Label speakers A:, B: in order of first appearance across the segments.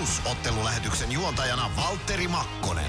A: Plus-ottelulähetyksen juontajana Valtteri Makkonen.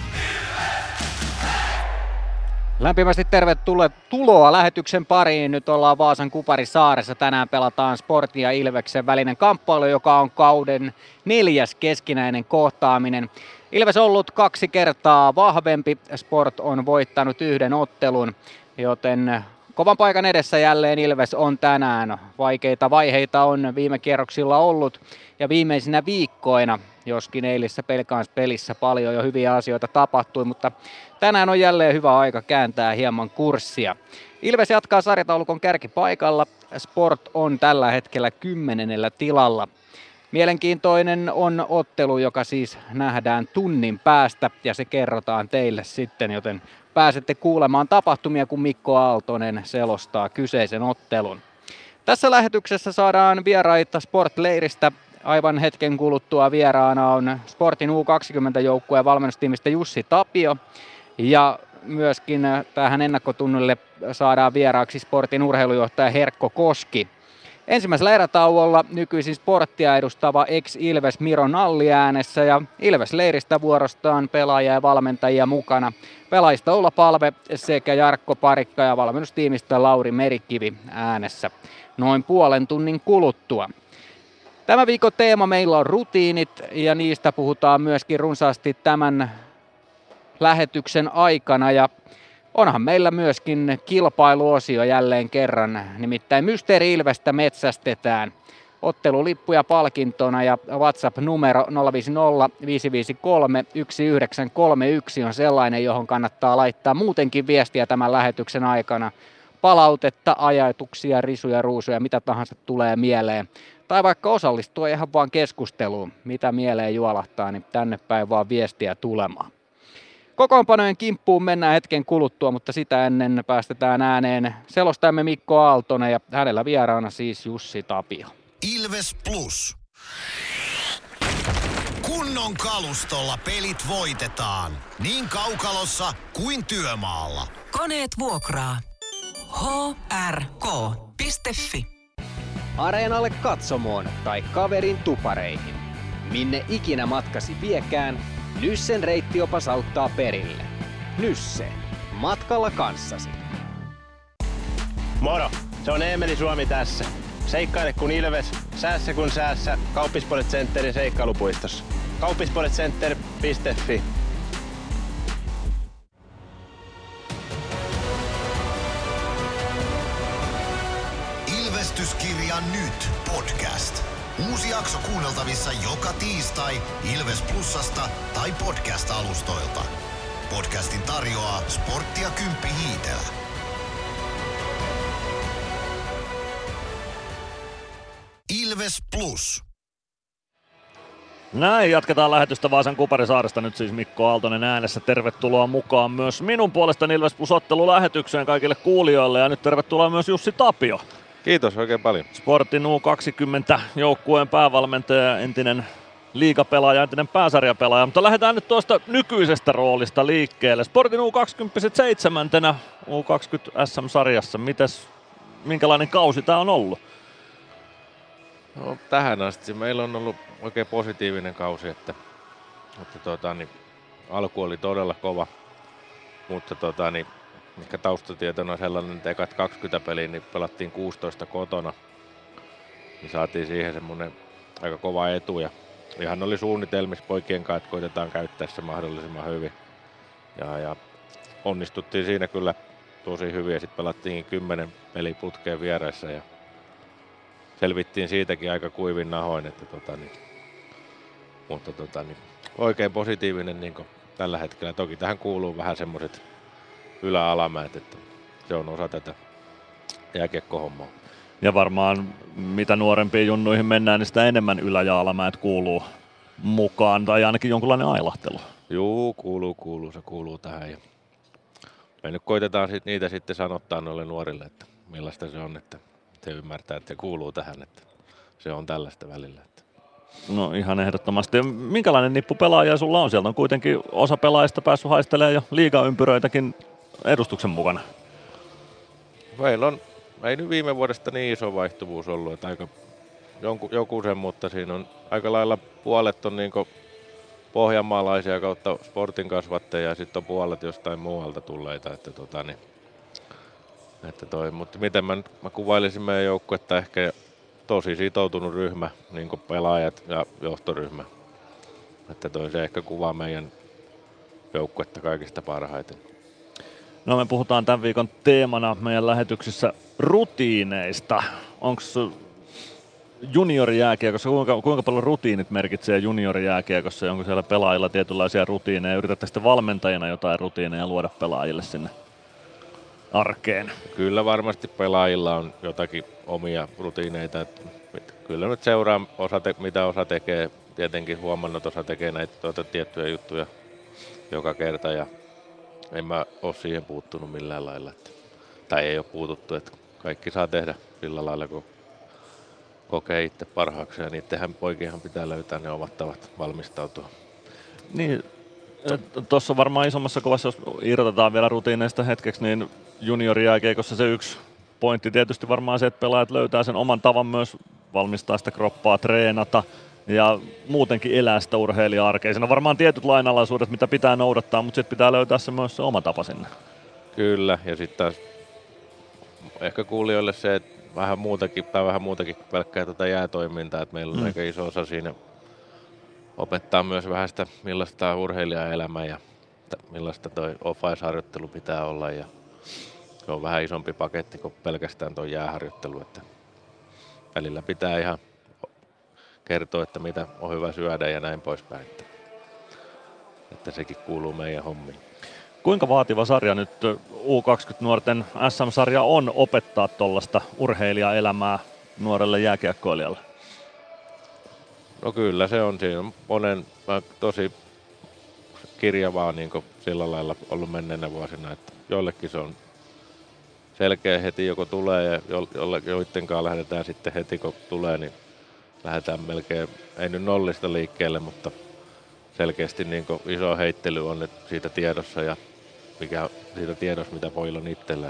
B: Lämpimästi tervetuloa lähetyksen pariin. Nyt ollaan Vaasan Kuparisaaressa. Tänään pelataan Sportin ja Ilveksen välinen kamppailu, joka on kauden 4. keskinäinen kohtaaminen. Ilves on ollut 2 kertaa vahvempi. Sport on voittanut 1 ottelun, joten kovan paikan edessä jälleen Ilves on tänään. Vaikeita vaiheita on viime kierroksilla ollut ja viimeisinä viikkoina, joskin eilisessä pelissä paljon jo hyviä asioita tapahtui, mutta tänään on jälleen hyvä aika kääntää hieman kurssia. Ilves jatkaa sarjataulukon kärkipaikalla. Sport on tällä hetkellä 10. tilalla. Mielenkiintoinen on ottelu, joka siis nähdään tunnin päästä ja se kerrotaan teille sitten, joten pääsette kuulemaan tapahtumia, kun Mikko Aaltonen selostaa kyseisen ottelun. Tässä lähetyksessä saadaan vieraita Sport-leiristä. Aivan hetken kuluttua vieraana on Sportin U20-joukkueen valmennustiimistä Jussi Tapio ja myöskin tähän ennakkotunnille saadaan vieraaksi Sportin urheilujohtaja Herkko Koski. Ensimmäisellä erätauolla nykyisin Sporttia edustava ex-Ilves Miro Nalli äänessä ja Ilves-leiristä vuorostaan pelaajia ja valmentajia mukana. Pelaajista Ulla Palve sekä Jarkko Parikka ja valmennustiimistä Lauri Merikivi äänessä noin puolen tunnin kuluttua. Tämän viikon teema meillä on rutiinit ja niistä puhutaan myöskin runsaasti tämän lähetyksen aikana ja onhan meillä myöskin kilpailuosio jälleen kerran, nimittäin Mysteeri Ilvestä metsästetään. Ottelulippuja palkintona ja WhatsApp-numero 050 553 1931 on sellainen, johon kannattaa laittaa muutenkin viestiä tämän lähetyksen aikana. Palautetta, ajatuksia, risuja, ruusuja, mitä tahansa tulee mieleen. Tai vaikka osallistua ihan vaan keskusteluun, mitä mieleen juolahtaa, niin tänne päin vaan viestiä tulemaan. Kokoonpanojen kimppuun mennään hetken kuluttua, mutta sitä ennen päästetään ääneen selostajamme Mikko Aaltonen ja hänellä vieraana siis Jussi Tapio.
A: Ilves Plus. Kunnon kalustolla pelit voitetaan. Niin kaukalossa kuin työmaalla.
C: Koneet vuokraa. hrk.fi.
D: Areenalle, katsomoon tai kaverin tupareihin. Minne ikinä matkasi viekään, Nyssen reittiopas auttaa perille. Nysse. Matkalla kanssasi.
E: Moro! Se on Eemeli Suomi tässä. Seikkaile kun Ilves, säässä kun säässä. Kauppisports Centerin seikkailupuistossa. Kauppisportscenter.fi.
A: Ilvestyskirja nyt podcast. Uusi jakso kuunneltavissa joka tiistai Ilves Plusasta tai podcast-alustoilta. Podcastin tarjoaa Sportti ja Kymppi Hiitelä. Ilves Plus.
F: Näin, jatketaan lähetystä Vaasan Kuparisaaresta. Nyt siis Mikko Aaltonen äänessä. Tervetuloa mukaan myös minun puolestani Ilves Plus-ottelulähetykseen kaikille kuulijoille. Ja nyt tervetuloa myös Jussi Tapio.
G: Kiitos oikein paljon.
F: Sportin U20-joukkueen päävalmentaja, entinen liigapelaaja, entinen pääsarjapelaaja. Mutta lähdetään nyt tuosta nykyisestä roolista liikkeelle. Sportin U20 7. U20 SM-sarjassa. Minkälainen kausi tämä on ollut?
G: No, tähän asti meillä on ollut oikein positiivinen kausi, että alku oli todella kova, mutta mikä taustatietona on sellainen, että ekat 20 peliä niin pelattiin 16 kotona, niin saatiin siihen semmoinen aika kova etu ja ihan oli suunnitelmissa poikien kanssa, että koitetaan käyttää se mahdollisimman hyvin ja onnistuttiin siinä kyllä tosi hyvin ja sitten pelattiin 10 peliputkeen vieressä ja selvittiin siitäkin aika kuivin nahoin, että mutta oikein positiivinen niin tällä hetkellä. Toki tähän kuuluu vähän semmoiset ylä-alamäet, että se on osa tätä jääkiekkohommaa.
F: Ja varmaan mitä nuorempiin junnuihin mennään, niin sitä enemmän ylä- ja alamäet kuuluu mukaan, tai ainakin jonkunlainen ailahtelu.
G: Juu, kuuluu, se kuuluu tähän. Ja me nyt koitetaan niitä sitten sanottaa noille nuorille, että millaista se on, että se ymmärtää, että se kuuluu tähän, että se on tällaista välillä.
F: No ihan ehdottomasti. Minkälainen nippu pelaajia sulla on? Sieltä on kuitenkin osa pelaajista päässyt haistelemaan jo liigaympyröitäkin edustuksen mukana.
G: Meillä on, ei nyt viime vuodesta niin iso vaihtuvuus ollut, että aika joku sen, mutta siinä on aika lailla puolet on niin pohjanmaalaisia kautta sportin kasvattajia ja sitten on puolet jostain muualta tulleita. Mutta miten mä kuvailisin meidän joukkuetta, ehkä tosi sitoutunut ryhmä, niin kuin pelaajat ja johtoryhmä. Että se ehkä kuvaa meidän joukkuetta kaikista parhaiten.
F: No me puhutaan tämän viikon teemana meidän lähetyksissä rutiineista. Onko juniorijääkiekossa, kuinka paljon rutiinit merkitsee juniorijääkiekossa? Onko siellä pelaajilla tietynlaisia rutiineja? Yritätte sitten valmentajina jotain rutiineja luoda pelaajille sinne arkeen? Kyllä
G: varmasti pelaajilla on jotakin omia rutiineita. Kyllä nyt seuraa, mitä osa tekee. Tietenkin huomannut, että osa tekee näitä tiettyjä juttuja joka kerta. Ja en mä ole siihen puuttunut millään lailla. Tai ei ole puututtu, että kaikki saa tehdä sillä lailla, kun kokee itse parhaaksi. Ja niittenhän poikienhan pitää löytää ne omat tavat valmistautua.
F: Niin, tuossa varmaan isommassa kovassa, jos irrotetaan vielä rutiineista hetkeksi, niin juniorijääkiekossa se yksi pointti tietysti varmaan se, että pelaajat löytää sen oman tavan myös valmistaa sitä kroppaa, treenata ja muutenkin elää sitä urheilija-arkea. Siinä on varmaan tietyt lainalaisuudet, mitä pitää noudattaa, mutta sitten pitää löytää se myös se oma tapa sinne.
G: Kyllä, ja sitten taas ehkä kuulijoille se, että vähän muutakin pelkkää jäätoimintaa, että meillä on aika iso osa siinä opettaa myös vähän sitä, millaista on urheilijaelämä ja millaista toi off-ice-harjoittelu pitää olla. Ja se on vähän isompi paketti kuin pelkästään tuo jääharjoittelu, että välillä pitää ihan kertoa, että mitä on hyvä syödä ja näin poispäin. Että sekin kuuluu meidän hommiin.
F: Kuinka vaativa sarja nyt U20-nuorten SM-sarja on opettaa tuollaista urheilijaelämää nuorelle jääkiekkoilijalle?
G: No kyllä se on. Siinä on tosi kirjavaa niin sillä lailla ollut menneenä vuosina, että joillekin se on selkeä heti joko tulee ja joittenkaan lähdetään sitten heti kun tulee, niin lähdetään melkein, ei nyt nollista liikkeelle, mutta selkeästi niin iso heittely on nyt siitä tiedossa ja mikä siitä tiedossa, mitä pojilla on itsellä.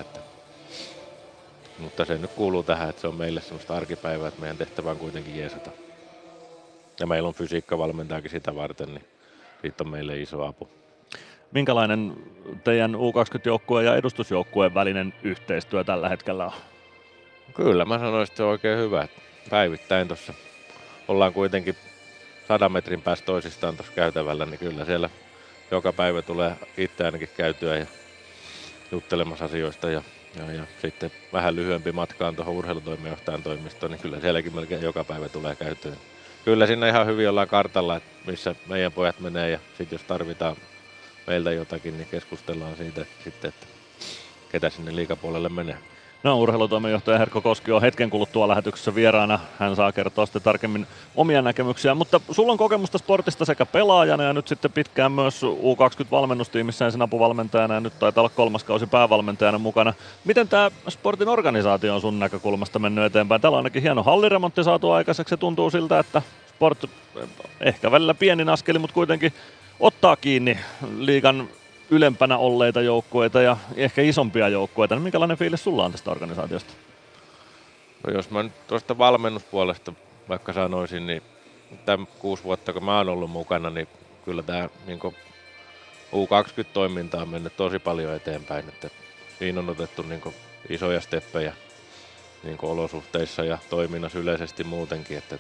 G: Mutta se nyt kuuluu tähän, että se on meille semmoista arkipäivää, että meidän tehtävä on kuitenkin jeesata. Ja meillä on fysiikkavalmentajakin sitä varten, niin siitä on meille iso apu.
F: Minkälainen teidän U20-joukkueen ja edustusjoukkueen välinen yhteistyö tällä hetkellä on?
G: Kyllä mä sanoisin, että se on oikein hyvä. Päivittäin tuossa ollaan kuitenkin 100 metrin päästä toisistaan tuossa käytävällä, niin kyllä siellä joka päivä tulee itse ainakin käytyä ja juttelemassa asioista ja sitten vähän lyhyempi matkaan tuohon urheilutoimenjohtajan toimistoon, niin kyllä sielläkin melkein joka päivä tulee käytyä. Kyllä siinä ihan hyvin ollaan kartalla, että missä meidän pojat menee ja sitten jos tarvitaan meiltä jotakin, niin keskustellaan siitä sitten, että ketä sinne liigapuolelle menee.
F: No, urheilutoimenjohtaja Herkko Koski on hetken kuluttua lähetyksessä vieraana. Hän saa kertoa sitten tarkemmin omia näkemyksiä, mutta sulla on kokemusta sportista sekä pelaajana ja nyt sitten pitkään myös U20-valmennustiimissä ensin apuvalmentajana ja nyt taitaa olla 3. kausi päävalmentajana mukana. Miten tämä sportin organisaatio on sun näkökulmasta mennyt eteenpäin? Täällä on ainakin hieno halliremontti saatu aikaiseksi. Se tuntuu siltä, että sport ehkä välillä pienin askeli, mutta kuitenkin ottaa kiinni liigan ylempänä olleita joukkueita ja ehkä isompia joukkueita. Minkälainen fiilis sulla on tästä organisaatiosta?
G: No jos mä nyt tuosta valmennuspuolesta vaikka sanoisin, niin tämän 6 vuotta kun mä oon ollut mukana, niin kyllä tämä niin U20-toiminta on mennyt tosi paljon eteenpäin. Että siinä on otettu niin isoja steppejä niin olosuhteissa ja toiminnassa yleisesti muutenkin, että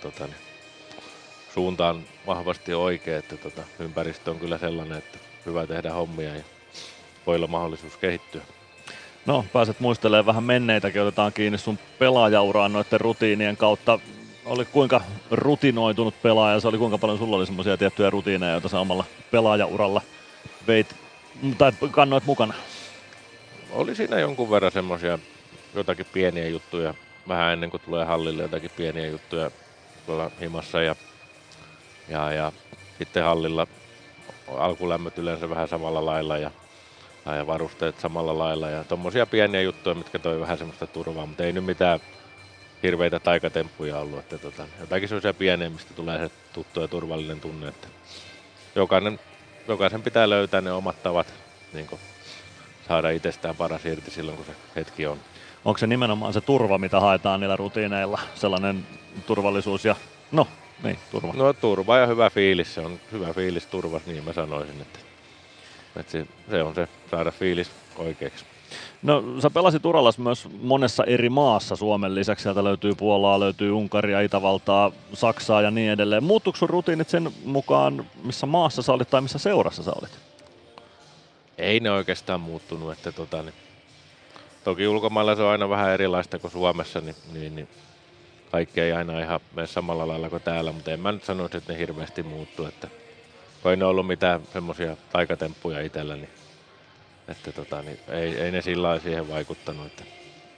G: suunta on vahvasti oikea, että ympäristö on kyllä sellainen, että hyvä tehdä hommia ja voi olla mahdollisuus kehittyä.
F: No, pääset muistelemaan vähän menneitäkin, otetaan kiinni sun pelaajauraan noiden rutiinien kautta. Oli kuinka rutinoitunut pelaaja, se oli kuinka paljon sulla oli semmoisia tiettyjä rutiineja, joita sä omalla pelaajauralla veit tai kannoit mukana? Oli
G: siinä jonkun verran semmoisia jotakin pieniä juttuja, vähän ennen kuin tulee hallille jotakin pieniä juttuja tuolla himassa ja sitten hallilla alkulämmöt yleensä vähän samalla lailla ja varusteet samalla lailla ja tommosia pieniä juttuja, mitkä toi vähän semmoista turvaa, mutta ei nyt mitään hirveitä taikatemppuja ollut, että jotakin semmoisia pieniä, mistä tulee se tuttu ja turvallinen tunne, että jokaisen pitää löytää ne omat tavat niin saada itsestään paras irti silloin, kun se hetki on.
F: Onko se nimenomaan se turva, mitä haetaan niillä rutiineilla, sellainen turvallisuus ja Niin, turva.
G: No turva ja hyvä fiilis, se on hyvä fiilis turvassa, niin mä sanoisin, että se on se, saada fiilis oikeaksi.
F: No sä pelasit urallas myös monessa eri maassa Suomen lisäksi, sieltä löytyy Puolaa, löytyy Unkaria, Itävaltaa, Saksaa ja niin edelleen. Muuttuiko sun rutiinit sen mukaan, missä maassa sä olit tai missä seurassa sä olit?
G: Ei ne oikeastaan muuttunut, että toki ulkomailla se on aina vähän erilaista kuin Suomessa, niin kaikki ei aina ihan mene samalla lailla kuin täällä, mutta en mä nyt sanoisi, että ne hirveästi muuttuu, että ei ne ollut mitään semmoisia taikatemppuja itsellä, niin ei ne sillä lailla siihen vaikuttanut. Että.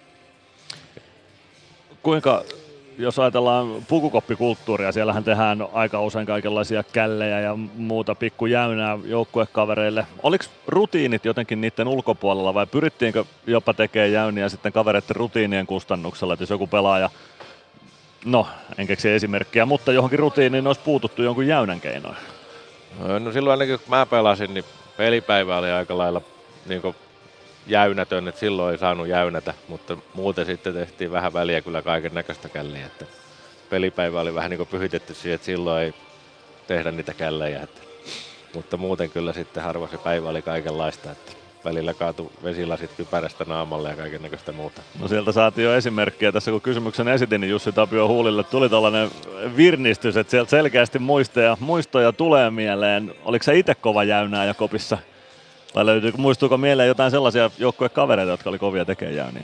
F: Kuinka, jos ajatellaan pukukoppikulttuuria, siellähän tehdään aika usein kaikenlaisia källejä ja muuta pikkujäynää joukkuekavereille. Oliko rutiinit jotenkin niiden ulkopuolella vai pyrittiinkö jopa tekemään jäyniä sitten kavereiden rutiinien kustannuksella, että jos joku pelaaja, no en keksi esimerkkiä, mutta johonkin rutiiniin olisi puututtu jonkun jäynän keinoin?
G: No silloin ainakin kun mä pelasin, niin pelipäivä oli aika lailla niin jäynätön, että silloin ei saanut jäynätä, mutta muuten sitten tehtiin vähän väliä kyllä kaiken näköistä källiä, että pelipäivä oli vähän niin kuin pyhitetty siihen, että silloin ei tehdä niitä källejä, mutta muuten kyllä sitten harva se päivä oli kaikenlaista, että välillä kaatui vesilasit kypärästä naamalle ja kaiken näköistä muuta.
F: No sieltä saatiin jo esimerkkiä tässä, kun kysymyksen esitin, niin Jussi Tapio huulille tuli tällainen virnistys, että sieltä selkeästi muistoja tulee mieleen. Oliko se itse kova jäynääjä kopissa? Vai muistuuko mieleen jotain sellaisia joukkuekavereita, jotka oli kovia tekemään jäyniä?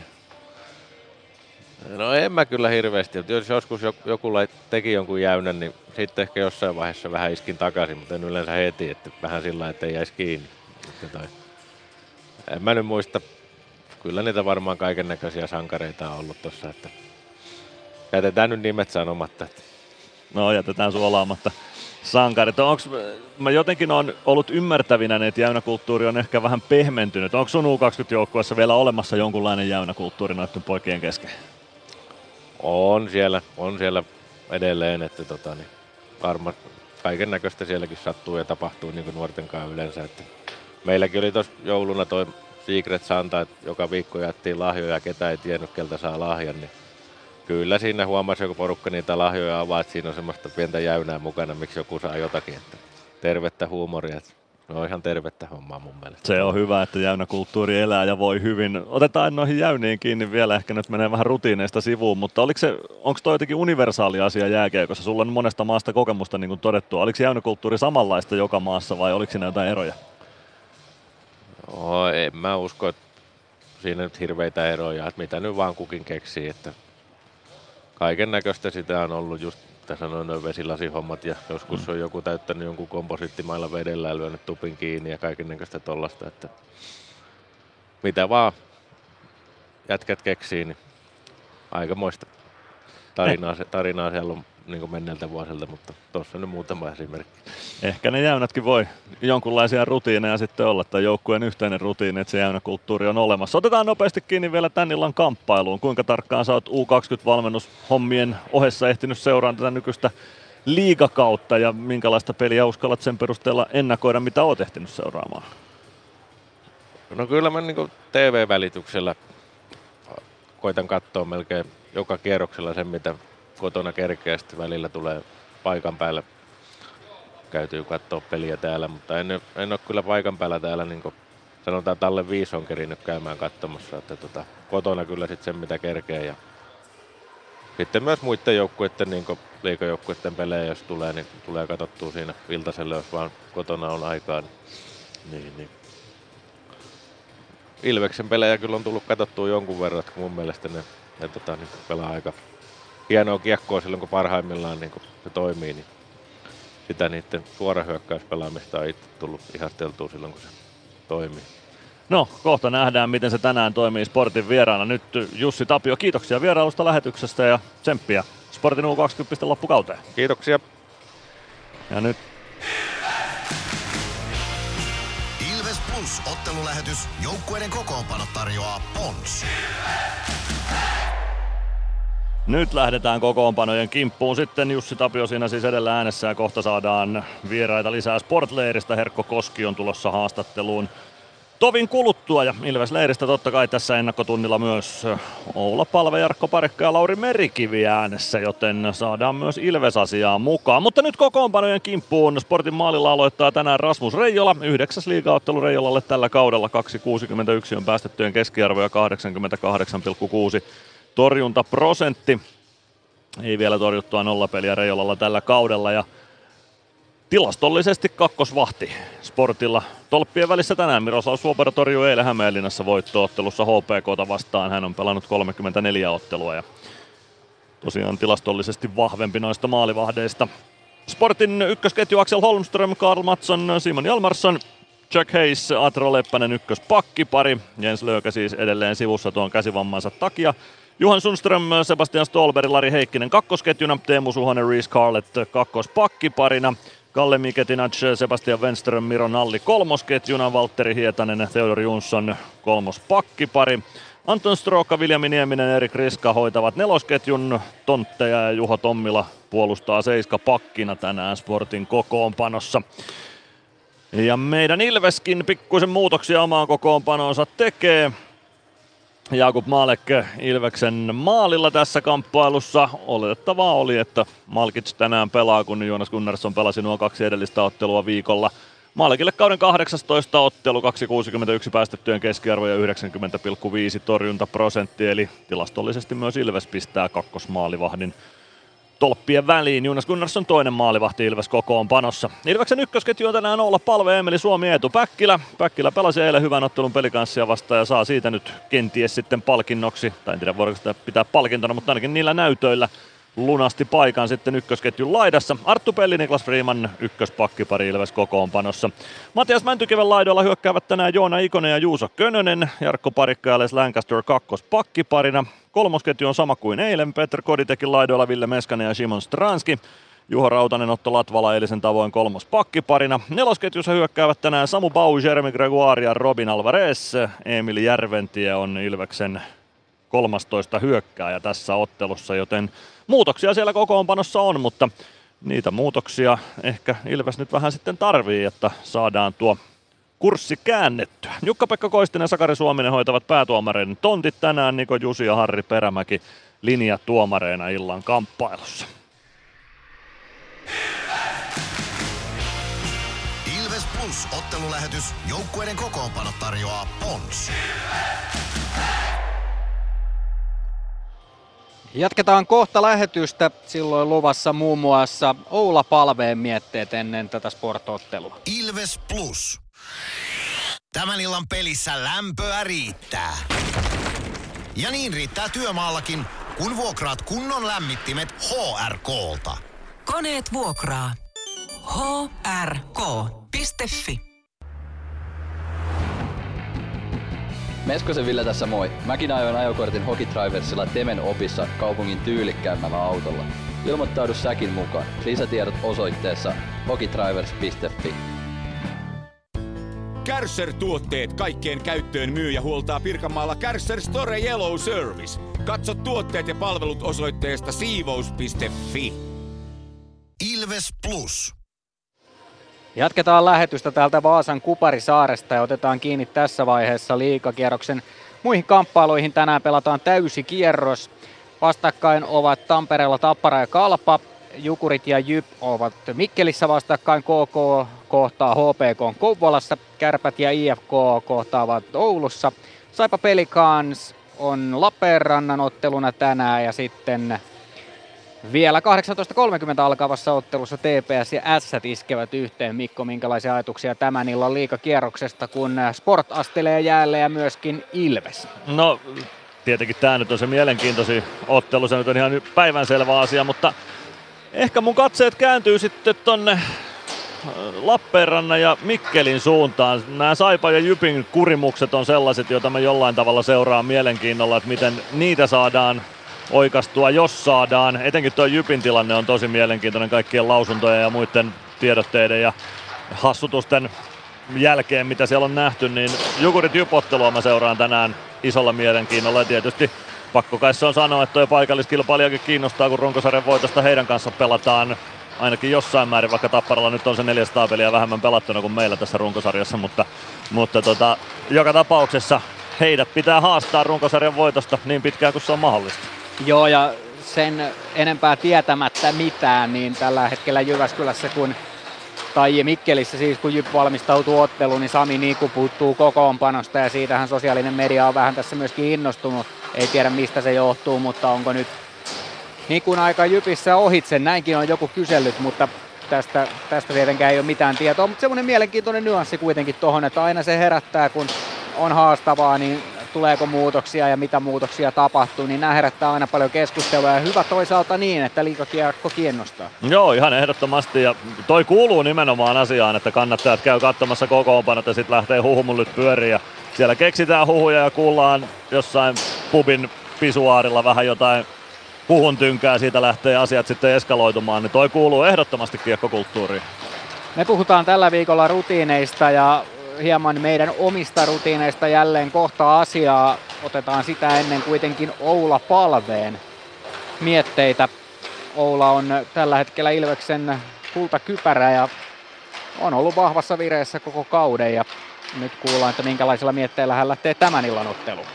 G: No en mä kyllä hirveästi. Jos joskus joku teki jonkun jäynän, niin sitten ehkä jossain vaiheessa vähän iskin takaisin, mutta en yleensä heti, että vähän sillä että ei jäisi kiinni. En mä nyt muista. Kyllä niitä varmaan kaiken näköisiä sankareita on ollut tossa, että jätetään nyt nimet sanomatta.
F: No jätetään suolaamatta. Sankarit. Mä jotenkin on ollut ymmärtävinä, että jäynäkulttuuri on ehkä vähän pehmentynyt. Onko sun U20-joukkueessa vielä olemassa jonkunlainen jäynäkulttuuri noiden poikien kesken?
G: On siellä edelleen, että varmaan kaiken näköistä sielläkin sattuu ja tapahtuu niin kuin nuorten kanssa yleensä. Että meilläkin oli tuossa jouluna toi Secret Santa, että joka viikko jaettiin lahjoja, ketä ei tiennyt, keltä saa lahjan, niin kyllä siinä huomasi joku porukka niitä lahjoja avaa, että siinä on semmoista pientä jäynää mukana, miksi joku saa jotakin. Että tervettä huumoria, että se on ihan tervettä hommaa mun mielestä.
F: Se on hyvä, että jäynäkulttuuri elää ja voi hyvin. Otetaan noihin jäyniin kiinni vielä, ehkä nyt menee vähän rutiineista sivuun, mutta onko toi jotenkin universaali asia jääkiekossa? Sulla on monesta maasta kokemusta, niin kuin todettu. Oliko jäynäkulttuuri samanlaista joka maassa vai oliko siinä jotain eroja?
G: No, en mä usko, että siinä nyt hirveitä eroja, että mitä nyt vaan kukin keksii, että kaiken näköistä sitä on ollut just tässä noin vesilasihommat ja joskus on joku täyttänyt jonkun komposiittimailla vedellä ja lyönyt tupin kiinni ja kaiken näköistä tollasta, että mitä vaan jätkät keksii, niin aikamoista tarinaa siellä on niin menneiltä vuosilta, mutta tuossa nyt muutama esimerkki.
F: Ehkä ne jäynätkin voi jonkunlaisia rutiineja sitten olla, tai joukkueen yhteinen rutiini, että se jäynäkulttuuri on olemassa. Otetaan nopeasti kiinni vielä tän illan kamppailuun. Kuinka tarkkaan sä oot U20-valmennushommien ohessa ehtinyt seuraamaan tätä nykyistä liigakautta, ja minkälaista peliä uskallat sen perusteella ennakoida, mitä oot ehtinyt seuraamaan?
G: No kyllä mä niin TV-välityksellä koitan katsoa melkein joka kierroksella sen, mitä kotona kerkeä, sitten välillä tulee paikan päälle. Käytyy katsoa peliä täällä, mutta en ole kyllä paikan päällä täällä, niin kuin sanotaan Talle 5 on kerinyt käymään katsomassa, että kotona kyllä sitten sen, mitä kerkeä. Ja sitten myös muiden joukkueiden, niin liigajoukkueiden pelejä, jos tulee, niin tulee katsottua siinä iltaselle, jos vaan kotona on aikaa. Niin. Ilveksen pelejä kyllä on tullut katsottua jonkun verran, että mun mielestä ne pelaa aika hienoa kiekkoa silloin, kun parhaimmillaan niin kun se toimii, niin sitä niiden suorahyökkäyspelaamista on itse tullut ihasteltua silloin, kun se toimii.
F: No, kohta nähdään, miten se tänään toimii Sportin vieraana. Nyt Jussi Tapio, kiitoksia vierailusta lähetyksestä ja tsemppiä Sportin U20 loppukauteen.
G: Kiitoksia.
F: Ja nyt
A: Ilves Plus -ottelulähetys. Joukkueiden kokoonpano tarjoaa Pons.
F: Nyt lähdetään kokoonpanojen kimppuun sitten. Jussi Tapio siinä siis edellä äänessä ja kohta saadaan vieraita lisää Sportleiristä. Herkko Koski on tulossa haastatteluun. tovin kuluttua ja Ilves-leiristä totta kai tässä ennakkotunnilla myös Oula Palve, Jarkko Parikka ja Lauri Merikivi äänessä, joten saadaan myös Ilves-asiaa mukaan. Mutta nyt kokoonpanojen kimppuun. Sportin maalilla aloittaa tänään Rasmus Reijola. 9. liigaottelu Reijolalle tällä kaudella. 2,61 on päästettyjen keskiarvo ja 88,6 torjuntaprosentti. Ei vielä torjuttua nollapeliä Reijolalla tällä kaudella ja tilastollisesti kakkosvahti Sportilla. Tolppien välissä tänään Miroslav Svoboda torjui eilen Hämeenlinnassa voittoottelussa HPK:ta vastaan. Hän on pelannut 34 ottelua ja tosiaan tilastollisesti vahvempi noista maalivahdeista. Sportin ykkösketju Axel Holmström, Karl Mattsson, Simon Hjalmarsson, Jack Hayes, Atro Leppänen ykköspakkipari. Jens Löökä siis edelleen sivussa tuon käsivammansa takia. Johan Sundström, Sebastian Stolberg, Lari Heikkinen kakkosketjuna, Teemu Suhonen, Reece Carlett kakkospakkiparina. Kalle Miketinac, Sebastian Wenström, Miro Nalli kolmosketjuna, Valtteri Hietanen, Theodor Jonsson kolmospakkipari. Anton Strooka, Viljami Nieminen, Erik Riska hoitavat nelosketjun, Tontteja ja Juho Tommila puolustaa seiskapakkina tänään Sportin kokoonpanossa. Ja meidän Ilveskin pikkuisen muutoksia omaan kokoonpanoonsa tekee. Jakub Malek Ilveksen maalilla tässä kamppailussa. Oletettavaa oli, että Malkic tänään pelaa, kun Jonas Gunnarsson pelasi nuo 2 edellistä ottelua viikolla. Malekille kauden 18 ottelu, 2,61 päästettyjen keskiarvo ja 90,5 torjuntaprosentti. Eli tilastollisesti myös Ilves pistää kakkosmaalivahdin tolppien väliin. Jonas Gunnarsson toinen maalivahti Ilves kokoonpanossa. Ilveksen ykkösketju on tänään olla Palve, Emeli Suomi, Eetu Päkkilä. Päkkilä pelasi eilen hyvän ottelun Pelikanssia vastaan ja saa siitä nyt kenties sitten palkinnoksi, tai en tiedä voiko sitä pitää palkintona, mutta ainakin niillä näytöillä lunasti paikan sitten ykkösketjun laidassa. Arttu Pelli, Niklas Freeman ykköspakkipari Ilves kokoonpanossa. Matias Mäntykiven laidoilla hyökkäävät tänään Joona Ikonen ja Juuso Könönen. Jarkko Parikka ja Les Lancaster kakkospakkiparina. Kolmosketju on sama kuin eilen. Petr Koditekin laidoilla Ville Meskanen ja Simon Stranski. Juho Rautanen, Otto Latvala eilisen tavoin kolmospakkiparina. Nelosketjussa hyökkäävät tänään Samu Bau, Jeremy Gregoire ja Robin Alvarez. Emil Järventie on Ilveksen 13 hyökkääjä tässä ottelussa, joten muutoksia siellä kokoonpanossa on, mutta niitä muutoksia ehkä Ilves nyt vähän sitten tarvii, että saadaan tuo kurssi käännettyä. Jukka-Pekka Koistinen ja Sakari Suominen hoitavat päätuomareiden tontit tänään. Niko Jusi ja Harri Perämäki linjatuomareina illan kamppailussa.
A: Ilves Plus -ottelulähetys. Joukkueiden kokoonpano tarjoaa Pons.
B: Jatketaan kohta lähetystä. Silloin luvassa muun muassa Oula Palveen mietteet ennen tätä sportottelua.
A: Ilves Plus. Tämän illan pelissä lämpöä riittää. Ja niin riittää työmaallakin, kun vuokraat kunnon lämmittimet HRK:lta.
C: Koneet vuokraa. hrk.fi.
H: Meskosen Ville tässä moi. Mäkin ajoin ajokortin Hokitriversilla Temen opissa kaupungin tyylikkäämmällä autolla. Ilmoittaudu säkin mukaan. Lisätiedot osoitteessa hokitrivers.fi.
I: Kärcher-tuotteet kaikkeen käyttöön myy ja huoltaa Pirkanmaalla Kärcher Store Yellow Service. Katso tuotteet ja palvelut osoitteesta siivous.fi.
A: Ilves Plus.
B: Jatketaan lähetystä täältä Vaasan Kuparisaaresta ja otetaan kiinni tässä vaiheessa liigakierroksen muihin kamppailuihin. Tänään pelataan täysi kierros. Vastakkain ovat Tampereella Tappara ja Kalpa. Jukurit ja Jyp ovat Mikkelissä vastakkain. KK kohtaa HPK Kouvolassa. Kärpät ja IFK kohtaavat Oulussa. Saipa Pelicans on Lappeenrannan otteluna tänään ja sitten vielä 18.30 alkavassa ottelussa TPS ja Ässät iskevät yhteen. Mikko, minkälaisia ajatuksia tämän illan liigakierroksesta, kun Sport astelee jäälle ja myöskin Ilves?
F: No tietenkin tämä nyt on se mielenkiintoisin ottelu, se nyt on ihan päivänselvä asia, mutta ehkä mun katseet kääntyy sitten tonne Lappeenrannan ja Mikkelin suuntaan. Nämä Saipa ja Jypin kurimukset on sellaiset, joita me jollain tavalla seuraa mielenkiinnolla, että miten niitä saadaan oikastua, jos saadaan. Etenkin tuo Jypin tilanne on tosi mielenkiintoinen kaikkien lausuntojen ja muiden tiedotteiden ja hassutusten jälkeen, mitä siellä on nähty, niin Jukurit Jyp-ottelua mä seuraan tänään isolla mielenkiinnolla ja tietysti pakko kai se on sanoa, että tuo paikalliskilpailijakin kiinnostaa, kun runkosarjan voitosta heidän kanssa pelataan. ainakin jossain määrin, vaikka Tapparalla nyt on se 400 peliä vähemmän pelattuna kuin meillä tässä runkosarjassa, mutta joka tapauksessa heidät pitää haastaa runkosarjan voitosta niin pitkään kuin se on mahdollista.
B: Joo, ja sen enempää tietämättä mitään, niin tällä hetkellä Jyväskylässä tai Mikkelissä siis, kun Jyp valmistautuu otteluun, niin Sami Niku puuttuu kokoonpanosta ja siitähän sosiaalinen media on vähän tässä myöskin innostunut. Ei tiedä mistä se johtuu, mutta onko nyt Nikun aika Jypissä ohitse, näinkin on joku kysellyt, mutta tästä tietenkään ei ole mitään tietoa. Mutta semmoinen mielenkiintoinen nyanssi kuitenkin tuohon, että aina se herättää, kun on haastavaa, niin tuleeko muutoksia ja mitä muutoksia tapahtuu, niin nämä herättää aina paljon keskustelua ja hyvä toisaalta niin, että liigakiekko kiinnostaa.
F: Joo, ihan ehdottomasti ja toi kuuluu nimenomaan asiaan, että kannattajat käy katsomassa kokoonpanot ja sitten lähtee huhumullyt pyöriin ja siellä keksitään huhuja ja kuullaan jossain pubin pisuaarilla vähän jotain huhun tynkää, siitä lähtee asiat sitten eskaloitumaan, niin toi kuuluu ehdottomasti kiekkokulttuuriin.
B: Me puhutaan tällä viikolla rutiineista ja hieman meidän omista rutiineista jälleen kohta asiaa. Otetaan sitä ennen kuitenkin Oula Palveen mietteitä. Oula on tällä hetkellä Ilveksen kultakypärä ja on ollut vahvassa vireessä koko kauden ja nyt kuullaan, että minkälaisilla mietteillä hän lähtee tämän illan otteluun.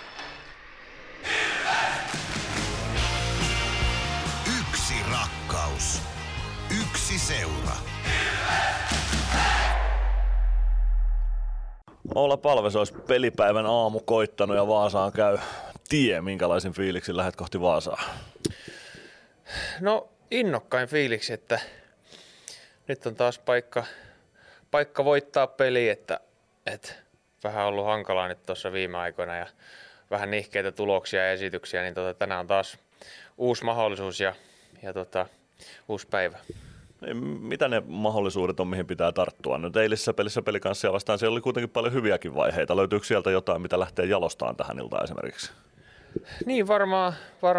A: Yksi rakkaus. Yksi seura.
F: Oula Palve, se olisi pelipäivän aamu koittanut ja Vaasaan käy tie. Minkälaisin fiiliksin lähdet kohti Vaasaa?
J: No innokkain fiiliksi, että nyt on taas paikka voittaa peli, että vähän ollut hankalaa nyt tuossa viime aikoina ja vähän nihkeitä tuloksia ja esityksiä, niin tänään on taas uusi mahdollisuus ja uusi päivä.
F: Mitä ne mahdollisuudet on, mihin pitää tarttua? Nyt eilisessä pelissä Pelikanssia vastaan siellä oli kuitenkin paljon hyviäkin vaiheita. Löytyykö sieltä jotain, mitä lähtee jalostamaan tähän iltaan esimerkiksi?
J: Niin, varmaan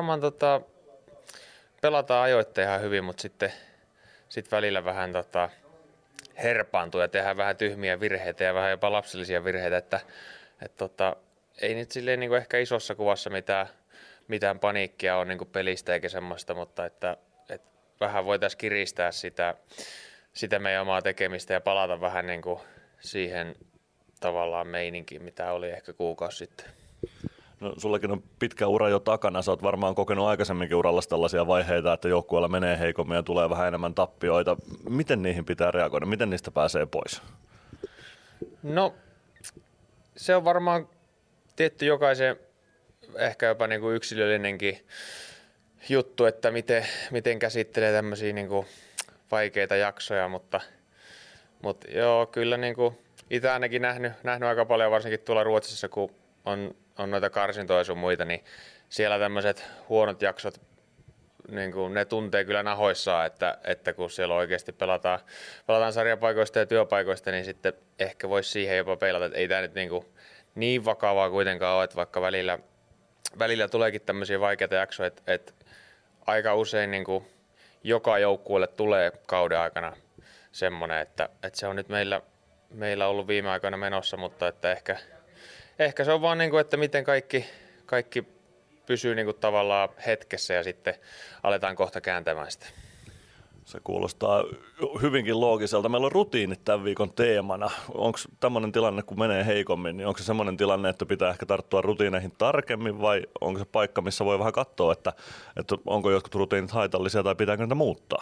J: pelataan ajoitteen ihan hyvin, mutta sitten välillä vähän herpaantuu ja tehdään vähän tyhmiä virheitä ja vähän jopa lapsellisia virheitä, että ei nyt silleen niin kuin ehkä isossa kuvassa mitään paniikkia on niin kuin pelistä eikä semmoista, mutta että vähän voitaisiin kiristää sitä meidän omaa tekemistä ja palata vähän niin kuin siihen tavallaan meininkiin, mitä oli ehkä kuukausi sitten.
F: No, sullakin on pitkä ura jo takana. Sä oot varmaan kokenut aikaisemminkin uralla tällaisia vaiheita, että joukkueella menee heikommin ja tulee vähän enemmän tappioita. Miten niihin pitää reagoida? Miten niistä pääsee pois?
J: No, se on varmaan tietty jokaisen ehkä jopa niin kuin yksilöllinenkin juttu, että miten käsittelee tämmöisiä niin kuin vaikeita jaksoja, mutta joo, kyllä niin kuin itse ainakin nähnyt aika paljon, varsinkin tuolla Ruotsissa, kun on noita karsintoja sun muita, niin siellä tämmöiset huonot jaksot, niin kuin ne tuntee kyllä nahoissaan, että kun siellä oikeasti pelataan sarjapaikoista ja työpaikoista, niin sitten ehkä voisi siihen jopa peilata, että ei tämä nyt niin vakavaa kuitenkaan ole, että vaikka välillä tuleekin tämmöisiä vaikeita jaksoja, että aika usein niin kuin joka joukkueelle tulee kauden aikana semmoinen, että se on nyt meillä ollut viime aikoina menossa, mutta että ehkä se on vaan niin kuin, että miten kaikki pysyy niin kuin tavallaan hetkessä ja sitten aletaan kohta kääntämään sitä.
F: Se kuulostaa hyvinkin loogiselta. Meillä on rutiinit tämän viikon teemana. Onko tämmöinen tilanne, kun menee heikommin, niin onko se semmoinen tilanne, että pitää ehkä tarttua rutiineihin tarkemmin vai onko se paikka, missä voi vähän katsoa, että onko jotkut rutiinit haitallisia tai pitääkö niitä muuttaa?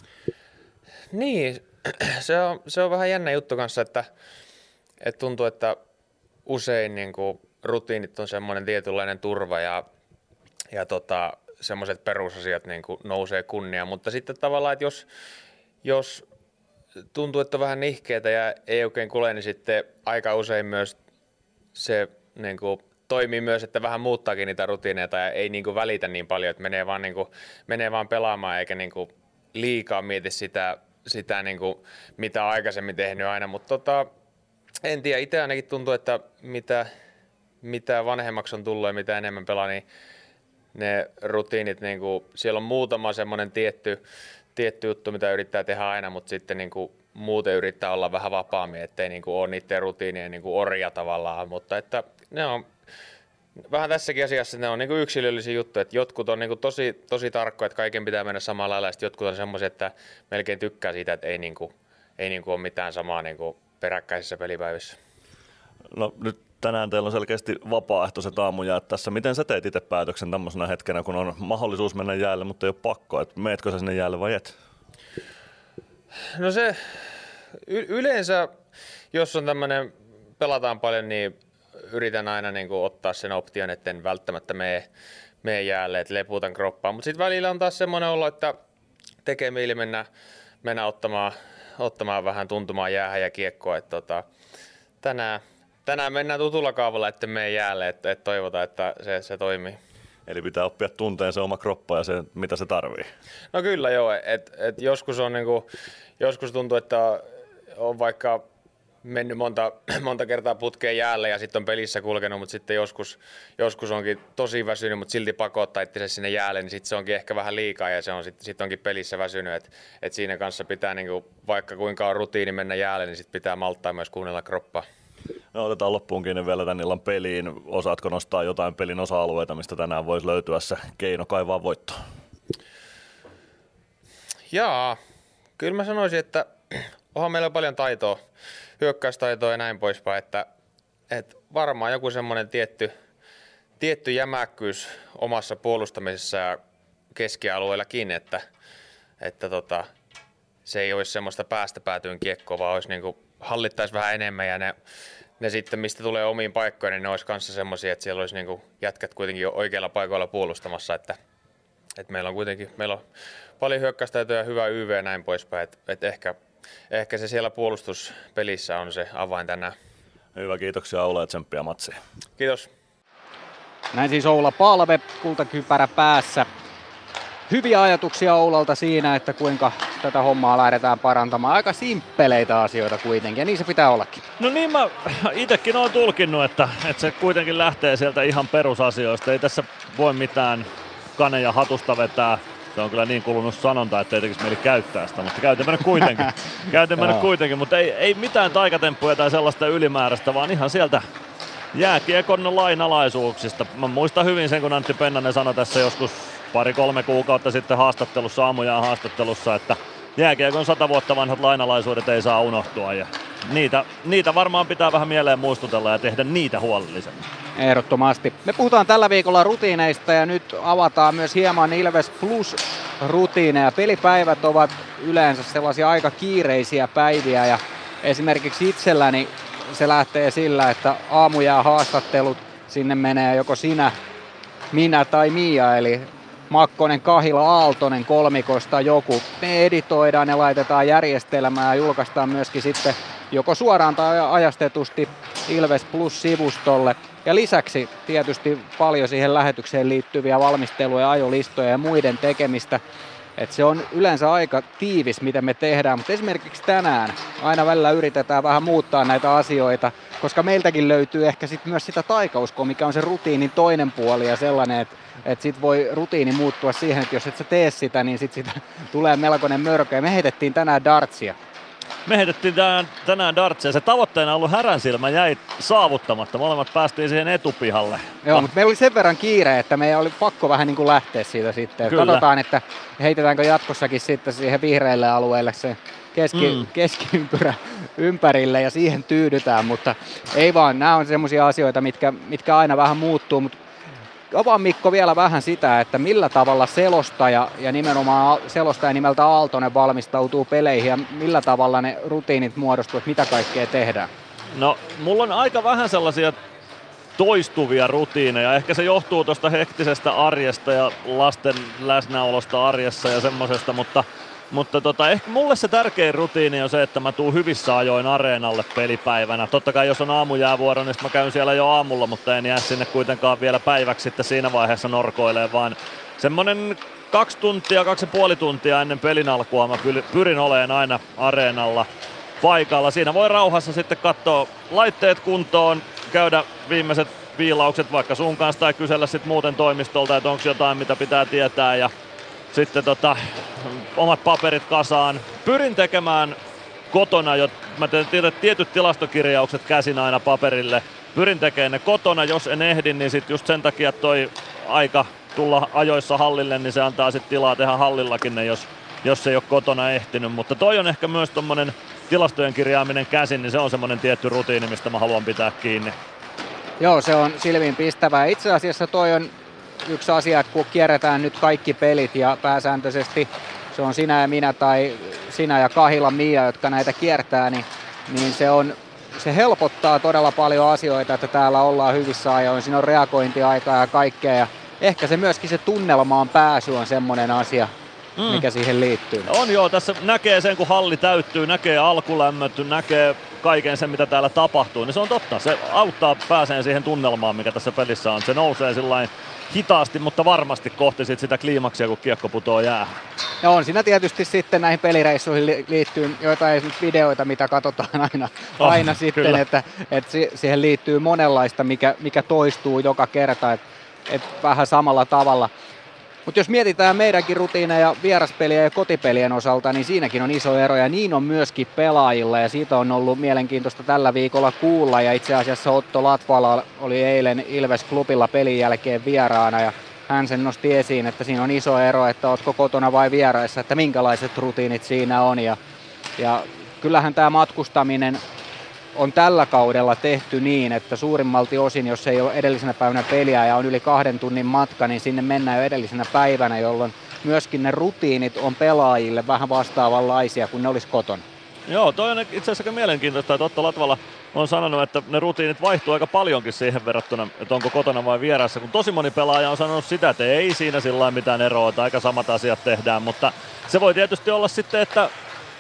J: Niin, se on vähän jännä juttu kanssa, että tuntuu, että usein niin kuin rutiinit on semmoinen tietynlainen turva ja semmoiset perusasiat niin kuin nousee kunniaan, mutta sitten tavallaan, että jos tuntuu, että on vähän nihkeetä ja ei oikein kule, niin sitten aika usein myös se niin kuin toimii myös, että vähän muuttaakin niitä rutiineita ja ei niin kuin välitä niin paljon, että menee vaan pelaamaan eikä niin kuin liikaa mieti sitä niin kuin, mitä on aikaisemmin tehnyt aina, mutta en tiedä, itse ainakin tuntuu, että mitä vanhemmaksi on tullut ja mitä enemmän pelaa, niin ne rutiinit, niin kuin, siellä on muutama semmoinen tietty juttu, mitä yrittää tehdä aina, mutta sitten niin kuin, muuten yrittää olla vähän vapaammin, ettei niin kuin, ole niiden rutiinien niin kuin orja tavallaan, mutta että vähän tässäkin asiassa ne on niin kuin yksilöllisiä juttuja, että jotkut on niin kuin tosi tarkkoja, että kaiken pitää mennä samalla lailla, ja jotkut on semmoisia, että melkein tykkää siitä, että ei ole mitään samaa niin kuin peräkkäisissä pelipäivissä.
F: No nyt tänään teillä on selkeästi vapaaehtoiset aamujäät tässä. Miten sä teet itse päätöksen tämmöisenä hetkenä, kun on mahdollisuus mennä jäälle, mutta ei ole pakko, että meetkö sä sinne jäälle vai et?
J: No se yleensä, jos on tämmöinen, pelataan paljon, niin yritän aina niin kuin ottaa sen option, etten välttämättä mene jäälle, että leputan kroppaan. Mutta sitten välillä on taas semmoinen olo, että tekee mieli mennä ottamaan vähän tuntumaan jäähän ja kiekkoa. Että tänään mennään tutulla kaavalla, etten mene jäälle, että toivotaan, että se toimii.
F: Eli pitää oppia tunteen se oma kroppa ja se, mitä se tarvii.
J: No kyllä joo, et joskus on joskus tuntuu, että on vaikka mennyt monta kertaa putkeen jäälle ja sitten on pelissä kulkenut, mutta sitten joskus onkin tosi väsynyt, mutta silti pakottaa itse sinne jäälle, niin sitten se onkin ehkä vähän liikaa ja se on sitten onkin pelissä väsynyt, et siinä kanssa pitää vaikka kuinka on rutiini mennä jäälle, niin sitten pitää malttaa myös kuunnella kroppaa.
F: No, otetaan loppuun kiinni vielä tän illan peliin. Osaatko nostaa jotain pelin osa-alueita, mistä tänään voisi löytyä se keino kaivaa voittoa? Jaa,
J: kyllä mä sanoisin, että onhan meillä paljon taitoa, hyökkäystaitoa ja näin poispäin, että varmaan joku semmoinen tietty jämäkkyys omassa puolustamisessa ja keskialueellakin, että se ei olisi semmoista päästä päätyyn kiekkoa, vaan olisi hallittaisi vähän enemmän ja ne sitten, mistä tulee omiin paikkoihin, niin ne olisi kanssa semmoisia, että siellä olisi jätkät kuitenkin jo oikeilla paikoilla puolustamassa, että meillä on paljon hyökkäystaitoja ja hyvä YV ja näin poispäin, että ehkä se siellä puolustuspelissä on se avain tänään.
F: Hyvä, kiitoksia Oula ja tsemppiä matsiin.
J: Kiitos.
B: Näin siis Oula Palve, kultakypärä päässä. Hyviä ajatuksia Oulalta siinä, että kuinka tätä hommaa lähdetään parantamaan. Aika simppeleitä asioita kuitenkin, ja niin se pitää ollakin.
F: No niin, mä itsekin olen tulkinnut, että se kuitenkin lähtee sieltä ihan perusasioista. Ei tässä voi mitään kaneja hatusta vetää. Se on kyllä niin kulunut sanonta, että ei tekisi mieli käyttää sitä, mutta käytämme kuitenkin. Mutta ei mitään taikatemppuja tai sellaista ylimääräistä, vaan ihan sieltä jääkiekon lainalaisuuksista. Mä muistan hyvin sen, kun Antti Pennanen sanoi tässä joskus 2-3 kuukautta sitten aamujään haastattelussa, että jääkiekon 100 vuotta vanhat lainalaisuudet ei saa unohtua. Ja niitä varmaan pitää vähän mieleen muistutella ja tehdä niitä huolellisemmin.
B: Ehdottomasti. Me puhutaan tällä viikolla rutiineista ja nyt avataan myös hieman Ilves Plus-rutiineja. Pelipäivät ovat yleensä sellaisia aika kiireisiä päiviä ja esimerkiksi itselläni se lähtee sillä, että aamujää haastattelut, sinne menee joko sinä, minä tai Mia, eli Makkonen, Kahila, Aaltonen kolmikosta joku. Ne editoidaan ja laitetaan järjestelmään ja julkaistaan myöskin sitten joko suoraan tai ajastetusti Ilves Plus-sivustolle. Ja lisäksi tietysti paljon siihen lähetykseen liittyviä valmisteluja, ajolistoja ja muiden tekemistä. Et se on yleensä aika tiivis, mitä me tehdään, mutta esimerkiksi tänään aina välillä yritetään vähän muuttaa näitä asioita, koska meiltäkin löytyy ehkä sit myös sitä taikauskoa, mikä on se rutiinin toinen puoli ja sellainen, että sit voi rutiini muuttua siihen, että jos et sä tee sitä, niin sit sitä tulee melkoinen mörkö. Ja me heitettiin tänään dartsia.
F: Me heitettiin tänään dartsia. Se tavoitteena ollut häränsilmä jäi saavuttamatta. Molemmat päästiin siihen etupihalle.
B: Joo, mutta meillä oli sen verran kiire, että meidän oli pakko vähän niin kuin lähteä siitä sitten. Kyllä. Katsotaan, että heitetäänkö jatkossakin sitten siihen vihreälle alueelle se keskiympyrä ympärille ja siihen tyydytään, mutta ei vaan. Nämä on semmoisia asioita, mitkä aina vähän muuttuu, mutta avaa Mikko vielä vähän sitä, että millä tavalla selostaja ja nimenomaan selostaja nimeltä Aaltonen valmistautuu peleihin ja millä tavalla ne rutiinit muodostuu, että mitä kaikkea tehdään?
F: No, mulla on aika vähän sellaisia toistuvia rutiineja. Ehkä se johtuu tuosta hektisestä arjesta ja lasten läsnäolosta arjessa ja semmosesta, mutta ehkä mulle se tärkein rutiini on se, että mä tuun hyvissä ajoin areenalle pelipäivänä. Totta kai jos on aamujäävuoro, niin mä käyn siellä jo aamulla, mutta en jää sinne kuitenkaan vielä päiväksi sitten siinä vaiheessa norkoilemaan, vaan semmonen 2,5 tuntia ennen pelin alkua mä pyrin olemaan aina areenalla paikalla. Siinä voi rauhassa sitten katsoa laitteet kuntoon, käydä viimeiset viilaukset vaikka sun kanssa tai kysellä sitten muuten toimistolta, että onko jotain mitä pitää tietää ja sitten omat paperit kasaan. Pyrin tekemään kotona, mä teen tietyt tilastokirjaukset käsin aina paperille. pyrin tekemään ne kotona, jos en ehdi, niin sit just sen takia toi aika tulla ajoissa hallille, niin se antaa sit tilaa tehdä hallillakin ne, jos ei ole kotona ehtinyt, mutta toi on ehkä myös tommonen tilastojen kirjaaminen käsin, niin se on semmonen tietty rutiini, mistä mä haluan pitää kiinni.
B: Joo, se on silmiin pistävää. Itse asiassa toi on yksi asia, että kun kierretään nyt kaikki pelit ja pääsääntöisesti se on sinä ja minä tai sinä ja Kahila Mia, jotka näitä kiertää, niin se helpottaa todella paljon asioita, että täällä ollaan hyvissä ajoin, siinä on reagointiaikaa ja kaikkea ja ehkä se myöskin se tunnelmaan pääsy on semmoinen asia, mikä siihen liittyy.
F: On joo, tässä näkee sen kun halli täyttyy, näkee alkulämmöt, näkee kaiken sen mitä täällä tapahtuu, niin se on totta. Se auttaa pääseen siihen tunnelmaan mikä tässä pelissä on. Se nousee sillain hitaasti, mutta varmasti kohti sitä kliimaksia kun kiekko putoo jäähän.
B: Ja on siinä tietysti sitten näihin pelireissuihin liittyy joitain videoita, mitä katsotaan aina sitten, että siihen liittyy monenlaista, mikä toistuu joka kerta, että vähän samalla tavalla. Mutta jos mietitään meidänkin rutiineja vieraspelien ja kotipelien osalta, niin siinäkin on iso ero ja niin on myöskin pelaajilla ja siitä on ollut mielenkiintoista tällä viikolla kuulla ja itse asiassa Otto Latvala oli eilen Ilves-klubilla pelin jälkeen vieraana ja hän sen nosti esiin, että siinä on iso ero, että ootko kotona vai vieraissa, että minkälaiset rutiinit siinä on ja kyllähän tämä matkustaminen on tällä kaudella tehty niin, että suurimmalti osin, jos ei ole edellisenä päivänä peliä ja on yli 2 tunnin matka, niin sinne mennään jo edellisenä päivänä, jolloin myöskin ne rutiinit on pelaajille vähän vastaavanlaisia kuin ne olisi kotona.
F: Joo, toi on itse asiassa mielenkiintoista, että Otto Latvala on sanonut, että ne rutiinit vaihtuu aika paljonkin siihen verrattuna, että onko kotona vai vieressä, kun tosi moni pelaaja on sanonut sitä, että ei siinä sillä mitään eroa, että aika samat asiat tehdään, mutta se voi tietysti olla sitten, että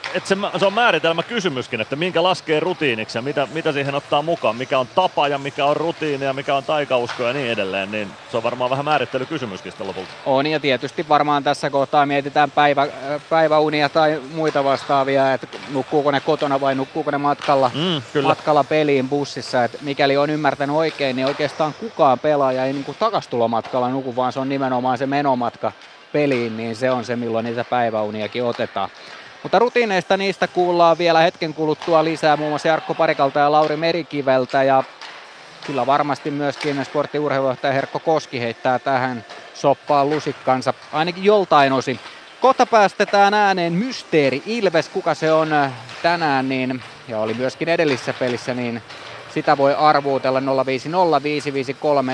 F: se on määritelmä kysymyskin, että minkä laskee rutiiniksi ja mitä siihen ottaa mukaan, mikä on tapa ja mikä on rutiini ja mikä on taikausko ja niin edelleen, niin se on varmaan vähän määrittelykysymyskin sitten lopulta.
B: On ja tietysti varmaan tässä kohtaa mietitään päiväunia tai muita vastaavia, että nukkuuko ne kotona vai nukkuuko ne matkalla peliin bussissa, että mikäli on ymmärtänyt oikein, niin oikeastaan kukaan pelaaja ei niin takastulomatkalla nuku, vaan se on nimenomaan se menomatka peliin, niin se on se milloin niitä päiväuniakin otetaan. Mutta rutiineista niistä kuullaan vielä hetken kuluttua lisää muun muassa Jarkko Parikalta ja Lauri Merikiveltä ja kyllä varmasti myöskin sporttiurheilujohtaja Herkko Koski heittää tähän soppaan lusikkansa ainakin joltain osin. Kohta päästetään ääneen Mysteeri Ilves, kuka se on tänään niin, ja oli myöskin edellisessä pelissä, niin sitä voi arvuutella 050 553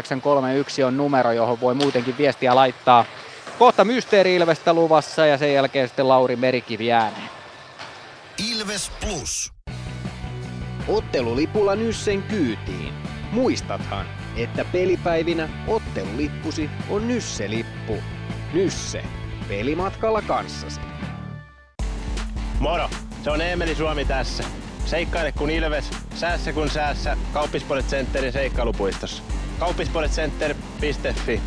B: 1931 on numero, johon voi muutenkin viestiä laittaa. Kohta Mysteeri Ilvestä luvassa ja sen jälkeen sitten Lauri Merikivi ääneen.
A: Ilves Plus.
D: Ottelulipulla Nyssen kyytiin. Muistathan, että pelipäivinä ottelulippusi on Nysse-lippu. Nysse. Pelimatkalla kanssasi.
E: Moro! Se on Eemeli Suomi tässä. Seikkaile kun Ilves, säässä kun säässä. Kauppisports Centerin seikkailupuistossa. Kauppisportscenter.fi.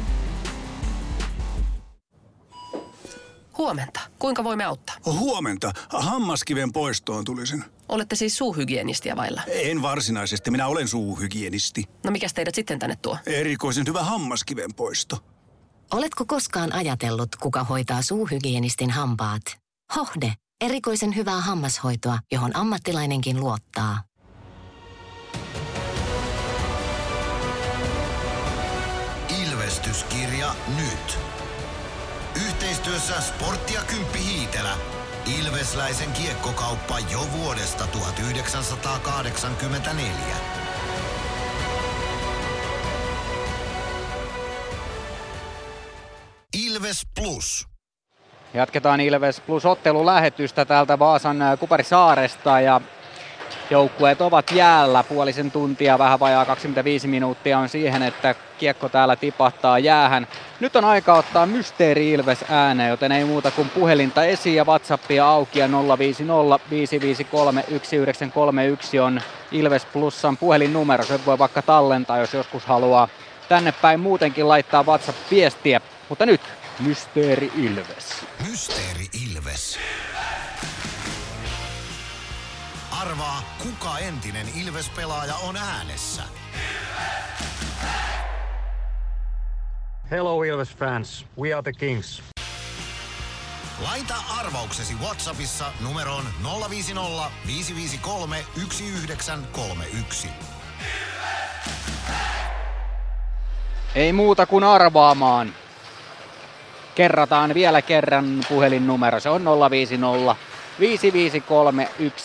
K: Huomenta. Kuinka voimme auttaa?
L: Huomenta. Hammaskiven poistoon tulisin.
K: Olette siis suuhygienistiä vailla?
L: En varsinaisesti. Minä olen suuhygienisti.
K: No mikäs teidät sitten tänne tuo?
L: Erikoisen hyvä hammaskiven poisto.
M: Oletko koskaan ajatellut, kuka hoitaa suuhygienistin hampaat? Hohde. Erikoisen hyvää hammashoitoa, johon ammattilainenkin luottaa.
A: Ilvestyskirja nyt. Yhteistyössä Sportti ja Kymppi Hiitelä. Ilvesläisen kiekkokauppa jo vuodesta 1984. Ilves Plus.
B: Jatketaan Ilves Plus ottelulähetystä täältä Vaasan Kuparisaaresta ja joukkueet ovat jäällä puolisen tuntia, vähän vajaa 25 minuuttia on siihen, että kiekko täällä tipahtaa jäähän. Nyt on aika ottaa Mysteeri Ilves ääneen, joten ei muuta kuin puhelinta esiin ja WhatsAppia auki ja 050 553 1931 on Ilves Plusan puhelinnumero. Se voi vaikka tallentaa, jos joskus haluaa tänne päin muutenkin laittaa WhatsApp-viestiä. Mutta nyt Mysteeri Ilves.
A: Mysteeri Ilves. Arvaa, kuka entinen Ilves-pelaaja on äänessä.
N: Hello Ilves fans, we are the Kings.
A: Laita arvauksesi WhatsAppissa numeroon 050 553 1931.
B: Ei muuta kuin arvaamaan. Kerrataan vielä kerran puhelinnumero. Se on 050 553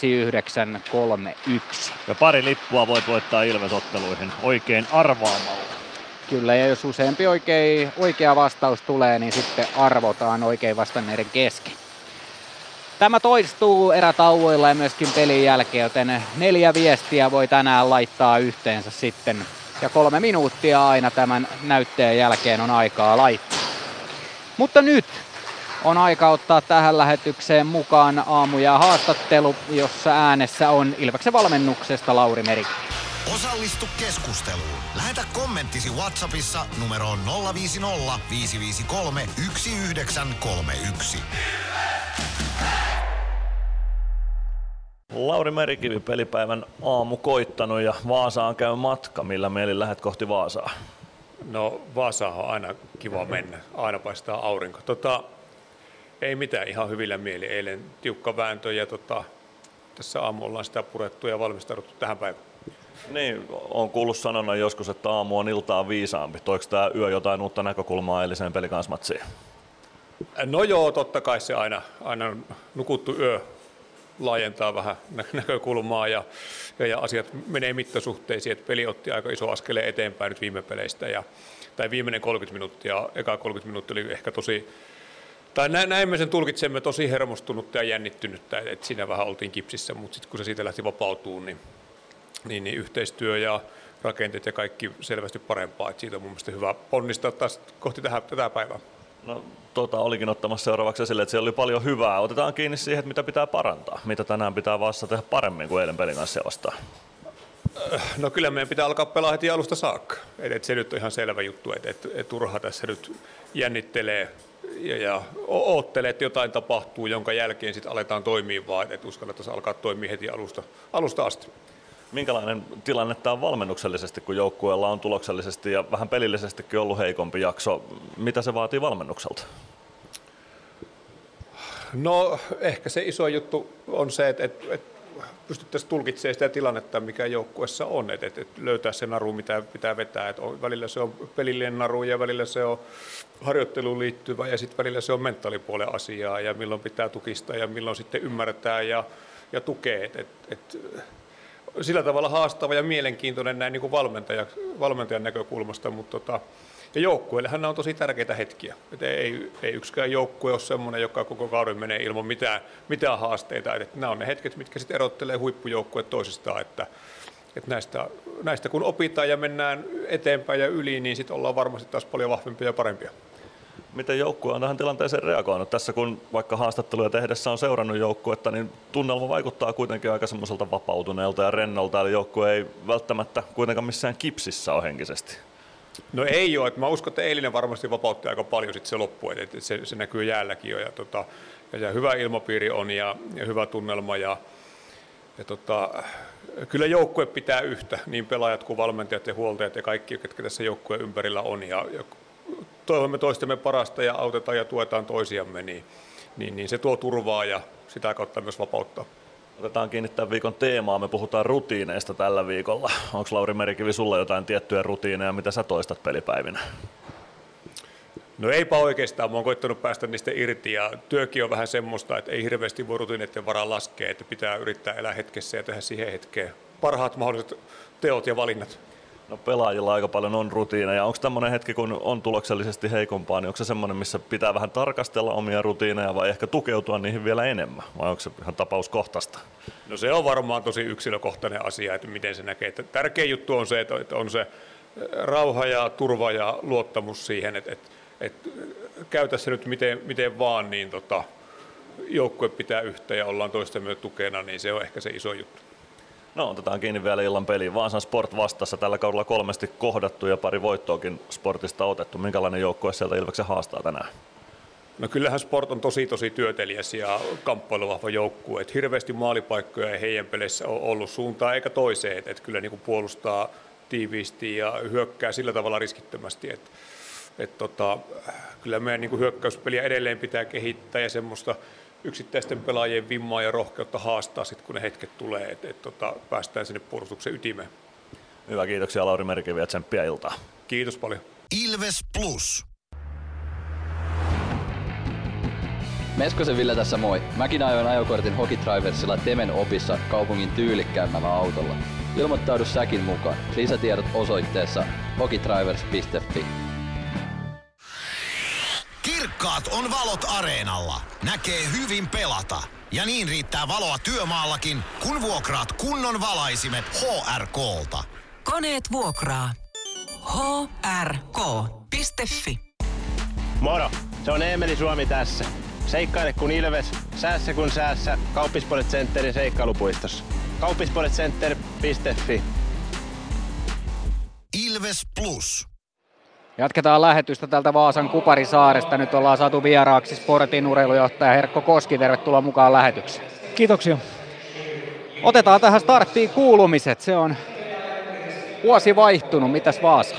B: 1931.
F: Ja pari lippua voit voittaa Ilves-otteluihin oikein arvaamalla.
B: Kyllä, ja jos useampi oikea vastaus tulee, niin sitten arvotaan oikein vastanneiden kesken. Tämä toistuu erätauoilla ja myöskin pelin jälkeen, joten 4 viestiä voi tänään laittaa yhteensä sitten. Ja 3 minuuttia aina tämän näytteen jälkeen on aikaa laittaa. Mutta nyt on aika ottaa tähän lähetykseen mukaan aamu- ja haastattelu, jossa äänessä on Ilveksen valmennuksesta Lauri Merikivi.
A: Osallistu keskusteluun. Lähetä kommenttisi WhatsAppissa numeroon 050 553 1931.
F: Lauri Merikivi, pelipäivän aamu koittanut ja Vaasaan käy matka. Millä mielin lähdet kohti Vaasaa?
O: No Vaasaan on aina kiva mennä, aina paistaa aurinko. Ei mitään, ihan hyvillä mieli. Eilen tiukka vääntö ja tässä aamu ollaan sitä purettu ja valmistauduttu tähän päivään.
F: Niin, on kuullut sanonnan joskus, että aamu on iltaa viisaampi. Toiko tämä yö jotain uutta näkökulmaa eiliseen pelikansmatsiin?
O: No joo, totta kai se aina nukuttu yö laajentaa vähän näkökulmaa ja asiat menee mittasuhteisiin, että peli otti aika iso askeleen eteenpäin nyt viime peleistä. Tai viimeinen 30 minuuttia, eka 30 minuuttia oli ehkä tosi, tai näin me sen tulkitsemme, tosi hermostunutta ja jännittynyttä, että siinä vähän oltiin kipsissä, mutta sitten kun se siitä lähti vapautumaan, niin yhteistyö ja rakenteet ja kaikki selvästi parempaa, että siitä on mun mielestä hyvä ponnistaa taas kohti tätä päivää.
F: No, olikin ottamassa seuraavaksi esille, että siellä oli paljon hyvää. Otetaan kiinni siihen, että mitä pitää parantaa. Mitä tänään pitää Vaassa tehdä paremmin kuin eilen pelin kanssa vastaan?
O: No kyllä meidän pitää alkaa pelaa heti alusta saakka. Se nyt on ihan selvä juttu, että turha tässä nyt jännittelee ja oottelee, että jotain tapahtuu, jonka jälkeen sitten aletaan toimia vaan, että uskalletaan alkaa toimia heti alusta asti.
F: Minkälainen tilanne tämä on valmennuksellisesti, kun joukkueella on tuloksellisesti ja vähän pelillisestikin ollut heikompi jakso? Mitä se vaatii valmennukselta? No ehkä se iso juttu on se, että pystyttäisiin tulkitsemaan sitä tilannetta, mikä joukkueessa on, että löytää se naru, mitä pitää vetää. Että välillä se on pelillinen naru ja välillä se on harjoitteluun liittyvä ja sitten välillä se on mentaalipuolen asiaa ja milloin pitää tukistaa ja milloin sitten ymmärretään ja tukee. Sillä tavalla haastava ja mielenkiintoinen näin niin kuin valmentajan näkökulmasta, mutta ja joukkueillehän nämä on tosi tärkeitä hetkiä. Ei yksikään joukkue ole semmoinen, joka koko kauden menee ilman mitään haasteita. Että nämä on ne hetket, mitkä sitten erottelee huippujoukkueet toisistaan. Että näistä kun opitaan ja mennään eteenpäin ja yli, niin sitten ollaan varmasti taas paljon vahvempia ja parempia. Miten joukkue on tähän tilanteeseen reagoinut? Tässä kun vaikka haastatteluja tehdessä on seurannut joukkuetta, niin tunnelma vaikuttaa kuitenkin aika semmoiselta vapautuneelta ja rennolta, eli joukkue ei välttämättä kuitenkaan missään kipsissä ole henkisesti. No ei ole, mä uskon, että eilinen varmasti vapautti aika paljon sitten se loppu, että se näkyy jäälläkin jo ja hyvä ilmapiiri on ja hyvä tunnelma ja kyllä joukkue pitää yhtä, niin pelaajat kuin valmentajat ja huoltajat ja kaikki, ketkä tässä joukkueen ympärillä on ja toivomme toistemme parasta ja autetaan ja tuetaan toisiamme, niin se tuo turvaa ja sitä kautta myös vapauttaa. Otetaan kiinni tämän viikon teemaa. Me puhutaan rutiineista tällä viikolla. Onko Lauri Merikivi sulla jotain tiettyjä rutiineja, mitä sä toistat pelipäivinä? No eipä oikeastaan. Mä oon koittanut päästä niistä irti ja työkin on vähän semmoista, että ei hirveästi voi rutiineiden varaan laskea, että pitää yrittää elää hetkessä ja tehdä siihen hetkeen parhaat mahdolliset teot ja valinnat. No pelaajilla aika paljon on rutiineja. Onko tämmöinen hetki, kun on tuloksellisesti heikompaa, niin onko se semmoinen, missä pitää vähän tarkastella omia rutiineja vai ehkä tukeutua niihin vielä enemmän? Vai onko se ihan tapauskohtaista? No se on varmaan tosi yksilökohtainen asia, että miten se näkee. Että tärkein juttu on se, että on se rauha ja turva ja luottamus siihen, että käytä se nyt miten vaan, niin joukkue pitää yhtä ja ollaan toistemme tukena, niin se on ehkä se iso juttu. No otetaan kiinni vielä illan peliin. Vaasan Sport vastassa tällä kaudella 3 kohdattu ja pari voittoakin Sportista otettu. Minkälainen joukkue sieltä Ilveksen haastaa tänään? No kyllähän Sport on tosi työteliäs ja kamppailuvahva joukkue. Et hirveästi maalipaikkoja ei heidän peleissä ole ollut suuntaan eikä toiseen. Et kyllä niinku puolustaa tiiviisti ja hyökkää sillä tavalla riskittömästi. Kyllä meidän niinku hyökkäyspeliä edelleen pitää kehittää ja semmoista yksittäisten pelaajien vimmaa ja rohkeutta haastaa sitten, kun ne hetket tulee, että päästään sinne puolustuksen ytimeen. Hyvä, kiitoksia Lauri Merikivi ja tsemppiä iltaa. Kiitos paljon.
A: Ilves Plus.
H: Meskosen Ville tässä moi. Mäkin ajoin ajokortin Hokitriversilla Temen opissa kaupungin tyylikkäämmällä autolla. Ilmoittaudu säkin mukaan. Lisätiedot osoitteessa hokitrivers.fi.
A: Kirkkaat on valot areenalla. Näkee hyvin pelata. Ja niin riittää valoa työmaallakin, kun vuokraat kunnon valaisimet HRK:lta.
C: Koneet vuokraa. hrk.fi.
E: Moro, se on Eemeli Suomi tässä. Seikkaile kun Ilves, säässä kun säässä. Kauppispoilet Centerin seikkailupuistossa. Kauppispoiletcenter.fi.
A: Ilves Plus.
B: Jatketaan lähetystä tältä Vaasan Kuparisaaresta. Nyt ollaan saatu vieraaksi Sportin urheilujohtaja Herkko Koski. Tervetuloa mukaan lähetykseen.
P: Kiitoksia.
B: Otetaan tähän starttiin kuulumiset. Se on vuosi vaihtunut. Mitäs Vaasa?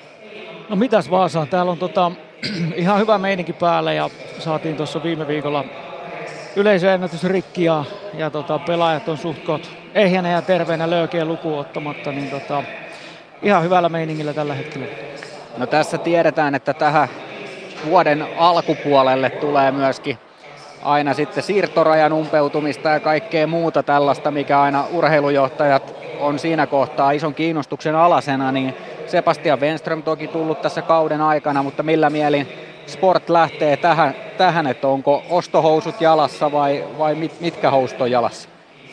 P: No mitäs Vaasa? Täällä on ihan hyvä meininki päällä ja saatiin tuossa viime viikolla yleisöennätys rikki ja pelaajat on suhtkot ehjänä ja terveenä löökeä lukuun ottamatta, niin ihan hyvällä meiningillä tällä hetkellä.
B: No tässä tiedetään, että tähän vuoden alkupuolelle tulee myöskin aina sitten siirtorajan umpeutumista ja kaikkea muuta tällaista, mikä aina urheilujohtajat on siinä kohtaa ison kiinnostuksen alasena, niin Sebastian Wenström toki tullut tässä kauden aikana, mutta millä mielin Sport lähtee tähän, että onko ostohousut jalassa vai mitkä housut on jalassa?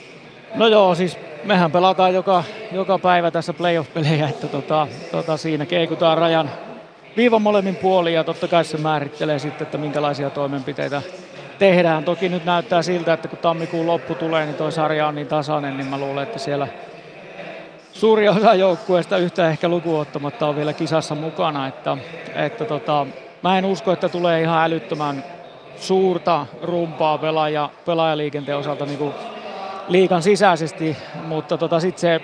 P: No joo, siis mehän pelataan joka päivä tässä playoff-pelejä, että siinä keikutaan rajan viivan molemmin puolin ja totta kai se määrittelee sitten, että minkälaisia toimenpiteitä tehdään. Toki nyt näyttää siltä, että kun tammikuun loppu tulee, niin toi sarja on niin tasainen, niin mä luulen, että siellä suuri osa joukkueesta yhtä ehkä lukuun ottamatta on vielä kisassa mukana, että mä en usko, että tulee ihan älyttömän suurta rumpaa pelaajaliikenteen osalta niin kuin liigan sisäisesti, mutta sitten se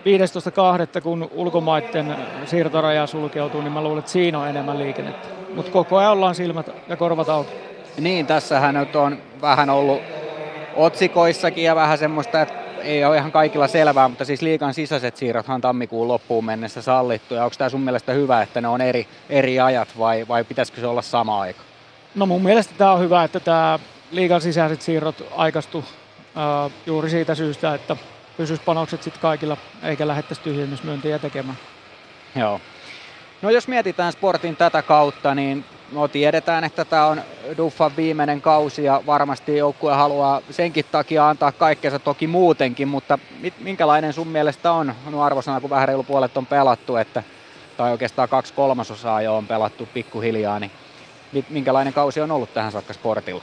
P: 15.2. kun ulkomaiden siirtoraja sulkeutuu, niin mä luulen, että siinä on enemmän liikennettä. Mutta koko ajan ollaan silmät ja korvat auki.
B: Niin, tässähän nyt on vähän ollut otsikoissakin ja vähän semmoista, että ei ole ihan kaikilla selvää, mutta siis liigan sisäiset siirrothan tammikuun loppuun mennessä sallittu. Ja onko tämä sun mielestä hyvä, että ne on eri ajat vai pitäisikö se olla sama aika?
P: No mun mielestä tämä on hyvä, että tämä liigan sisäiset siirrot aikaistu juuri siitä syystä, että pysyisi panokset sitten kaikilla eikä lähdettäisi tyhjennysmyyntiä tekemään.
B: Joo. No jos mietitään Sportin tätä kautta, niin tiedetään, että tämä on Duffan viimeinen kausi ja varmasti joukkue haluaa senkin takia antaa kaikkensa toki muutenkin, mutta minkälainen sun mielestä on nuo arvosana, kun vähän reilu puolet on pelattu, tai oikeastaan 2/3 jo on pelattu pikkuhiljaa, niin minkälainen kausi on ollut tähän saakka Sportilla?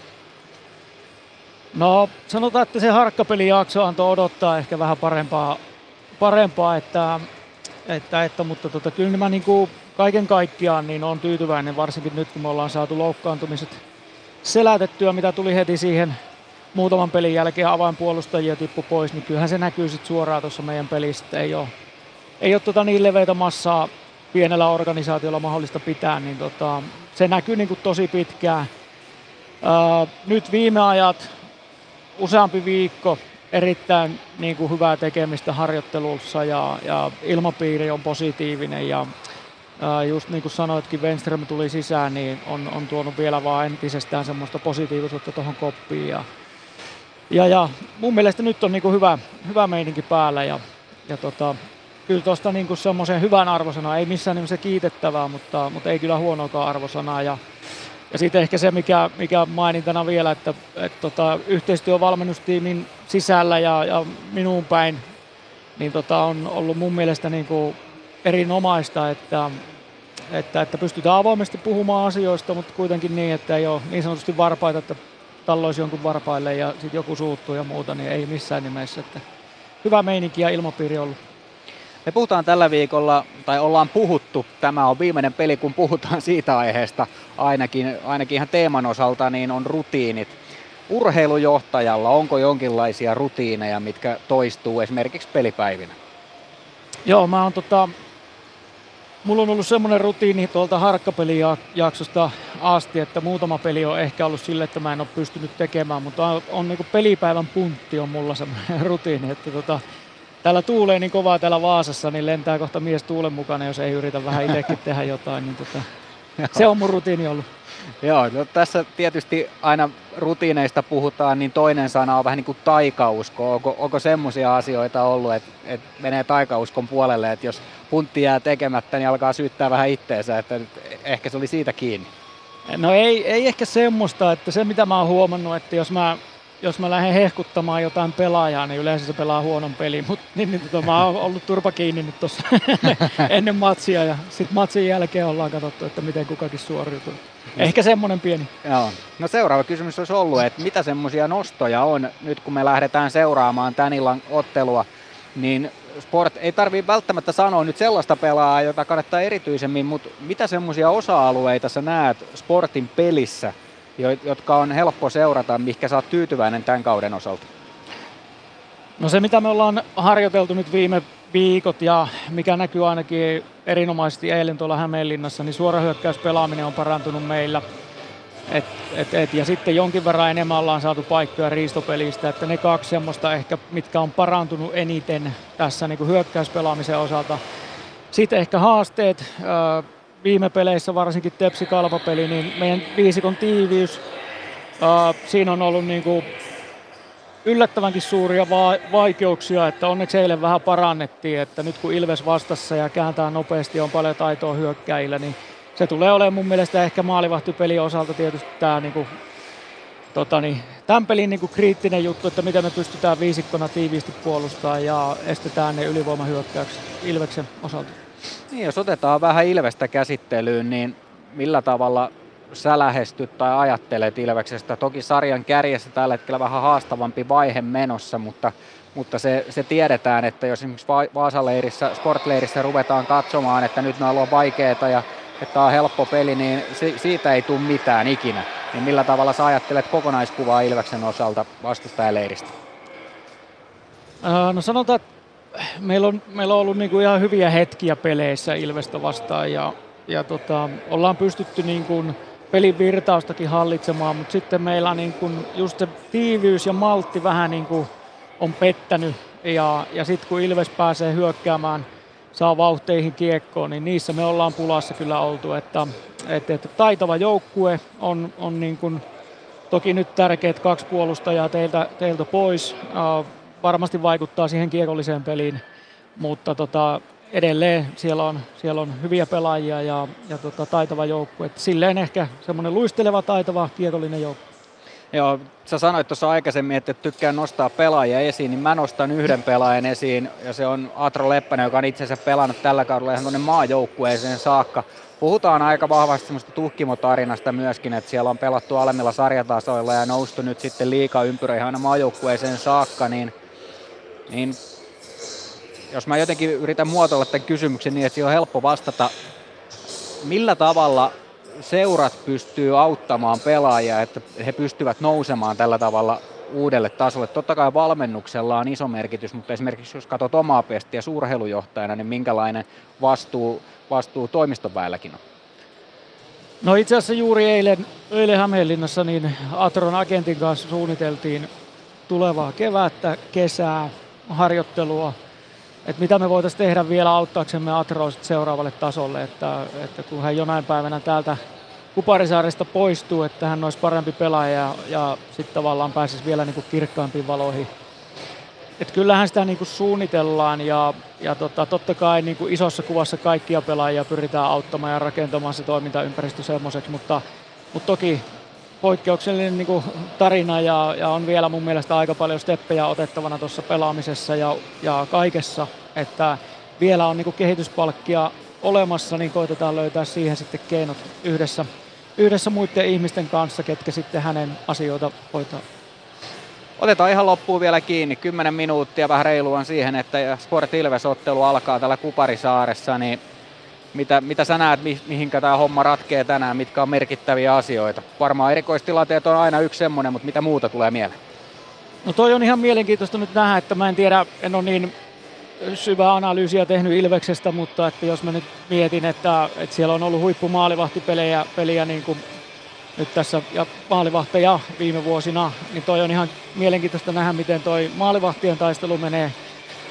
P: No sanotaan, että se harkkapelijakso antoi odottaa ehkä vähän parempaa mutta kyllä mä niinku kaiken kaikkiaan niin on tyytyväinen, varsinkin nyt kun me ollaan saatu loukkaantumiset selätettyä, mitä tuli heti siihen muutaman pelin jälkeen, avainpuolustajia tippu pois, niin kyllähän se näkyy sitten suoraan tuossa meidän pelissä, ei ole niin leveitä massaa pienellä organisaatiolla mahdollista pitää, niin se näkyy niin kuin tosi pitkään. Nyt viime ajat, useampi viikko, erittäin niin kuin hyvää tekemistä harjoittelussa ja ilmapiiri on positiivinen ja just niin kuin sanoitkin, Wenström tuli sisään, niin on tuonut vielä vaan entisestään semmoista positiivisuutta tuohon koppiin ja mun mielestä nyt on niin kuin hyvä meininki päällä ja kyllä tuosta niin kuin semmoisen hyvän arvosanaa, ei missään nimessä kiitettävää, mutta ei kyllä huonoakaan arvosanaa ja sitten ehkä se, mikä mainintana vielä, että yhteistyö valmennustiimin sisällä ja minuun päin, niin on ollut mun mielestä niin kuin erinomaista, että pystytään avoimesti puhumaan asioista, mutta kuitenkin niin, että ei ole niin sanotusti varpaita, että talloisi jonkun varpaille ja sitten joku suuttuu ja muuta, niin ei missään nimessä. Että hyvä meininki ja ilmapiiri ollut.
B: Me puhutaan tällä viikolla, tai ollaan puhuttu, tämä on viimeinen peli, kun puhutaan siitä aiheesta, ainakin ihan teeman osalta, niin on rutiinit. Urheilujohtajalla onko jonkinlaisia rutiineja, mitkä toistuu esimerkiksi pelipäivinä?
P: Joo, mulla on ollut semmoinen rutiini tuolta harkkapelijaksosta asti, että muutama peli on ehkä ollut sille, että mä en ole pystynyt tekemään, mutta on niin kuin pelipäivän puntti on mulla semmoinen rutiini, että täällä tuulee niin kovaa täällä Vaasassa, niin lentää kohta mies tuulen mukana, jos ei yritä vähän itsekin tehdä jotain. Niin se on mun rutiini ollut.
B: Joo, no tässä tietysti aina rutiineista puhutaan, niin toinen sana on vähän niin kuin taikausko. Onko semmoisia asioita ollut, että menee taikauskon puolelle, että jos puntti jää tekemättä, niin alkaa syyttää vähän itteensä, että ehkä se oli siitä kiinni?
P: No ei ehkä semmoista, että se mitä mä oon huomannut, että jos mä lähden hehkuttamaan jotain pelaajaa, niin yleensä se pelaa huonon pelin, mutta mä oon ollut turpa kiinni nyt tuossa ennen matsia ja sitten matsin jälkeen ollaan katsottu, että miten kukakin suoriutuu. Ehkä semmoinen pieni.
B: Joo. No seuraava kysymys olisi ollut, että mitä semmoisia nostoja on nyt kun me lähdetään seuraamaan tän illan ottelua, niin Sport ei tarvitse välttämättä sanoa nyt sellaista pelaajaa, jota kannattaa erityisemmin, mutta mitä semmoisia osa-alueita sä näet Sportin pelissä, jotka on helppo seurata, mihinkä sä oot tyytyväinen tämän kauden osalta?
P: No se mitä me ollaan harjoiteltu nyt viime viikot ja mikä näkyy ainakin erinomaisesti eilen tuolla Hämeenlinnassa, niin suorahyökkäyspelaaminen on parantunut meillä. Ja sitten jonkin verran enemmän ollaan saatu paikkoja riistopelistä, että ne kaksi semmoista ehkä, mitkä on parantunut eniten tässä niin kuin hyökkäyspelaamisen osalta. Sitten ehkä haasteet, viime peleissä varsinkin Tepsi-Kalpa-peli, niin meidän viisikon tiiviys, siinä on ollut niin kuin yllättävänkin suuria vaikeuksia, että onneksi eilen vähän parannettiin, että nyt kun Ilves vastassa ja kääntää nopeasti on paljon taitoa hyökkäillä, niin se tulee olemaan mun mielestä ehkä maalivahtipelin osalta tietysti tämä niinku, tämän pelin niinku kriittinen juttu, että miten me pystytään viisikkona tiiviisti puolustamaan ja estetään ne ylivoimahyökkäykset Ilveksen osalta.
B: Niin, jos otetaan vähän Ilvestä käsittelyyn, niin millä tavalla sä lähestyt tai ajattelet Ilveksestä? Toki sarjan kärjessä tällä hetkellä vähän haastavampi vaihe menossa, mutta se tiedetään, että jos esimerkiksi Vaasan leirissä, sportleirissä ruvetaan katsomaan, että nyt on vaikeaa ja että on helppo peli, niin siitä ei tule mitään ikinä. Niin millä tavalla sä ajattelet kokonaiskuvaa Ilveksen osalta vastustajaleiristä?
P: No sanotaan, että meillä on ollut niinku ihan hyviä hetkiä peleissä Ilvestä vastaan ja ollaan pystytty niinku pelin virtaustakin hallitsemaan, mutta sitten meillä niinku just se tiiviys ja maltti vähän niinku on pettänyt ja sitten kun Ilves pääsee hyökkäämään, saa vauhteihin kiekkoon, niin niissä me ollaan pulassa kyllä oltu, että taitava joukkue on niin kuin, toki nyt tärkeät kaksi puolustajaa teiltä pois, varmasti vaikuttaa siihen kiekolliseen peliin, mutta edelleen siellä on hyviä pelaajia ja taitava joukkue, että silleen ehkä semmoinen luisteleva, taitava, kiekollinen joukkue.
B: Joo, sä sanoit tuossa aikaisemmin, että tykkään nostaa pelaajia esiin, niin mä nostan yhden pelaajan esiin, ja se on Atro Leppänen, joka on itse asiassa pelannut tällä kaudella ihan tuonne maajoukkueeseen saakka. Puhutaan aika vahvasti semmoista tuhkimotarinasta myöskin, että siellä on pelattu alemmilla sarjatasoilla ja noustu nyt sitten liigaympyröihin aina maajoukkueeseen saakka, niin jos mä jotenkin yritän muotoilla tämän kysymyksen niin, että siihen on helppo vastata, millä tavalla seurat pystyy auttamaan pelaajia, että he pystyvät nousemaan tällä tavalla uudelle tasolle. Totta kai valmennuksella on iso merkitys, mutta esimerkiksi jos katsot omaa pestiä urheilujohtajana, niin minkälainen vastuu toimiston väelläkin on?
P: No itse asiassa juuri eilen Hämeenlinnassa niin Atron agentin kanssa suunniteltiin tulevaa kevättä, kesää, harjoittelua, että mitä me voitaisiin tehdä vielä auttaaksemme Atroa seuraavalle tasolle, että kun hän jonain päivänä täältä Kuparisaaresta poistuu, että hän olisi parempi pelaaja ja sitten tavallaan pääsisi vielä niin kuin kirkkaampiin valoihin. Että kyllähän sitä niin kuin suunnitellaan ja totta kai niin kuin isossa kuvassa kaikkia pelaajia pyritään auttamaan ja rakentamaan se toimintaympäristö semmoiseksi, mutta toki poikkeuksellinen niin kuin tarina ja on vielä mun mielestä aika paljon steppejä otettavana tuossa pelaamisessa ja kaikessa, että vielä on niin kuin kehityspalkkia olemassa, niin koitetaan löytää siihen sitten keinot yhdessä muiden ihmisten kanssa, ketkä sitten hänen asioita hoitaa.
B: Otetaan ihan loppuun vielä kiinni. 10 minuuttia vähän reilu on siihen, että Sport Ilves-ottelu alkaa täällä Kuparisaaressa, niin mitä sä näet, mihinkä tämä homma ratkee tänään, mitkä on merkittäviä asioita? Varmaan erikoistilanteet on aina yksi semmoinen, mutta mitä muuta tulee mieleen? No toi on ihan mielenkiintoista nyt nähdä, että mä en ole niin syvää analyysiä tehnyt Ilveksestä, mutta että jos mä nyt mietin, että siellä on ollut huippumaalivahtipeliä niin kuin nyt tässä ja maalivahteja viime vuosina, niin toi on ihan mielenkiintoista nähdä, miten toi maalivahtien taistelu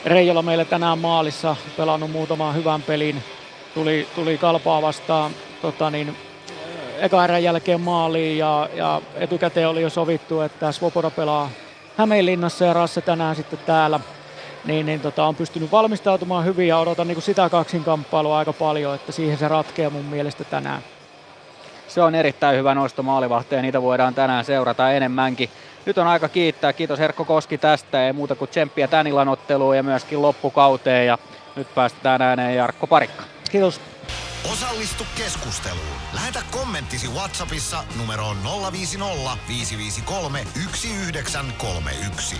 P: Reijola meille tänään maalissa, pelannut muutaman hyvän pelin. Tuli Kalpaa vastaan eka erän jälkeen maaliin ja etukäteen oli jo sovittu, että Svoboda pelaa Hämeenlinnassa ja Rasse tänään sitten täällä. On pystynyt valmistautumaan hyvin ja odotan niin kuin sitä kaksinkamppailua aika paljon, että siihen se ratkeaa mun mielestä tänään.
B: Se on erittäin hyvä nosto maalivahteja, niitä voidaan tänään seurata enemmänkin. Nyt on aika kiittää. Kiitos Erkko Koski tästä, ei muuta kuin tsemppiä tän illan otteluun ja myöskin loppukauteen. Ja nyt päästetään ääneen Jarkko Parikka.
P: Kiitos.
A: Osallistu keskusteluun. Lähetä kommenttisi WhatsAppissa numeroon 050 553 1931.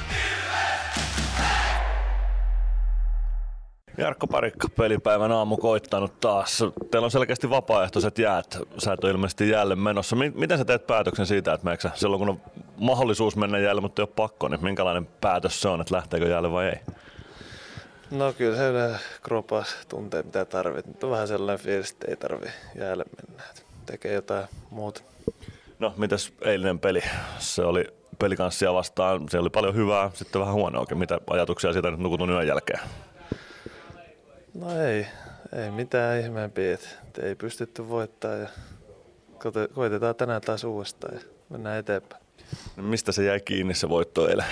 F: Jarkko Parikka, pelipäivän aamu koittanut taas. Teillä on selkeästi vapaaehtoiset jäät. Sä et ole ilmeisesti jäälle menossa. Miten sä teet päätöksen siitä, että meneekö silloin kun on mahdollisuus mennä jäälle, mutta ei ole pakko, niin minkälainen päätös se on, että lähteekö jäälle vai ei?
Q: No kyllä se yleensä kropas tuntee mitä tarvitsee. Nyt on vähän sellainen fiilis, että ei tarvitse jäälle mennä. Tekee jotain muuta.
F: No mitäs eilinen peli? Se oli Pelikanssia vastaan. Se oli paljon hyvää, sitten vähän huonoakin. Mitä ajatuksia siitä nyt nukutun yön jälkeen?
Q: No ei mitään ihmeempiä, että ei pystytty voittamaan ja koitetaan tänään taas uudestaan ja mennään eteenpäin.
F: No mistä se jäi kiinni se voitto eilen?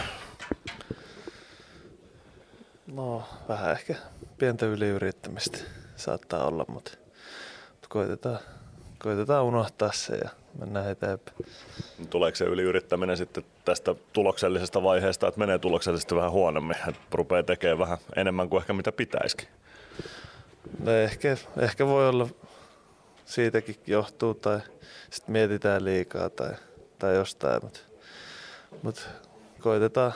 Q: No vähän ehkä pientä yliyrittämistä saattaa olla, mutta koitetaan unohtaa se ja mennään eteenpäin.
F: Tuleeko se yliyrittäminen sitten tästä tuloksellisesta vaiheesta, että menee tuloksellisesti vähän huonommin, että rupeaa tekemään vähän enemmän kuin ehkä mitä pitäisikin?
Q: No ehkä voi olla siitäkin johtuu tai sitten mietitään liikaa tai jostain, mutta koitetaan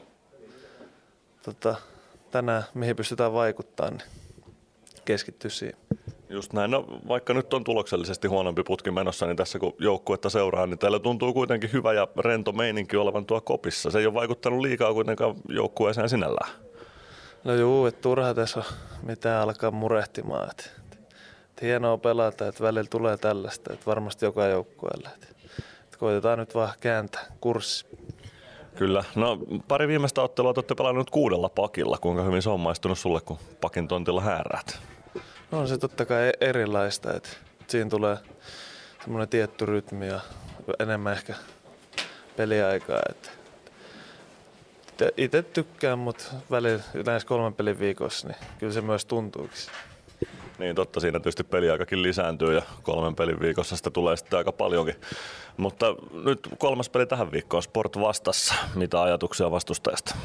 Q: tänään mihin pystytään vaikuttamaan, niin keskittyä siihen.
F: Just näin. No, vaikka nyt on tuloksellisesti huonompi putki menossa, niin tässä kun joukkuetta seuraa, niin täällä tuntuu kuitenkin hyvä ja rento meininki olevan tuo kopissa. Se ei ole vaikuttanut liikaa kuitenkaan joukkueeseen sinällään.
Q: No juu, että turha tässä on mitään alkaa murehtimaan. Että hienoa pelata, että välillä tulee tällaista, että varmasti joka joukkueella. Että koitetaan nyt vaan kääntää kurssi.
F: Kyllä. No pari viimeistä ottelua olette pelannut 6 pakilla. Kuinka hyvin se on maistunut sulle, kun pakin tontilla hääräät?
Q: No on se totta kai erilaista, että siinä tulee semmoinen tietty rytmi ja enemmän ehkä peliaikaa. Itse tykkään, mutta välillä näissä 3 pelin viikossa, niin kyllä se myös tuntuukin.
F: Niin totta, siinä tietysti peliaikakin lisääntyy ja 3 pelin viikossa sitä tulee sitten aika paljonkin. Mutta nyt 3. peli tähän viikkoon, Sport vastassa. Mitä ajatuksia vastustajasta?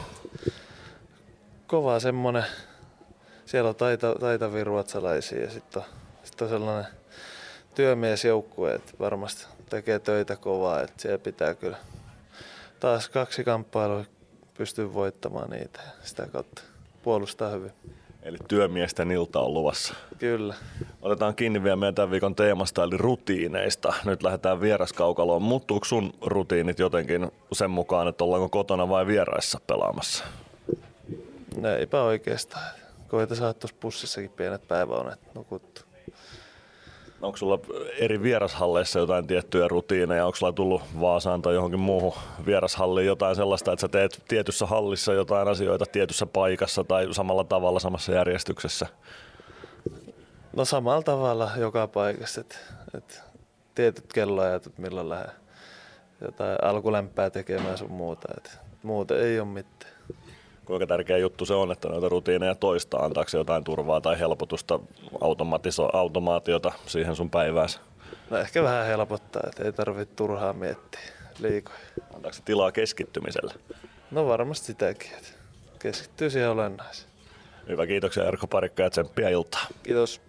Q: Kova semmonen. Siellä on taitavia ruotsalaisia ja sitten on sellainen työmiesjoukkue, että varmasti tekee töitä kovaa. Että siellä pitää kyllä taas 2 kamppailua pystyy voittamaan niitä ja sitä kautta puolustaa hyvin.
F: Eli työmiesten ilta on luvassa.
Q: Kyllä.
F: Otetaan kiinni vielä meidän tämän viikon teemasta, eli rutiineista. Nyt lähdetään vieraskaukaloon. Muuttuuko sun rutiinit jotenkin sen mukaan, että ollaanko kotona vai vieraissa pelaamassa?
Q: No eipä oikeastaan. Koita saada tuossa pussissakin pienet päiväunet nukuttu.
F: Onko sulla eri vierashalleissa jotain tiettyjä rutiineja? Onko sulla tullut Vaasaan tai johonkin muuhun vierashalliin jotain sellaista, että sä teet tietyssä hallissa jotain asioita tietyssä paikassa tai samalla tavalla samassa järjestyksessä?
Q: No samalla tavalla joka paikassa. Et tietyt kelloajat, milloin lähden jotain alkulämpää tekemään sun muuta. Muuten ei ole mitään.
F: Kuinka tärkeä juttu se on, että noita rutiineja toistaa? Antaako se jotain turvaa tai helpotusta, automaatiota siihen sun päiväänsä?
Q: No ehkä vähän helpottaa, että ei tarvitse turhaa miettiä liikoja.
F: Antaako se tilaa keskittymiselle?
Q: No varmasti sitäkin, että keskittyy siihen olennaiseen.
F: Hyvä, kiitoksia Erkko Parikka ja tsemppiä iltaa.
Q: Kiitos.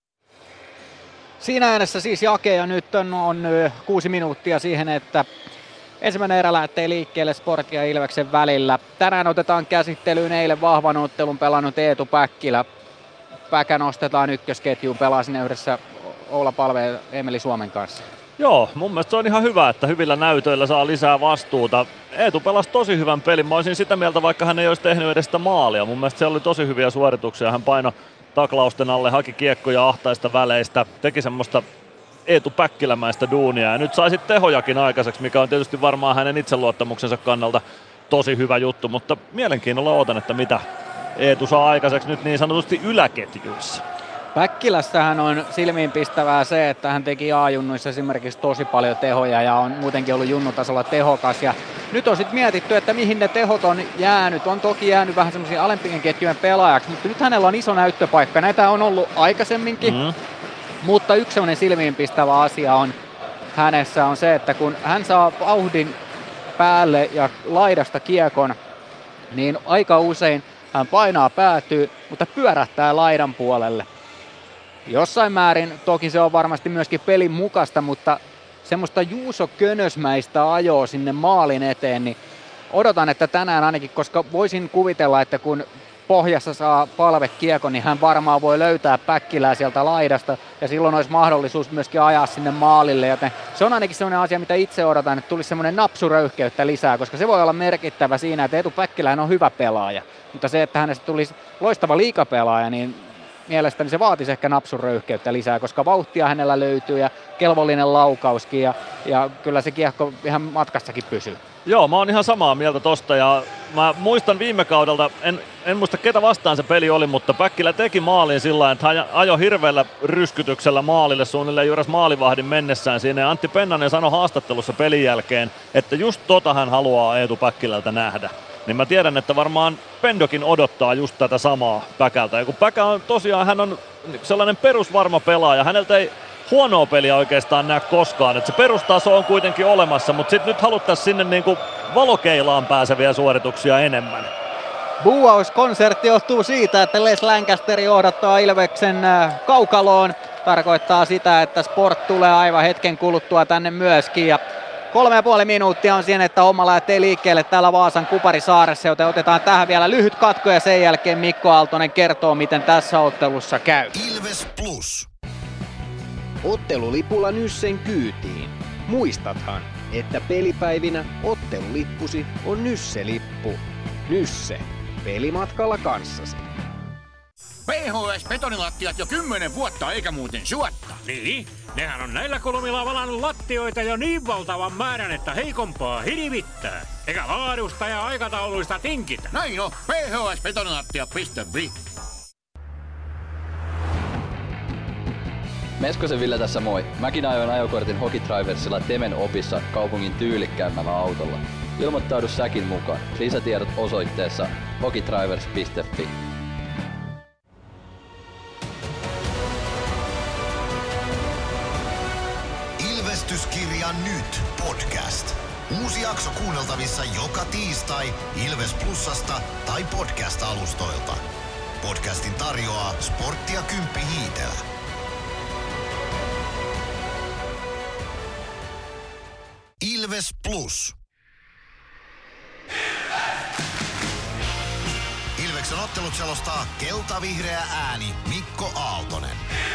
B: Siinä äänessä siis Jake ja nyt on 6 minuuttia siihen, että ensimmäinen erä lähtee liikkeelle Sportin ja Ilveksen välillä. Tänään otetaan käsittelyyn eilen vahvan ottelun pelannut Eetu Päkkilä. Päkä nostetaan ykkösketjuun, pelaa sinne yhdessä Oula Palve ja Emeli Suomen kanssa.
F: Joo, mun mielestä se on ihan hyvä, että hyvillä näytöillä saa lisää vastuuta. Eetu pelasi tosi hyvän pelin. Mä olisin sitä mieltä, vaikka hän ei olisi tehnyt edes sitä maalia. Mun mielestä se oli tosi hyviä suorituksia. Hän painoi taklausten alle, haki kiekkoja ahtaista väleistä, teki semmoista Eetu Päkkilämäistä duunia ja nyt sai sitten tehojakin aikaiseksi, mikä on tietysti varmaan hänen itseluottamuksensa kannalta tosi hyvä juttu, mutta mielenkiinnolla odotan, että Eetu saa aikaiseksi nyt niin sanotusti yläketjuissa.
B: Päkkilässähän on silmiinpistävää se, että hän teki A-junnuissa esimerkiksi tosi paljon tehoja ja on muutenkin ollut junnutasolla tehokas. Ja nyt on sitten mietitty, että mihin ne tehot on jäänyt. On toki jäänyt vähän semmoisia alempien ketjujen pelaajaksi, mutta nyt hänellä on iso näyttöpaikka. Näitä on ollut aikaisemminkin, mutta yksi semmoinen silmiinpistävä asia on hänessä on se, että kun hän saa vauhdin päälle ja laidasta kiekon, niin aika usein hän painaa päätyy, mutta pyörähtää laidan puolelle. Jossain määrin toki se on varmasti myöskin pelin mukaista, mutta semmoista Juuso Könösmäistä ajoa sinne maalin eteen, niin odotan, että tänään ainakin, koska voisin kuvitella, että kun pohjassa saa palve kiekon, niin hän varmaan voi löytää Päkkilää sieltä laidasta ja silloin olisi mahdollisuus myöskin ajaa sinne maalille, joten se on ainakin sellainen asia, mitä itse odotan, että tulisi semmoinen napsuröyhkeyttä lisää, koska se voi olla merkittävä siinä, että Eetu Päkkilähän on hyvä pelaaja, mutta se, että hänestä tulisi loistava liigapelaaja, niin mielestäni se vaatisi ehkä napsuröyhkeyttä lisää, koska vauhtia hänellä löytyy ja kelvollinen laukauskin ja kyllä se kiekko ihan matkassakin pysyy.
F: Joo, mä oon ihan samaa mieltä tosta ja mä muistan viime kaudelta, en muista ketä vastaan se peli oli, mutta Päkkilä teki maalin sillä että hän ajoi hirveällä ryskytyksellä maalille suunnilleen juuri maalivahdin mennessään siinä ja Antti Pennanen sanoi haastattelussa pelin jälkeen, että just tota hän haluaa Eetu Päkkilältä nähdä. Niin mä tiedän, että varmaan Pendokin odottaa just tätä samaa Päkältä. Ja kun Päkä on tosiaan, hän on sellainen perusvarma pelaaja, häneltä ei huonoa peliä oikeastaan näe koskaan. Et se perustaso on kuitenkin olemassa, mutta sitten nyt haluttaisiin sinne niinku valokeilaan pääseviä suorituksia enemmän.
B: Buuauskonsertti johtuu siitä, että Les Lancaster johdattaa Ilveksen kaukaloon. Tarkoittaa sitä, että Sport tulee aivan hetken kuluttua tänne myöskin. Ja 3,5 minuuttia on siinä, että homma lähtee liikkeelle täällä Vaasan Kuparisaaressa, joten otetaan tähän vielä lyhyt katko ja sen jälkeen Mikko Aaltonen kertoo, miten tässä ottelussa käy.
A: Ilves Plus.
D: Ottelulipulla Nyssen kyytiin. Muistathan, että pelipäivinä ottelulippusi on Nysse-lippu. Nysse. Pelimatkalla kanssasi.
R: PHS-betonilattiat jo 10 vuotta eikä muuten suotta.
N: Niin, nehän on näillä kolmilla valannut lattioita jo niin valtavan määrän, että heikompaa hirvittää. Eikä laadusta ja aikatauluista tinkitä.
R: Näin on, phsbetonilattia.fi.
H: Meskosen Ville tässä moi. Mäkin ajoin ajokortin Hokitriversilla Temen opissa kaupungin tyylikkäämmällä autolla. Ilmoittaudu säkin mukaan. Lisätiedot osoitteessa hokitrivers.fi.
A: Ilvestyskirja nyt podcast. Uusi jakso kuunneltavissa joka tiistai Ilves Plusasta tai podcast-alustoilta. Podcastin tarjoaa Sporttia Kymppi Hiitelä. Ilves Plus. Ilveksen ottelut selostaa kelta-vihreä ääni Mikko Aaltonen.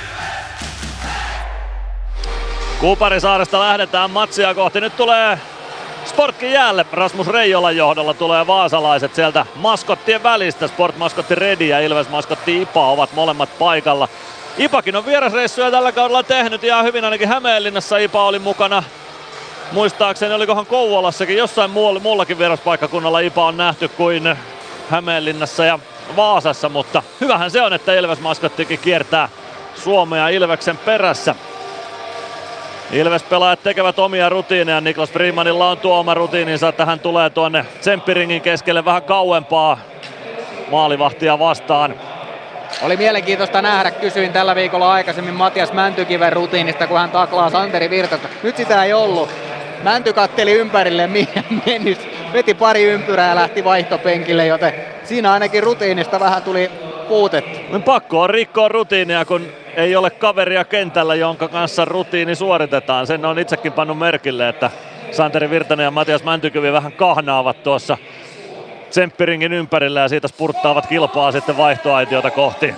F: Kuparisaaresta lähdetään matsia kohti. Nyt tulee Sportkin jäälle. Rasmus Reijolan johdolla tulee vaasalaiset sieltä maskottien välistä. Sport-maskotti Redi ja Ilves-maskotti Ipa ovat molemmat paikalla. Ipakin on vierasreissuja tällä kaudella tehnyt ihan hyvin, ainakin Hämeenlinnassa Ipa oli mukana. Muistaakseni olikohan Kouvolassakin jossain muullakin vieraspaikkakunnalla Ipa on nähty kuin Hämeenlinnassa ja Vaasassa, mutta hyvähän se on, että Ilves-maskottikin kiertää Suomea Ilveksen perässä. Ilves-pelaajat tekevät omia rutiineja. Niklas Freemanilla on tuo oma rutiininsa, että hän tulee tuonne tsemppiringin keskelle vähän kauempaa maalivahtia vastaan.
B: Oli mielenkiintoista nähdä, kysyin tällä viikolla aikaisemmin Matias Mäntykiven rutiinista, kun hän taklaa Santeri Virtasta. Nyt sitä ei ollut. Mänty katteli ympärille, veti pari ympyrää ja lähti vaihtopenkille, joten siinä ainakin rutiinista vähän tuli puutetta.
F: Pakko on rikkoa rutiinia, kun ei ole kaveria kentällä, jonka kanssa rutiini suoritetaan. Sen on itsekin pannut merkille, että Santeri Virtanen ja Matias Mäntykivi vähän kahnaavat tuossa tsemppiringin ympärillä ja siitä spurttaavat kilpaa sitten vaihtoaitiota kohti.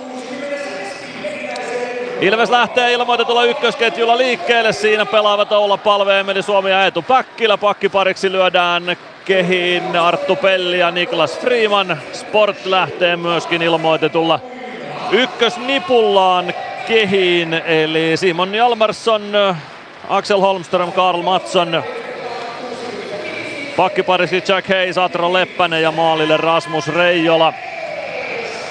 F: Ilves lähtee ilmoitetulla ykkösketjulla liikkeelle. Siinä pelaavat Oula Palve, Emeli Suomi ja Eetu Päkkilä. Pakkipariksi lyödään kehiin Arttu Pelli ja Niklas Freeman. Sport lähtee myöskin ilmoitetulla ykkösnipullaan kehiin. Eli Simon Jalmarsson, Axel Holmström, Karl Mattsson. Pakkipariksi Jack Hayes, Atro Leppänen ja maalille Rasmus Reijola.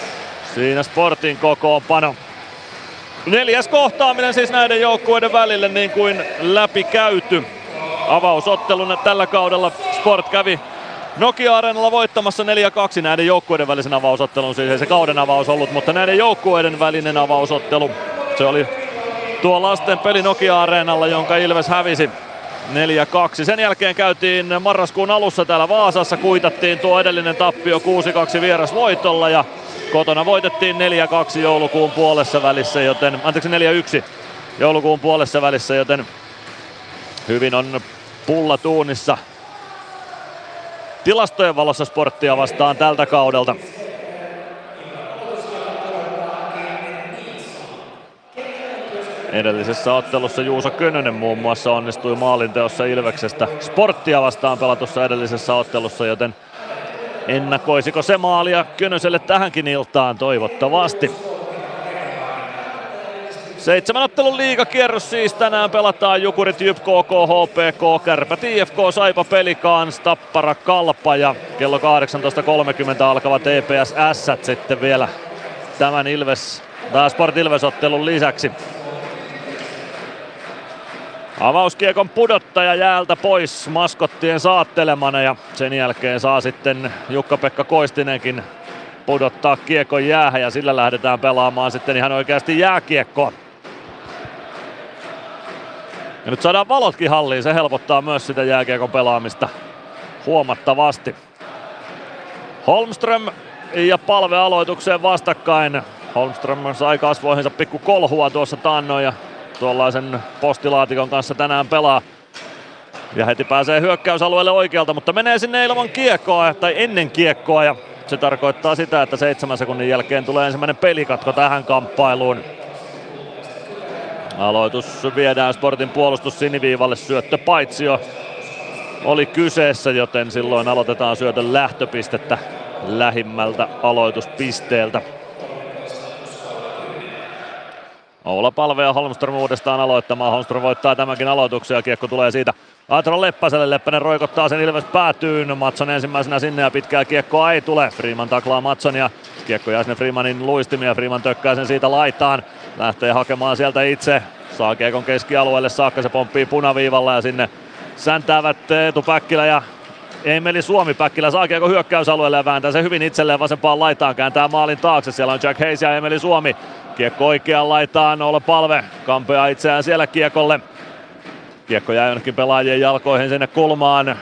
F: Siinä Sportin kokoonpano. 4. kohtaaminen siis näiden joukkueiden välille niin kuin läpikäyty. Avausottelun tällä kaudella Sport kävi Nokia-areenalla voittamassa 4-2 näiden joukkueiden välisen avausottelun. Siis ei se kauden avaus ollut, mutta näiden joukkueiden välinen avausottelu. Se oli tuo lasten peli Nokia-areenalla, jonka Ilves hävisi 4-2. Sen jälkeen käytiin marraskuun alussa täällä Vaasassa, kuitattiin tuo edellinen tappio 6-2 vierasvoitolla ja kotona voitettiin 4-2 joulukuun puolessa välissä, joten 4-1 joulukuun puolessa välissä, joten hyvin on pulla tuunissa tilastojen valossa Sporttia vastaan tältä kaudelta. Edellisessä ottelussa Juuso Könönen muun muassa onnistui maalinteossa Ilveksestä Sporttia vastaan pelatussa edellisessä ottelussa, joten ennakoisiko se maalia Könöselle tähänkin iltaan? Toivottavasti. 7 ottelun liigakierros siis tänään pelataan. Jukurit, JYP, KK, HPK, Kärpät, IFK, Saipa, Pelikans, Tappara, Kalpa ja kello 18.30 alkava TPS Ässät sitten vielä tämän Sport Ilves-ottelun lisäksi. Avauskiekon pudottaja jäältä pois maskottien saattelemana ja sen jälkeen saa sitten Jukka-Pekka Koistinenkin pudottaa kiekon jäähän ja sillä lähdetään pelaamaan sitten ihan oikeasti jääkiekkoa. Ja nyt saadaan valotkin halliin, se helpottaa myös sitä jääkiekon pelaamista huomattavasti. Holmström ja Palve aloitukseen vastakkain. Holmström sai kasvoihinsa pikku kolhua tuossa taannoin ja tuollaisen postilaatikon kanssa tänään pelaa. Ja heti pääsee hyökkäysalueelle oikealta, mutta menee sinne ilman kiekkoa tai ennen kiekkoa. Ja se tarkoittaa sitä, että 7 sekunnin jälkeen tulee ensimmäinen pelikatko tähän kamppailuun. Aloitus viedään Sportin puolustus siniviivalle, syöttö paitsio oli kyseessä, joten silloin aloitetaan syötön lähtöpistettä lähimmältä aloituspisteeltä. Oula Palve ja Holmström uudestaan aloittamaan. Holmström voittaa tämänkin aloituksen ja kiekko tulee siitä Atro Leppäselle. Leppänen roikottaa sen Ilves päätyyn. Matson ensimmäisenä sinne ja pitkää kiekkoa ei tule. Freeman taklaa Matsonia. Kiekko jää sinne Freemanin luistimia. Freeman tökkää sen siitä laitaan. Lähtee hakemaan sieltä itse. Saa kiekon keskialueelle saakka. Se pomppii punaviivalla ja sinne säntäävät Eetu Päkkilä ja Emeli Suomi. Päkkilä saa kiekon hyökkäysalueelle ja vääntää se hyvin itselleen vasempaan laitaan. Kääntää maalin taakse. Siellä on Jack Hayes ja Emeli Suomi. Kiekko oikeaan laitaan, Oula Palve kampeaa itseään siellä kiekolle. Kiekko jää jonnekin pelaajien jalkoihin sinne kulmaan.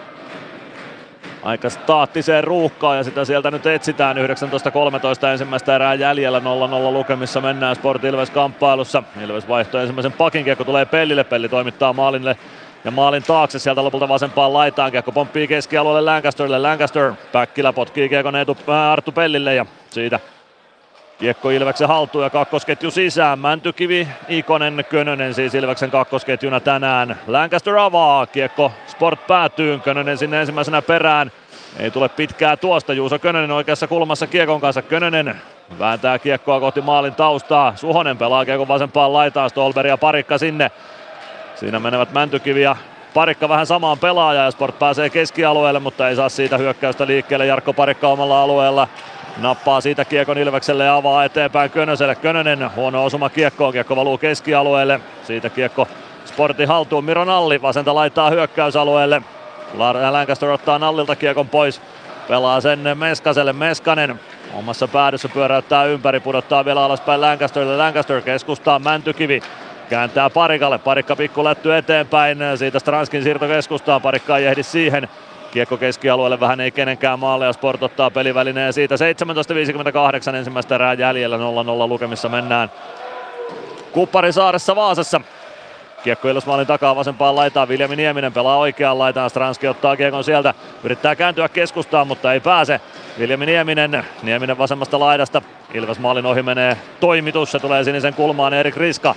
F: Aika staattiseen ruuhkaan ja sitä sieltä nyt etsitään. 19.13 ensimmäistä erää jäljellä, 0-0 lukemissa mennään Sport Ilves kamppailussa. Ilves vaihtoi ensimmäisen pakin, kiekko tulee Pellille, Pelli toimittaa maalille ja maalin taakse sieltä lopulta vasempaan laitaan. Kiekko pomppii keskialueelle Lancasterille, Lancaster, Päkkilä potkii kiekon Arttu Pellille ja siitä kiekko Ilveksen haltuun ja kakkosketju sisään. Mäntykivi, Ikonen, Könönen siis Ilveksen kakkosketjuna tänään. Lancaster avaa, kiekko Sport päätyy, Könönen sinne ensimmäisenä perään. Ei tule pitkää tuosta, Juuso Könönen oikeassa kulmassa kiekon kanssa. Könönen vääntää kiekkoa kohti maalin taustaa. Suhonen pelaa kiekon vasempaan laitaan, Stolberg ja Parikka sinne. Siinä menevät Mäntykivi ja Parikka vähän samaan pelaajaan ja Sport pääsee keskialueelle, mutta ei saa siitä hyökkäystä liikkeelle. Jarkko Parikka omalla alueella. Nappaa siitä kiekon Ilvekselle ja avaa eteenpäin Könöselle. Könönen huono osuma kiekkoon, kiekko valuu keskialueelle. Siitä kiekko Sportin haltuun, Miro Nalli vasenta laittaa hyökkäysalueelle. Lancaster ottaa Nallilta kiekon pois. Pelaa sen Meskaselle, Meskanen omassa päädyssä pyöräyttää ympäri, pudottaa vielä alaspäin Lancasterille. Lancaster keskustaa, Mäntykivi kääntää Parikalle, Parikka pikkulätty eteenpäin. Siitä Stranskin siirto keskustaan, Parikka ei ehdi siihen. Kiekko keskialueelle, vähän ei kenenkään maalle ja Sport ottaa pelivälineen ja siitä 17.58 ensimmäistä erää jäljellä, 0-0 lukemissa mennään Kupparisaaressa Vaasassa. Kiekko Ilves-maalin takaa vasempaan laitaan, Viljami Nieminen pelaa oikeaan laitaan, Stranski ottaa kiekon sieltä, yrittää kääntyä keskustaan, mutta ei pääse. Viljami Nieminen vasemmasta laidasta, Ilves-maalin ohi menee toimitus, se tulee sinisen kulmaan, Erik Riska,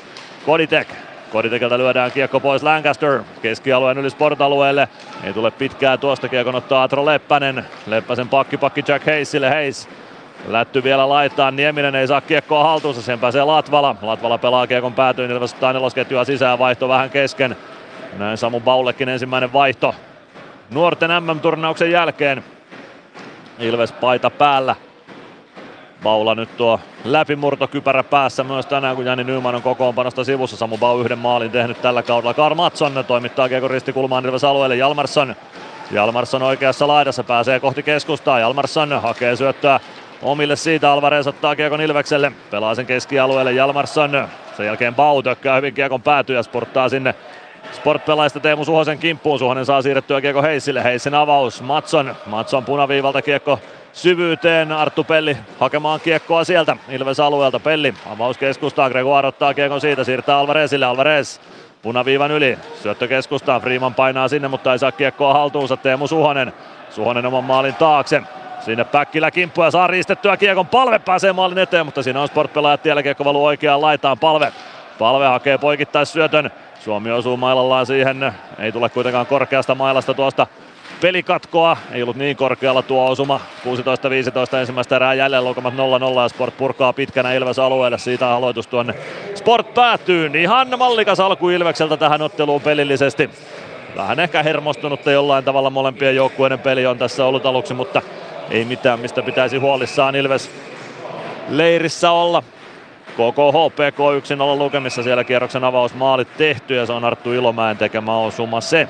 F: Koditekiltä lyödään kiekko pois, Lancaster keskialueen yli Sport-alueelle. Ei tule pitkää tuosta, kiekon ottaa Atro Leppänen. Leppäsen pakki Jack Hayesille, Hayes lätty vielä laitaan, Nieminen ei saa kiekkoa haltuunsa, sen pääsee Latvala. Latvala pelaa kiekon päätyyn, Ilves ottaa nelosketjua sisään, vaihto vähän kesken. Näin Samu Baullekin ensimmäinen vaihto nuorten MM-turnauksen jälkeen. Ilves paita päällä. Baulla nyt tuo läpimurtokypärä päässä myös tänään, kun Jani Nyman on kokoonpanosta sivussa. Samu Bau yhden maalin tehnyt tällä kaudella. Karl Mattsson toimittaa kiekon ristikulmaan Ilves alueelle. Jalmarsson oikeassa laidassa pääsee kohti keskustaa. Jalmarsson hakee syöttöä omille siitä. Alvarez ottaa kiekon Ilvekselle. Pelaa sen keskialueelle Jalmarsson. Sen jälkeen Bau tökkää hyvin kiekon päätyy ja sporttaa sinne Sport-pelaajista Teemu Suhosen kimppuun. Suhonen saa siirrettyä kiekko Heissille. Heissin avaus. Matsson punaviivalta kiekko syvyyteen. Arttu Pelli hakemaan kiekkoa sieltä Ilves alueelta. Pelli avaus keskustaa. Gregoire ottaa kiekon siitä. Siirtää Alvarezille. Alvarez punaviivan yli. Syöttö keskustaan. Freeman painaa sinne, mutta ei saa kiekkoa haltuunsa. Teemu Suhonen oman maalin taakse. Sinne Päkkilä kimppu ja saa riistettyä kiekon. Palve pääsee maalin eteen, mutta siinä on Sport-pelaajat tiellä. Kiekko valuu oikeaan laitaan. Palve hakee poikittaisyötön. Suomi osuu mailallaan siihen. Ei tule kuitenkaan korkeasta mailasta tuosta pelikatkoa. Ei ollut niin korkealla tuo osuma. 16-15 ensimmäistä erää jäljellä, lukemat 0-0 ja Sport purkaa pitkänä Ilves alueelle. Siitä aloitus tuonne. Sport päätyy. Ihan mallikas alku Ilvekseltä tähän otteluun pelillisesti. Vähän ehkä hermostunutta jollain tavalla molempien joukkueiden peli on tässä ollut aluksi, mutta ei mitään mistä pitäisi huolissaan Ilves leirissä olla. KK HPK 1-0 lukemissa, siellä kierroksen avausmaalit tehty ja se on Arttu Ilomäen tekemä osuma se.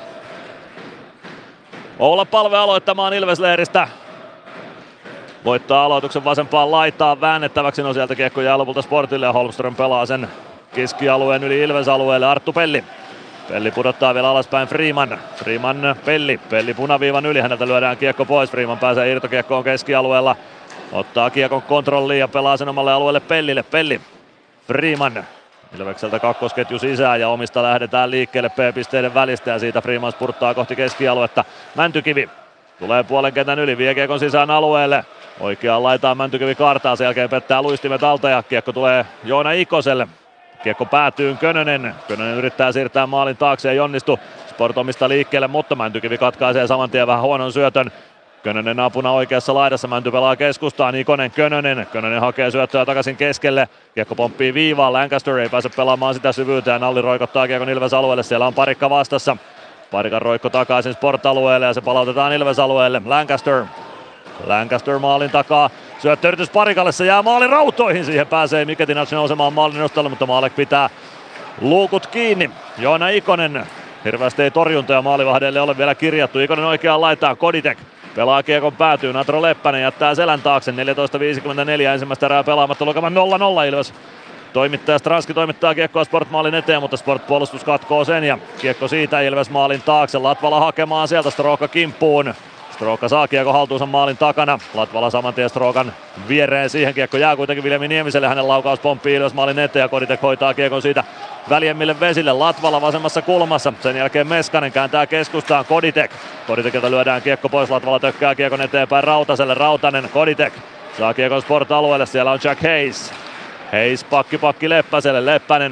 F: Oula Palve aloittamaan Ilves-leiristä. Voittaa aloituksen vasempaan laitaan väännettäväksi, no sieltä kiekko jää lopulta Sportille ja Holmström pelaa sen keskialueen yli Ilves-alueelle. Arttu Pelli pudottaa vielä alaspäin Freeman Pelli punaviivan yli, häneltä lyödään kiekko pois. Freeman pääsee irtokiekkoon keskialueella. Ottaa kiekon kontrolliin ja pelaa sen omalle alueelle Pellille. Freeman Ilvekseltä kakkosketju sisään ja omista lähdetään liikkeelle P-pisteiden välistä ja siitä Freeman spurttaa kohti keskialuetta. Mäntykivi tulee puolen kentän yli, vie kiekon sisään alueelle. Oikeaan laitaan Mäntykivi kartaa, sen jälkeen pettää luistimet alta ja kiekko tulee Joona Ikoselle. Kiekko päätyy Könönen yrittää siirtää maalin taakse ja ei onnistu. Sport omista liikkeelle, mutta Mäntykivi katkaisee saman tien vähän huonon syötön. Könönen apuna oikeassa laidassa, Mänty pelaa keskustaan, Könönen hakee syöttöä takaisin keskelle. Kiekko pomppii viivaan, Lancaster ei pääse pelaamaan sitä syvyyteen, Nalli roikottaa kiekon Ilves alueelle, siellä on Parikka vastassa. Parikan roikko takaisin Sport-alueelle ja se palautetaan Ilves alueelle. Lancaster maalin takaa, syöttöyritys Parikalle, se jää maalin rautoihin, siihen pääsee Miketinac nousemaan maalin nostalle, mutta Maalek pitää luukut kiinni. Joona Ikonen, hirveästi ei torjuntoja maalivahdeille ole vielä kirjattu, Ikonen oikeaan laitaan, Koditek. Pelaa kiekon päätyy, Natro Leppänen jättää selän taakse, 14.54 ensimmäistä erää pelaamatta, lukemat 0-0 Ilves. Toimittaja Stranski toimittaa kiekkoa Sport-maalin eteen, mutta Sport-puolustus katkoo sen ja kiekko siitä Ilves maalin taakse. Latvala hakemaan sieltä, Stroka kimppuun. Stroka saa kiekko haltuunsa maalin takana. Latvala saman tien Strokan viereen, siihen kiekko jää kuitenkin Viljami Niemiselle. Hänen laukaus pomppii Ilves maalin eteen ja Koditek hoitaa kiekon siitä väljemmille vesille. Latvala vasemmassa kulmassa, sen jälkeen Meskanen kääntää keskustaan. Koditekilta lyödään kiekko pois, Latvala tökkää kiekon eteenpäin Rautaselle. Rautanen, Koditek saa kiekon Sport-alueelle, siellä on Jack Hayes pakki Leppäselle,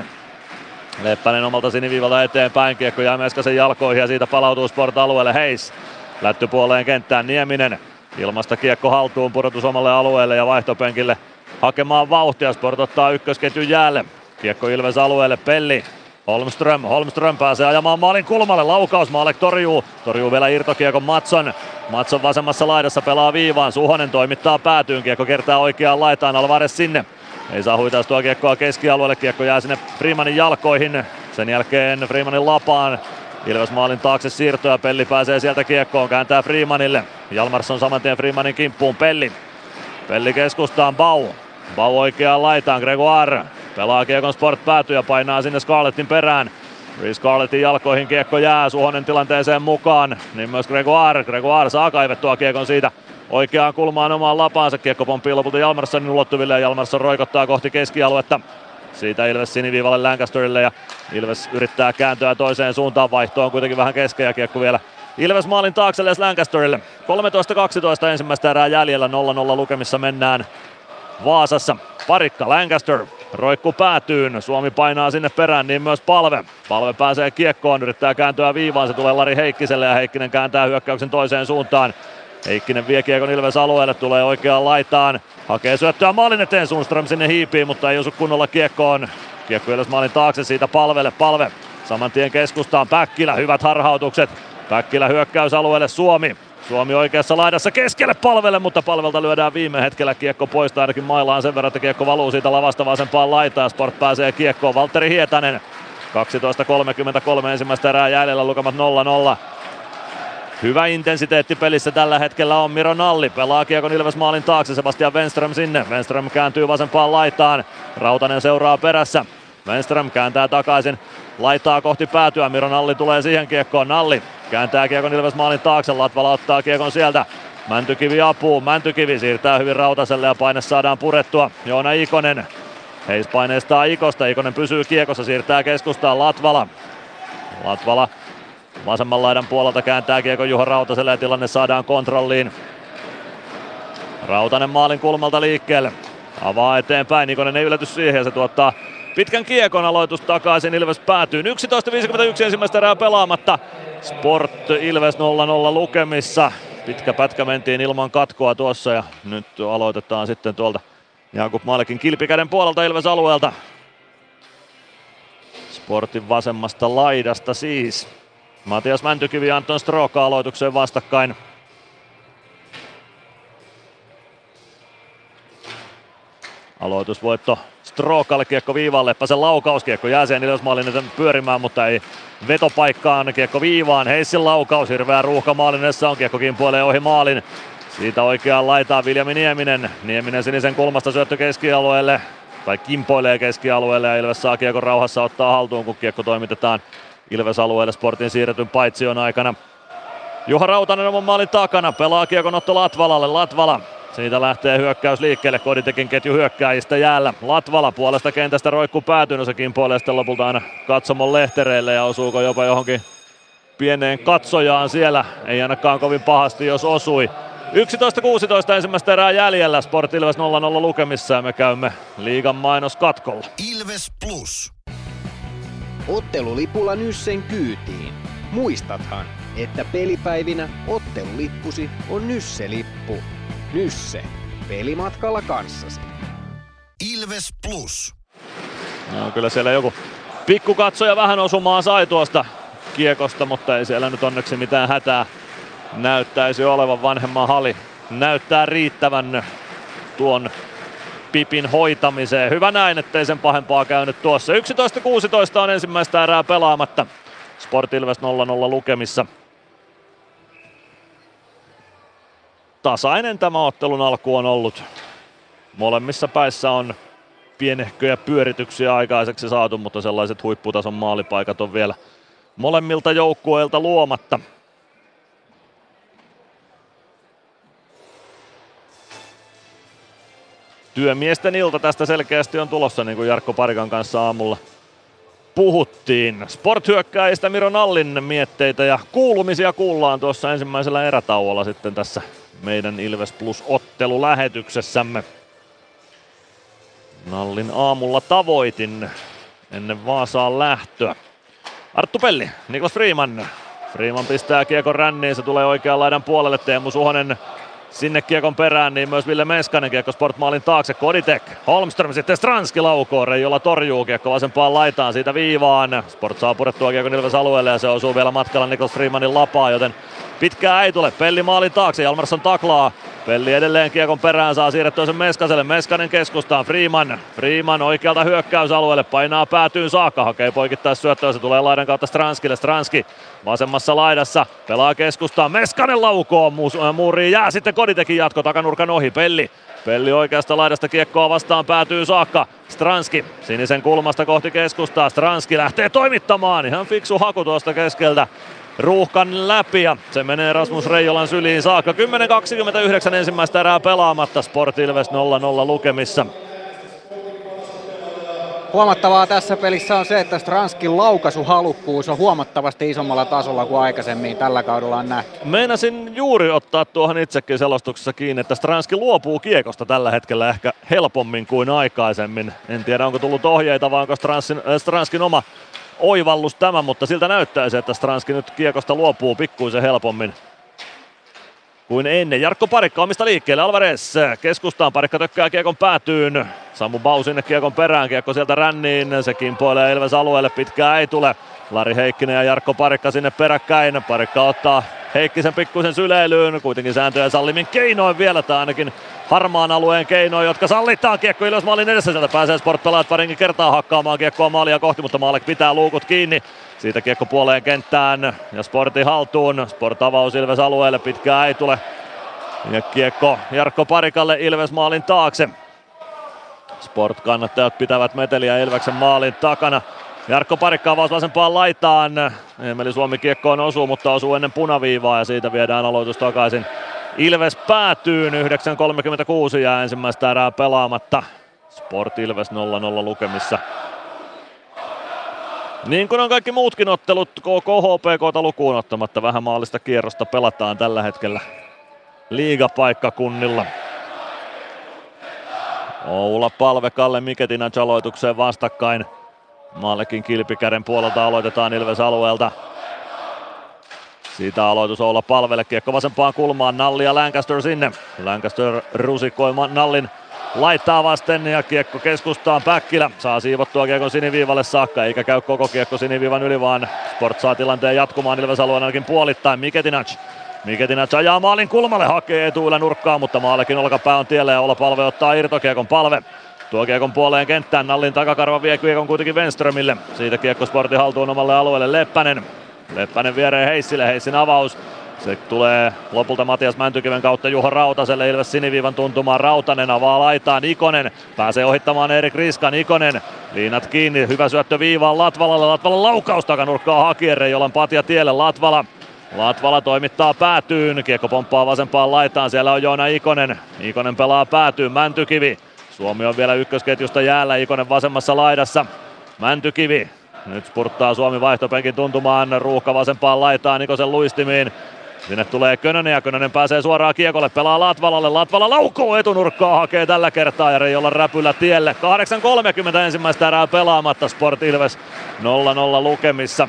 F: Leppänen omalta siniviivalta eteenpäin, kiekko jää Meskasen jalkoihin ja siitä palautuu Sport-alueelle. Hayes lättypuoleen kenttään, Nieminen ilmasta kiekko haltuun, pudotus omalle alueelle ja vaihtopenkille hakemaan vauhtia. Sport ottaa ykkösketjun jäälle, kiekko Ilves alueelle, Pelli. Holmström pääsee ajamaan maalin kulmalle, laukaus, Maalek torjuu vielä irtokiekon Matsson vasemmassa laidassa pelaa viivaan, Suhonen toimittaa päätyyn, kiekko kertaa oikeaan laitaan, Alvarez sinne. Ei saa huitaistua kiekkoa keskialueelle, kiekko jää sinne Freemanin jalkoihin, sen jälkeen Freemanin lapaan. Ilves maalin taakse siirtoa, Pelli pääsee sieltä kiekkoon, kääntää Freemanille. Jalmarsson saman tien Freemanin kimppuun, Pelli keskustaan, Bau oikeaan laitaan, Gregoire. Pelaa kiekon Sport päätyy ja painaa sinne Scarlettin perään. Scarlettin jalkoihin kiekko jää, Suhonen tilanteeseen mukaan, niin myös Gregoire saa kaivettua kiekon siitä oikeaan kulmaan omaan lapaansa. Kiekko pomppii lopulta Jalmarssonin ulottuville ja Jalmarsson roikottaa kohti keskialuetta. Siitä Ilves siniviivalle Lancasterille ja Ilves yrittää kääntyä toiseen suuntaan, vaihto on kuitenkin vähän kesken ja kiekko vielä Ilves maalin taakse Lancasterille. 13.12 ensimmäistä erää jäljellä, 0-0 lukemissa mennään Vaasassa. Parikka, Lancaster roikku päätyyn, Suomi painaa sinne perään, niin myös Palve pääsee kiekkoon, yrittää kääntyä viivaan, se tulee Lari Heikkiselle ja Heikkinen kääntää hyökkäyksen toiseen suuntaan. Heikkinen vie kiekon Ilves alueelle, tulee oikeaan laitaan, hakee syöttöä maalin eteen, Sundström sinne hiipii, mutta ei osu kunnolla kiekkoon. Kiekko Ilves maalin taakse, siitä Palve saman tien keskustaan, Päkkilä, hyvät harhautukset. Päkkilä hyökkäysalueelle, Suomi oikeassa laidassa keskelle Palvelle, mutta Palvelta lyödään viime hetkellä kiekko pois, ainakin mailaan sen verran, että kiekko valuu siitä lavasta vasempaan laitaan. Sport pääsee kiekkoon, Valtteri Hietanen. 12.33 ensimmäistä erää jäljellä, lukemat 0-0. Hyvä intensiteetti pelissä tällä hetkellä on. Miro Nalli pelaa kiekon Ilves maalin taakse, Sebastian Wenström sinne. Wenström kääntyy vasempaan laitaan, Rautanen seuraa perässä. Wenström kääntää takaisin laitaa kohti päätyä, Miro Nalli tulee siihen kiekkoon. Nalli kääntää kiekon Ilves maalin taakse, Latvala ottaa kiekon sieltä. Mäntykivi apuun, Mäntykivi siirtää hyvin Rautaselle ja paine saadaan purettua. Joona Ikonen, Heis paineistaa Ikosta, Ikonen pysyy kiekossa, siirtää keskustaan Latvala. Latvala vasemman laidan puolelta kääntää kiekon Juho Rautaselle ja tilanne saadaan kontrolliin. Rautanen maalin kulmalta liikkeelle, avaa eteenpäin, Ikonen ei ylläty siihen ja se tuottaa pitkän kiekon, aloitus takaisin, Ilves päätyy. 11.51 ensimmäistä erää pelaamatta. Sport Ilves 0-0 lukemissa. Pitkä pätkä mentiin ilman katkoa tuossa ja nyt aloitetaan sitten tuolta Jakub Malkin kilpikäden puolelta Ilves alueelta. Sportin vasemmasta laidasta siis. Matias Mäntykivi ja Anton Stroka aloitukseen vastakkain. Aloitusvoitto Strokalle, kiekko viivalle, Leppäsen laukaus, kiekko jää siihen Ilves-maalin pyörimään, mutta ei vetopaikkaan, kiekko viivaan, Heissin laukaus, hirveä ruuhka maalin edessä on, kiekko kimpoilee ohi maalin. Siitä oikeaan laitaan Viljami Nieminen, Nieminen sinisen kulmasta syöttö keskialueelle, tai kimpoilee keskialueelle ja Ilves saa kiekon rauhassa ottaa haltuun, kun kiekko toimitetaan Ilves-alueelle Sportin siirretyn paitsion aikana. Juha Rautanen oman maalin takana, pelaa kiekon otto Latvalalle, Latvala. Siitä lähtee hyökkäys liikkeelle, Koditekin ketju hyökkääjistä jäällä. Latvala puolesta kentästä roikkuu päätyyn, no se kimpoilee sitten lopulta aina katsomon lehtereille ja osuuko jopa johonkin pieneen katsojaan siellä. Ei ainakaan kovin pahasti, jos osui. 11.16 ensimmäistä erää jäljellä, Sport Ilves 0-0 lukemissa ja me käymme liigan mainoskatkolla.
A: Ilves Plus.
D: Ottelulipulla Nyssen kyytiin. Muistathan, että pelipäivinä ottelulippusi on Nysse-lippu. Nysse. Pelimatkalla kanssasi.
A: Ilves Plus.
F: No, kyllä siellä joku pikkukatsoja vähän osumaan sai tuosta kiekosta, mutta ei siellä nyt onneksi mitään hätää näyttäisi olevan. Vanhemman hali näyttää riittävän tuon Pipin hoitamiseen. Hyvä näin, ettei sen pahempaa käynyt tuossa. 11.16 on ensimmäistä erää pelaamatta. Sport Ilves 0-0 lukemissa. Tasainen tämä ottelun alku on ollut. Molemmissa päissä on pienehköjä pyörityksiä aikaiseksi saatu, mutta sellaiset huipputason maalipaikat on vielä molemmilta joukkueilta luomatta. Työmiesten ilta tästä selkeästi on tulossa, niin kuin Jarkko Parikan kanssa aamulla puhuttiin. Sport-hyökkääjistä Miro Nallin mietteitä ja kuulumisia kuullaan tuossa ensimmäisellä erätauolla sitten tässä meidän Ilves Plus -ottelulähetyksessämme. Nallin aamulla tavoitin ennen Vaasaan lähtöä. Arttu Pelli, Niklas Freeman. Freeman pistää kiekon ränniin, se tulee oikean laidan puolelle. Teemu Suhonen sinne kiekon perään, niin myös Ville Meskanen kiekko Sport-maalin taakse. Koditek, Holmström, sitten Stranski laukoo, Reijola torjuu kiekko vasempaan laitaan siitä viivaan. Sport saa purettua kiekon Ilves alueelle ja se osuu vielä matkalla Niklas Freemanin lapaa, joten pitkää ei tule. Pelli maalin taakse, Jalmarsson taklaa. Pelli edelleen kiekon perään, saa siirrettyä sen Meskaselle. Meskanen keskustaan, Freeman oikealta hyökkäysalueelle, painaa päätyyn saakka, hakee poikittais syöttöä, se tulee laidan kautta Stranskille. Stranski vasemmassa laidassa, pelaa keskustaan, Meskanen laukoo, muuriin jää sitten Koditekin jatko takanurkan ohi. Pelli oikeasta laidasta kiekkoa vastaan päätyy saakka. Stranski sinisen kulmasta kohti keskustaa, Stranski lähtee toimittamaan, ihan fiksu haku tuosta keskeltä ruuhkan läpi ja se menee Rasmus Reijolan syliin saakka. 10.29 ensimmäistä erää pelaamatta, Sport Ilves 0-0 lukemissa.
B: Huomattavaa tässä pelissä on se, että Stranskin laukaisuhalukkuus on huomattavasti isommalla tasolla kuin aikaisemmin tällä kaudella on nähty.
F: Meinasin juuri ottaa tuohon itsekin selostuksessa kiinni, että Stranski luopuu kiekosta tällä hetkellä ehkä helpommin kuin aikaisemmin. En tiedä onko tullut ohjeita vai onko Stranskin oma oivallus tämä, mutta siltä näyttäisi, että Stranski nyt kiekosta luopuu pikkuisen helpommin kuin ennen. Jarkko Parikka omista liikkeelle, Alvarez keskustaan, Parikka tökkää kiekon päätyyn. Samu Bau sinne kiekon perään, kiekko sieltä ränniin, se kimpoilee Ilves alueelle, pitkää ei tule. Lari Heikkinen ja Jarkko Parikka sinne peräkkäin. Parikka ottaa Heikkisen pikkuisen syleilyyn, kuitenkin sääntöjen sallimin keinoin vielä, tai ainakin harmaan alueen keinoin, jotka sallitaan. Kiekko Ilves maalin edessä, sieltä pääsee Sport-pelaajat parinkin kertaa hakkaamaan kiekkoa maalia kohti, mutta Maalek pitää luukut kiinni. Siitä kiekko puoleen kenttään ja Sportin haltuun. Sport avaus Ilves alueelle, pitkää ei tule. Ja kiekko Jarkko Parikalle Ilves maalin taakse. Sport-kannattajat pitävät meteliä Ilveksen maalin takana. Jarkko Parikka avaus vasempaan laitaan. Emeli Suomi kiekkoon osuu, mutta osuu ennen punaviivaa ja siitä viedään aloitus takaisin. Ilves päätyy, 9.36 jää ensimmäistä erää pelaamatta. Sport Ilves 0-0 lukemissa. Niin kuin on kaikki muutkin ottelut, KHPK:ta lukuun ottamatta, vähän maallista kierrosta pelataan tällä hetkellä liigapaikkakunnilla. Oula Palve, Kalle Miketinac aloitukseen vastakkain. Maalekin kilpikäden puolelta aloitetaan Ilves alueelta. Siitä aloitus Oula Palvelle, kiekko vasempaan kulmaan, Nalli ja Lancaster sinne. Lancaster rusikoi Nallin laittaa vasten ja kiekko keskustaan, Päkkilä saa siivottua kiekon siniviivalle saakka, eikä käy koko kiekko siniviivan yli, vaan Sport saa tilanteen jatkumaan Ilves alueen ainakin puolittain. Miketinac ajaa maalin kulmalle, hakee etuilla nurkkaa, mutta Maalekin olkapää on tiellä ja Oula Palve ottaa irtokiekon. Palve tuo kiekon puoleen kenttään, Nallin takakarva vie kiekon kuitenkin Wenströmille. Siitä kiekko Sportin haltuun omalle alueelle Leppänen viereen Heissille, Heissin avaus. Se tulee lopulta Matias Mäntykiven kautta Juho Rautaselle, Ilves siniviivan tuntumaan, Rautanen avaa laitaan, Ikonen pääsee ohittamaan Erik Riskan, Ikonen liinat kiinni, hyvä syöttö viivaan Latvalalle, Latvalan laukaus takanurkkaa hakien, Reijolan patja tielle, Latvala toimittaa päätyyn, kiekko pomppaa vasempaan laitaan, siellä on Joona Ikonen pelaa päätyyn, Mäntykivi, Suomi on vielä ykkösketjusta jäällä, Ikonen vasemmassa laidassa, Mäntykivi. Nyt spurttaa Suomi vaihtopenkin tuntumaan, ruuhka vasempaan laitaan Nikosen luistimiin. Sinne tulee Könönen ja Könönen pääsee suoraan kiekolle, pelaa Latvalalle, Latvala laukoo etunurkkaa, hakee tällä kertaa ja Reijolan räpyllä tielle. 8.30 ensimmäistä erää pelaamatta, Sport Ilves 0-0 lukemissa.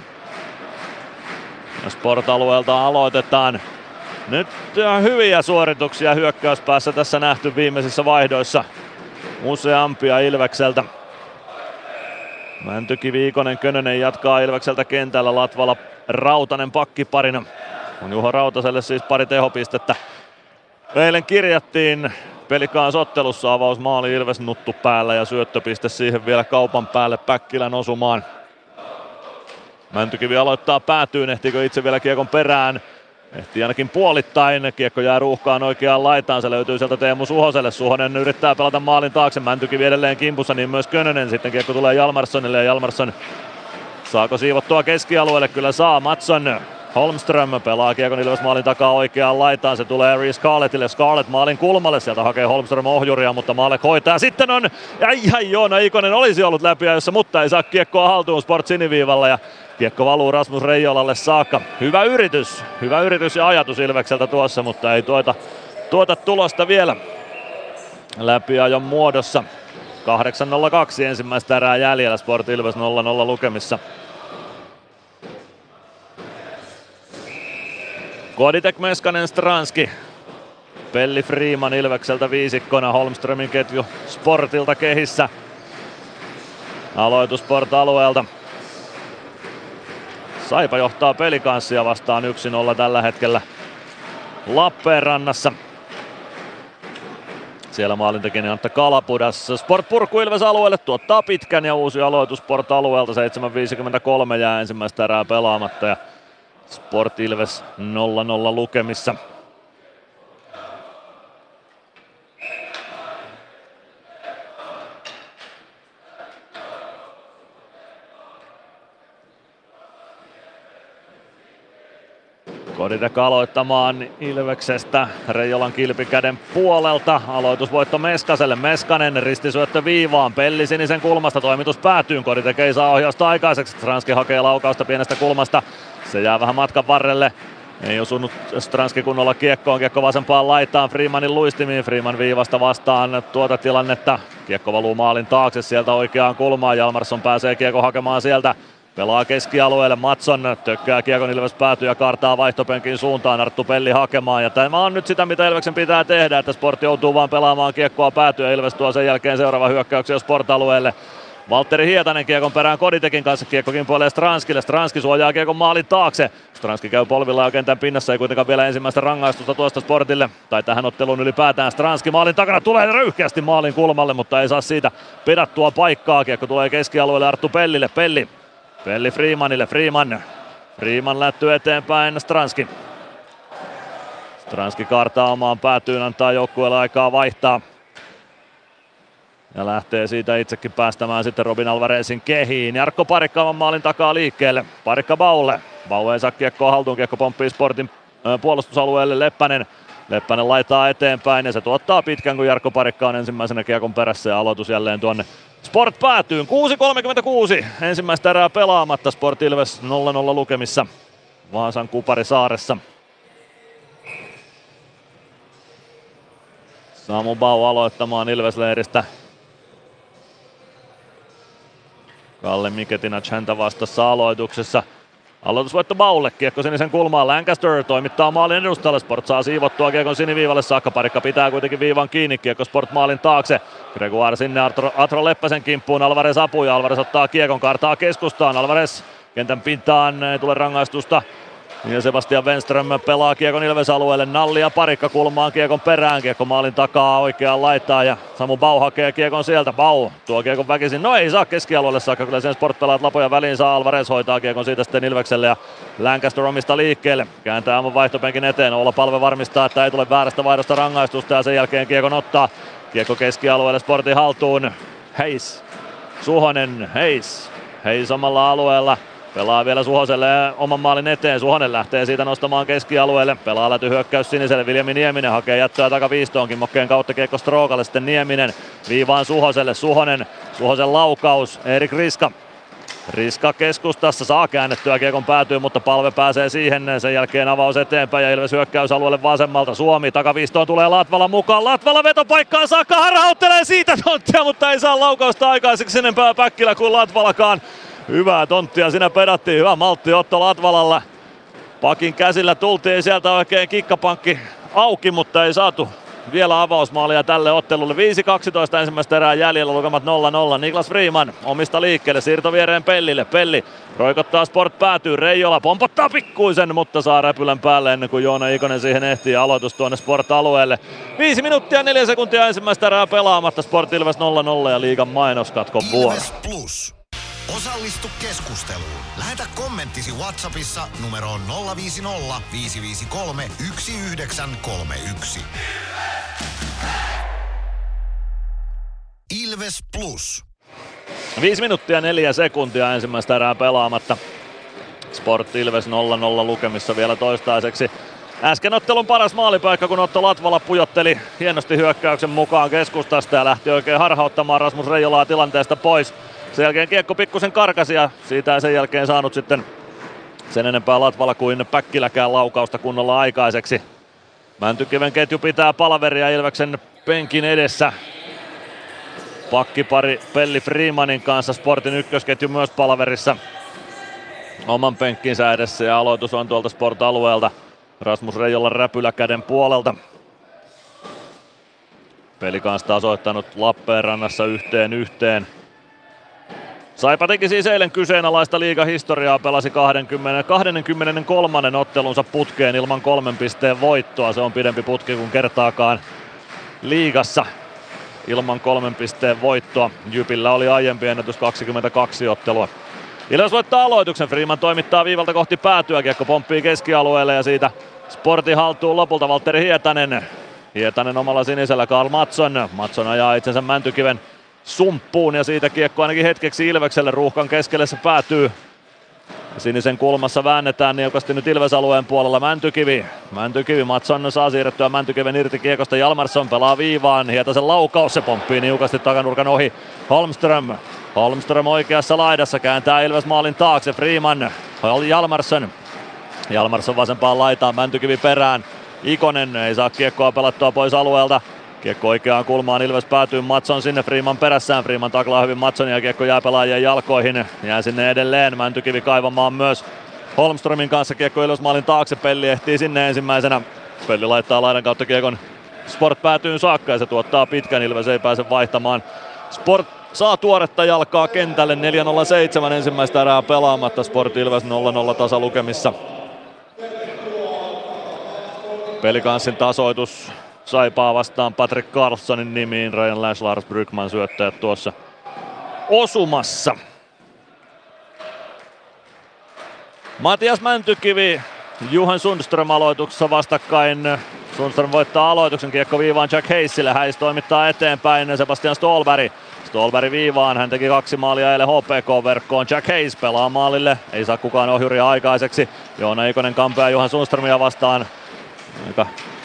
F: Ja Sport-alueelta aloitetaan. Nyt hyviä suorituksia hyökkäyspäässä tässä nähty viimeisissä vaihdoissa. Useampia Ilvekseltä. Mäntykivi, Ikonen, Könönen jatkaa Ilvekseltä kentällä, Latvala, Rautanen pakkiparina. On Juho Rautaselle siis pari tehopistettä. Eilen kirjattiin Pelikaans-ottelussa avausmaali Ilves nuttu päällä ja syöttöpiste siihen vielä kaupan päälle Päkkilän osumaan. Mäntykivi aloittaa päätyyn, ehtiikö itse vielä kiekon perään? Ehtii ainakin puolittain, kiekko jää ruuhkaan oikeaan laitaan, se löytyy sieltä Teemu Suhoselle. Suhonen yrittää pelata maalin taakse, Mäntykivi edelleen kimpussa, niin myös Könönen. Sitten kiekko tulee Jalmarssonille ja Jalmarsson saako siivottua keskialueelle? Kyllä saa, Mattsson. Holmström pelaa kiekon Ilves maalin takaa oikeaan laitaan, se tulee Reece Scarlettille, Scarlett maalin kulmalle, sieltä hakee Holmström ohjuria, mutta Maalek hoitaa, sitten on, ihan Joona Ikonen olisi ollut läpiajossa, mutta ei saa kiekkoa haltuun Sport siniviivalla ja kiekko valuu Rasmus Reijolalle saakka. Hyvä yritys ja ajatus Ilvekseltä tuossa, mutta ei tuota tulosta vielä läpiajon muodossa. 8.02 ensimmäistä erää jäljellä, Sport Ilves 0-0 lukemissa. Koditek, Meskanen, Stranski, Pelli Freeman Ilvekseltä viisikkona, Holmströmin ketju Sportilta kehissä. Aloitus Sport-alueelta. Saipa johtaa Pelikanssia vastaan 1-0 tällä hetkellä Lappeenrannassa. Siellä maalintekijä Antta Kalapudas. Sport purku Ilves alueelle, tuottaa pitkän ja uusi aloitus Sport-alueelta. 7.53 jää ensimmäistä erää pelaamatta ja Sport Ilves 0-0 lukemissa. Koditek aloittamaan Ilveksestä Reijolan kilpikäden puolelta. Aloitusvoitto Meskaselle. Meskanen ristisyöttö viivaan. Pelli sinisen kulmasta. Toimitus päätyy. Koditek ei saa ohjausta aikaiseksi. Stranski hakee laukausta pienestä kulmasta. Se jää vähän matkan varrelle. Ei osunut Stranski kunnolla kiekkoon. Kiekko vasempaan laitaan Freemanin luistimiin. Freeman viivasta vastaan tuota tilannetta. Kiekko valuu maalin taakse sieltä oikeaan kulmaan. Jalmarsson pääsee kiekko hakemaan sieltä. Pelaa keskialueelle, Mattsson tökkää kiekon, Ilves päätyy ja kaartaa vaihtopenkin suuntaan, Arttu Pelli hakemaan. Ja tämä on nyt sitä, mitä Ilveksen pitää tehdä, että Sport joutuu vaan pelaamaan kiekkoa päätyä. Ilves tuo sen jälkeen seuraava hyökkäyksen Sport-alueelle. Valtteri Hietanen kiekon perään Koditekin kanssa, kiekko kimpoilee Stranskille, Stranski suojaa kiekon maalin taakse. Stranski käy polvilla ja kentän pinnassa, ei kuitenkaan vielä ensimmäistä rangaistusta tuosta Sportille tai tähän otteluun ylipäätään. Stranski maalin takana tulee röyhkeästi maalin kulmalle, mutta ei saa siitä pedattua paikkaa. Kiekko tulee keskialueelle Arttu Pellille, Pelli Freemanille, Freeman lättyy eteenpäin, Stranski kaartaa omaan päätyyn, antaa joukkueelle aikaa vaihtaa. Ja lähtee siitä itsekin päästämään sitten Robin Alvarezin kehiin. Jarkko Parikka on maalin takaa liikkeelle. Parikka Baulle. Bau ei saa kiekkoa haltuun. Kiekko pomppii Sportin puolustusalueelle. Leppänen laitaa eteenpäin ja se tuottaa pitkän, kun Jarkko Parikka on ensimmäisenä kiekon perässä ja aloitus jälleen tuonne Sport päätyy. 6.36 ensimmäistä erää pelaamatta. Sport Ilves 0-0 lukemissa Vaasan Kuparisaaressa. Samu Bau aloittamaan Ilves-leiristä. Kalle Miketinac häntä vastassa aloituksessa. Aloitusvoitto Baulle, kiekko sinisen kulmaan, Lancaster toimittaa maalin edustajalle, Sport saa siivottua kiekon siniviivalle saakka, Parikka pitää kuitenkin viivan kiinni, kiekko Sport maalin taakse, Gregoire sinne Atro Leppäsen kimppuun, Alvarez apuu ja Alvarez ottaa kiekon, kaartaa keskustaan, Alvarez kentän pintaan, ei tule rangaistusta. Ja Sebastian Wenström pelaa kiekon Ilves-alueelle, Nalli ja Parikka kulmaan kiekon perään, kiekko maalin takaa oikeaan laitaan ja Samu Bau hakee kiekon sieltä, Bau tuo kiekon väkisin, no ei saa keskialueelle saakka, kyllä sen Sport pelaat lapoja väliin, saa Alvarez hoitaa kiekon siitä sitten Ilvekselle ja Lancaster omista liikkeelle, kääntää oman vaihtopenkin eteen, Olla Palve varmistaa, että ei tule väärästä vaihdosta rangaistusta ja sen jälkeen kiekon ottaa, kiekko keskialueelle Sportin haltuun, Suhonen, Hayes omalla alueella. Pelaa vielä Suhoselle oman maalin eteen. Suhonen lähtee siitä nostamaan keskialueelle. Pelaa läty hyökkäys siniselle. Viljami Nieminen hakee jättöä takaviistoonkin. Mokkeen kautta kiekko Strookalle. Sitten Nieminen viivaan Suhoselle. Suhosen laukaus. Erik Riska keskustassa saa käännettyä kiekon päätyy, mutta Palve pääsee siihen. Sen jälkeen avaus eteenpäin ja Ilves hyökkäysalueelle vasemmalta. Suomi takaviistoon tulee Latvala mukaan. Latvala vetopaikkaan saakka harhauttelee siitä tonttia, mutta ei saa laukausta aikaiseksi enempää Päkkilä kuin Latvalakaan. Hyvää tonttia siinä pedattiin, hyvä malttiotto Latvalalla. Pakin käsillä tultiin sieltä oikein kikkapankki auki, mutta ei saatu vielä avausmaalia tälle ottelulle. 5.12 ensimmäistä erää jäljellä, lukemat 0-0. Niklas Freeman omista liikkeelle, siirto viereen Pellille. Pelli roikottaa Sport päätyy, Reijola pompottaa pikkuisen, mutta saa räpylän päälle ennen kuin Joona Ikonen siihen ehtii. Aloitus tuonne Sport-alueelle. 5 minuuttia 4 sekuntia ensimmäistä erää pelaamatta. Sport Ilves 0-0 ja liigan mainoskatkon vuoro.
A: Osallistu keskusteluun. Lähetä kommenttisi WhatsAppissa numeroon 050 553 1931. Ilves Plus.
F: 5 minuuttia 4 sekuntia ensimmäistä erää pelaamatta. Sport Ilves 0-0 lukemissa vielä toistaiseksi. Äsken ottelun paras maalipaikka, kun Otto Latvala pujotteli hienosti hyökkäyksen mukaan keskustasta ja lähti oikein harhauttamaan Rasmus Reijolaa tilanteesta pois. Sen jälkeen kiekko pikkusen karkasi ja siitä ei sen jälkeen saanut sitten sen enempää Latvala kuin Päkkiläkään laukausta kunnolla aikaiseksi. Mäntykiven ketju pitää palaveria Ilveksen penkin edessä. Pakkipari Pelli Freemanin kanssa, Sportin ykkösketju myös palaverissa oman penkkinsä edessä ja aloitus on tuolta Sport-alueelta Rasmus Reijolan räpyläkäden puolelta. Peli kanssa tasoittanut Lappeenrannassa 1-1. Saipa teki siis eilen kyseenalaista liigahistoriaa, pelasi 23. ottelunsa putkeen ilman 3 pisteen voittoa. Se on pidempi putki kuin kertaakaan liigassa ilman 3 pisteen voittoa. Jypillä oli aiempi ennätys 22 ottelua. Ilves voittaa aloituksen, Freeman toimittaa viivalta kohti päätyä, kiekko pomppii keskialueelle ja siitä Sportin haltuun lopulta Valtteri Hietanen omalla sinisellä, Karl Mattsson ajaa itsensä Mäntykiven sumppuun ja siitä kiekko ainakin hetkeksi Ilvekselle, ruuhkan keskelle se päätyy. Sinisen kulmassa väännetään niukasti nyt Ilves-alueen puolella Mäntykivi, Mattsson saa siirrettyä Mäntykiven irti kiekosta, Jalmarsson pelaa viivaan, Hietasen laukaus, se pomppii niukasti takanurkan ohi, Holmström oikeassa laidassa, kääntää Ilves maalin taakse, Freeman, Jalmarsson vasempaan laitaan, Mäntykivi perään, Ikonen ei saa kiekkoa pelattua pois alueelta. Kiekko oikeaan kulmaan, Ilves päätyy, Mattsson sinne, Freeman perässään, Freeman taklaa hyvin Mattsonia ja kiekko jää pelaajien jalkoihin, jää sinne edelleen, Mäntykivi kaivamaan myös Holmströmin kanssa, kiekko Ilves maalin taakse, Pelli ehtii sinne ensimmäisenä, Pelli laittaa laidan kautta kiekon Sport päätyyn saakka ja se tuottaa pitkän, Ilves ei pääse vaihtamaan. Sport saa tuoretta jalkaa kentälle. 4:07 ensimmäistä erää pelaamatta. Sport Ilves 0-0 tasalukemissa. Pelikanssin tasoitus Saipaa vastaan Patrick Carlsonin nimiin. Ryan Lash, Lars Brygman syöttäjät tuossa osumassa. Matias Mäntykivi, Johan Sundström aloituksessa vastakkain. Sundström voittaa aloituksen, kiekko viivaan Jack Hayesille. Hayes toimittaa eteenpäin Sebastian Ståhlberg. Ståhlberg viivaan, hän teki 2 maalia eilen HPK-verkkoon. Jack Hayes pelaa maalille, ei saa kukaan ohjuria aikaiseksi. Joona Ikonen kampeaa Johan Sundströmiä vastaan. Aika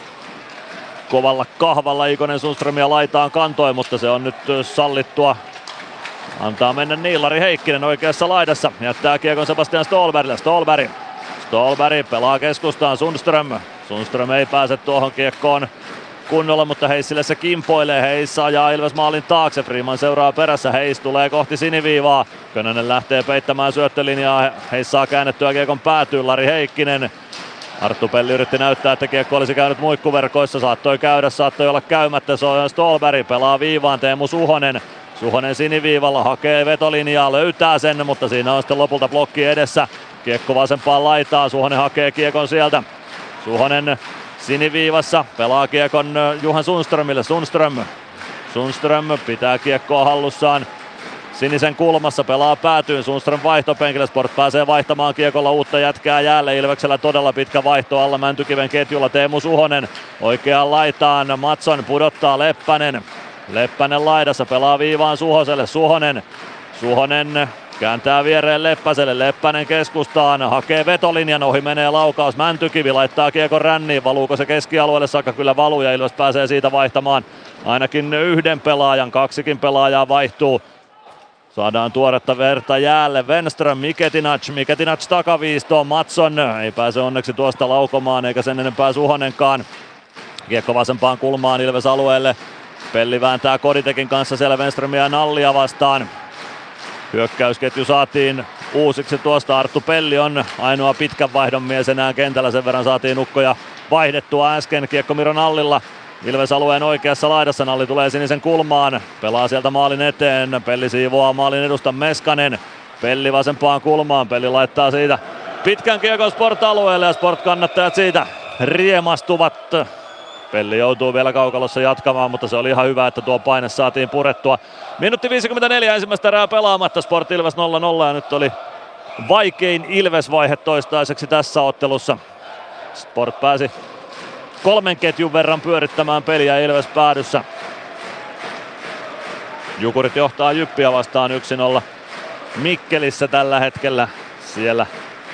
F: kovalla kahvalla Ikonen Sundströmiä laitaan kantoi, mutta se on nyt sallittua. Antaa mennä Niilari Heikkinen oikeassa laidassa. Jättää kiekon Sebastian Ståhlbergille. Ståhlberg pelaa keskustaan Sundström. Sundström ei pääse tuohon kiekkoon kunnolla, mutta Heissille se kimpoilee. Heiss ajaa Ilves maalin taakse. Freeman seuraa perässä. Heiss tulee kohti siniviivaa. Könönen lähtee peittämään syöttölinjaa. Heiss saa käännettyä kiekon päätyyn. Lari Heikkinen. Arttu Pelli yritti näyttää, että kiekko olisi käynyt muikkuverkoissa. Saattoi käydä, saattoi olla käymättä. Ståhlberg pelaa viivaan. Teemu Suhonen. Suhonen siniviivalla hakee vetolinjaa, löytää sen, mutta siinä on sitten lopulta blokki edessä. Kiekko vasempaan laitaan, Suhonen hakee kiekon sieltä. Suhonen siniviivassa, pelaa kiekon Johan Sundströmille. Sundström pitää kiekkoa hallussaan. Sinisen kulmassa pelaa päätyyn, Sundström vaihtopenkille. Sport pääsee vaihtamaan kiekolla uutta jätkää jäälle. Ilveksellä todella pitkä vaihto alla Mäntykiven ketjulla. Teemu Suhonen oikeaan laitaan, Matson pudottaa Leppänen laidassa, pelaa viivaan Suhoselle. Suhonen kääntää viereen Leppäselle. Leppänen keskustaan, hakee vetolinjan, ohi menee laukaus. Mäntykivi laittaa kiekon ränniin. Valuuko se keskialueelle saakka? Kyllä valuu ja Ilves pääsee siitä vaihtamaan ainakin yhden pelaajan. 2 pelaajaa vaihtuu. Saadaan tuoretta verta jäälle. Wenström, Miketinac takaviistoon. Matson ei pääse onneksi tuosta laukomaan eikä sen enempää Suhonenkaan. Kiekko vasempaan kulmaan Ilves alueelle. Pelli vääntää Koditekin kanssa siellä Wenströmiä ja Nallia vastaan. Hyökkäysketju saatiin uusiksi tuosta. Arttu Pelli on ainoa pitkän vaihdon mies enää kentällä. Sen verran saatiin ukkoja vaihdettua äsken. Kiekko Miro Nallilla. Ilves alueen oikeassa laidassa. Nalli tulee sinisen kulmaan. Pelaa sieltä maalin eteen. Pelli siivoaa maalin edusta Meskanen. Pelli vasempaan kulmaan. Pelli laittaa siitä pitkän kiekon Sport-alueelle ja Sport-kannattajat siitä riemastuvat. Pelli joutuu vielä kaukalossa jatkamaan, mutta se oli ihan hyvä, että tuo paine saatiin purettua. Minuutti 54 ensimmäistä erää pelaamatta. Sport Ilves 0-0 ja nyt oli vaikein Ilves-vaihe toistaiseksi tässä ottelussa. Sport pääsi 3 ketjun verran pyörittämään peliä Ilves päädyssä. Jukurit johtaa Jyppiä vastaan 1-0 Mikkelissä tällä hetkellä. Siellä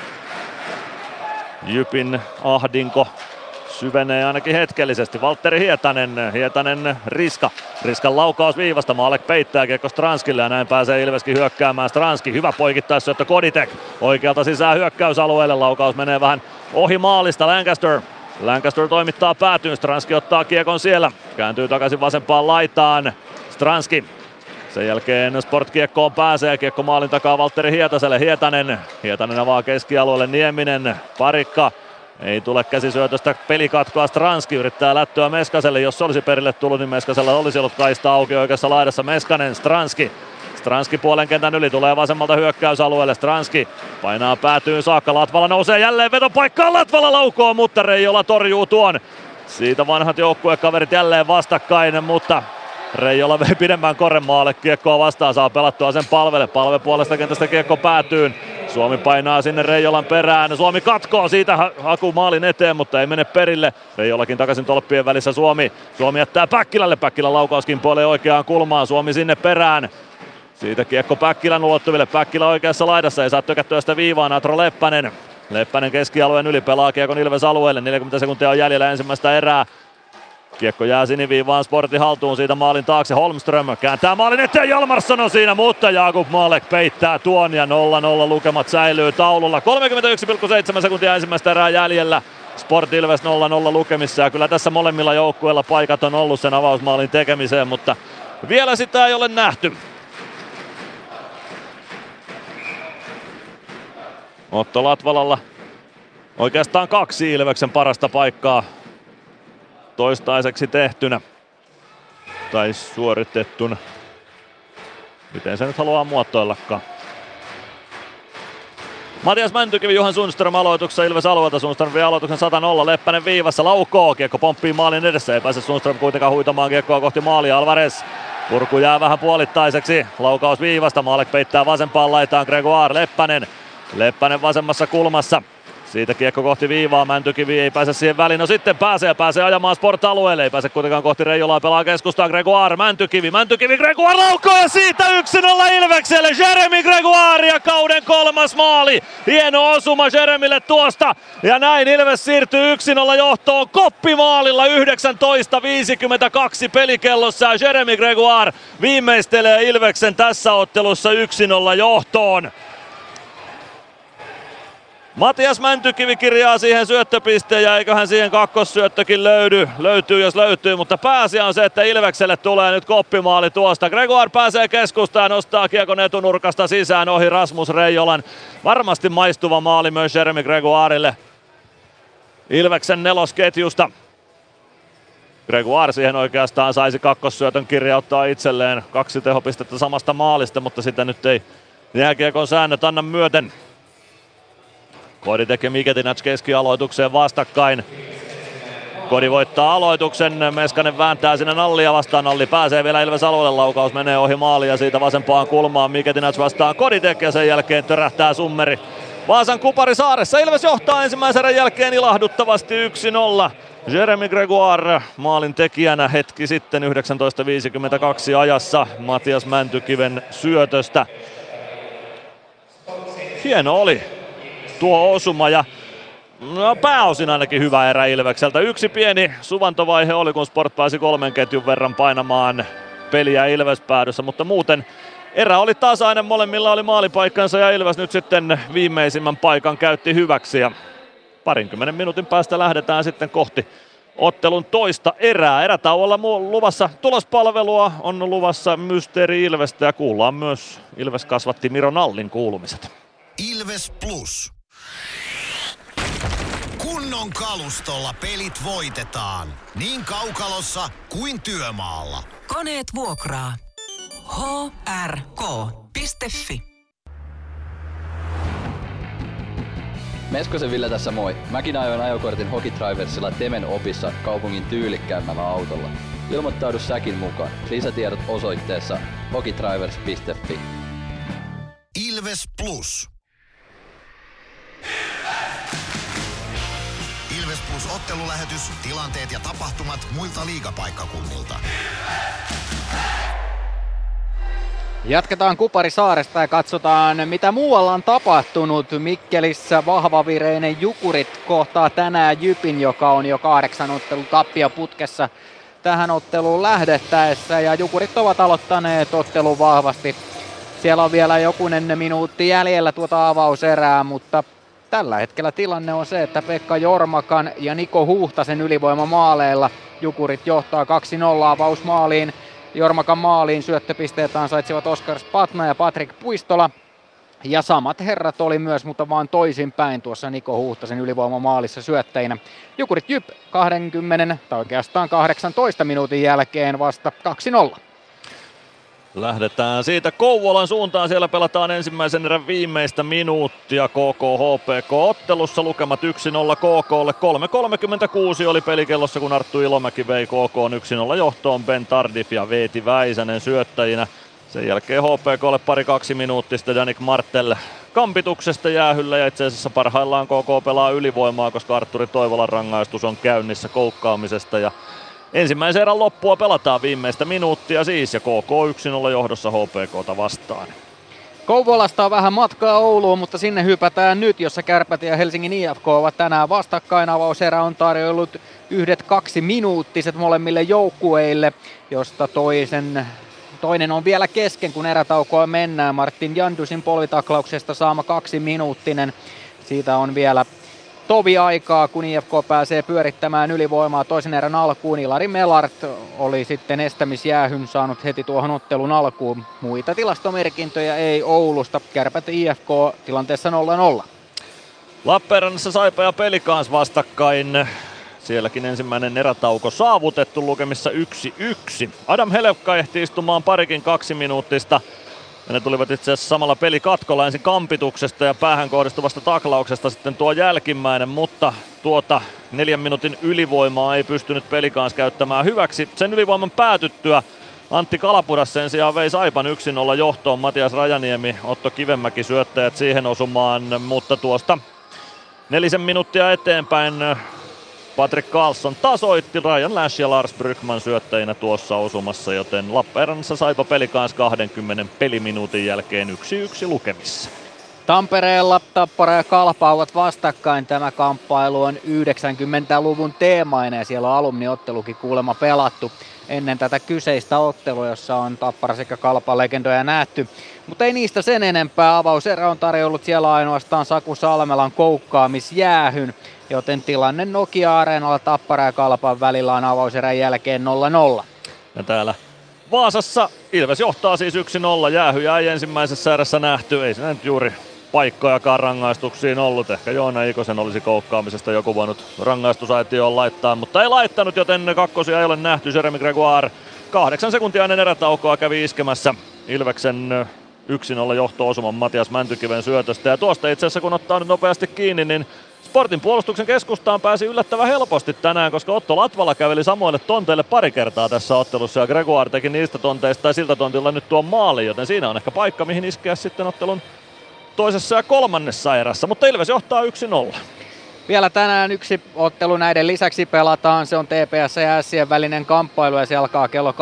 F: Jypin ahdinko syvenee ainakin hetkellisesti. Valtteri Hietanen Riskan laukaus viivasta. Maalek peittää kiekko Stranskille ja näin pääsee Ilveskin hyökkäämään. Stranski, hyvä poikittaisyöttö Koditek. Oikealta sisään hyökkäysalueelle. Laukaus menee vähän ohi maalista. Lancaster toimittaa päätyyn. Stranski ottaa kiekon siellä. Kääntyy takaisin vasempaan laitaan. Stranski. Sen jälkeen Sport-kiekkoon pääsee. Kiekko maalin takaa Valtteri Hietaselle. Hietanen avaa keskialueelle. Nieminen. Parikka. Ei tule käsisyötöstä pelikatkoa. Stranski yrittää lättyä Meskaselle. Jos se olisi perille tullut, niin Meskasella olisi ollut kaista auki oikeassa laidassa. Meskanen, Stranski puolen kentän yli, tulee vasemmalta hyökkäysalueelle. Stranski painaa päätyyn saakka. Latvala nousee jälleen vetopaikkaan. Latvala laukoo, mutta Reijola torjuu tuon. Siitä vanhat joukkuekaverit jälleen vastakkain, mutta Reijola vei pidemmän Koremaalle kiekkoa vastaan. Saa pelattua sen Palve puolesta kentästä kiekko päätyyn. Suomi painaa sinne Reijolan perään. Suomi katkoo siitä haku maalin eteen, mutta ei mene perille. Reijolakin takaisin tolppien välissä Suomi jättää Päkkilälle. Päkkilän laukauskin puoleen oikeaan kulmaan. Suomi sinne perään. Siitä kiekko Päkkilän ulottuville. Päkkilä oikeassa laidassa. Ei saa tökättyä sitä viivaa. Natro Leppänen keskialueen yli pelaa kiekon Ilves alueelle. 40 sekuntia on jäljellä ensimmäistä erää. Kiekko jää siniviivaan Sportin haltuun, siitä maalin taakse Holmström kääntää maalin eteen, Hjalmarsson on siinä, mutta Jakub Malek peittää tuon ja 0-0 lukemat säilyy taululla. 31,7 sekuntia ensimmäistä erää jäljellä. Sport Ilves 0-0 lukemissa ja kyllä tässä molemmilla joukkueilla paikat on ollut sen avausmaalin tekemiseen, mutta vielä sitä ei ole nähty. Otto Latvalalla oikeastaan 2 Ilveksen parasta paikkaa toistaiseksi tehtynä tai suoritettuna. miten se nyt haluaa muotoillakaan. Matias Mäntykivi, Johan Sundström aloituksessa Ilves alueelta. Sundström vie aloituksen 100-0, Leppänen viivassa, laukoo. Kiekko pomppii maalin edessä, ei pääse Sundström kuitenkaan huitamaan kiekkoa kohti maalia. Alvarez. Purku jää vähän puolittaiseksi, laukaus viivasta, Maalek peittää vasempaan laitaan, Gregoire, Leppänen vasemmassa kulmassa. Siitä kiekko kohti viivaa, Mäntykivi ei pääse siihen väliin, no sitten pääsee ajamaan Sport-alueelle, ei pääse kuitenkaan kohti Reijolaa, pelaa keskustaan Gregoire, Mäntykivi, Gregoire laukoo ja siitä 1-0 Ilvekselle, Jeremy Gregoire ja kauden 3. maali. Hieno osuma Jeremille tuosta ja näin Ilves siirtyy 1-0 johtoon koppimaalilla 19.52 pelikellossa ja Jeremy Gregoire viimeistelee Ilveksen tässä ottelussa 1-0 johtoon. Matias Mäntykivi kirjaa siihen syöttöpisteen ja eiköhän siihen kakkossyöttökin löytyy jos löytyy, mutta pääasia on se, että Ilvekselle tulee nyt koppimaali tuosta. Gregoire pääsee keskustaan ja nostaa kiekon etunurkasta sisään ohi Rasmus Reijolan. Varmasti maistuva maali myös Jeremy Gregoirelle Ilveksen nelosketjusta. Gregoire siihen oikeastaan saisi kakkossyötön kirjauttaa itselleen 2 tehopistettä samasta maalista, mutta sitä nyt ei jääkiekon säännöt anna myöten. Koditek ja Miketinac keskialoitukseen vastakkain. Kodi voittaa aloituksen, Meskanen vääntää sinne Nallia vastaan, Nalli pääsee vielä Ilves alueelle, laukaus menee ohi maali ja siitä vasempaan kulmaan Miketinac vastaan Koditek ja sen jälkeen törähtää summeri. Vaasan Kupari Saaressa, Ilves johtaa ensimmäisen erän jälkeen ilahduttavasti 1-0. Jeremy Gregoire maalin tekijänä hetki sitten 19.52 ajassa Matias Mäntykiven syötöstä. Hieno oli tuo osuma ja pääosin ainakin hyvä erä Ilvekseltä. Yksi pieni suvantovaihe oli, kun Sport pääsi 3 ketjun verran painamaan peliä Ilves päädyssä, mutta muuten erä oli tasainen, molemmilla oli maalipaikkansa ja Ilves nyt sitten viimeisimmän paikan käytti hyväksi ja 20 minuutin päästä lähdetään sitten kohti ottelun toista erää. Erätauolla luvassa tulospalvelua, on luvassa Mysteeri Ilvestä ja kuullaan myös Ilves kasvatti Miro Nallin kuulumiset.
A: Ilves Plus. Kunnon kalustolla pelit voitetaan. Niin kaukalossa kuin työmaalla.
C: Koneet vuokraa. hrk.fi.
H: Meskosen Ville tässä moi. Mäkin ajoin ajokortin Hokitriversilla Temen opissa kaupungin tyylikkäämmällä autolla. Ilmoittaudu säkin mukaan. Lisätiedot osoitteessa hokitrivers.fi.
A: Ilves Plus. Ilves Plus -ottelulähetys, tilanteet ja tapahtumat muilta liigapaikkakunnilta.
B: Jatketaan Kuparisaaresta ja katsotaan mitä muualla on tapahtunut. Mikkelissä vahvavireinen Jukurit kohtaa tänään Jypin, joka on jo 8 ottelun tappia putkessa tähän otteluun lähdettäessä. Ja Jukurit ovat aloittaneet ottelun vahvasti. Siellä on vielä jokunen minuutti jäljellä tuota avauserää, mutta tällä hetkellä tilanne on se, että Pekka Jormakan ja Niko Huhtasen ylivoimamaaleilla Jukurit johtaa 2-0 avausmaaliin. Jormakan maaliin syöttöpisteet ansaitsivat Oskar Spatna ja Patrik Puistola. Ja samat herrat oli myös, mutta vaan toisinpäin tuossa Niko Huhtasen ylivoimamaalissa syöttäjinä. Jukurit Jyp 20 tai oikeastaan 18 minuutin jälkeen vasta 2-0.
F: Lähdetään siitä Kouvolan suuntaan, siellä pelataan ensimmäisen erän viimeistä minuuttia KK-HPK-ottelussa, lukemat 1-0 KK:lle, 3.36 oli pelikellossa kun Arttu Ilomäki vei KK:n 1-0 johtoon, Ben Tardif ja Veeti Väisänen syöttäjinä. Sen jälkeen HPK:lle 2 minuuttista Danik Martel kampituksesta jäähyllä ja itse asiassa parhaillaan KK pelaa ylivoimaa, koska Artturi Toivolan rangaistus on käynnissä koukkaamisesta ja ensimmäisen erän loppua pelataan viimeistä minuuttia siis ja KK 1-0 johdossa HPK:ta vastaan.
B: Kouvolasta on vähän matkaa Ouluun, mutta sinne hypätään nyt, jossa Kärpät ja Helsingin IFK ovat tänään vastakkain. Avauserä on tarjoillut 1-2 minuuttiset molemmille joukkueille, josta toinen on vielä kesken, kun erätaukoa mennään. Martin Jandusin polvitaklauksesta saama 2 minuuttinen. Siitä on vielä tovi aikaa, kun IFK pääsee pyörittämään ylivoimaa toisen erän alkuun. Ilari Melart oli sitten estämisjäähyn saanut heti tuohon ottelun alkuun. Muita tilastomerkintöjä ei Oulusta. Kärpät IFK tilanteessa 0-0.
F: Lappeenrannassa Saipa ja Pelikans vastakkain. Sielläkin ensimmäinen erätauko saavutettu lukemissa 1-1. Adam Helevka ehti istumaan parikin 2 minuuttista Ja ne tulivat itse asiassa samalla pelikatkolla ensin kampituksesta ja päähän kohdistuvasta taklauksesta sitten tuo jälkimmäinen, mutta tuota 4 minuutin ylivoimaa ei pystynyt Pelikans käyttämään hyväksi. Sen ylivoiman päätyttyä Antti Kalapudas sen sijaan vei Saipan 1-0 johtoon. Matias Rajaniemi, Otto Kivenmäki syöttäjät siihen osumaan, mutta tuosta 4 minuuttia eteenpäin Patrick Karlsson tasoitti, Ryan Lash ja Lars Brygman syöttäjinä tuossa osumassa, joten Lappeenrannassa Saipa Pelikans 20 peliminuutin jälkeen 1-1 lukemissa.
B: Tampereella Tappara ja Kalpa ovat vastakkain. Tämä kamppailu on 90-luvun teemainen ja siellä on alumniottelukin kuulemma pelattu ennen tätä kyseistä ottelua, jossa on Tappara sekä Kalpa legendoja nähty. Mutta ei niistä sen enempää. Avauserä on tarjollut siellä ainoastaan Saku Salmelan koukkaamisjäähyn, joten tilanne Nokia-areenalla Tappara ja Kalpan välillä on avauserän jälkeen 0-0.
F: Ja täällä Vaasassa Ilves johtaa siis 1-0. Jäähyjä ei ensimmäisessä erässä nähty. Ei se nyt juuri paikkojakaan rangaistuksiin ollut. Ehkä Joona Ikosen olisi koukkaamisesta joku voinut rangaistusaitioon laittaa, mutta ei laittanut, joten kakkosia ei ole nähty. Jeremy Gregoire 8 sekuntia ennen erätaukoa kävi iskemässä Ilveksen 1-0 johto-osuman Matias Mäntykiven syötöstä. Ja tuosta itse asiassa kun ottaa nyt nopeasti kiinni, niin Sportin puolustuksen keskustaan pääsi yllättävän helposti tänään, koska Otto Latvala käveli samoille tonteille pari kertaa tässä ottelussa ja Gregoire teki niistä tonteista tai siltä tontilla nyt tuon maalin, joten siinä on ehkä paikka mihin iskeä sitten ottelun toisessa ja kolmannessa erässä, mutta Ilves johtaa 1-0.
B: Vielä tänään yksi ottelu näiden lisäksi pelataan, se on TPS ja Sien välinen kamppailu ja se alkaa kello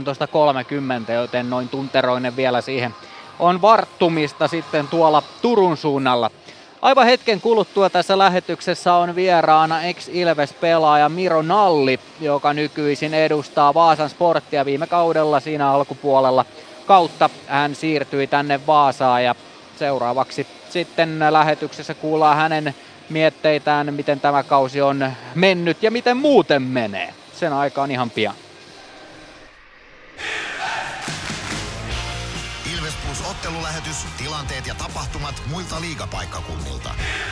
B: 18.30, joten noin tunteroinen vielä siihen on varttumista sitten tuolla Turun suunnalla. Aivan hetken kuluttua tässä lähetyksessä on vieraana ex-Ilves-pelaaja Miro Nalli, joka nykyisin edustaa Vaasan Sporttia viime kaudella siinä alkupuolella kautta. Hän siirtyi tänne Vaasaan ja seuraavaksi sitten lähetyksessä kuullaan hänen mietteitään, miten tämä kausi on mennyt ja miten muuten menee. Sen aika on ihan pian.
A: Ilves Plus -ottelulähetys, tilanteet ja tapahtumat muilta liigapaikkakunnilta.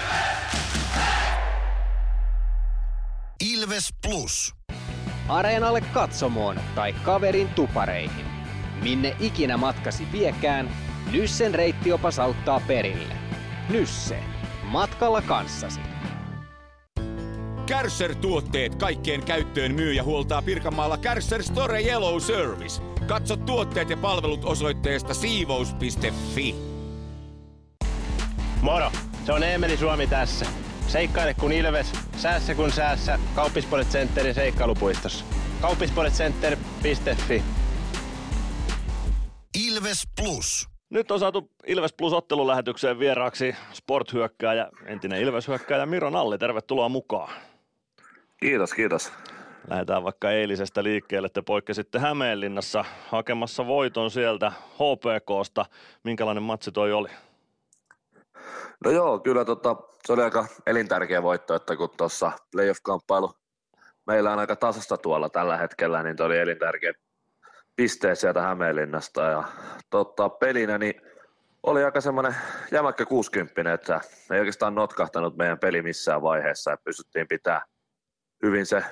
A: Ilves Plus.
D: Areenalle, katsomoon tai kaverin tupareihin. Minne ikinä matkasi viekään, Nyssen reittiopas auttaa perille. Nysse. Matkalla kanssasi.
I: Kärcher-tuotteet kaikkeen käyttöön myy ja huoltaa Pirkanmaalla Kärcher Store Yellow Service. Katso tuotteet ja palvelut osoitteesta siivous.fi.
E: Moro, se on Eemeli Suomi tässä. Seikkaile kun Ilves, säässä kun säässä. Kauppispoilet Centerin seikkailupuistossa. Kauppispoiletcenter.fi.
A: Ilves Plus.
F: Nyt on saatu Ilves Plus -ottelulähetykseen vieraaksi Sport-hyökkääjä, entinen Ilves-hyökkääjä Miro Nalli. Tervetuloa mukaan.
S: Kiitos, kiitos.
F: Lähdetään vaikka eilisestä liikkeelle. Te poikkesitte Hämeenlinnassa hakemassa voiton sieltä HPK:sta. Minkälainen matsi toi oli?
S: No joo, kyllä se oli aika elintärkeä voitto, että kun tuossa playoff-kamppailu meillä on aika tasasta tuolla tällä hetkellä, niin toi oli elintärkeä pisteet sieltä Hämeenlinnasta ja pelinä niin oli aika semmoinen jämäkkä 60, että ei oikeastaan notkahtanut meidän peli missään vaiheessa ja pystyttiin pitää hyvin se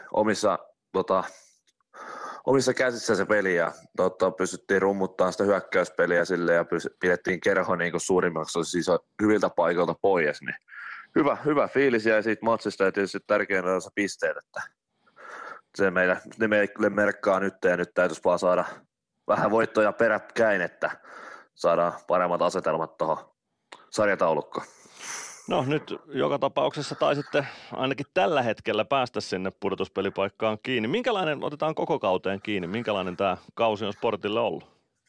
S: omissa käsissä se peli ja pystyttiin rummuttamaan sitä hyökkäyspeliä sille ja pidettiin kerho niin kuin suurimmaksi siis hyviltä paikoilta pois, niin hyvä fiilis jäi siitä matsista ja tietysti tärkeänä on se pisteet, että se meille merkkaa nyt ja nyt täytyisi vaan saada vähän voittoja peräkkäin, että saadaan paremmat asetelmat tuohon sarjataulukkoon.
F: No nyt joka tapauksessa taisitte ainakin tällä hetkellä päästä sinne pudotuspelipaikkaan kiinni. Otetaan koko kauteen kiinni, minkälainen tämä kausi on Sportille ollut?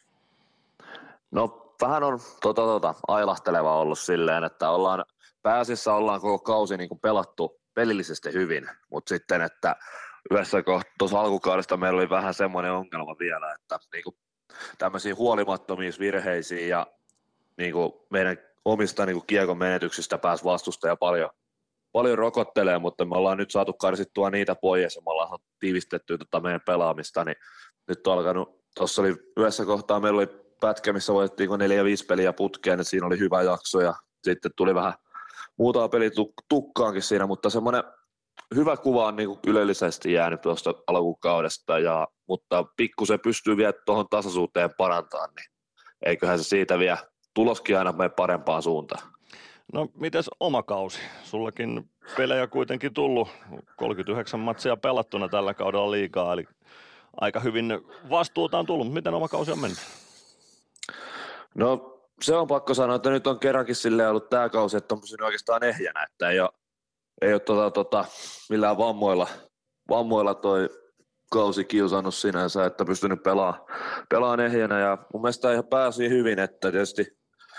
S: No vähän on ailahteleva ollut silleen, että pääasiassa ollaan koko kausi niin kuin pelattu pelillisesti hyvin, mutta sitten, että yhdessä kohtaa tuossa alkukaudesta meillä oli vähän semmoinen ongelma vielä, että niinku tämmöisiä huolimattomia virheisiä ja niinku meidän omista niinku kiekon menetyksistä pääsi vastustaja paljon rokottelee, mutta me ollaan nyt saatu karsittua niitä pois ja me ollaan saatu tiivistettyä meidän pelaamista, niin nyt on alkanut, tuossa oli yhdessä kohtaa meillä oli pätkä, missä voitettiin 4-5 peliä putkeen, että siinä oli hyvä jakso ja sitten tuli vähän muutama peli tukkaankin siinä, mutta semmoinen hyvä kuva on niin ylellisesti jäänyt tuosta alkukaudesta, mutta pikkusen pystyy vielä tuohon tasaisuuteen parantamaan, niin eiköhän se siitä vielä tuloskin aina mene parempaan suuntaan.
F: No mites oma kausi? Sullakin pelejä kuitenkin tullut, 39 matsia pelattuna tällä kaudella liigaa, eli aika hyvin vastuuta on tullut. Miten oma kausi on mennyt?
S: No se on pakko sanoa, että nyt on kerrankin silleen ollut tämä kausi, että on pysynyt oikeastaan ehjänä, että ei ole millään vammoilla toi kausi kiusannut sinänsä, että pystynyt pelaamaan ehjänä ja mun mielestä ihan pääsi hyvin, että tietysti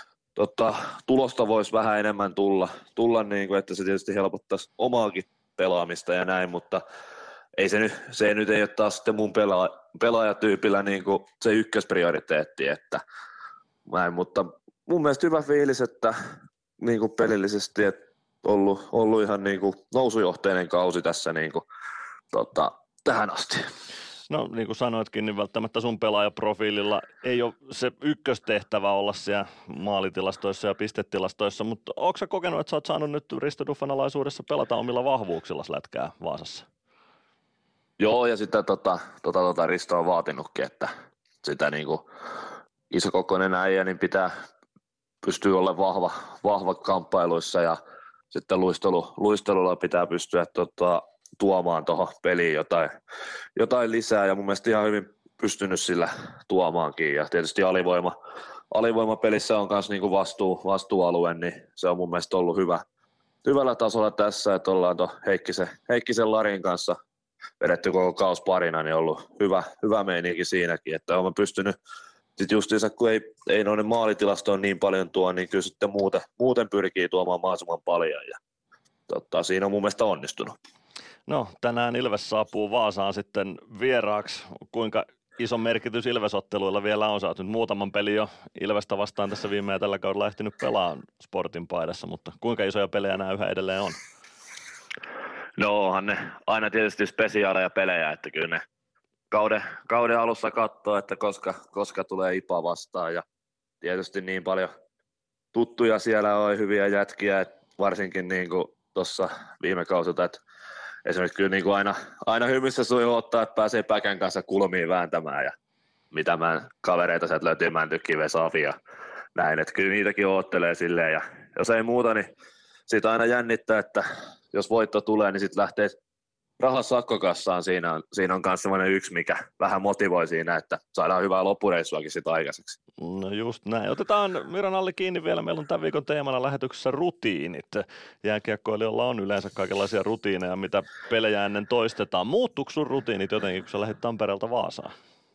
S: tulosta voisi vähän enemmän tulla niin kuin, että se tietysti helpottaisi omaakin pelaamista ja näin, mutta ei se nyt ei ole taas sitten mun pelaajatyypillä niin kuin se ykkösprioriteetti, että näin, mutta mun mielestä hyvä fiilis, että niin kuin pelillisesti, että ollut ihan niin kuin nousujohteinen kausi tässä niin kuin, tähän asti.
F: No niin kuin sanoitkin, niin välttämättä sun pelaajaprofiililla ei ole se ykköstehtävä olla siellä maalitilastoissa ja pistetilastoissa, mutta ootko sä kokenut, että sä oot saanut nyt Risto Duffan alaisuudessa pelata omilla vahvuuksilla lätkää Vaasassa?
S: Joo, ja sitä Risto on vaatinutkin, että sitä niin kuin isokokoinen äijä niin pitää pystyä olemaan vahva kamppailuissa ja sitten luistelulla pitää pystyä tuomaan tuohon peliin jotain lisää ja mun mielestä ihan hyvin pystynyt sillä tuomaankin ja tietysti alivoimapelissä on myös niinku vastuualue, niin se on mun mielestä ollut hyvällä tasolla tässä, että ollaan Heikkisen Larin kanssa vedetty koko kaus parina, niin ollut hyvä meininki siinäkin, että olen pystynyt sitten justiinsa, kun ei noiden maalitilastoon niin paljon tuo, niin kyllä sitten muuten pyrkii tuomaan mahdollisimman paljon ja siinä on mun mielestä onnistunut.
F: No tänään Ilves saapuu Vaasaan sitten vieraaksi. Kuinka iso merkitys Ilves-otteluilla vielä on? Sä oot nyt muutaman pelin jo Ilvestä vastaan tässä viime ja tällä kaudella ehtinyt pelaa Sportin paidassa, mutta kuinka isoja pelejä nämä yhä edelleen on?
S: No onhan ne aina tietysti spesiaaleja pelejä, että kyllä ne kauden alussa katsoo, että koska tulee IPA vastaan ja tietysti niin paljon tuttuja siellä on hyviä jätkiä, että varsinkin niin kuin tuossa viime kausilta, että esimerkiksi kyllä niin kuin aina hymissä sujuu ottaa, että pääsee Päkän kanssa kulmiin vääntämään ja mitä kavereita sieltä löytyy, Mäntykive, Safi ja näin, että kyllä niitäkin oottelee silleen ja jos ei muuta, niin siitä aina jännittää, että jos voitto tulee, niin sitten lähtee rahaa sakkokassaan, siinä on myös semmoinen yksi, mikä vähän motivoi siinä, että saadaan hyvää loppureissuakin sitten aikaiseksi.
F: No just näin. Otetaan Miron Alli kiinni vielä. Meillä on tämän viikon teemana lähetyksessä rutiinit. Jääkiekkoilijoilla on yleensä kaikenlaisia rutiineja, mitä pelejä ennen toistetaan. Muuttuuko sun rutiinit jotenkin, kun sä lähdit Tampereelta Vaasaan?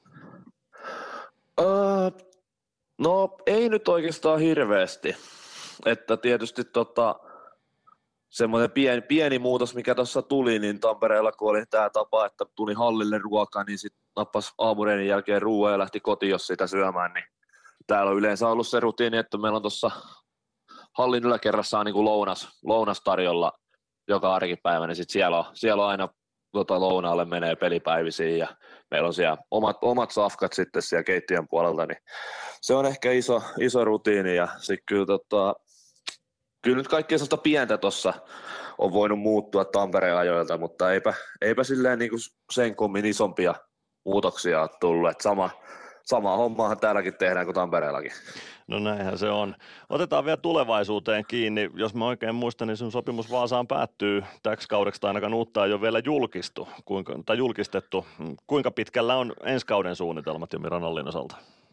S: No ei nyt oikeastaan hirveästi. Että tietysti semmoinen pieni muutos, mikä tuossa tuli, niin Tampereella kun oli tämä tapa, että tuli hallille ruoka, niin sitten nappasi aamureenin jälkeen ruoan ja lähti kotiin, jos sitä syömään, niin täällä on yleensä ollut se rutiini, että meillä on tuossa hallin yläkerrassa on niin kuin lounas tarjolla joka arkipäivä, niin sitten siellä on aina lounaalle menee pelipäivisiin ja meillä on siellä omat safkat sitten siellä keittiön puolelta, niin se on ehkä iso rutiini ja sitten kyllä nyt kaikkea sellaista pientä tuossa on voinut muuttua Tampereen ajoilta, mutta eipä silleen niin kuin sen kummin isompia muutoksia ole tullut. Että sama hommaahan täälläkin tehdään kuin Tampereellakin.
F: No näinhän se on. Otetaan vielä tulevaisuuteen kiinni. Jos mä oikein muistan, niin sun sopimus Vaasaan päättyy täksi kaudeksi, tai ainakaan uutta ei ole vielä julkistettu. Kuinka pitkällä on ensi kauden suunnitelmat jo Miron Allin osalta?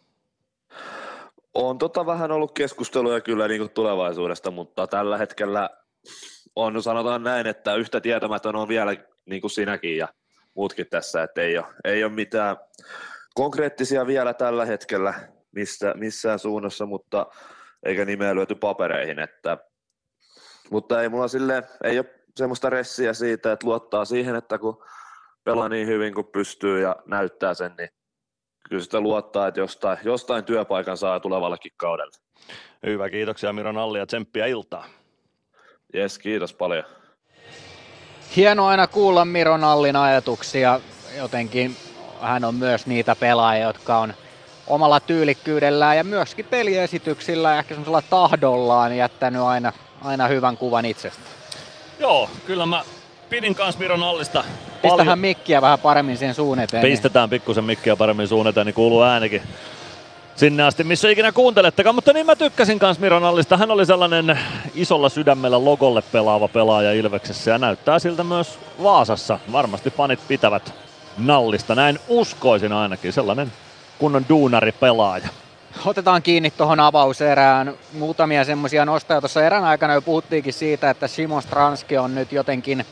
S: On vähän ollut keskusteluja kyllä niin kuin tulevaisuudesta, mutta tällä hetkellä on, sanotaan näin, että yhtä tietämätön on vielä niin kuin sinäkin ja muutkin tässä, että ei ole mitään konkreettisia vielä tällä hetkellä missään suunnassa, mutta eikä nimeä lyöty papereihin, mutta ei mulla ei ole semmoista ressiä siitä, että luottaa siihen, että kun pelaa niin hyvin kuin pystyy ja näyttää sen, niin kyllä sitä luottaa, että jostain työpaikan saa tulevallekin kaudelle.
F: Hyvä, kiitoksia Miron Alli ja tsemppiä iltaa.
S: Jes, kiitos paljon.
B: Hienoa aina kuulla Miron Allin ajatuksia. Jotenkin hän on myös niitä pelaajia, jotka on omalla tyylikkyydellään ja myöskin peliesityksillä ja ehkä semmoisella tahdollaan jättänyt aina hyvän kuvan itsestä.
F: Joo, kyllä mä pidin kanssa Miron Allista.
B: Pistähän mikkiä vähän paremmin sen suun eteen.
F: Pistetään pikkusen mikkiä paremmin suun eteen, niin kuuluu äänikin. sinne asti, missä ikinä kuuntelettekaan. Mutta niin mä tykkäsin kans Miro Nallista. Hän oli sellainen isolla sydämellä logolle pelaava pelaaja Ilveksessä ja näyttää siltä myös Vaasassa. Varmasti fanit pitävät Nallista, näin uskoisin ainakin. Sellainen kunnon duunaripelaaja.
B: Otetaan kiinni tuohon avauserään. Muutamia semmoisia nostoja. Tuossa erän aikana jo puhuttiinkin siitä, että Simon Stranski on nyt jotenkin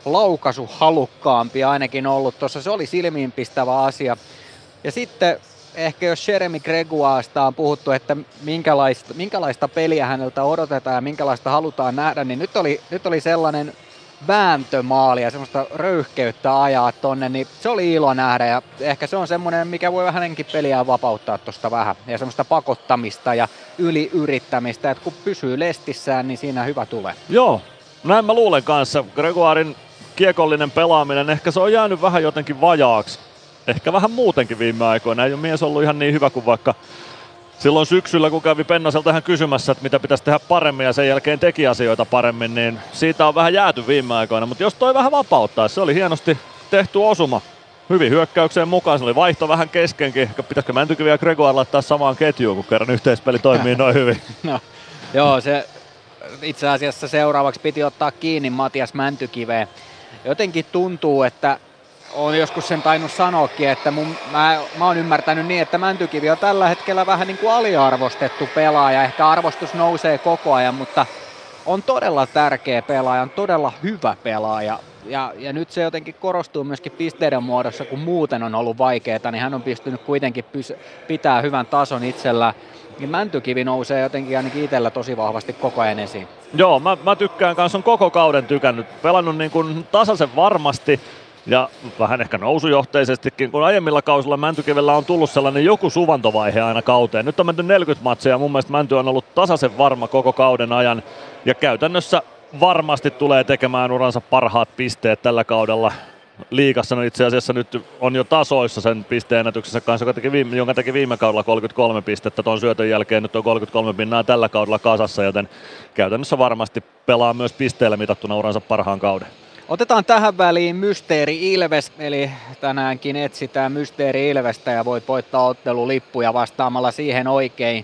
B: laukaisuhalukkaampi ainakin ollut. Tuossa se oli silmiinpistävä asia. Ja sitten ehkä jos Jeremy Gregoiresta on puhuttu, että minkälaista peliä häneltä odotetaan ja minkälaista halutaan nähdä, niin nyt oli sellainen vääntömaali ja semmoista röyhkeyttä ajaa tonne, niin se oli ilo nähdä ja ehkä se on semmoinen, mikä voi hänenkin peliään vapauttaa tosta vähän ja semmoista pakottamista ja yliyrittämistä, että kun pysyy lestissään, niin siinä hyvä tulee.
F: Joo, näin mä luulen kanssa. Gregoirin kiekollinen pelaaminen, ehkä se on jäänyt vähän jotenkin vajaaksi. Ehkä vähän muutenkin viime aikoina. Ei ole mies ollut ihan niin hyvä kuin vaikka silloin syksyllä, kun kävi Pennaselta ihan kysymässä, että mitä pitäisi tehdä paremmin ja sen jälkeen teki asioita paremmin, niin siitä on vähän jääty viime aikoina. Mutta jos toi vähän vapauttaa, se oli hienosti tehty osuma. Hyvin hyökkäykseen mukaan, se oli vaihto vähän keskenkin. Ehkä pitäisikö Mäntykivi ja Gregoire laittaa samaan ketjuun, kun kerran yhteispeli toimii noin hyvin.
B: No, joo, se itse asiassa seuraavaksi piti ottaa kiinni Matias Mäntykiveen. Jotenkin tuntuu, että olen joskus sen tainnut sanoakin, että mä oon ymmärtänyt niin, että Mäntykivi on tällä hetkellä vähän niin kuin aliarvostettu pelaaja. Ehkä arvostus nousee koko ajan, mutta on todella tärkeä pelaaja, on todella hyvä pelaaja. Ja nyt se jotenkin korostuu myöskin pisteiden muodossa, kun muuten on ollut vaikeaa, niin hän on pystynyt kuitenkin pitää hyvän tason itsellään. Niin Mäntykivi nousee jotenkin ainakin itsellä tosi vahvasti koko ajan esiin.
F: Joo, mä tykkään kanssa, on koko kauden tykännyt. Pelannut niin kuin tasaisen varmasti. Ja vähän ehkä nousujohteisestikin, kun aiemmilla kausilla Mäntykivellä on tullut sellainen joku suvantovaihe aina kauteen. Nyt on menty 40 matseja ja mun mielestä Mänty on ollut tasaisen varma koko kauden ajan. Ja käytännössä varmasti tulee tekemään uransa parhaat pisteet tällä kaudella. Liigassa no itse asiassa nyt on jo tasoissa sen pisteennätyksessä kanssa, jonka teki viime kaudella 33 pistettä. Tuon syötön jälkeen nyt on 33 pinnaa tällä kaudella kasassa, joten käytännössä varmasti pelaa myös pisteellä mitattuna uransa parhaan kauden.
B: Otetaan tähän väliin Mysteeri Ilves, eli tänäänkin etsitään Mysteeri Ilvestä ja voit voittaa ottelulippuja vastaamalla siihen oikein.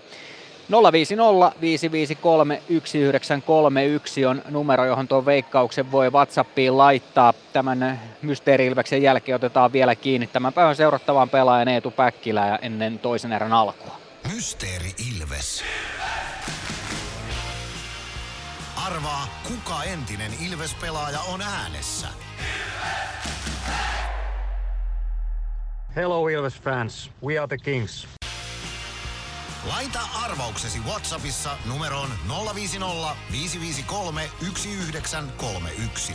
B: 050 553 1931 on numero, johon tuon veikkauksen voi WhatsAppiin laittaa. Tämän Mysteeri Ilveksen jälkeen otetaan vielä kiinni tämän päivän seurattavaan pelaajan Eetu Päkkilää ennen toisen erän alkua.
A: Mysteeri Ilves. Arvaa, kuka entinen Ilves-pelaaja on äänessä.
N: Hello Ilves fans, we are the Kings.
A: Laita arvauksesi WhatsAppissa numeroon 050 553 1931.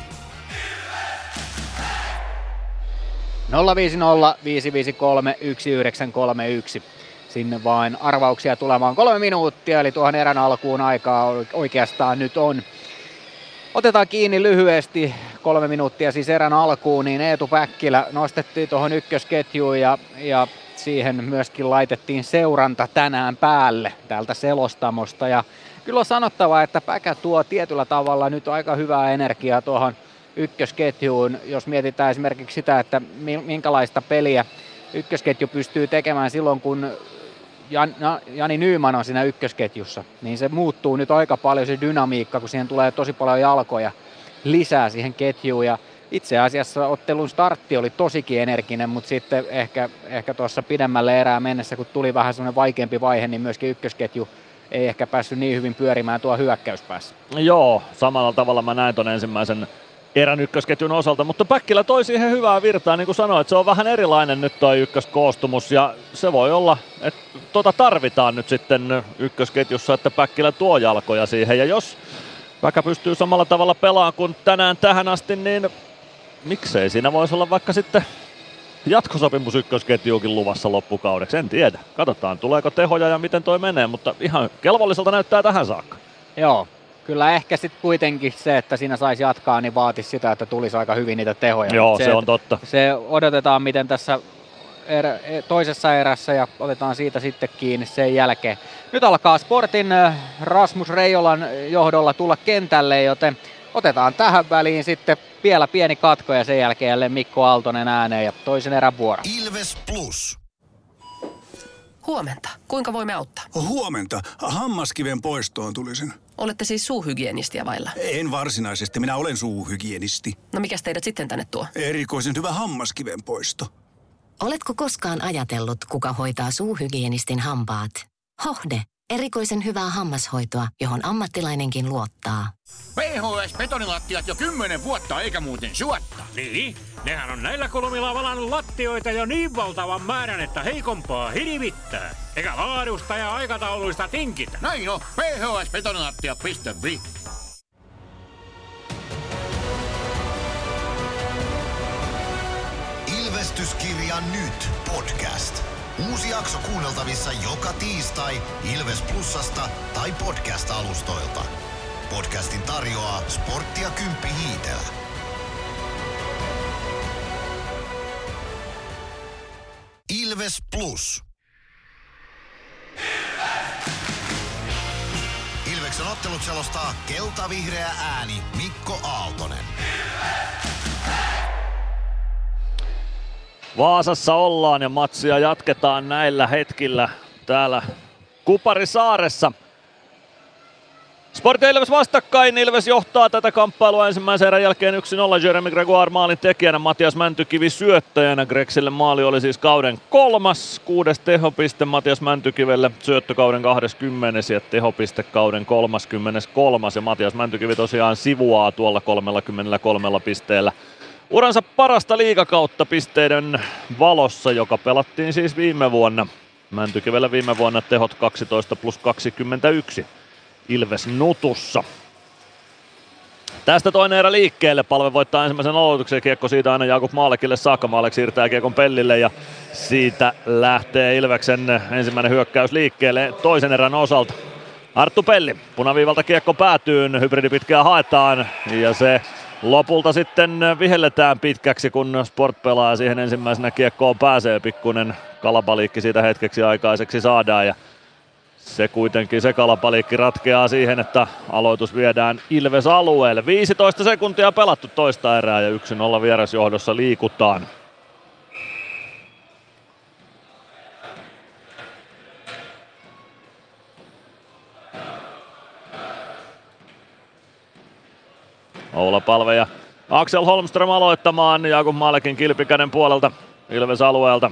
B: 050 553 1931. Sinne vain arvauksia tulemaan 3 minuuttia, eli tuohon erän alkuun aikaa oikeastaan nyt on. Otetaan kiinni lyhyesti, 3 minuuttia siis erän alkuun, niin Eetu Päkkilä nostettiin tuohon ykkösketjuun ja siihen myöskin laitettiin seuranta tänään päälle täältä selostamosta. Ja kyllä on sanottava, että Päkä tuo tietyllä tavalla nyt aika hyvää energiaa tuohon ykkösketjuun, jos mietitään esimerkiksi sitä, että minkälaista peliä ykkösketju pystyy tekemään silloin, kun Jani Nyman on siinä ykkösketjussa, niin se muuttuu nyt aika paljon se dynamiikka, kun siihen tulee tosi paljon jalkoja lisää siihen ketjuun. Ja itse asiassa ottelun startti oli tosikin energinen, mutta sitten ehkä tuossa pidemmälle erään mennessä, kun tuli vähän semmoinen vaikeampi vaihe, niin myöskin ykkösketju ei ehkä päässyt niin hyvin pyörimään tuo hyökkäyspäässä.
F: Joo, samalla tavalla mä näin ton ensimmäisen erän ykkösketjun osalta, mutta Päkkilä toi siihen hyvää virtaa, niin kuin sanoit, se on vähän erilainen nyt toi ykköskoostumus ja se voi olla, että tarvitaan nyt sitten ykkösketjussa, että Päkkilä tuo jalkoja siihen ja jos Päkä pystyy samalla tavalla pelaamaan kuin tänään tähän asti, niin miksei siinä voisi olla vaikka sitten jatkosopimus ykkösketjuukin luvassa loppukaudeksi, en tiedä. Katsotaan tuleeko tehoja ja miten toi menee, mutta ihan kelvolliselta näyttää tähän saakka.
B: Joo. Kyllä ehkä sitten kuitenkin se, että siinä saisi jatkaa, niin vaatisi sitä, että tulisi aika hyvin niitä tehoja.
F: Joo, se on totta.
B: Se odotetaan, miten tässä toisessa erässä ja otetaan siitä sitten kiinni sen jälkeen. Nyt alkaa Sportin Rasmus Reijolan johdolla tulla kentälle, joten otetaan tähän väliin sitten vielä pieni katko ja sen jälkeen jälleen Mikko Aaltonen ääneen ja toisen erän vuoro.
A: Ilves Plus.
K: Huomenta. Kuinka voimme auttaa?
L: Huomenta. Hammaskiven poistoon tulisin.
K: Olette siis suuhygienistiä vailla?
L: En varsinaisesti. Minä olen suuhygienisti.
K: No mikäs teidät sitten tänne tuo?
L: Erikoisen hyvä hammaskiven poisto.
M: Oletko koskaan ajatellut, kuka hoitaa suuhygienistin hampaat? Hohde. Erikoisen hyvää hammashoitoa, johon ammattilainenkin luottaa.
R: PHS-betonilattiat jo 10 vuotta eikä muuten suotta.
N: Niin, nehän on näillä kolmilla valannut lattioita jo niin valtavan määrän, että heikompaa hirvittää. Eikä laadusta ja aikatauluista tinkitä.
R: Näin on, phsbetonilattia.fi.
A: Ilvestyskirja nyt podcast. Uusi jakso kuunneltavissa joka tiistai Ilves Plusasta tai podcast-alustoilta. Podcastin tarjoaa Sporttia Kymppi Hiitelä. Ilves Plus. Ilveksen ottelut selostaa kelta-vihreä ääni Mikko Aaltonen.
F: Vaasassa ollaan ja matsia jatketaan näillä hetkillä täällä Kuparisaaressa. Sport ja Ilves vastakkain. Ilves johtaa tätä kamppailua ensimmäisen erän jälkeen 1-0. Jeremy Gregoire maalin tekijänä, Matias Mäntykivi syöttäjänä. Gregsille maali oli siis kauden 3. 6. tehopiste Matias Mäntykivelle, syöttökauden 20. ja tehopiste kauden 33. Ja Matias Mäntykivi tosiaan sivuaa tuolla 33 pisteellä uransa parasta liigakautta pisteiden valossa, joka pelattiin siis viime vuonna. Mäntykivellä viime vuonna tehot 12+21 Ilves Nutussa. Tästä toinen erä liikkeelle. Palve voittaa ensimmäisen aloituksen. Kiekko siitä aina Jakub Maalekille saakka. Maalek siirtää kiekon Pellille ja siitä lähtee Ilveksen ensimmäinen hyökkäys liikkeelle toisen erän osalta. Arttu Pelli, punaviivalta kiekko päätyyn, hybridipitkää haetaan ja se lopulta sitten vihelletään pitkäksi, kun Sport pelaa siihen ensimmäisenä kiekkoon pääsee. Pikkuinen kalapaliikki siitä hetkeksi aikaiseksi saadaan ja se kuitenkin se kalapaliikki ratkeaa siihen, että aloitus viedään Ilves alueelle. 15 sekuntia pelattu toista erää ja 1-0 vierasjohdossa liikutaan. Oula Palve ja Axel Holmström aloittamaan. Jakub Maalekin kilpikäden puolelta Ilves alueelta.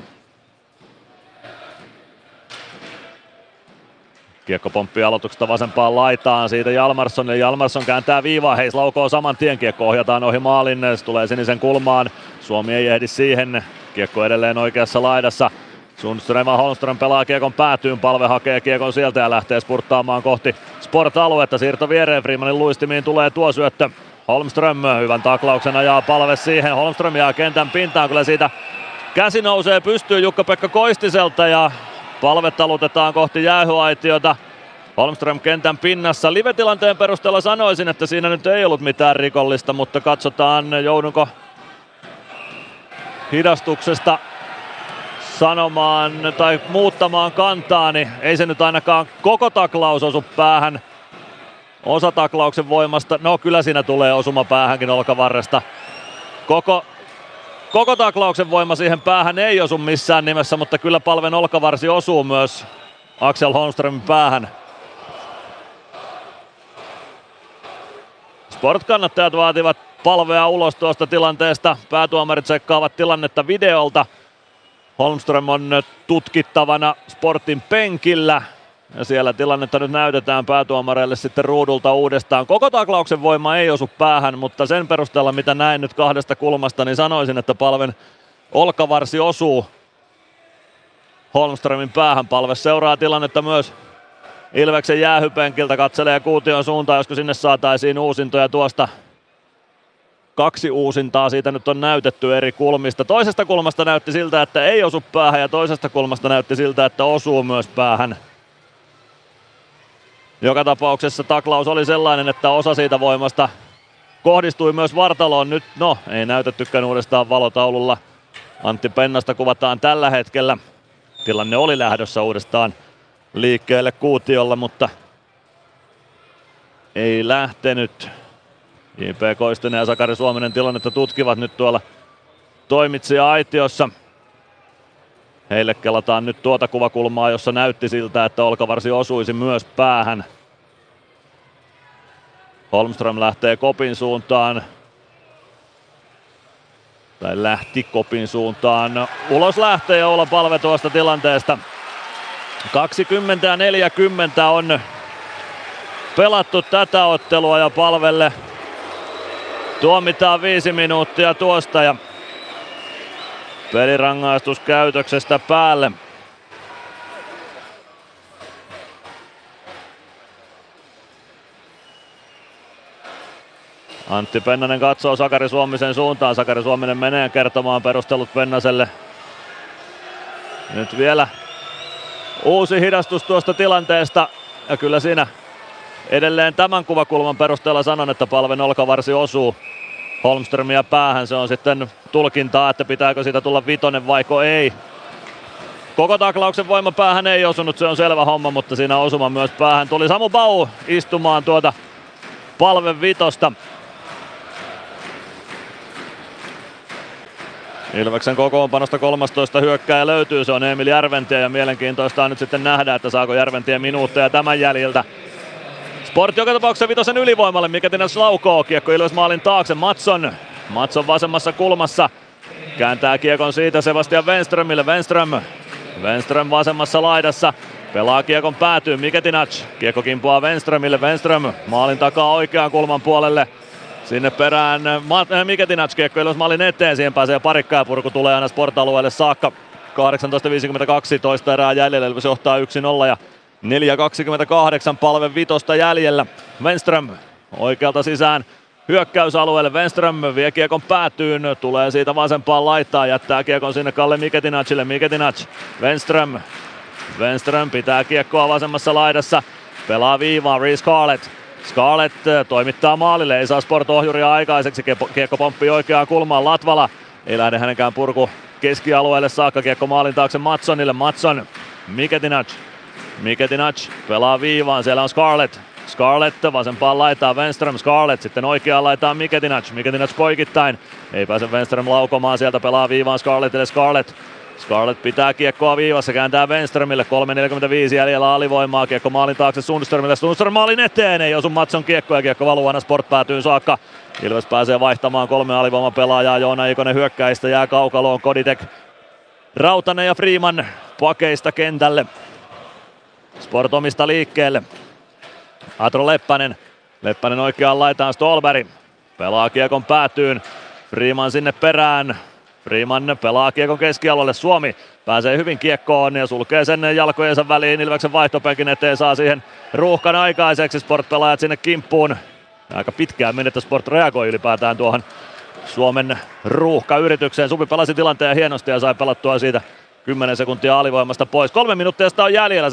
F: Kiekko pomppii aloituksesta vasempaan laitaan, siitä Jalmarsson, ja Jalmarsson kääntää viivaa, Heis laukoo saman tien, kiekko ohjataan ohi maalin, se tulee sinisen kulmaan, Suomi ei ehdi siihen, kiekko edelleen oikeassa laidassa, Sundström ja Holmström pelaa kiekon päätyyn, Palve hakee kiekon sieltä ja lähtee spurttaamaan kohti Sport-aluetta, siirto viereen, Freemanin luistimiin tulee tuo syöttö, Holmström hyvän taklauksen ajaa Palve siihen, Holmström jää kentän pintaan, kyllä siitä käsi nousee pystyyn Jukka-Pekka Koistiselta ja Palve talutetaan kohti jäähyaitiota. Holmström kentän pinnassa. Live-tilanteen perusteella sanoisin, että siinä nyt ei ollut mitään rikollista, mutta katsotaan joudunko hidastuksesta sanomaan tai muuttamaan kantaani. Ei se nyt ainakaan koko taklaus osu päähän. Osa taklauksen voimasta, no kyllä siinä tulee osuma päähänkin olkavarresta. Koko taklauksen voima siihen päähän ei osu missään nimessä, mutta kyllä Palven olkavarsi osuu myös Axel Holmströmin päähän. Sport-kannattajat vaativat Palvea ulos tuosta tilanteesta. Päätuomarit tsekkaavat tilannetta videolta. Holmström on tutkittavana Sportin penkillä. Ja siellä tilannetta nyt näytetään päätuomareille sitten ruudulta uudestaan. Koko taklauksen voima ei osu päähän, mutta sen perusteella mitä näin nyt kahdesta kulmasta, niin sanoisin, että Palven olkavarsi osuu Holmströmin päähän. Palve seuraa tilannetta myös Ilveksen jäähypenkiltä, katselee kuution suuntaan, josko sinne saataisiin uusintoja tuosta. 2 uusintaa siitä nyt on näytetty eri kulmista. Toisesta kulmasta näytti siltä, että ei osu päähän ja toisesta kulmasta näytti siltä, että osuu myös päähän. Joka tapauksessa taklaus oli sellainen, että osa siitä voimasta kohdistui myös vartaloon. Nyt ei näytettykään uudestaan valotaululla. Antti Pennasta kuvataan tällä hetkellä. Tilanne oli lähdössä uudestaan liikkeelle kuutiolla, mutta ei lähtenyt. J.P. Koistinen ja Sakari Suominen tilannetta tutkivat nyt tuolla toimitsija-aitiossa. Heille kelataan nyt tuota kuvakulmaa, jossa näytti siltä, että olkavarsi osuisi myös päähän. Holmström lähtee kopin suuntaan. Tai lähti kopin suuntaan. Ulos lähtee Oula Palve tuosta tilanteesta. 20 ja 40 on pelattu tätä ottelua ja Palvelle tuomitaan 5 minuuttia tuosta ja pelirangaistus käytöksestä päälle. Antti Pennanen katsoo Sakari Suomisen suuntaan. Sakari Suominen menee kertomaan perustelut Pennaselle. Nyt vielä uusi hidastus tuosta tilanteesta. Ja kyllä siinä edelleen tämän kuvakulman perusteella sanon, että Palven olkavarsi osuu Holmströmiä päähän. Se on sitten tulkintaa, että pitääkö siitä tulla vitonen vaiko ei. Koko taklauksen voima päähän ei osunut, se on selvä homma, mutta siinä osuma myös päähän. Tuli Samu Bau istumaan tuota Palven vitosta. Ilveksen kokoonpanosta 13 hyökkääjä löytyy, se on Emil Järventie ja mielenkiintoista on nyt sitten nähdä, että saako Järventie minuutteja tämän jäljiltä. Sport joka tapauksessa vitosen ylivoimalle, Miketinas laukoo, kiekko Ilves maalin taakse, Mattsson vasemmassa kulmassa, kääntää kiekon siitä Sebastian Wenströmille, Wenström vasemmassa laidassa, pelaa kiekon päätyyn, Miketinac, kiekko kimpoaa Wenströmille, Wenström maalin takaa oikean kulman puolelle. Sinne perään Miketinac, kiekko Ilves maalin eteen, siihen pääsee parikka ja purku tulee aina Sport-alueelle saakka. 18.52, toista erää jäljellä, Ilves johtaa 1-0 ja 4.28 Palve vitosta jäljellä. Wenström oikealta sisään hyökkäysalueelle, Wenström vie kiekon päätyyn, tulee siitä vasempaan laittaa, jättää kiekon sinne Kalle Miketinacille, Wenström pitää kiekkoa vasemmassa laidassa, pelaa viivaan, Reece Scarlett toimittaa maalille, ei saa Sport-ohjuria aikaiseksi, kiekko pomppii oikeaan kulmaan, Latvala ei lähde hänenkään purku keskialueelle saakka, kiekko maalin taakse Mattsonille, Miketinac pelaa viivaan, siellä on Scarlett vasempaan laitaan Wenström, Scarlett sitten oikeaan laitaan Miketinac poikittain, ei pääse Wenström laukomaan, sieltä pelaa viivaan Scarlettille, Scarlett pitää kiekkoa viivassa, kääntää Wenströmille, 3.45 jäljellä alivoimaa, kiekko maalin taakse Sundströmille, Sundström maalin eteen, ei osu Mattsson kiekko ja kiekko valuu aina Sport päätyyn saakka. Ilves pääsee vaihtamaan 3 alivoimapelaajaa, Joona Ikonen hyökkäistä jää kaukaloon, Koditek, Rautanen ja Freeman pakeista kentälle. Sport omista liikkeelle. Atro Leppänen oikeaan laitaan, Ståhlberg pelaa kiekon päätyyn, Freeman sinne perään. Freeman pelaa kiekon keskialueelle, Suomi pääsee hyvin kiekkoon ja sulkee sen jalkojensa väliin Ilveksen vaihtopenkin eteen, saa siihen ruuhkan aikaiseksi, Sport-pelaajat sinne kimppuun. Aika pitkään meni, että Sport reagoi ylipäätään tuohon Suomen ruuhkayritykseen. Supi pelasi tilanteen hienosti ja sai pelattua siitä 10 sekuntia alivoimasta pois. 3 minuuttia sitä on jäljellä,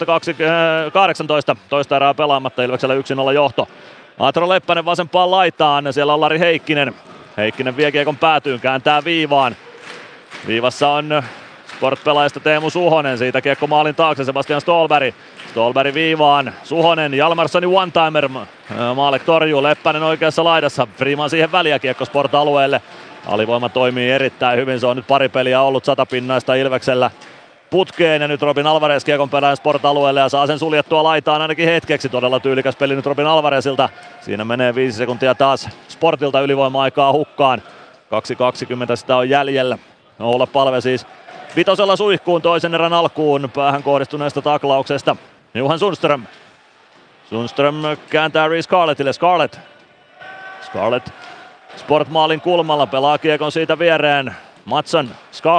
F: 17.18, toista erää pelaamatta, Ilveksellä 1-0 johto. Atro Leppänen vasempaan laitaan, siellä on Lari Heikkinen vie kiekon päätyyn, kääntää viivaan. Viivassa on Sport-pelaajista Teemu Suhonen, siitä kiekko maalin taakse Sebastian Ståhlberg viivaan, Suhonen, Jalmarsson one-timer, Maalek torjuu, Leppänen oikeassa laidassa, Freeman siihen väliä, kiekko Sport-alueelle. Alivoima toimii erittäin hyvin, se on nyt pari peliä ollut 100-pinnaista Ilveksellä putkeen ja nyt Robin Alvarez kiekon perään Sport-alueelle ja saa sen suljettua laitaan ainakin hetkeksi. Todella tyylikäs peli nyt Robin Alvarezilta. Siinä menee 5 sekuntia taas Sportilta ylivoima-aikaa hukkaan. 2.20 sitä on jäljellä. Oula Palve siis vitosella suihkuun toisen erän alkuun päähän kohdistuneesta taklauksesta. Johan Sundström kääntää Reece Scarlettille. Scarlett Sport-maalin kulmalla pelaa kiekon siitä viereen. Mattsson,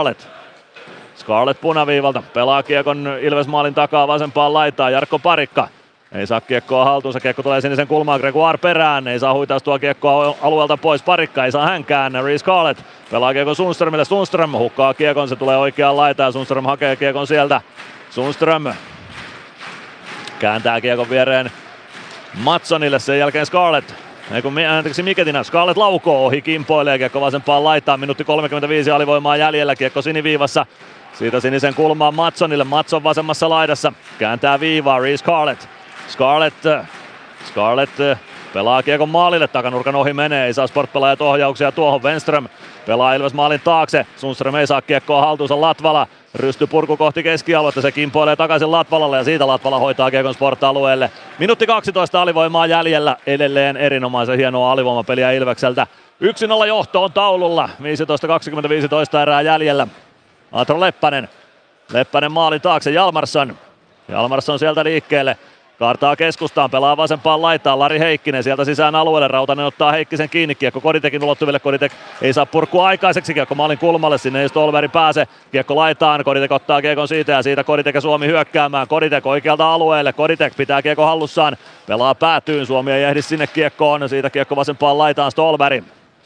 F: Scarlett punaviivalta, pelaa kiekon Ilves-maalin takaa vasempaan laitaan, Jarkko Parikka. Ei saa kiekkoa haltuunsa, kiekko tulee sinisen kulmaan, Gregoire perään, ei saa huitaistua kiekkoa alueelta pois, Parikka ei saa hänkään, Reece Scarlett pelaa kiekon Sundströmille, Sundström hukkaa kiekon, se tulee oikeaan laitaan, Sundström hakee kiekon sieltä, Sundström kääntää kiekon viereen Mattsonille, sen jälkeen Miketinac, Scarlett laukoo ohi, kimpoilee kiekko vasempaan laitaan, minuutti 35 alivoimaa jäljellä, kiekko siniviivassa. Siitä sinisen kulmaan Mattsonille, Matsson vasemmassa laidassa, kääntää viivaa, Reece Scarlett pelaa kiekon maalille, takanurkan ohi menee, ei saa Sport-pelaajat ohjauksia tuohon. Wenström pelaa Ilves maalin taakse, Sundström ei saa kiekkoa haltuunsa, Latvala rysty purku kohti keskialuetta, se kimpoilee takaisin Latvalalle ja siitä Latvala hoitaa kiekon Sport-alueelle. Minuutti 12 alivoimaa jäljellä, edelleen erinomaisen hienoa alivoimapeliä Ilvekseltä. 1-0 johto on taululla, 15-25 erää jäljellä. Atro Leppänen maalin taakse, Jalmarsson sieltä liikkeelle. Kaartaa keskustaan, pelaa vasempaan laitaan, Lari Heikkinen sieltä sisään alueelle, Rautanen ottaa Heikkisen kiinni, kiekko Koditekin ulottuville, Koditek ei saa purkua aikaiseksi, kiekko maalin kulmalle, sinne ei Stolberg pääse, kiekko laitaan, Koditek ottaa kiekon siitä ja siitä Koditek ja Suomi hyökkäämään, Koditek oikealta alueelle, Koditek pitää kiekko hallussaan, pelaa päätyyn, Suomi ei ehdi sinne kiekkoon, siitä kiekko vasempaan laitaan Stolberg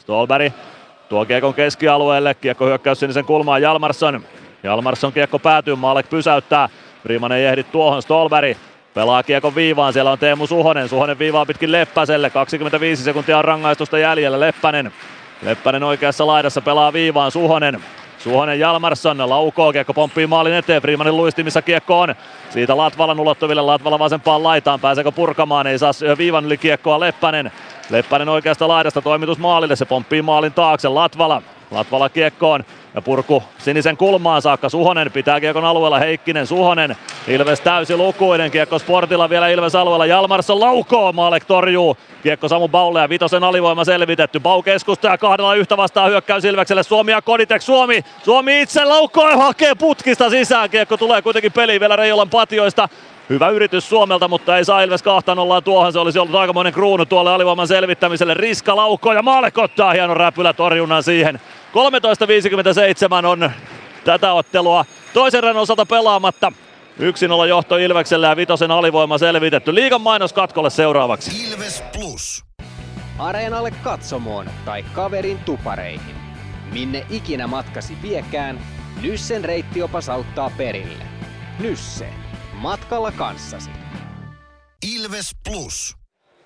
F: tuo kiekon keskialueelle, kiekko hyökkäys sinisen kulmaan, Jalmarsson kiekko päätyy, Maalek pysäyttää, Freeman ei ehdi tuohon, Stolberg pelaa kiekon viivaan, siellä on Teemu Suhonen viivaa pitkin Leppäselle, 25 sekuntia on rangaistusta jäljellä, Leppänen oikeassa laidassa pelaa viivaan, Suhonen Jalmarsson laukoo, kiekko pomppii maalin eteen, Freemanin luistimissa kiekko on, siitä Latvalan ulottuville, Latvala vasempaan laitaan, pääseekö purkamaan, ei saa viivan yli kiekkoa Leppänen oikeasta laidasta, toimitus maalille, se pomppii maalin taakse, Latvala kiekkoon ja purku sinisen kulmaan saakka, Suhonen pitää kiekon alueella, Heikkinen, Suhonen, Ilves täysilukuinen, kiekko Sportilla vielä Ilves alueella, Jalmarsson laukoo, Maalek torjuu, kiekko Samu Baulle ja Vitosen alivoima selvitetty, Bau keskustaa kahdella yhtä vastaan hyökkäys Ilvekselle, Suomi ja Koditek, Suomi itse laukoo ja hakee putkista sisään, kiekko tulee kuitenkin peliin vielä Reijolan patioista. Hyvä yritys Suomelta, mutta ei saa Ilves 2-0 tuohon. Se olisi ollut aikamoinen kruunu tuolle alivoiman selvittämiselle. Riska laukoo ja Maalek ottaa hienon räpylä torjunnan siihen. 13.57 on tätä ottelua toisen erän osalta pelaamatta. 1-0 johto Ilvekselle ja Vitosen alivoima selvitetty. Liigan mainos katkolle seuraavaksi.
A: Ilves Plus.
D: Areenalle katsomoon tai kaverin tupareihin. Minne ikinä matkasi viekään, Nyssen reittiopas auttaa perille. Nysse. Matkalla kanssasi.
A: Ilves Plus.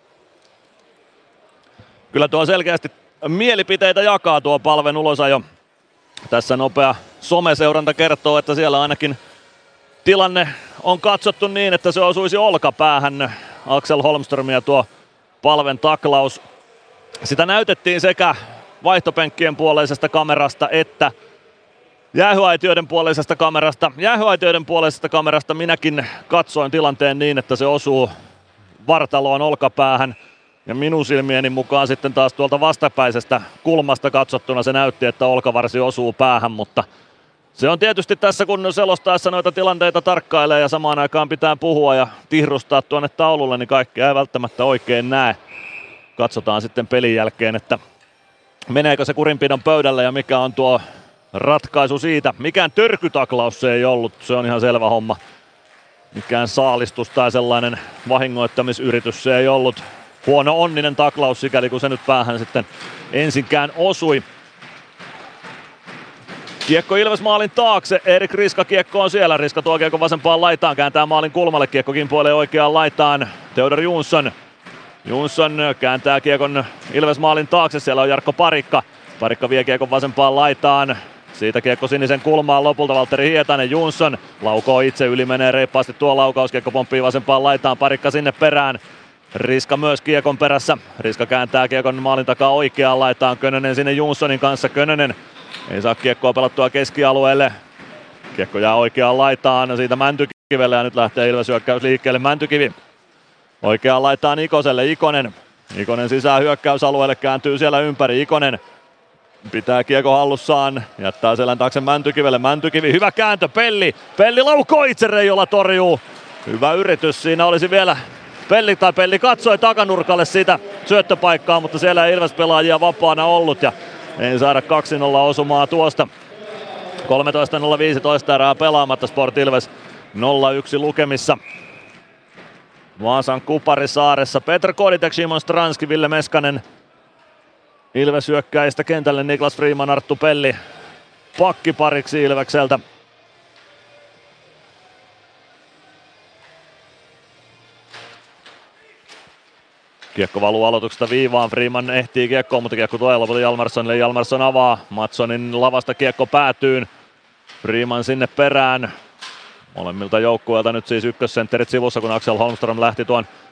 F: Kyllä tuo selkeästi mielipiteitä jakaa tuo palven ulosajo. Tässä nopea someseuranta kertoo, että siellä ainakin tilanne on katsottu niin, että se osuisi olkapäähän. Axel Holmströmiä tuo palven taklaus. Sitä näytettiin sekä vaihtopenkkien puoleisesta kamerasta että jäähyaitioiden puoleisesta kamerasta minäkin katsoin tilanteen niin, että se osuu vartaloon olkapäähän. Ja minun silmieni mukaan sitten taas tuolta vastapäisestä kulmasta katsottuna se näytti, että olkavarsi osuu päähän, mutta se on tietysti tässä, kun selostaessa noita tilanteita tarkkailee ja samaan aikaan pitää puhua ja tihrustaa tuonne taululle, niin kaikkea ei välttämättä oikein näe. Katsotaan sitten pelin jälkeen, että meneekö se kurinpidon pöydälle ja mikä on tuo ratkaisu siitä. Mikään törkytaklaus se ei ollut, se on ihan selvä homma. Mikään saalistus tai sellainen vahingoittamisyritys se ei ollut. Huono onninen taklaus sikäli kun se nyt päähän sitten ensinkään osui. Kiekko Ilves maalin taakse, Erik Riska kiekko on siellä, Riska tuo kiekko vasempaan laitaan, kääntää maalin kulmalle, kiekko kimpoilee oikeaan laitaan, Theodor Jonsson kääntää kiekon Ilves maalin taakse, siellä on Jarkko Parikka vie kiekon vasempaan laitaan, siitä kiekko sinisen kulmaan lopulta Valtteri Hietanen, Jonsson laukoo itse, yli menee reippaasti tuo laukaus, kiekko pomppii vasempaan laitaan, Parikka sinne perään. Riska myös kiekon perässä, Riska kääntää kiekon maalin takaa oikeaan laitaan, Könönen sinne Jonssonin kanssa, Könönen ei saa kiekkoa pelattua keskialueelle, kiekko jää oikeaan laitaan, siitä Mäntykivelle ja nyt lähtee Ilves hyökkäys liikkeelle, Mäntykivi oikeaan laitaan Ikoselle, Ikonen sisään hyökkäysalueelle, kääntyy siellä ympäri, Ikonen pitää kiekko hallussaan, jättää selän taakse Mäntykivelle, Mäntykivi, hyvä kääntö, Pelli laukoo itse, Reijola torjuu, hyvä yritys, siinä olisi vielä Pelli katsoi takanurkalle sitä syöttöpaikkaa, mutta siellä ei Ilves-pelaajia vapaana ollut ja ei saada 2-0 osumaa tuosta. 13.015 erää pelaamatta, Sport Ilves 0-1 lukemissa. Vaasan Kuparisaaressa Petr Koditek, Simon Stranski, Ville Meskanen. Ilves hyökkäistä kentälle Niklas Freeman, Arttu Pelli pakkipariksi Ilvekseltä. Kiekko valuu aloituksesta viivaan, Freeman ehtii kiekkoon, mutta kiekko tulee lopulta Jalmarssonille, Jalmarsson avaa, Matssonin lavasta kiekko päätyyn, Freeman sinne perään. Molemmilta joukkueilta nyt siis ykkössentterit sivussa, kun Axel Holmström lähti tuon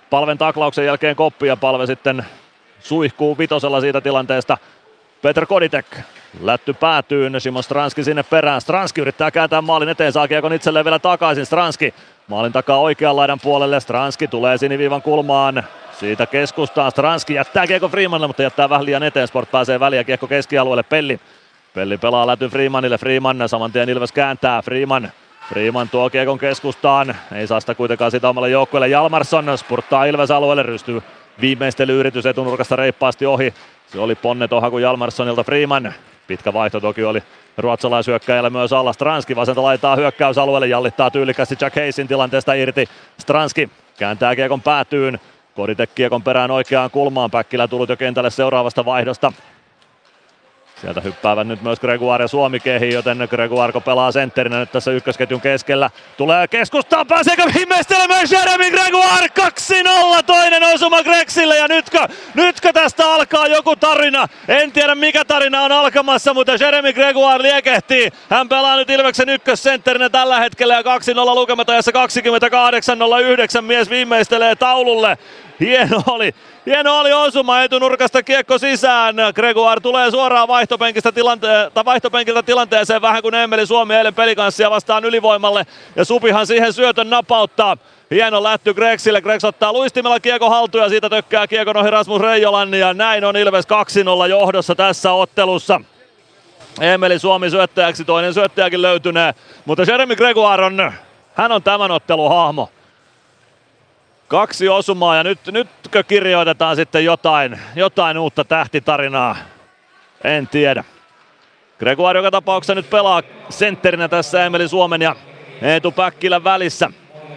F: Palven taklauksen jälkeen koppi ja Palve sitten suihkuu vitosella siitä tilanteesta. Petr Koditek. Lätty päätyy, Šimon Stranski sinne perään. Stranski yrittää kääntää maalin eteen, saa kiekon itselleen vielä takaisin. Stranski maalin takaa oikean laidan puolelle. Stranski tulee siniviivan kulmaan. Siitä keskustaan. Stranski jättää kiekko Freemanille, mutta jättää vähän liian eteen. Sport pääsee väliin ja kiekko keskialueelle. Pelli pelaa lätyn Freemanille. Freeman saman tien Ilves kääntää. Freeman tuo kiekon keskustaan. Ei saa sitä kuitenkaan sitä omalle joukkueelle. Jalmarsson spurttaa Ilves alueelle. Rystyy viimeistelyyritys etunurkasta reippaasti ohi. Se oli ponneton haku Jalmarssonilta. Freeman. Pitkä vaihto toki oli ruotsalaishyökkäjällä myös alla. Stranski vasenta laitaa hyökkäysalueelle. Jallittaa tyylikästi Jack Hayesin tilanteesta irti. Stranski kääntää kiekon päätyyn. Koditek kiekon perään oikeaan kulmaan. Päkkilä tullut jo kentälle seuraavasta vaihdosta. Sieltä hyppäävät nyt myös Gregoire ja Suomi kehiin, joten Gregoire pelaa sentterinä nyt tässä ykkösketjun keskellä. Tulee keskustaan, pääseekö viimeistelemään Jeremy Gregoire 2-0, toinen osuma Greksille ja nytkö tästä alkaa joku tarina. En tiedä mikä tarina on alkamassa, mutta Jeremy Gregoire liekehtii. Hän pelaa nyt Ilveksen ykkössentterinä tällä hetkellä ja 2-0 lukemat ajassa 28-09 mies viimeistelee taululle. Hieno oli osuma etunurkasta kiekko sisään. Gregoire tulee suoraan vaihtopenkiltä tilanteeseen vähän kuin Eemeli Suomi eilen pelikanssia vastaan Ylivoimalle. Ja Supihan siihen syötön napauttaa. Hieno lätty Greksille. Gregs ottaa luistimella kiekon haltuun ja siitä tökkää kiekon ohi Rasmus Reijolan. Ja näin on Ilves 2-0 johdossa tässä ottelussa. Eemeli Suomi syöttäjäksi, toinen syöttäjäkin löytynee. Mutta Jeremy Gregoire hän on tämän ottelun hahmo. 2 osumaa ja nytkö kirjoitetaan sitten jotain uutta tähtitarinaa? En tiedä. Gregoire joka tapauksessa nyt pelaa sentterinä tässä Eemeli Suomen ja Eetu Päkkilän välissä.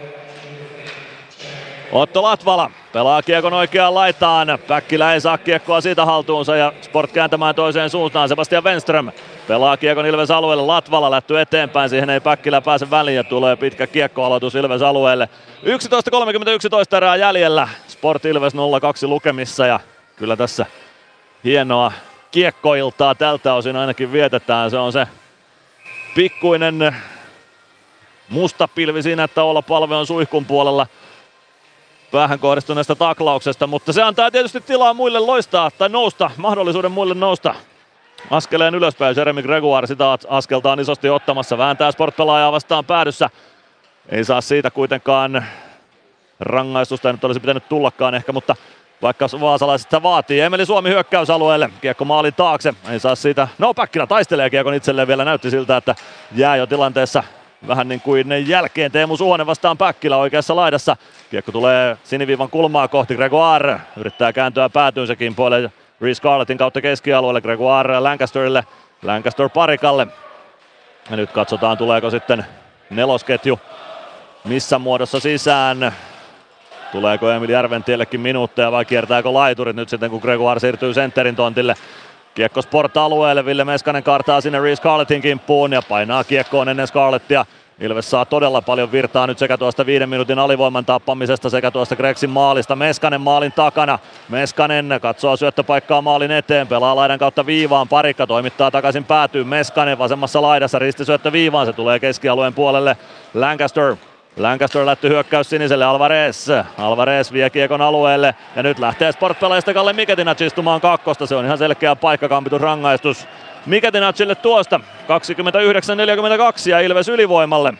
F: Otto Latvala pelaa kiekon oikeaan laitaan. Päkkilä ei saa kiekkoa siitä haltuunsa ja Sport kääntämään toiseen suuntaan. Sebastian Wenström pelaa kiekon Ilves alueelle. Latvala lätty eteenpäin. Siihen ei Päkkilä pääse väliin ja tulee pitkä kiekkoaloitus Ilves alueelle. 11.31 erää jäljellä. Sport Ilves 0-2 lukemissa ja kyllä tässä hienoa kiekkoiltaa tältä osin ainakin vietetään. Se on se pikkuinen musta pilvi siinä, että Olla Palve on suihkun puolella päähän kohdistuneesta taklauksesta, mutta se antaa tietysti tilaa muille loistaa tai nousta, mahdollisuuden muille nousta askeleen ylöspäin. Jeremy Gregoire sitä askelta on isosti ottamassa, vääntää Sport-pelaajaa vastaan päädyssä. Ei saa siitä kuitenkaan rangaistusta, ei nyt olisi pitänyt tullakaan ehkä, mutta vaikka vaasalaiset sitä vaatii. Emeli Suomi hyökkäysalueelle, kiekko maalin taakse, ei saa siitä. No Päkkilä taistelee kiekon itselleen vielä, näytti siltä, että jää jo tilanteessa vähän niin kuin jälkeen. Teemu Suhonen vastaan Päkkilä oikeassa laidassa. Kiekko tulee siniviivan kulmaa kohti. Gregoire yrittää kääntyä päätyyn, se kimpoilee Reece Scarlettin kautta keskialueelle. Gregoire Lancasterille, Lancaster Parikalle. Ja nyt katsotaan tuleeko sitten nelosketju missä muodossa sisään. Tuleeko Emil Järventiellekin minuutteja vai kiertääkö laiturit nyt sitten kun Gregoire siirtyy sentterin tontille. Kiekko Sport-alueelle, Ville Meskanen kaartaa sinne Reece Scarlettin kimppuun ja painaa kiekkoon ennen Scarlettia. Ilves saa todella paljon virtaa nyt sekä tuosta 5 minuutin alivoiman tappamisesta sekä tuosta Gregsin maalista. Meskanen maalin takana. Meskanen katsoo syöttöpaikkaa maalin eteen, pelaa laidan kautta viivaan. Parikka toimittaa takaisin päätyyn. Meskanen vasemmassa laidassa, ristisyöttö viivaan, se tulee keskialueen puolelle. Lancaster lätty hyökkäys siniselle, Alvarez vie kiekon alueelle ja nyt lähtee Sport-pelaajista Kalle Miketinac istumaan kakkosta. Se on ihan selkeä paikkakampitusrangaistus Miketinacille tuosta. 29-42 ja Ilves ylivoimalle.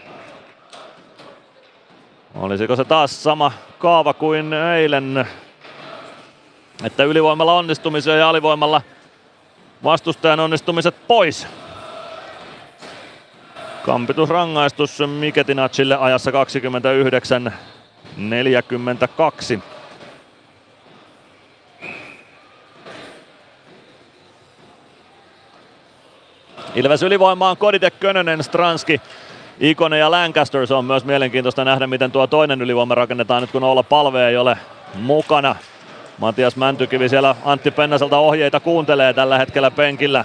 F: Olisiko se taas sama kaava kuin eilen, että ylivoimalla onnistumisia ja alivoimalla vastustajan onnistumiset pois. Kampitusrangaistus Miketinacille ajassa 29-42. Ilves ylivoimaan Koditek, Könönen, Stranski, Ikonen ja Lancaster. Se on myös mielenkiintoista nähdä, miten tuo toinen ylivoima rakennetaan nyt kun Olla Palve ei ole mukana. Matias Mäntykivi siellä Antti Pennaselta ohjeita kuuntelee tällä hetkellä penkillä.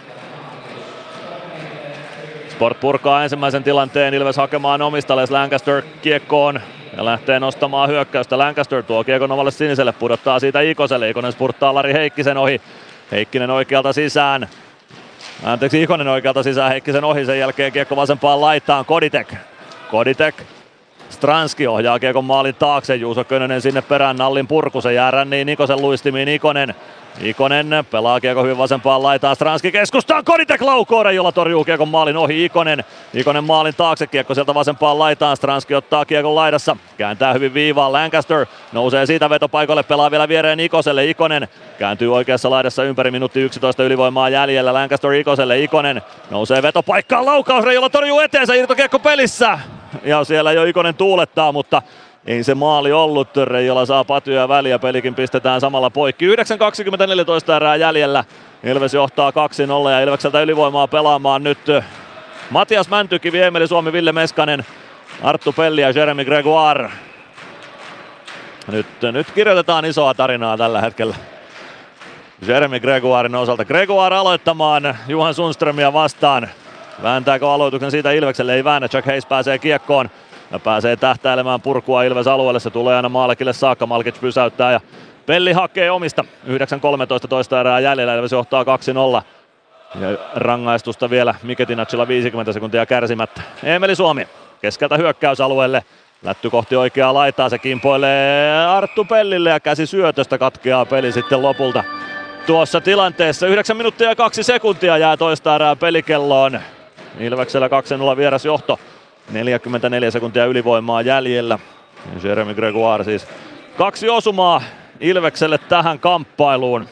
F: Sport purkaa ensimmäisen tilanteen, Ilves hakemaan omistalle, Lancaster kiekkoon ja lähtee nostamaan hyökkäystä. Lancaster tuo kiekon omalle siniselle, pudottaa siitä Ikoselle. Ikonen spurttaa Lari Heikkisen ohi. Heikkinen oikealta sisään. Ikonen oikealta sisään, Heikkisen ohi, sen jälkeen kiekko vasempaan laitaan. Koditek. Stranski ohjaa kiekon maalin taakse, Juuso Könönen sinne perään, Nallin purku, se jää ränniin Nikosen luistimiin, Ikonen pelaa kiekon hyvin vasempaan laitaan, Stranski keskustaan, Koditek laukoo, Reijola torjuu kiekon maalin ohi, Ikonen maalin taakse, kiekko sieltä vasempaan laitaan, Stranski ottaa kiekon laidassa, kääntää hyvin viivaan, Lancaster nousee siitä vetopaikalle, pelaa vielä viereen Ikoselle, Ikonen kääntyy oikeassa laidassa ympäri, minuutti 11 ylivoimaa jäljellä, Lancaster Ikoselle, Ikonen nousee vetopaikkaan, laukaus, Reijola torjuu eteensä, irtokiekko pelissä, ja siellä jo Ikonen tuulettaa, mutta ei se maali ollut, Reijola saa patuja väliä, pelikin pistetään samalla poikki. 9.24 erää jäljellä, Ilves johtaa 2-0 ja Ilvekseltä ylivoimaa pelaamaan nyt Matias Mäntykivi, Eemeli Suomi, Ville Meskanen, Arttu Pelli ja Jeremy Gregoire. Nyt kirjoitetaan isoa tarinaa tällä hetkellä Jeremy Gregoiren osalta. Gregoire aloittamaan Johan Sundströmiä vastaan. Vääntääkö aloituksen siitä Ilvekselle? Ei väännä, Jack Hayes pääsee kiekkoon. Ja pääsee tähtäilemään purkua Ilves alueelle, se tulee aina Maalekille saakka, Malkic pysäyttää ja Pelli hakee omista. 9.13 toista erää jäljellä, Ilves johtaa 2-0. Ja rangaistusta vielä Miketinacilla 50 sekuntia kärsimättä. Eemeli Suomi keskeltä hyökkäysalueelle. Lätty kohti oikeaa laitaa, se kimpoilee Arttu Pellille ja käsi syötöstä katkeaa peli sitten lopulta. Tuossa tilanteessa 9 minuuttia ja 2 sekuntia jää toista erää pelikelloon. Ilveksellä 2-0 vierasjohto. 44 sekuntia ylivoimaa jäljellä. Jeremy Gregoire siis 2 osumaa Ilvekselle tähän kamppailuun.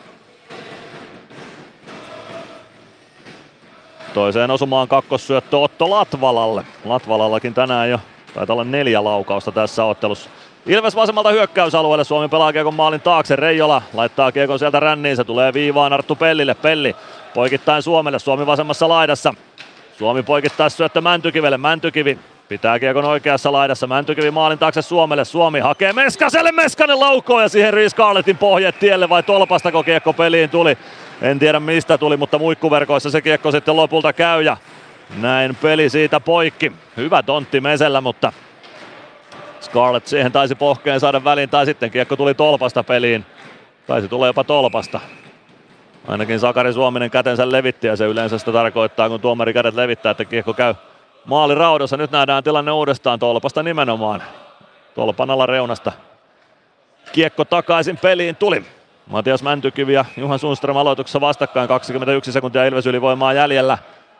F: Toiseen osumaan kakkossyöttö Otto Latvalalle. Latvalallakin tänään jo taitaa olla 4 laukausta tässä ottelussa. Ilves vasemmalta hyökkäysalueelle, Suomi pelaa kiekon maalin taakse, Reijola laittaa kiekon sieltä ränniin, se tulee viivaan Arttu Pellille, Pelli poikittain Suomelle, Suomi vasemmassa laidassa. Suomi poikittaa syöttö Mäntykivelle, Mäntykivi pitää kiekon oikeassa laidassa, Mäntykivi maalin taakse Suomelle, Suomi hakee Meskaselle, Meskanen laukoo ja siihen Reece Scarlettin pohjeet tielle vai tolpastako kiekko peliin tuli. En tiedä mistä tuli, mutta muikkuverkoissa se kiekko sitten lopulta käy ja näin peli siitä poikki. Hyvä tontti Mesellä, mutta Scarlett siihen taisi pohkeen saada väliin tai sitten kiekko tuli tolpasta peliin. Taisi tulla jopa tolpasta. Ainakin Sakari Suominen kätensä levitti ja se yleensä sitä tarkoittaa, kun tuomari kädet levittää, että kiekko käy maaliraudassa. Nyt nähdään tilanne uudestaan tolpasta nimenomaan. Tolpan alareunasta. Kiekko takaisin peliin tuli. Matias Mäntykivi ja Johan Sundström aloituksessa vastakkain. 21 sekuntia Ilves ylivoimaa jäljellä.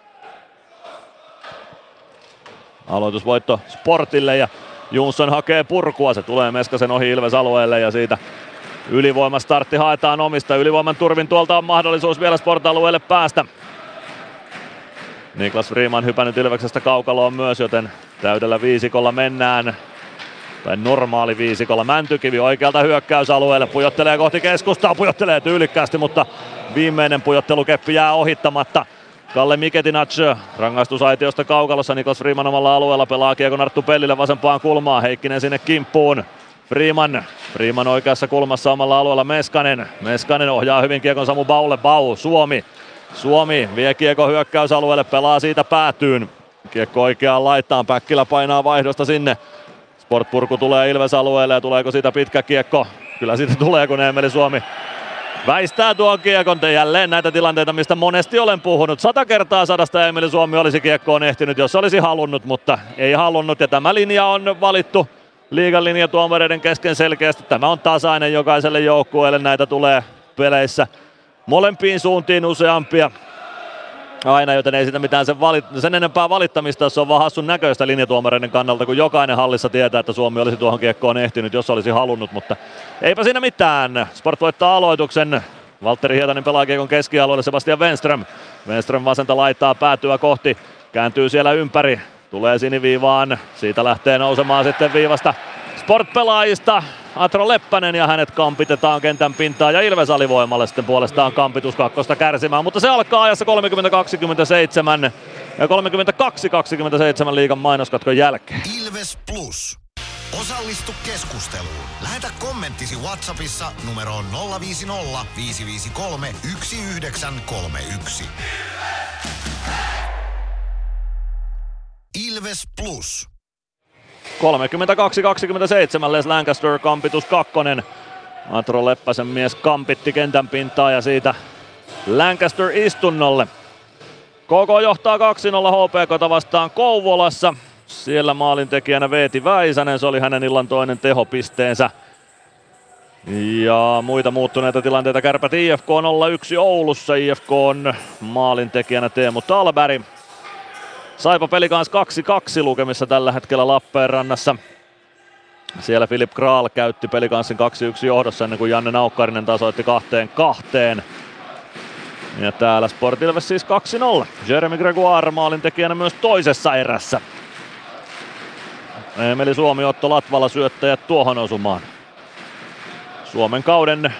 F: Aloitusvoitto Sportille ja Jonsson hakee purkua. Se tulee Meskasen ohi Ilves alueelle ja siitä ylivoimastartti haetaan omista. Ylivoiman turvin tuolta on mahdollisuus vielä Sport-alueelle päästä. Niklas Freeman hypännyt Ilveksestä kaukaloon myös, joten täydellä viisikolla mennään. Tai normaali viisikolla. Mäntykivi oikealta hyökkäysalueelle, pujottelee kohti keskustaa, pujottelee tyylikkäästi, mutta viimeinen pujottelukeppi jää ohittamatta. Kalle Miketinac rangaistusaitiosta kaukalossa, Niklas Freeman omalla alueella pelaa kiekon Arttu Pellille vasempaan kulmaan, Heikkinen sinne kimppuun. Freeman oikeassa kulmassa omalla alueella Meskanen ohjaa hyvin kiekon Samu Baulle, Suomi vie kiekon hyökkäysalueelle, pelaa siitä päätyyn. Kiekko oikeaan laitaan, Päkkilä painaa vaihdosta sinne. Sportpurku tulee Ilves alueelle ja tuleeko siitä pitkä kiekko? Kyllä siitä tulee, kun Eemeli Suomi väistää tuon kiekon. Jälleen näitä tilanteita, mistä monesti olen puhunut. 100 kertaa 100 Eemeli Suomi olisi kiekkoon ehtinyt, jos olisi halunnut, mutta ei halunnut. Ja tämä linja on valittu liigan linja tuomareiden kesken selkeästi. Tämä on tasainen jokaiselle joukkueelle. Näitä tulee peleissä molempiin suuntiin useampia aina, joten ei sitä mitään sen enempää valittamista, jos se on vaan hassun näköistä linjatuomareiden kannalta, kun jokainen hallissa tietää, että Suomi olisi tuohon kiekkoon ehtinyt, jos olisi halunnut, mutta eipä siinä mitään. Sport voittaa aloituksen. Valtteri Hietanen pelaa kiekon keskialueelle, Sebastian Wenström vasenta laittaa päätyä kohti, kääntyy siellä ympäri, tulee siniviivaan, siitä lähtee nousemaan sitten viivasta Sport-pelaajista Atro Leppänen ja hänet kampitetaan kentän pintaan ja Ilves alivoimalle sitten puolestaan kampitus kakkosta kärsimään, mutta se alkaa ajassa 30-27 ja 32-27 liigan mainoskatkon jälkeen.
A: Ilves Plus. Osallistu keskusteluun. Lähetä kommenttisi WhatsAppissa numeroon 050 553 1931. Ilves Plus.
F: 32-27 Les Lancaster kampitus kakkonen. Atro Leppäsen mies kampitti kentän pintaa ja siitä Lancaster istunnolle. KK johtaa 2-0 HPK:ta vastaan Kouvolassa. Siellä maalintekijänä Veeti Väisänen, se oli hänen illan toinen tehopisteensä. Ja muita muuttuneita tilanteita. Kärpät IFK 0-1 Oulussa. IFK on maalintekijänä Teemu Talberg. Saipa Pelikans 2-2 lukemissa tällä hetkellä Lappeenrannassa. Siellä Filip Kral käytti Pelikansin 2-1 johdossa ennen kuin Janne Naukkarinen tasoitti 2-2. Ja täällä Sport Ilves siis 2-0. Jeremy Gregoire maalintekijänä myös toisessa erässä. Emeli Suomi, Otto Latvala syöttäjät tuohon osumaan. Suomen kauden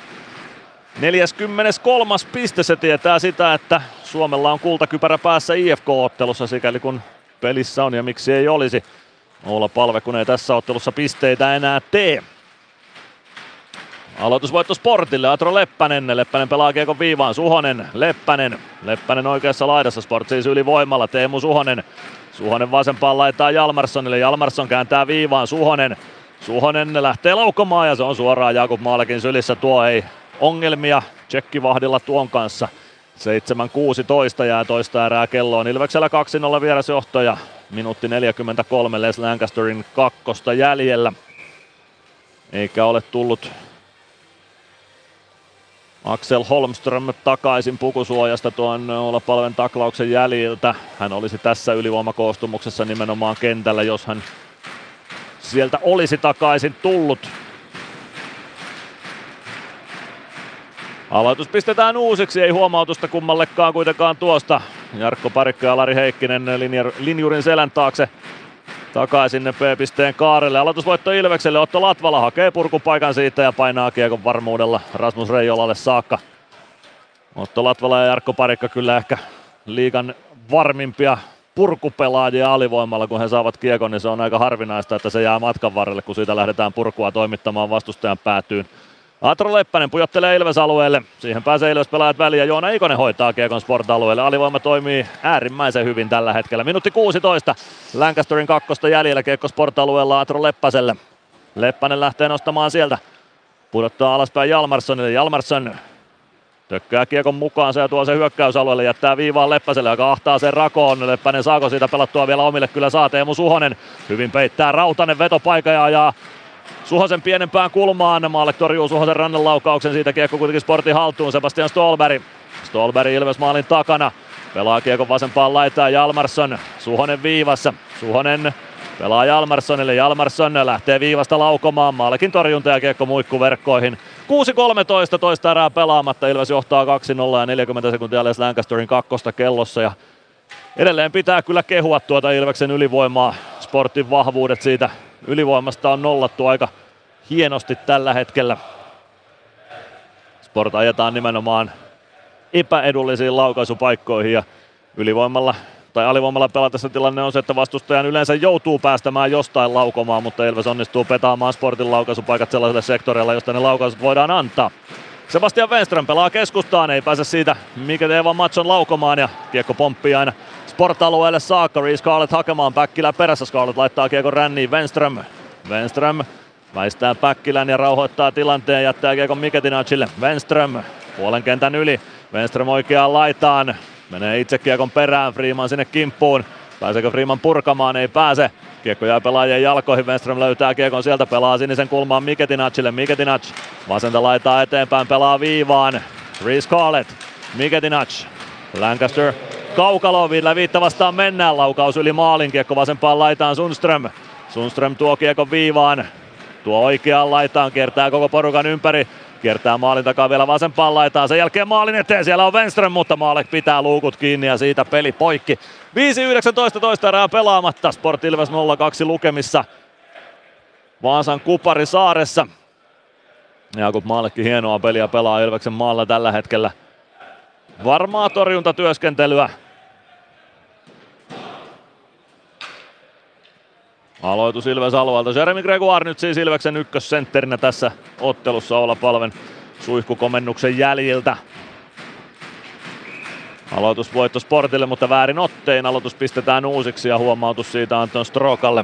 F: 43. piste, se tietää sitä, että Suomella on kultakypärä päässä IFK-ottelussa sikäli kun pelissä on ja miksi ei olisi. Oula Palve, kun ei tässä ottelussa pisteitä enää tee. Aloitusvoitto Sportille, Atro Leppänen. Leppänen pelaa kiekon viivaan, Suhonen, Leppänen oikeassa laidassa, Sport siis ylivoimalla, Teemu Suhonen. Suhonen vasempaan laittaa Jalmarssonille, Jalmarsson kääntää viivaan, Suhonen lähtee laukomaan ja se on suoraan Jakub Maalekin sylissä, tuo ei ongelmia tsekkivahdilla tuon kanssa. 7.16 jää toista erää kelloon, Ilveksellä 2-0 vierasjohto ja minuutti 43 Les Lancasterin kakkosta jäljellä. Eikä ole tullut Axel Holmström takaisin pukusuojasta tuon Oula Palven taklauksen jäljiltä. Hän olisi tässä ylivoimakoostumuksessa nimenomaan kentällä, jos hän sieltä olisi takaisin tullut. Aloitus pistetään uusiksi, ei huomautusta kummallekaan kuitenkaan tuosta. Jarkko Parikko ja Lari Heikkinen linjurin selän taakse takaisin B-pisteen kaarelle. Aloitusvoitto Ilvekselle, Otto Latvala hakee purkupaikan siitä ja painaa kiekon varmuudella Rasmus Reijolalle saakka. Otto Latvala ja Jarkko Parikka kyllä ehkä liigan varmimpia purkupelaajia alivoimalla, kun he saavat kiekon, niin se on aika harvinaista, että se jää matkan varrelle, kun siitä lähdetään purkua toimittamaan vastustajan päätyyn. Atro Leppänen pujottelee Ilves-alueelle. Siihen pääsee Ilves-pelaajat väliin ja Joona Ikonen hoitaa kiekon Sport-alueelle. Alivoima toimii äärimmäisen hyvin tällä hetkellä. Minuutti 16. Lancasterin kakkosta jäljellä kiekko Sport-alueella Atro Leppäselle. Leppänen lähtee nostamaan sieltä. Pudottaa alaspäin Jalmarssonille. Jalmarsson tökkää kiekon mukaansa ja tuo se hyökkäysalueelle. Jättää viivaan Leppäselle, joka ahtaa sen rakoon. Leppänen saako siitä pelattua vielä omille? Kyllä saa. Teemu Suhonen hyvin peittää Rautanen vetopaikka ja ajaa Suhosen pienempään kulmaan. Maalle torjuu Suhosen rannanlaukauksen. Siitä kiekko kuitenkin Sportin haltuun. Sebastian Ståhlberg Ilves maalin takana. Pelaa kiekon vasempaan laitaan Jalmarsson. Suhonen viivassa. Suhonen pelaa Jalmarssonille. Jalmarsson lähtee viivasta laukomaan. Maallekin torjunta ja kiekko muikkuverkkoihin. 6.13 toista erää pelaamatta. Ilves johtaa 2-0 ja 40 sekuntia Les Lancasterin kakkosta kellossa. Ja edelleen pitää kyllä kehua tuota Ilveksen ylivoimaa. Sportin vahvuudet siitä ylivoimasta on nollattu aika hienosti tällä hetkellä. Sport ajetaan nimenomaan epäedullisiin laukaisupaikkoihin ja ylivoimalla tai alivoimalla pelatessa tilanne on se, että vastustajan yleensä joutuu päästämään jostain laukomaan, mutta Ilves onnistuu petaamaan Sportin laukaisupaikat sellaiselle sektorilla, josta ne laukaisut voidaan antaa. Sebastian Wenström pelaa keskustaan, ei pääse siitä Mike-Evan Matson laukomaan ja kiekko pomppii aina Sport-alueelle saakka. Reece Scarlett hakemaan Päkkilän perässä. Scarlett laittaa kiekon ränniin. Wenström väistää Päkkilän ja rauhoittaa tilanteen. Jättää kiekon Miketinacille. Wenström puolen kentän yli. Wenström oikeaan laitaan. Menee itse kiekon perään. Freeman sinne kimppuun. Pääseekö Freeman purkamaan? Ei pääse. Kiekko jää pelaajien jalkoihin. Wenström löytää kiekon sieltä. Pelaa sinisen kulmaan Miketinacille. Miketinac vasenta laitaa eteenpäin. Pelaa viivaan. Reece Scarlett. Miketinac. Lancaster kaukaloon, viittä vastaan mennään, laukaus yli maalin, kiekko vasempaan laitaan Sundström tuo kiekon viivaan, tuo oikeaan laitaan, kiertää koko porukan ympäri, kiertää maalin takaa vielä vasempaan laitaan, sen jälkeen maalin eteen, siellä on Wenström, mutta Maalek pitää luukut kiinni ja siitä peli poikki. 5.19 toista erää pelaamatta, Sport Ilves 0-2 lukemissa Vaasan Kuparisaaressa. Jakub Maalekki hienoa peliä pelaa Ilveksen maalla tällä hetkellä. Varmaa torjuntatyöskentelyä. Aloitus Ilves alueelta. Jeremy Gregoire nyt siis Ilveksen ykkössentterinä tässä ottelussa Oula Palven suihkukomennuksen jäljiltä. Aloitusvoitto Sportille, mutta väärin ottein. Aloitus pistetään uusiksi ja huomautus siitä Anton Strokalle.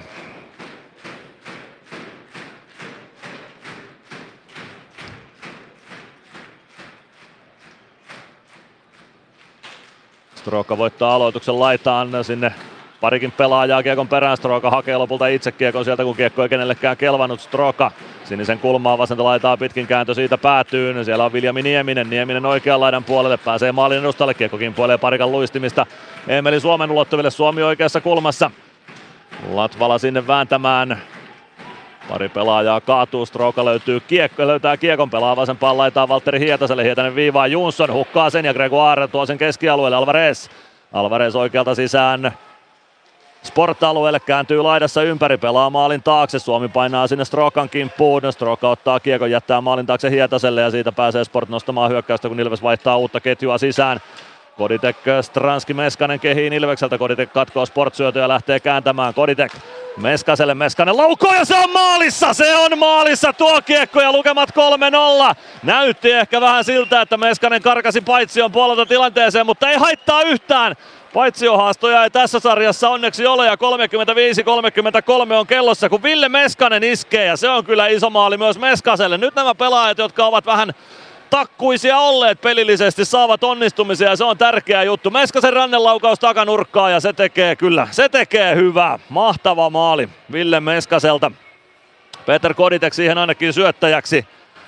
F: Stroka voittaa aloituksen laitaan sinne Parikin pelaajaa kiekon perään, Stroka hakee lopulta itse kiekon sieltä, kun kiekko ei kenellekään kelvannut. Stroka sinisen kulmaa vasenta laitaa, pitkin kääntö siitä päätyyn. Siellä on Viljami Nieminen oikean laidan puolelle, pääsee maalin edustalle, kiekko kimpoilee Parikan luistimista Eemeli Suomen ulottuville, Suomi oikeassa kulmassa. Latvala sinne vääntämään. Pari pelaajaa kaatuu, Stroka löytää kiekon, pelaa vasempaan laitaan Valtteri Hietaselle, Hietanen viivaa, Jonsson hukkaa sen ja Gregoire tuo sen keskialueelle, Alvarez oikealta sisään. Sport-alueelle kääntyy laidassa ympäri, pelaa maalin taakse, Suomi painaa sinne Strokan kimppuun, Stroka ottaa kiekon, jättää maalin taakse Hietaselle ja siitä pääsee Sport nostamaan hyökkäystä, kun Ilves vaihtaa uutta ketjua sisään. Koditek, Stranski, Meskanen kehiin Ilvekseltä, Koditek katkoo Sport-syötö ja lähtee kääntämään, Koditek Meskaselle, Meskanen laukoo ja se on maalissa tuo kiekko ja lukemat 3-0. Näytti ehkä vähän siltä, että Meskanen karkasi Paitsion puolelta tilanteeseen, mutta ei haittaa yhtään. Paitsiohaastoja ei tässä sarjassa onneksi ole ja 35-33 on kellossa, kun Ville Meskanen iskee ja se on kyllä iso maali myös Meskaselle. Nyt nämä pelaajat, jotka ovat vähän takkuisia olleet pelillisesti, saavat onnistumisia ja se on tärkeä juttu. Meskasen rannelaukaus takanurkkaa ja se tekee hyvää. Mahtava maali Ville Meskaselta. Peter Koditek siihen ainakin syöttäjäksi.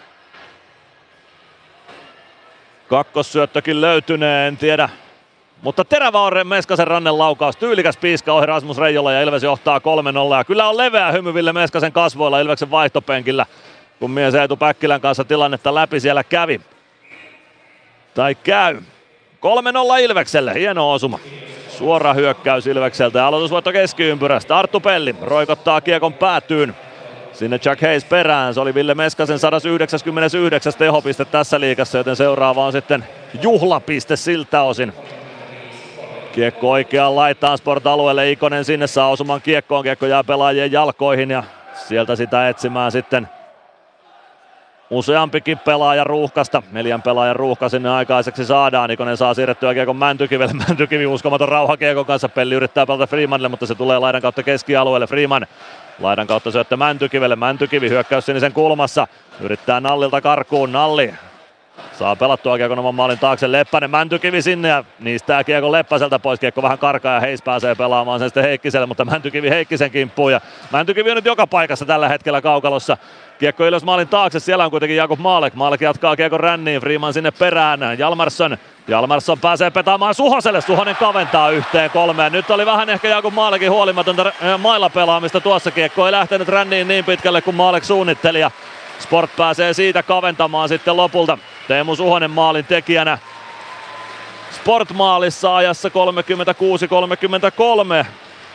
F: Kakkossyöttökin löytynee, en tiedä. Mutta terävä on Meskasen rannelaukaus, tyylikäs piiska ohi Rasmus Reijola ja Ilves johtaa 3-0. Ja kyllä on leveä hymy Ville Meskasen kasvoilla Ilveksen vaihtopenkillä, kun mies Eetu Päkkilän kanssa tilannetta läpi siellä kävi. Tai käy. 3-0 Ilvekselle, hieno osuma. Suora hyökkäys Ilvekseltä ja aloitusvoitto keskiympyrästä. Arttu Pelli roikottaa kiekon päätyyn. Sinne Jack Hayes perään, se oli Ville Meskasen 199 tehopiste tässä liigassa, joten seuraava on sitten juhlapiste siltä osin. Kiekko oikeaan laitaan Sport-alueelle, Ikonen sinne saa osuman kiekkoon, kiekko jää pelaajien jalkoihin ja sieltä sitä etsimään sitten useampikin pelaaja ruuhkasta. 4 pelaajan ruuhka sinne aikaiseksi saadaan. Ikonen saa siirrettyä kiekon Mäntykivelle. Mäntykivi uskomaton rauha kiekon kanssa. Pelli yrittää pelata Freemanille, mutta se tulee laidan kautta keskialueelle. Freeman laidan kautta syöttö Mäntykivelle. Mäntykivi hyökkäys sinisen kulmassa. Yrittää Nallilta karkuun. Nalli saa pelattua kiekon oman maalin taakse. Leppänen, Mäntykivi sinne ja niistää kiekon Leppäseltä pois. Kiekko vähän karkaa ja Heis pääsee pelaamaan sen sitten Heikkiselle, mutta Mäntykivi Heikkisen kimppuun. Ja Mäntykivi on nyt joka paikassa tällä hetkellä kaukalossa. Kiekko ylös maalin taakse, siellä on kuitenkin Jakub Maalek. Maalek jatkaa kiekon ränniin, Freeman sinne perään. Jalmarsson pääsee petaamaan Suhoselle, Suhonen kaventaa 1-3. Nyt oli vähän ehkä Jakub Maalekin huolimatonta mailla pelaamista tuossa. Kiekko ei lähtenyt ränniin niin pitkälle kuin Maalek suunnitteli. Ja Sport pääsee siitä kaventamaan sitten lopulta. Teemu Suhonen maalin tekijänä. Sport-maalissa ajassa 36-33.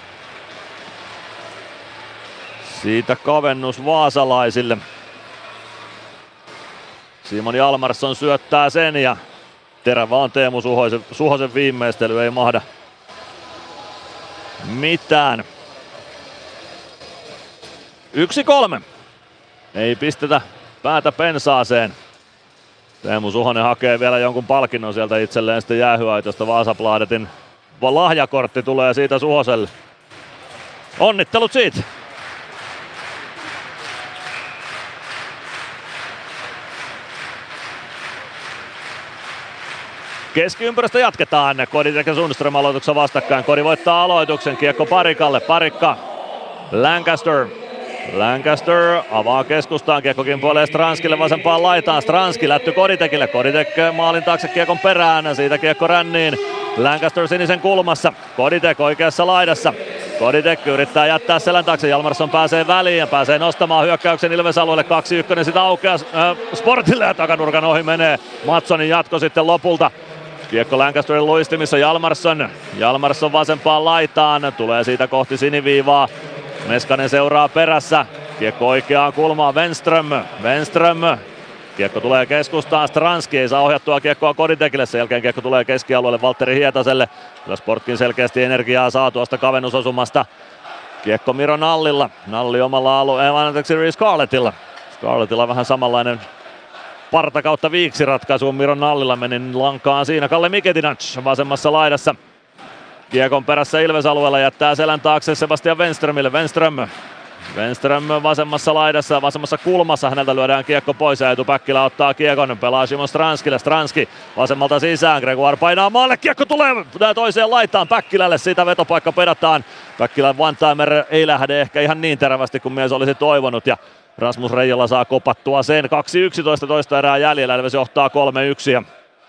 F: Siitä kavennus vaasalaisille. Simon Jalmarsson syöttää sen ja terävä on Teemu Suhosen viimeistely, ei mahda mitään. 1-3. Ei pistetä päätä pensaaseen. Teemu Suhonen hakee vielä jonkun palkinnon sieltä itselleen sitten jäähyaitosta. Vaasabladetin lahjakortti tulee siitä Suhoselle. Onnittelut siitä. Keskiympyrästä jatketaan. Koditek ja Sundström aloituksessa vastakkain. Kodi voittaa aloituksen. Kiekko Parikalle. Parikka. Lancaster avaa keskustaan. Kiekko kimpoilee Stranskille vasempaan laitaan. Stranski lätty Koditekille. Koditek maalin taakse kiekon perään. Siitä kiekko ränniin. Lancaster sinisen kulmassa. Koditek oikeassa laidassa. Koditek yrittää jättää selän taakse. Jalmarsson pääsee väliin ja pääsee nostamaan hyökkäyksen Ilves alueelle. 2-1 sitä aukeaa Sportille ja takanurkan ohi menee. Matssonin jatko sitten lopulta. Kiekko Lancasterin luistimissa, Jalmarsson vasempaan laitaan, tulee siitä kohti siniviivaa. Meskanen seuraa perässä, kiekko oikeaan kulmaan, Wenström. Kiekko tulee keskustaan, Stranski ei saa ohjattua kiekkoa Koditekille, sen jälkeen kiekko tulee keskialueelle Valtteri Hietaselle. Kyllä Sportkin selkeästi energiaa saa tuosta kavennusosumasta. Kiekko Miro Nallilla, Nalli omalla alueella, Scarlettilla. Scarlettilla vähän samanlainen parta kautta viiksi ratkaisuun Miro Nallilla, meni lankaan siinä Kalle Miketinac vasemmassa laidassa. Kiekon perässä Ilves alueella jättää selän taakse Sebastian Wenströmille. Wenström vasemmassa laidassa, vasemmassa kulmassa, häneltä lyödään kiekko pois ja Eetu Päkkilä ottaa kiekon, pelaa Simon Stranskille, Stranski vasemmalta sisään, Gregoire painaa maalle, kiekko tulee toiseen laitaan Päkkilälle, siitä vetopaikka pedataan. Päkkilän one-timer ei lähde ehkä ihan niin terävästi kuin mies olisi toivonut ja Rasmus Reijola saa kopattua sen, 2:11 toista erää jäljellä, Ilves johtaa 3-1.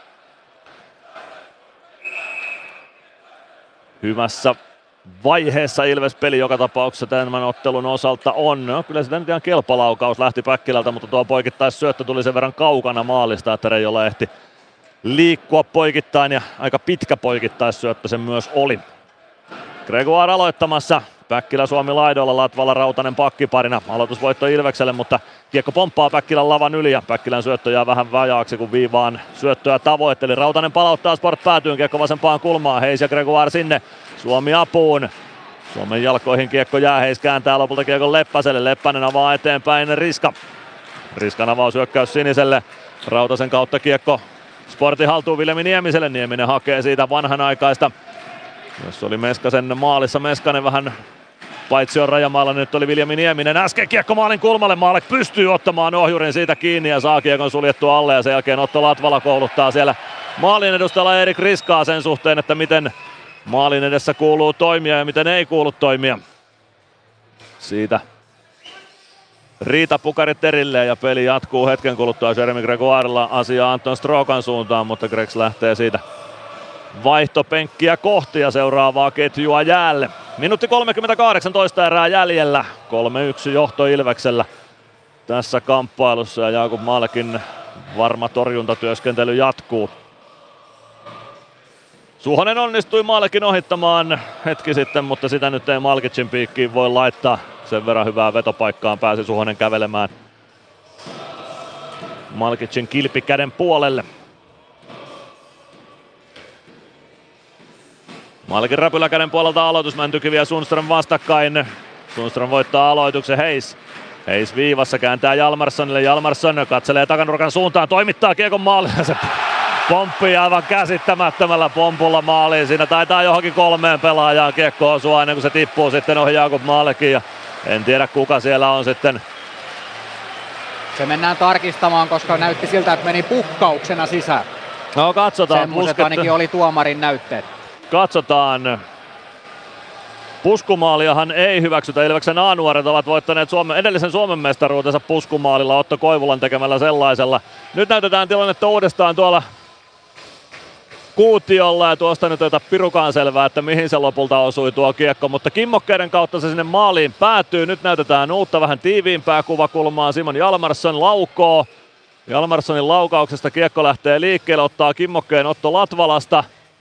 F: Hyvässä vaiheessa Ilves-peli joka tapauksessa tämän ottelun osalta on. No, kyllä sitä nyt ihan kelpalaukaus lähti Päkkilältä, mutta tuo poikittaisyöttö tuli sen verran kaukana maalista, että Reijola ehti liikkua poikittain ja aika pitkä poikittaisyöttö se myös oli. Gregoire aloittamassa. Päkkilä Suomi laidoilla, Latvala Rautanen pakkiparina. Aloitusvoitto Ilvekselle, mutta kiekko pomppaa Päkkilän lavan yli ja Päkkilän syöttö jää vähän vajaaksi, kun viivaan syöttöä tavoitteli. Rautanen palauttaa Sport päätyyn, kiekko vasempaan kulmaan. Heis ja Gregoire sinne. Suomi apuun. Suomen jalkoihin kiekko jää, Heis kääntää lopulta kiekon Leppäselle. Leppänen avaa eteenpäin Riska. Riskan avaushyökkäys Siniselle. Rautasen kautta kiekko Sportin haltuun Viljami Niemiselle. Nieminen hakee siitä vanhanaikaista. Jos oli Meskasen maalissa, Meskanen vähän paitsi on rajamaalla, nyt oli Viljami Nieminen. Äsken kiekko maalin kulmalle, Maalek pystyy ottamaan ohjurin siitä kiinni ja saa kiekon suljettua alle ja sen jälkeen Otto Latvala kouluttaa siellä maalin edustalla Erik Riskaa sen suhteen, että miten maalin edessä kuuluu toimia ja miten ei kuulu toimia. Siitä riitapukarit erilleen ja peli jatkuu hetken kuluttua Jeremy Gregoirella asiaa Anton Strokan suuntaan, mutta Gregs lähtee siitä vaihtopenkkiä kohti ja seuraavaa ketjua jäälle. Minuutti 38 toista erää jäljellä. 3-1 johto Ilveksellä tässä kamppailussa ja Jakub Malekin varma torjuntatyöskentely jatkuu. Suhonen onnistui Malekin ohittamaan hetki sitten, mutta sitä nyt ei Malkicin piikkiin voi laittaa. Sen verran hyvää vetopaikkaan pääsi Suhonen kävelemään Malkicin kilpikäden puolelle. Malkin räpyläkäden puolelta aloitus, Mäntykivi ja Sundström vastakkain. Sundström voittaa aloituksen, Heis. Heis viivassa kääntää Jalmarssonille, Jalmarsson katselee takanurkan suuntaan, toimittaa kiekon maaliin ja se pomppii aivan käsittämättömällä pompulla maaliin. Siinä taitaa johonkin 3 pelaajaan kiekko osua ennen kuin se tippuu sitten ohi Jakub Malekin ja en tiedä kuka siellä on sitten.
B: Se mennään tarkistamaan, koska näytti siltä, että meni pukkauksena sisään.
F: No katsotaan.
B: Semmoiset ainakin oli tuomarin näytteet.
F: Katsotaan. Puskumaaliahan ei hyväksytä. Ilveksen A-nuoret ovat voittaneet edellisen Suomen mestaruutensa puskumaalilla Otto Koivulan tekemällä sellaisella. Nyt näytetään tilannetta uudestaan tuolla kuutiolla ja tuosta nyt ei ota pirukaan selvää, että mihin se lopulta osui tuo kiekko, mutta kimmokkeiden kautta se sinne maaliin päätyy. Nyt näytetään uutta vähän tiiviimpää kuvakulmaa. Simon Jalmarsson laukoo. Jalmarssonin laukauksesta kiekko lähtee liikkeelle, ottaa kimmokkeen Otto Latvalasta.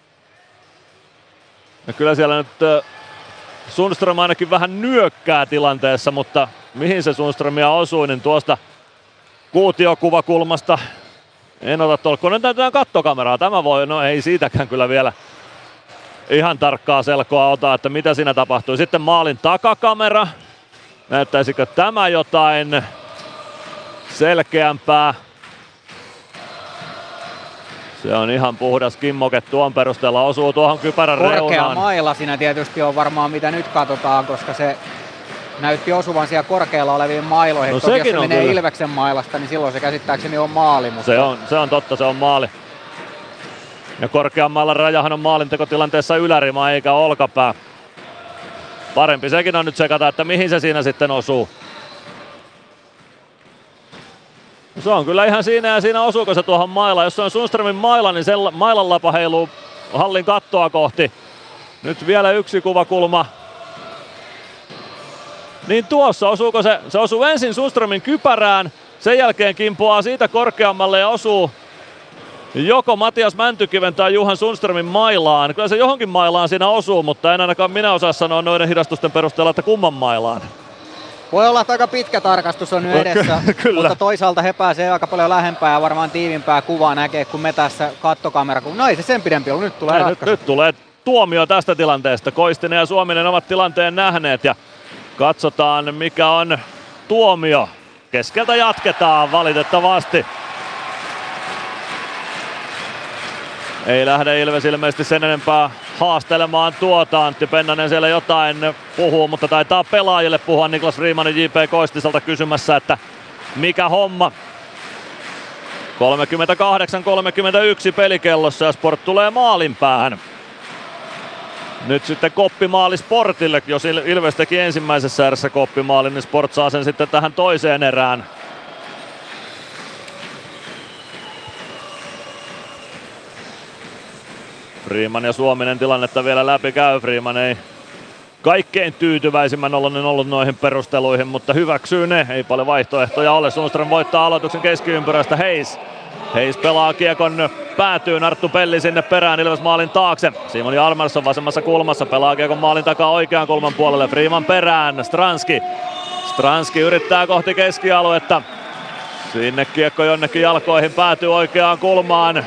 F: Ja kyllä siellä nyt Sundström ainakin vähän nyökkää tilanteessa, mutta mihin se Sundströmiä osui, niin tuosta kuutiokuvakulmasta en ota tolkkua. Nyt näytetään kattokameraa. Tämä voi, no ei siitäkään kyllä vielä ihan tarkkaa selkoa ota, että mitä siinä tapahtui. Sitten maalin takakamera. Näyttäisikö tämä jotain selkeämpää? Se on ihan puhdas kimmoke tuon perusteella, osuu tuohon kypärän reunaan.
B: Korkea maila siinä tietysti on varmaan mitä nyt katsotaan, koska se näytti osuvan siellä korkealla oleviin mailoihin.
F: No
B: toki jos se menee
F: kyllä
B: Ilveksen mailasta, niin silloin se käsittääkseni on maali. Mutta
F: se on totta, se on maali. Ja korkean mailan rajahan on maalintekotilanteessa ylärima eikä olkapää. Parempi sekin on nyt sekata, että mihin se siinä sitten osuu. Se on kyllä ihan siinä ja siinä osuuko se tuohon mailaan. Jos se on Sundströmin maila, niin sen mailan lapa heiluu hallin kattoa kohti. Nyt vielä yksi kuvakulma. Niin tuossa osuuko se? Se osuu ensin Sundströmin kypärään, sen jälkeen kimpoaa siitä korkeammalle ja osuu joko Matias Mäntykiven tai Johan Sundströmin mailaan. Kyllä se johonkin mailaan siinä osuu, mutta en ainakaan minä osaa sanoa noiden hidastusten perusteella, että kumman mailaan.
B: Voi olla, että aika pitkä tarkastus on nyt edessä, mutta toisaalta he pääsee aika paljon lähempää ja varmaan tiivimpää kuvaa näkee kuin me tässä kattokamera. No ei se sen pidempi ollut, nyt tulee ratkaisu.
F: Nyt tulee tuomio tästä tilanteesta. Koistinen ja Suominen ovat tilanteen nähneet ja katsotaan mikä on tuomio. Keskeltä jatketaan valitettavasti. Ei lähde Ilves ilmeisesti sen enempää haastelemaan tuota. Antti Pennanen siellä jotain puhuu, mutta taitaa pelaajille puhua. Niklas Freemanin J.P. Koistiselta kysymässä, että mikä homma. 38-31 pelikellossa ja Sport tulee maalin päähän. Nyt sitten koppimaali Sportille, jos Ilves teki ensimmäisessä erässä koppimaalin, niin Sport saa sen sitten tähän toiseen erään. Freeman ja Suominen tilannetta vielä läpi käy. Freeman ei kaikkein tyytyväisimmän ollut noihin perusteluihin, mutta hyväksyy ne. Ei paljon vaihtoehtoja ole. Sundström voittaa aloituksen keskiympyrästä. Hayes pelaa kiekon päätyyn, Arttu Pelli sinne perään Ilves maalin taakse. Simon Hjalmarsson vasemmassa kulmassa pelaa kiekon maalin takaa oikean kulman puolelle. Freeman perään, Stranski yrittää kohti keskialuetta. Sinne kiekko jonnekin jalkoihin, päätyy oikeaan kulmaan.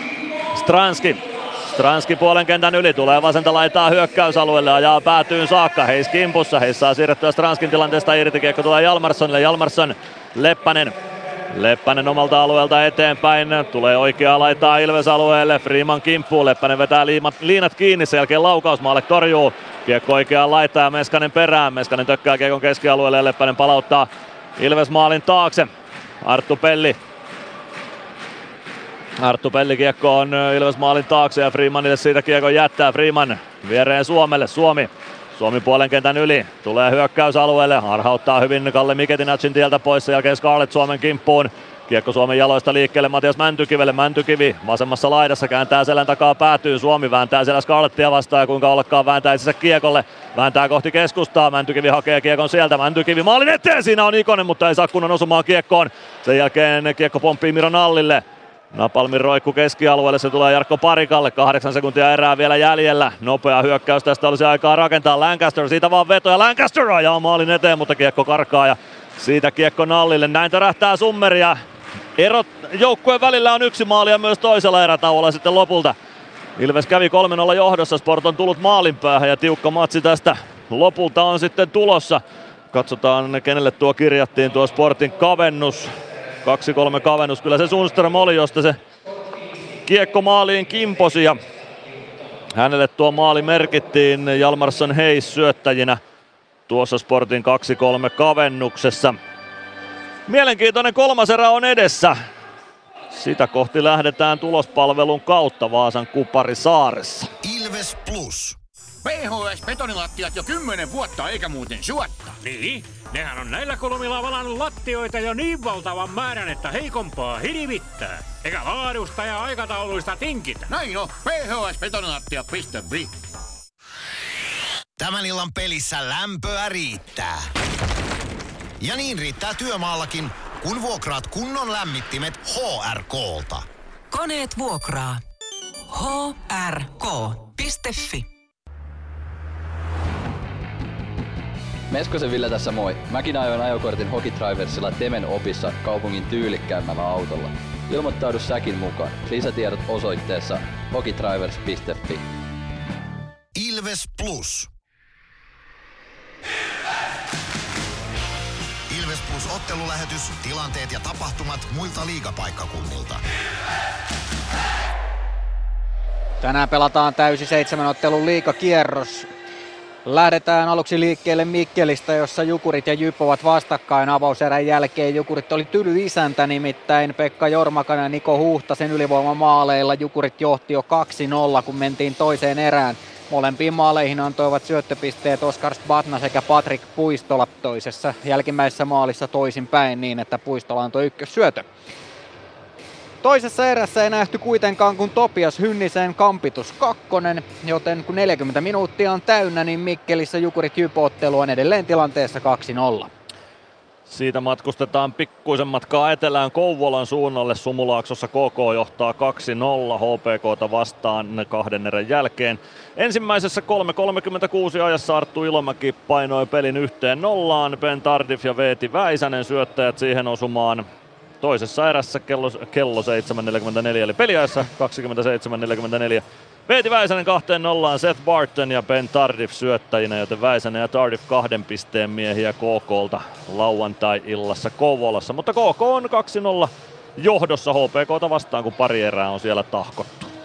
F: Stranski puolen kentän yli, tulee vasenta laitaa hyökkäysalueelle, ajaa päätyyn saakka. Hayes kimpussa, Hayes saa siirrettyä Stranskin tilanteesta irti, kiekko tulee Hjalmarssonille, Hjalmarsson, Leppänen omalta alueelta eteenpäin, tulee oikeaa laitaa Ilves-alueelle, Freeman kimppuun, Leppänen vetää liinat kiinni, sen jälkeen laukaus, Maalek torjuu, kiekko oikeaan laitaa ja Meskanen perään, Meskanen tökkää kiekon keskialueelle ja Leppänen palauttaa Ilves maalin taakse, Arttu Pelli kiekko on Ilves maalin taakse ja Freemanille siitä kiekon jättää, Freeman viereen Suomelle, Suomi puolen kentän yli, tulee hyökkäysalueelle, harhauttaa hyvin Kalle Miketinacin tieltä pois, sen jälkeen Scarlett Suomen kimppuun. Kiekko Suomen jaloista liikkeelle Matias Mäntykivelle, Mäntykivi vasemmassa laidassa kääntää selän takaa päätyy, Suomi vääntää siellä Scarlettia vastaan ja kuinka ollakaan vääntää itsensä kiekolle, vääntää kohti keskustaa, Mäntykivi hakee kiekon sieltä, Mäntykivi maalin eteen, siinä on Ikonen, mutta ei saa kunnon osumaan kiekkoon, sen jälkeen kiekko pomppii Miro Nallille. Napalmin roikku keskialueelle, se tulee Jarkko Parikalle, 8 sekuntia erää vielä jäljellä. Nopea hyökkäys, tästä olisi aikaa rakentaa. Lancaster, siitä vaan veto ja Lancaster ajaa maalin eteen, mutta kiekko karkaa ja siitä kiekko Nallille. Näin törähtää Summeri ja erot joukkueen välillä on 1 maali ja myös toisella erätauolla sitten lopulta. Ilves kävi 3-0 johdossa, Sport on tullut maalin päähän ja tiukka matsi tästä lopulta on sitten tulossa. Katsotaan kenelle tuo kirjattiin tuo Sportin kavennus. 2-3 kavennus, kyllä se Sundström oli, josta se kiekko maaliin kimposi ja hänelle tuo maali merkittiin Hjalmarsson Hayes syöttäjinä tuossa Sportin 2-3 kavennuksessa. Mielenkiintoinen 3. erä on edessä. Sitä kohti lähdetään tulospalvelun kautta Vaasan Kuparisaaressa.
A: Ilves Plus.
R: PHS-betonilattiat jo 10 vuotta eikä muuten suotta.
N: Niin, nehän on näillä kolmilla valannut lattioita jo niin valtavan määrän, että heikompaa hirvittää. Eikä laadusta ja aikatauluista tinkitä.
R: Näin on, phsbetonilattia.fi.
A: Tämän illan pelissä lämpöä riittää. Ja niin riittää työmaallakin, kun vuokraat kunnon lämmittimet HRK:lta.
C: Koneet vuokraa. hrk.fi.
H: Meskosen Ville tässä moi. Mäkin ajoin ajokortin Hokitriversilla Temen opissa kaupungin tyylikkäämmällä autolla. Ilmoittaudu säkin mukaan. Lisätiedot osoitteessa hokitrivers.fi.
A: Ilves Plus. Ilves Plus -ottelulähetys, tilanteet ja tapahtumat muilta liigapaikkakunnilta.
B: Tänään pelataan täysi 7 ottelun liigakierros. Lähdetään aluksi liikkeelle Mikkelistä, jossa Jukurit ja Jyp ovat vastakkain avauserän jälkeen. Jukurit oli tyly isäntä, nimittäin Pekka Jormakan ja Niko Huhtasen ylivoimamaaleilla. Jukurit johti jo 2-0, kun mentiin toiseen erään. Molempiin maaleihin antoivat syöttöpisteet Oskar Spatna sekä Patrik Puistola, toisessa jälkimmäisessä maalissa toisinpäin niin, että Puistola antoi ykkössyötön. Toisessa erässä ei nähty kuitenkaan kun Topias Hynnisen kampitus 2, joten kun 40 minuuttia on täynnä, niin Mikkelissä Jukurit Jyp-ottelu on edelleen tilanteessa 2-0.
F: Siitä matkustetaan pikkuisen matkaa etelään Kouvolan suunnalle. Sumulaaksossa KK johtaa 2-0 HPK:ta vastaan 2 erän jälkeen. Ensimmäisessä 3.36 ajassa Arttu Ilomäki painoi pelin 1-0. Ben Tardif ja Veeti Väisänen syöttäjät siihen osumaan. Toisessa erässä kello 7.44 eli peliajassa 27.44. Veeti Väisänen 2-0, Seth Barton ja Ben Tardif syöttäjinä, joten Väisänen ja Tardif 2 pisteen miehiä KK:lta lauantai-illassa Kouvolassa. Mutta KK on 2-0 johdossa HPK:ta vastaan, kun pari erää on siellä tahkottu.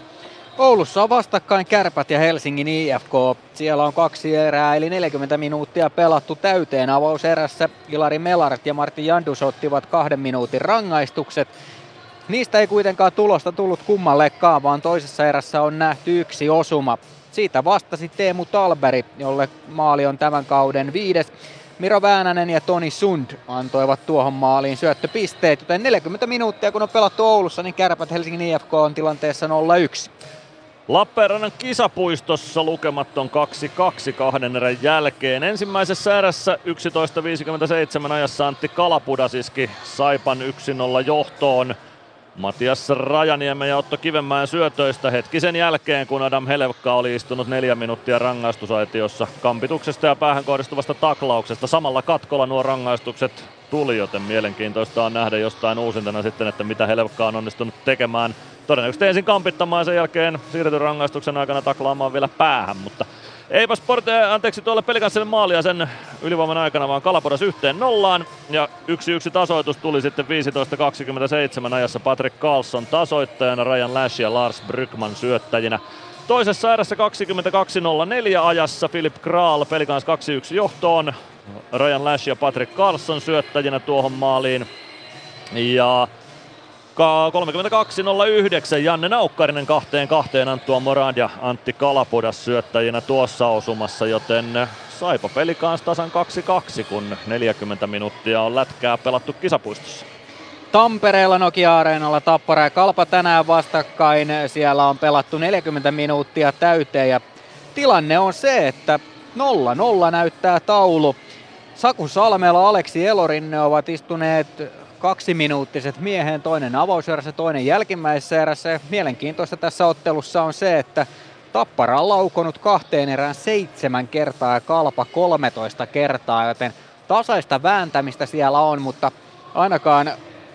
B: Oulussa on vastakkain Kärpät ja Helsingin IFK. Siellä on 2 erää eli 40 minuuttia pelattu täyteen. Avauserässä Ilari Melart ja Martin Jandus ottivat 2 minuutin rangaistukset. Niistä ei kuitenkaan tulosta tullut kummallekaan, vaan toisessa erässä on nähty 1 osuma. Siitä vastasi Teemu Talberi, jolle maali on tämän kauden 5. Miro Väänänen ja Toni Sund antoivat tuohon maaliin syöttöpisteet, joten 40 minuuttia kun on pelattu Oulussa, niin Kärpät Helsingin IFK on tilanteessa 0-1.
F: Lappeenrannan kisapuistossa lukemat on 2-2 2 erän jälkeen. Ensimmäisessä erässä 11.57 ajassa Antti Kalapudas iski Saipan 1-0 johtoon Matias Rajaniemen ja Otto Kivenmäen syötöistä hetkisen jälkeen, kun Adam Helevka oli istunut 4 minuuttia rangaistusaitiossa kampituksesta ja päähän kohdistuvasta taklauksesta. Samalla katkolla nuo rangaistukset tuli, joten mielenkiintoista on nähdä jostain uusintana sitten, että mitä Helevka on onnistunut tekemään. Todennäköisesti ensin kampittamaan ja sen jälkeen siirtyi rangaistuksen aikana taklaamaan vielä päähän, mutta eipä tuolle Pelikanssille maalia sen ylivoiman aikana, vaan Kalapudas 1-0 ja 1-1 tasoitus tuli sitten 15.27 ajassa Patrick Carlson tasoittajana, Ryan Lash ja Lars Brygman syöttäjinä. Toisessa erässä 22.04 ajassa Philip Kral Pelikans 2-1 johtoon, Ryan Lash ja Patrick Carlson syöttäjinä tuohon maaliin. Ja 32.09 Janne Naukkarinen 2-2 Anttua Morad ja Antti Kalapudas syöttäjinä tuossa osumassa, joten Saipa Pelikans tasan 2-2, kun 40 minuuttia on lätkää pelattu kisapuistossa.
B: Tampereella Nokia-areenalla Tappara ja Kalpa tänään vastakkain. Siellä on pelattu 40 minuuttia täyteen ja tilanne on se, että 0-0 näyttää taulu. Saku Salmela, Aleksi Elorinne ovat istuneet 2-minuuttiset mieheen, toinen avauserässä, toinen jälkimmäisessä erässä. Mielenkiintoista tässä ottelussa on se, että Tappara on laukonut 2 erään 7 kertaa ja Kalpa 13 kertaa, joten tasaista vääntämistä siellä on, mutta ainakaan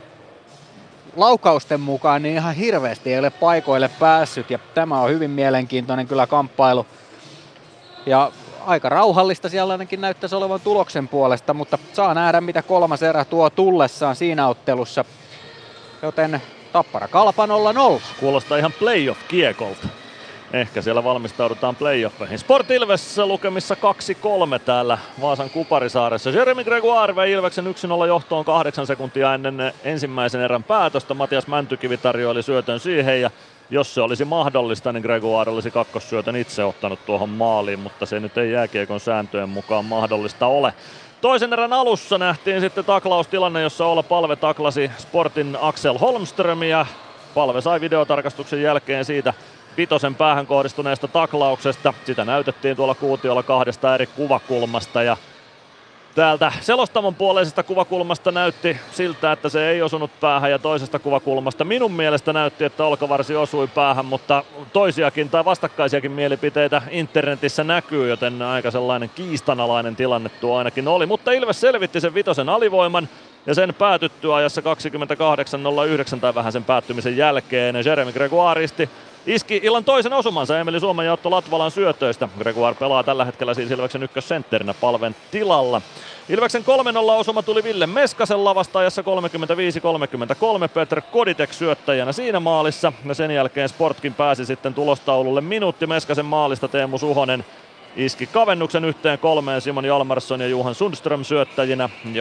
B: laukausten mukaan niin ihan hirveästi ei ole paikoille päässyt ja tämä on hyvin mielenkiintoinen kyllä kamppailu. Ja aika rauhallista siellä ainakin näyttäisi olevan tuloksen puolesta, mutta saa nähdä mitä 3. erä tuo tullessaan siinä ottelussa. Joten Tappara Kalpa 0-0.
F: Kuulostaa ihan playoff-kiekolta. Ehkä siellä valmistaudutaan playoffeihin. Sport Ilves lukemissa 2-3 täällä Vaasan Kuparisaaressa. Jeremy Gregoire vei Ilveksen 1-0 johtoon 8 sekuntia ennen ensimmäisen erän päätöstä. Matias Mäntykivi tarjoili syötön siihen ja jos se olisi mahdollista, niin Gregoire olisi kakkossyötön itse ottanut tuohon maaliin, mutta se nyt ei jääkiekon sääntöjen mukaan mahdollista ole. Toisen erän alussa nähtiin sitten taklaustilanne, jossa Ola Palve taklasi Sportin Axel Holmströmiä. Palve sai videotarkastuksen jälkeen siitä Vitosen päähän kohdistuneesta taklauksesta. Sitä näytettiin tuolla kuutiolla 2 eri kuvakulmasta ja täältä selostamon puoleisesta kuvakulmasta näytti siltä, että se ei osunut päähän ja toisesta kuvakulmasta minun mielestä näytti, että olkavarsi osui päähän, mutta toisiakin tai vastakkaisiakin mielipiteitä internetissä näkyy, joten aika sellainen kiistanalainen tilanne tuo ainakin oli. Mutta Ilves selvitti sen Vitosen alivoiman ja sen päätyttyä ajassa 28.09 tai vähän sen päättymisen jälkeen. Jeremy Gregoire iski illan toisen osumansa Emeli Suomen ja Otto Latvalan syötöistä. Gregoire pelaa tällä hetkellä siis Ilveksen ykkössentterinä Palven tilalla. Ilveksen 3-0 osuma tuli Ville Meskasen lavasta ajassa 35-33. Petr Koditek syöttäjänä siinä maalissa. Ja sen jälkeen Sportkin pääsi sitten tulostaululle minuutti Meskasen maalista. Teemu Suhonen iski kavennuksen 1-3 Simon Jalmarsson ja Johan Sundström syöttäjinä. Ja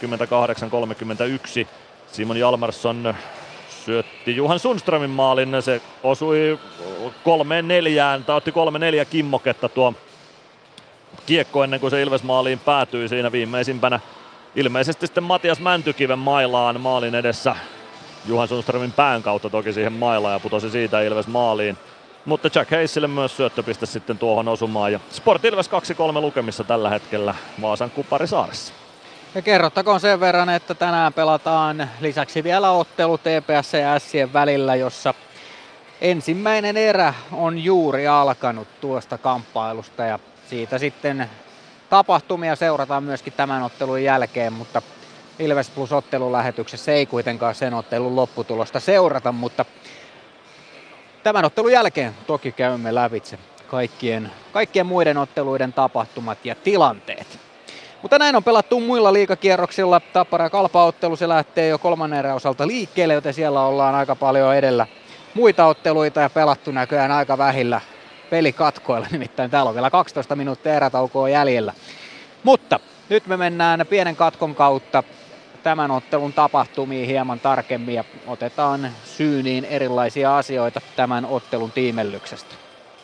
F: 38-31 Simon Jalmarsson syötti Johan Sundströmin maalin, se osui 3-4, tai otti 3-4 kimmoketta tuo kiekko ennen kuin se Ilves maaliin päätyi siinä viimeisimpänä. Ilmeisesti sitten Matias Mäntykiven mailaan maalin edessä Johan Sundströmin pään kautta toki siihen mailaan ja putosi siitä Ilves maaliin. Mutta Jack Hayesille myös syöttöpiste sitten tuohon osumaan ja Sport Ilves 2-3 lukemissa tällä hetkellä Vaasan Kuparisaaressa.
B: Ja kerrottakoon sen verran, että tänään pelataan lisäksi vielä ottelu TPS ja Sien välillä, jossa ensimmäinen erä on juuri alkanut tuosta kamppailusta ja siitä sitten tapahtumia seurataan myöskin tämän ottelun jälkeen, mutta Ilves Plus ottelulähetyksessä ei kuitenkaan sen ottelun lopputulosta seurata, mutta tämän ottelun jälkeen toki käymme lävitse kaikkien muiden otteluiden tapahtumat ja tilanteet. Mutta näin on pelattu muilla liigakierroksilla. Tappara ja Kalpa-ottelu se lähtee jo 3. erän osalta liikkeelle, joten siellä ollaan aika paljon edellä muita otteluita ja pelattu näköjään aika vähillä pelikatkoilla, nimittäin täällä on vielä 12 minuuttia erätaukoa jäljellä. Mutta nyt me mennään pienen katkon kautta tämän ottelun tapahtumiin hieman tarkemmin ja otetaan syyniin erilaisia asioita tämän ottelun tiimellyksestä.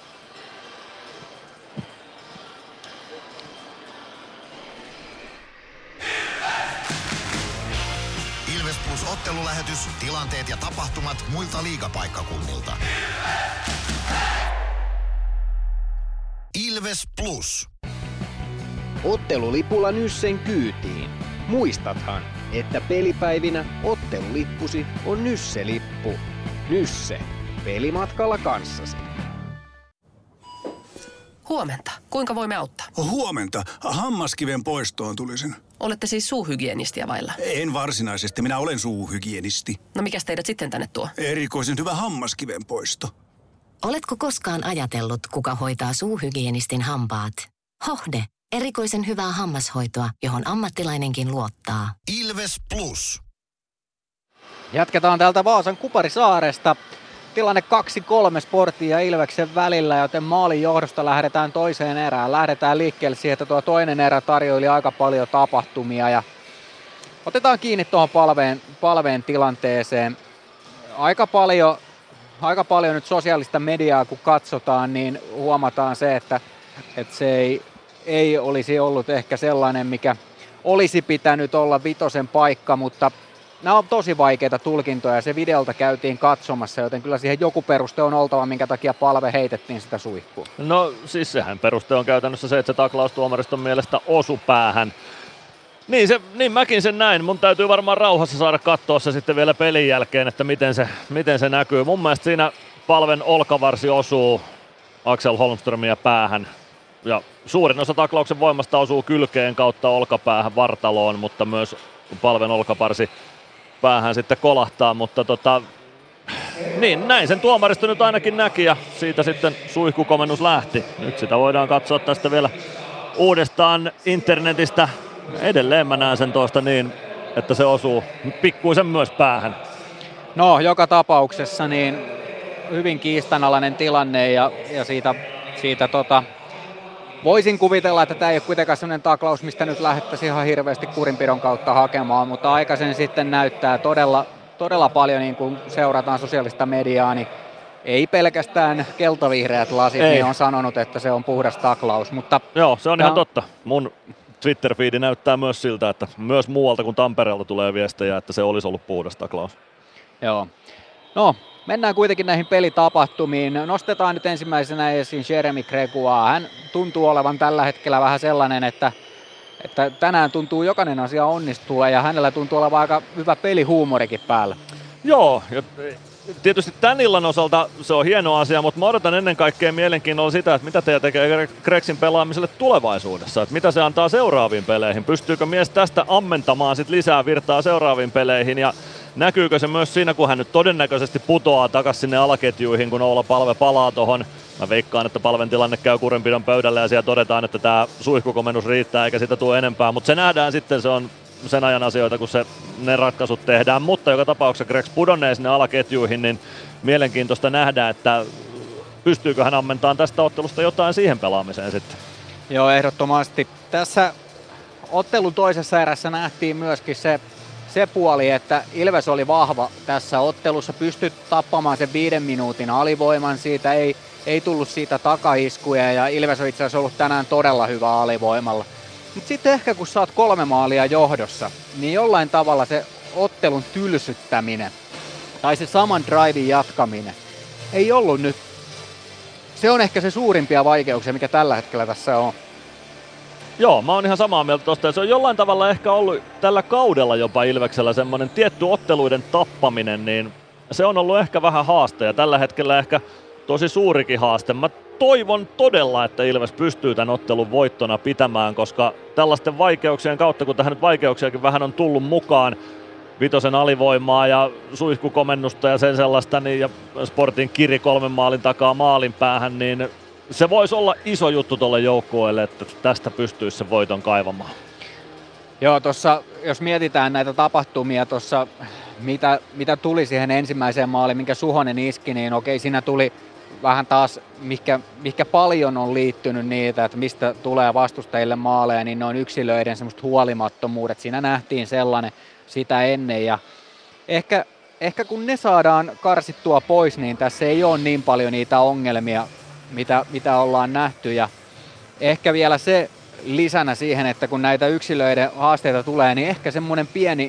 A: Ilves Plus ottelulähetys, tilanteet ja tapahtumat muilta liigapaikkakunnilta. Ilves Plus.
D: Ottelulipulla Nyssen kyytiin. Muistathan, että pelipäivinä ottelulippusi on Nysse-lippu. Nysse. Pelimatkalla kanssasi.
K: Huomenta. Kuinka voimme auttaa?
L: Huomenta. Hammaskiven poistoon tulisin.
K: Olette siis suuhygienistiä vailla?
L: En varsinaisesti. Minä olen suuhygienisti.
K: No mikäs teidät sitten tänne tuo?
L: Erikoisen hyvä hammaskiven poisto.
M: Oletko koskaan ajatellut, kuka hoitaa suuhygienistin hampaat? Hohde. Erikoisen hyvää hammashoitoa, johon ammattilainenkin luottaa.
A: Ilves Plus.
B: Jatketaan täältä Vaasan Kuparisaaresta. Tilanne 2-3 Sportin ja Ilveksen välillä, joten maalin johdosta lähdetään toiseen erään. Lähdetään liikkeelle siihen, että tuo toinen erä tarjoili aika paljon tapahtumia. Ja otetaan kiinni tuohon palveen tilanteeseen. Aika paljon nyt sosiaalista mediaa kun katsotaan, niin huomataan se, että se ei olisi ollut ehkä sellainen, mikä olisi pitänyt olla vitosen paikka, mutta nämä on tosi vaikeita tulkintoja ja se videolta käytiin katsomassa, joten kyllä siihen joku peruste on oltava, minkä takia palve heitettiin sitä suihkua.
F: No siis sehän peruste on käytännössä se, että se taklaus tuomariston mielestä osui päähän. Niin mäkin sen näin. Mun täytyy varmaan rauhassa saada katsoa se sitten vielä pelin jälkeen, että miten se näkyy. Mun mielestä siinä palven olkavarsi osuu Axel Holmströmiä päähän. Ja suurin osa taklauksen voimasta osuu kylkeen kautta olkapäähän vartaloon, mutta myös palven olkaparsi päähän sitten kolahtaa, mutta niin näin sen tuomaristo nyt ainakin näki ja siitä sitten suihkukomennus lähti. Nyt sitä voidaan katsoa tästä vielä uudestaan internetistä. Edelleen mä näen sen tuosta niin, että se osuu pikkuisen myös päähän.
B: No joka tapauksessa niin hyvin kiistanalainen tilanne ja siitä voisin kuvitella, että tämä ei ole kuitenkaan sellainen taklaus, mistä nyt lähdettäisiin ihan hirveästi kurinpidon kautta hakemaan, mutta aika sen sitten näyttää todella paljon, niin kun seurataan sosiaalista mediaa, niin ei pelkästään keltavihreät lasit, niin on sanonut, että se on puhdas taklaus. Mutta
F: joo, se on ihan totta. Mun Twitter-fiidi näyttää myös siltä, että myös muualta kuin Tampereelta tulee viestejä, että se olisi ollut puhdas taklaus.
B: Joo. No, mennään kuitenkin näihin pelitapahtumiin. Nostetaan nyt ensimmäisenä esiin Jeremy Gregoire. Hän tuntuu olevan tällä hetkellä vähän sellainen, että tänään tuntuu jokainen asia onnistua ja hänellä tuntuu olevan aika hyvä pelihuumorikin päällä.
F: Joo, ja tietysti tämän illan osalta se on hieno asia, mutta mä odotan ennen kaikkea mielenkiinnolla sitä, että mitä teidän tekee Gregsin pelaamiselle tulevaisuudessa, että mitä se antaa seuraaviin peleihin. Pystyykö mies tästä ammentamaan sit lisää virtaa seuraaviin peleihin ja näkyykö se myös siinä, kun hän nyt todennäköisesti putoaa takaisin sinne alaketjuihin, kun Oula Palve palaa tohon. Mä veikkaan, että Palven tilanne käy kurinpidon pöydälle ja siellä todetaan, että tää suihkukomennus riittää eikä sitä tule enempää, mutta se nähdään sitten, se on sen ajan asioita, kun ne ratkaisut tehdään, mutta joka tapauksessa Gregs pudonnee sinne alaketjuihin, niin mielenkiintoista nähdä, että pystyykö hän ammentamaan tästä ottelusta jotain siihen pelaamiseen sitten.
B: Joo, ehdottomasti. Tässä ottelun toisessa erässä nähtiin myöskin se puoli, että Ilves oli vahva tässä ottelussa, pystyi tappamaan sen 5 minuutin alivoiman, siitä ei tullut siitä takaiskuja ja Ilves on itse asiassa ollut tänään todella hyvä alivoimalla. Mutta sitten ehkä kun sä oot 3 maalia johdossa, niin jollain tavalla se ottelun tylsyttäminen tai se saman drivein jatkaminen ei ollut nyt. Se on ehkä se suurimpia vaikeuksia, mikä tällä hetkellä tässä on.
F: Joo, mä oon ihan samaa mieltä tosta. Se on jollain tavalla ehkä ollut tällä kaudella jopa Ilveksellä semmoinen tietty otteluiden tappaminen, niin se on ollut ehkä vähän haaste ja tällä hetkellä ehkä tosi suurikin haaste. Mä toivon todella, että Ilves pystyy tämän ottelun voittona pitämään, koska tällaisten vaikeuksien kautta, kun tähän nyt vaikeuksiakin vähän on tullut mukaan, vitosen alivoimaa ja suihkukomennusta ja sen sellaista, niin, ja Sportin kiri 3 maalin takaa maalin päähän, niin se voisi olla iso juttu tuolle joukkueelle, että tästä pystyisi sen voiton kaivamaan.
B: Joo, tuossa jos mietitään näitä tapahtumia tuossa, mitä tuli siihen ensimmäiseen maaliin, minkä Suhonen iski, niin okei, siinä tuli vähän taas, mikä paljon on liittynyt niitä, että mistä tulee vastustajille maaleja, niin ne on yksilöiden semmoista huolimattomuudet. Siinä nähtiin sellainen sitä ennen ja ehkä kun ne saadaan karsittua pois, niin tässä ei ole niin paljon niitä ongelmia, mitä ollaan nähty ja ehkä vielä se lisänä siihen, että kun näitä yksilöiden haasteita tulee, niin ehkä semmoinen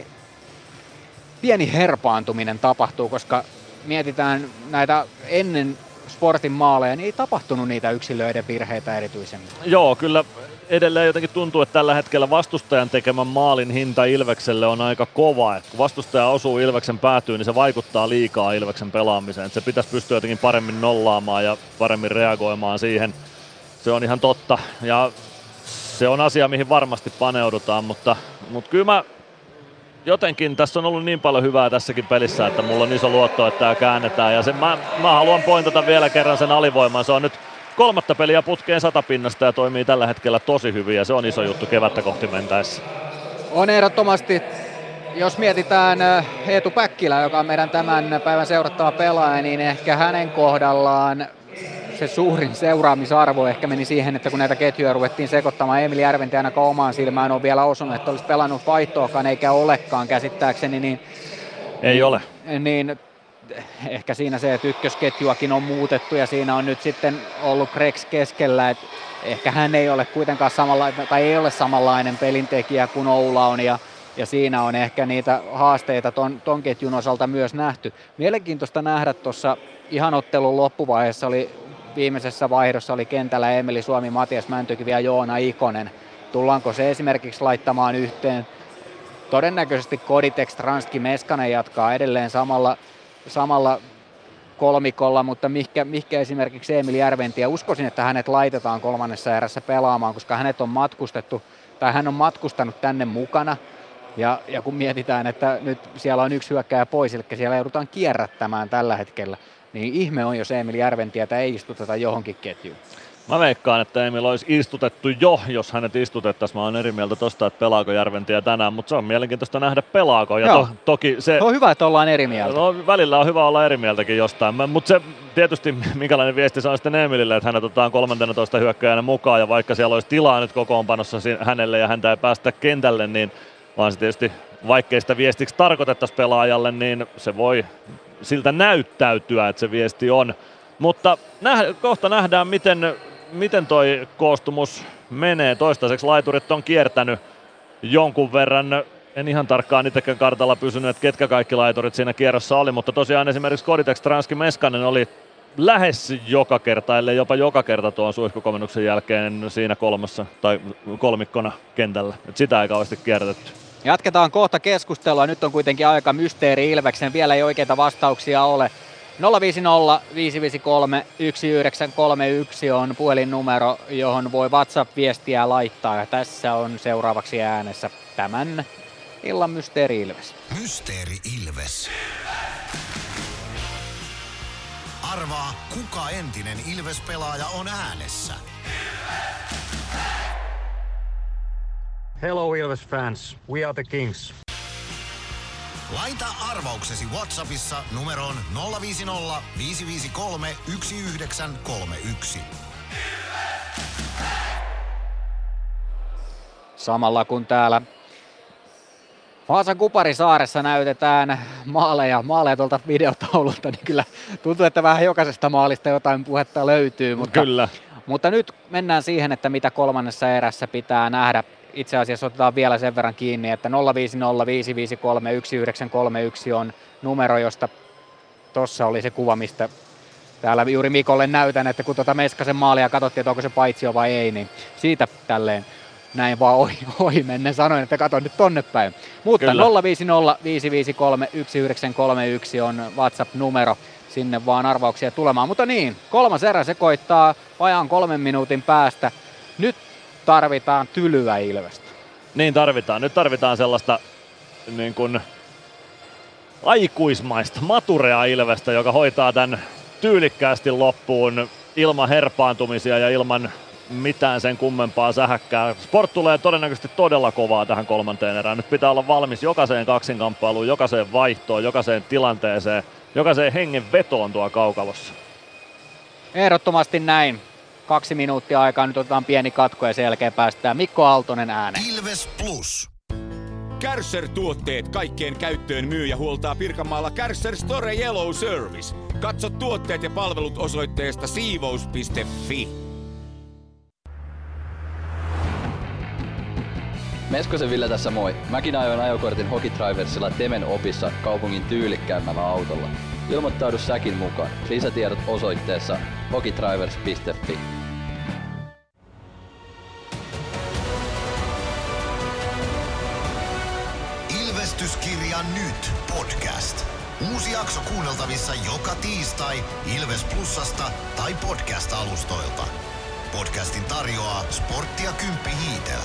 B: pieni herpaantuminen tapahtuu, koska mietitään näitä ennen Sportin maaleja, niin ei tapahtunut niitä yksilöiden virheitä erityisemmin.
F: Joo, kyllä edelleen jotenkin tuntuu, että tällä hetkellä vastustajan tekemän maalin hinta Ilvekselle on aika kova. Et kun vastustaja osuu Ilveksen päätyyn, niin se vaikuttaa liikaa Ilveksen pelaamiseen. Et se pitäisi pystyä jotenkin paremmin nollaamaan ja paremmin reagoimaan siihen. Se on ihan totta ja se on asia, mihin varmasti paneudutaan, mutta kyllä mä jotenkin tässä on ollut niin paljon hyvää tässäkin pelissä, että mulla on iso luotto, että tämä käännetään ja mä haluan pointata vielä kerran sen alivoiman. Se on nyt 3. peliä putkeen 100 pinnasta ja toimii tällä hetkellä tosi hyvin ja se on iso juttu kevättä kohti mentäessä.
B: On ehdottomasti, jos mietitään Eetu Päkkilä, joka on meidän tämän päivän seurattava pelaaja, niin ehkä hänen kohdallaan se suurin seuraamisarvo ehkä meni siihen, että kun näitä ketjuja ruvettiin sekoittamaan, Emil Järventi ainakaan omaan silmään on vielä osunut, että olisi pelannut vaihtoakaan eikä olekaan käsittääkseni, niin
F: ei ole.
B: Niin ehkä siinä se, että ykkösketjuakin on muutettu ja siinä on nyt sitten ollut Gregs keskellä, että ehkä hän ei ole kuitenkaan samanlainen pelintekijä kuin Oula on ja siinä on ehkä niitä haasteita ton ketjun osalta myös nähty. Mielenkiintoista nähdä tuossa ihan ottelun loppuvaiheessa viimeisessä vaihdossa oli kentällä Emeli Suomi, Matias Mäntykivi ja Joona Ikonen. Tullaanko se esimerkiksi laittamaan yhteen? Todennäköisesti Koditex, Transki, Meskanen jatkaa edelleen samalla kolmikolla, mutta mikä esimerkiksi Emil Järventi, ja uskoisin, että hänet laitetaan 3. erässä pelaamaan, koska hän on matkustanut tänne mukana. Ja kun mietitään, että nyt siellä on yksi hyökkääjä pois, eli siellä joudutaan kierrättämään tällä hetkellä, niin ihme on, jos Emil Järventiätä ei istuteta johonkin ketjuun. Mä
F: veikkaan, että Emil olisi istutettu jos hänet istutettaisiin. Mä oon eri mieltä tosta, että pelaako Järventiä tänään, mutta se on mielenkiintoista nähdä pelaako. Ja toki se
B: on hyvä, että ollaan eri mieltä.
F: No, välillä on hyvä olla eri mieltäkin jostain, mutta se tietysti, minkälainen viesti se on sitten Emilille, että hänet otetaan 13 hyökkääjänä mukaan, ja vaikka siellä olisi tilaa nyt kokoonpanossa hänelle ja häntä ei päästä kentälle, niin vaan se tietysti, vaikkei sitä viestiksi tarkoitettaisiin pelaajalle, niin se voi siltä näyttäytyä, että se viesti on. Mutta kohta nähdään, miten toi koostumus menee. Toistaiseksi laiturit on kiertänyt jonkun verran. En ihan tarkkaan itsekään kartalla pysynyt, että ketkä kaikki laiturit siinä kierrossa oli, mutta tosiaan esimerkiksi Koditex, Transki, Meskanen oli lähes joka kerta, ellei jopa joka kerta tuon suihkukomennuksen jälkeen siinä kolmikkona kentällä. Et sitä ei kauheasti kierrätetty.
B: Jatketaan kohta keskustelua. Nyt on kuitenkin aika mysteeri Ilveksen. Vielä ei oikeita vastauksia ole. 050 553 1931 on puhelinnumero, johon voi WhatsApp-viestiä laittaa. Ja tässä on seuraavaksi äänessä tämän illan Mysteeri Ilves.
A: Mysteeri Ilves. Arvaa, kuka entinen Ilves-pelaaja on äänessä.
N: Hello Ilves fans, we are the Kings.
A: Laita arvauksesi WhatsAppissa numeroon 050 553 1931.
B: Samalla kun täällä Vaasan Kuparisaaressa näytetään maaleja tuolta videotaululta, niin kyllä tuntuu, että vähän jokaisesta maalista jotain puhetta löytyy. Mutta nyt mennään siihen, että mitä 3. erässä pitää nähdä. Itse asiassa otetaan vielä sen verran kiinni, että 050 553 1931 on numero, josta tuossa oli se kuva, mistä täällä juuri Mikolle näytän, että kun tuota Meskasen maalia katsottiin, että onko se paitsio vai ei, niin siitä tälleen näin vaan ohi menen sanoin, että katon nyt tonne päin. Mutta 050 553 1931 on WhatsApp-numero, sinne vaan arvauksia tulemaan. Mutta niin, 3. erä se koittaa vajaan 3 minuutin päästä. Nyt tarvitaan tylyä Ilvestä.
F: Niin tarvitaan. Nyt tarvitaan sellaista niin kuin aikuismaista, maturea Ilvestä, joka hoitaa tämän tyylikkäästi loppuun ilman herpaantumisia ja ilman mitään sen kummempaa sähäkkää. Sport tulee todennäköisesti todella kovaa tähän kolmanteen erään. Nyt pitää olla valmis jokaiseen kaksinkamppailuun, jokaiseen vaihtoon, jokaiseen tilanteeseen, jokaiseen hengenvetoon tuo kaukalossa.
B: Ehdottomasti näin. 2 minuuttia aikaa, nyt otetaan pieni katko ja sen jälkeen päästään Mikko Aaltonen ääneen.
A: Ilves Plus.
I: Kärcher-tuotteet kaikkeen käyttöön myy ja huoltaa Pirkanmaalla Kärcher Store Yellow Service. Katso tuotteet ja palvelut osoitteesta siivous.fi.
H: Meskosen Ville tässä moi. Mäkin ajoin ajokortin Hokitriversilla Temen opissa kaupungin tyylikkäämmällä autolla. Ilmoittaudu säkin mukaan. Lisätiedot osoitteessa hokitrivers.fi.
A: Ilvestyskirja nyt podcast. Uusi jakso kuunneltavissa joka tiistai Ilves Plusasta tai podcast-alustoilta. Podcastin tarjoaa Sporttia Kymppi Hiitelä.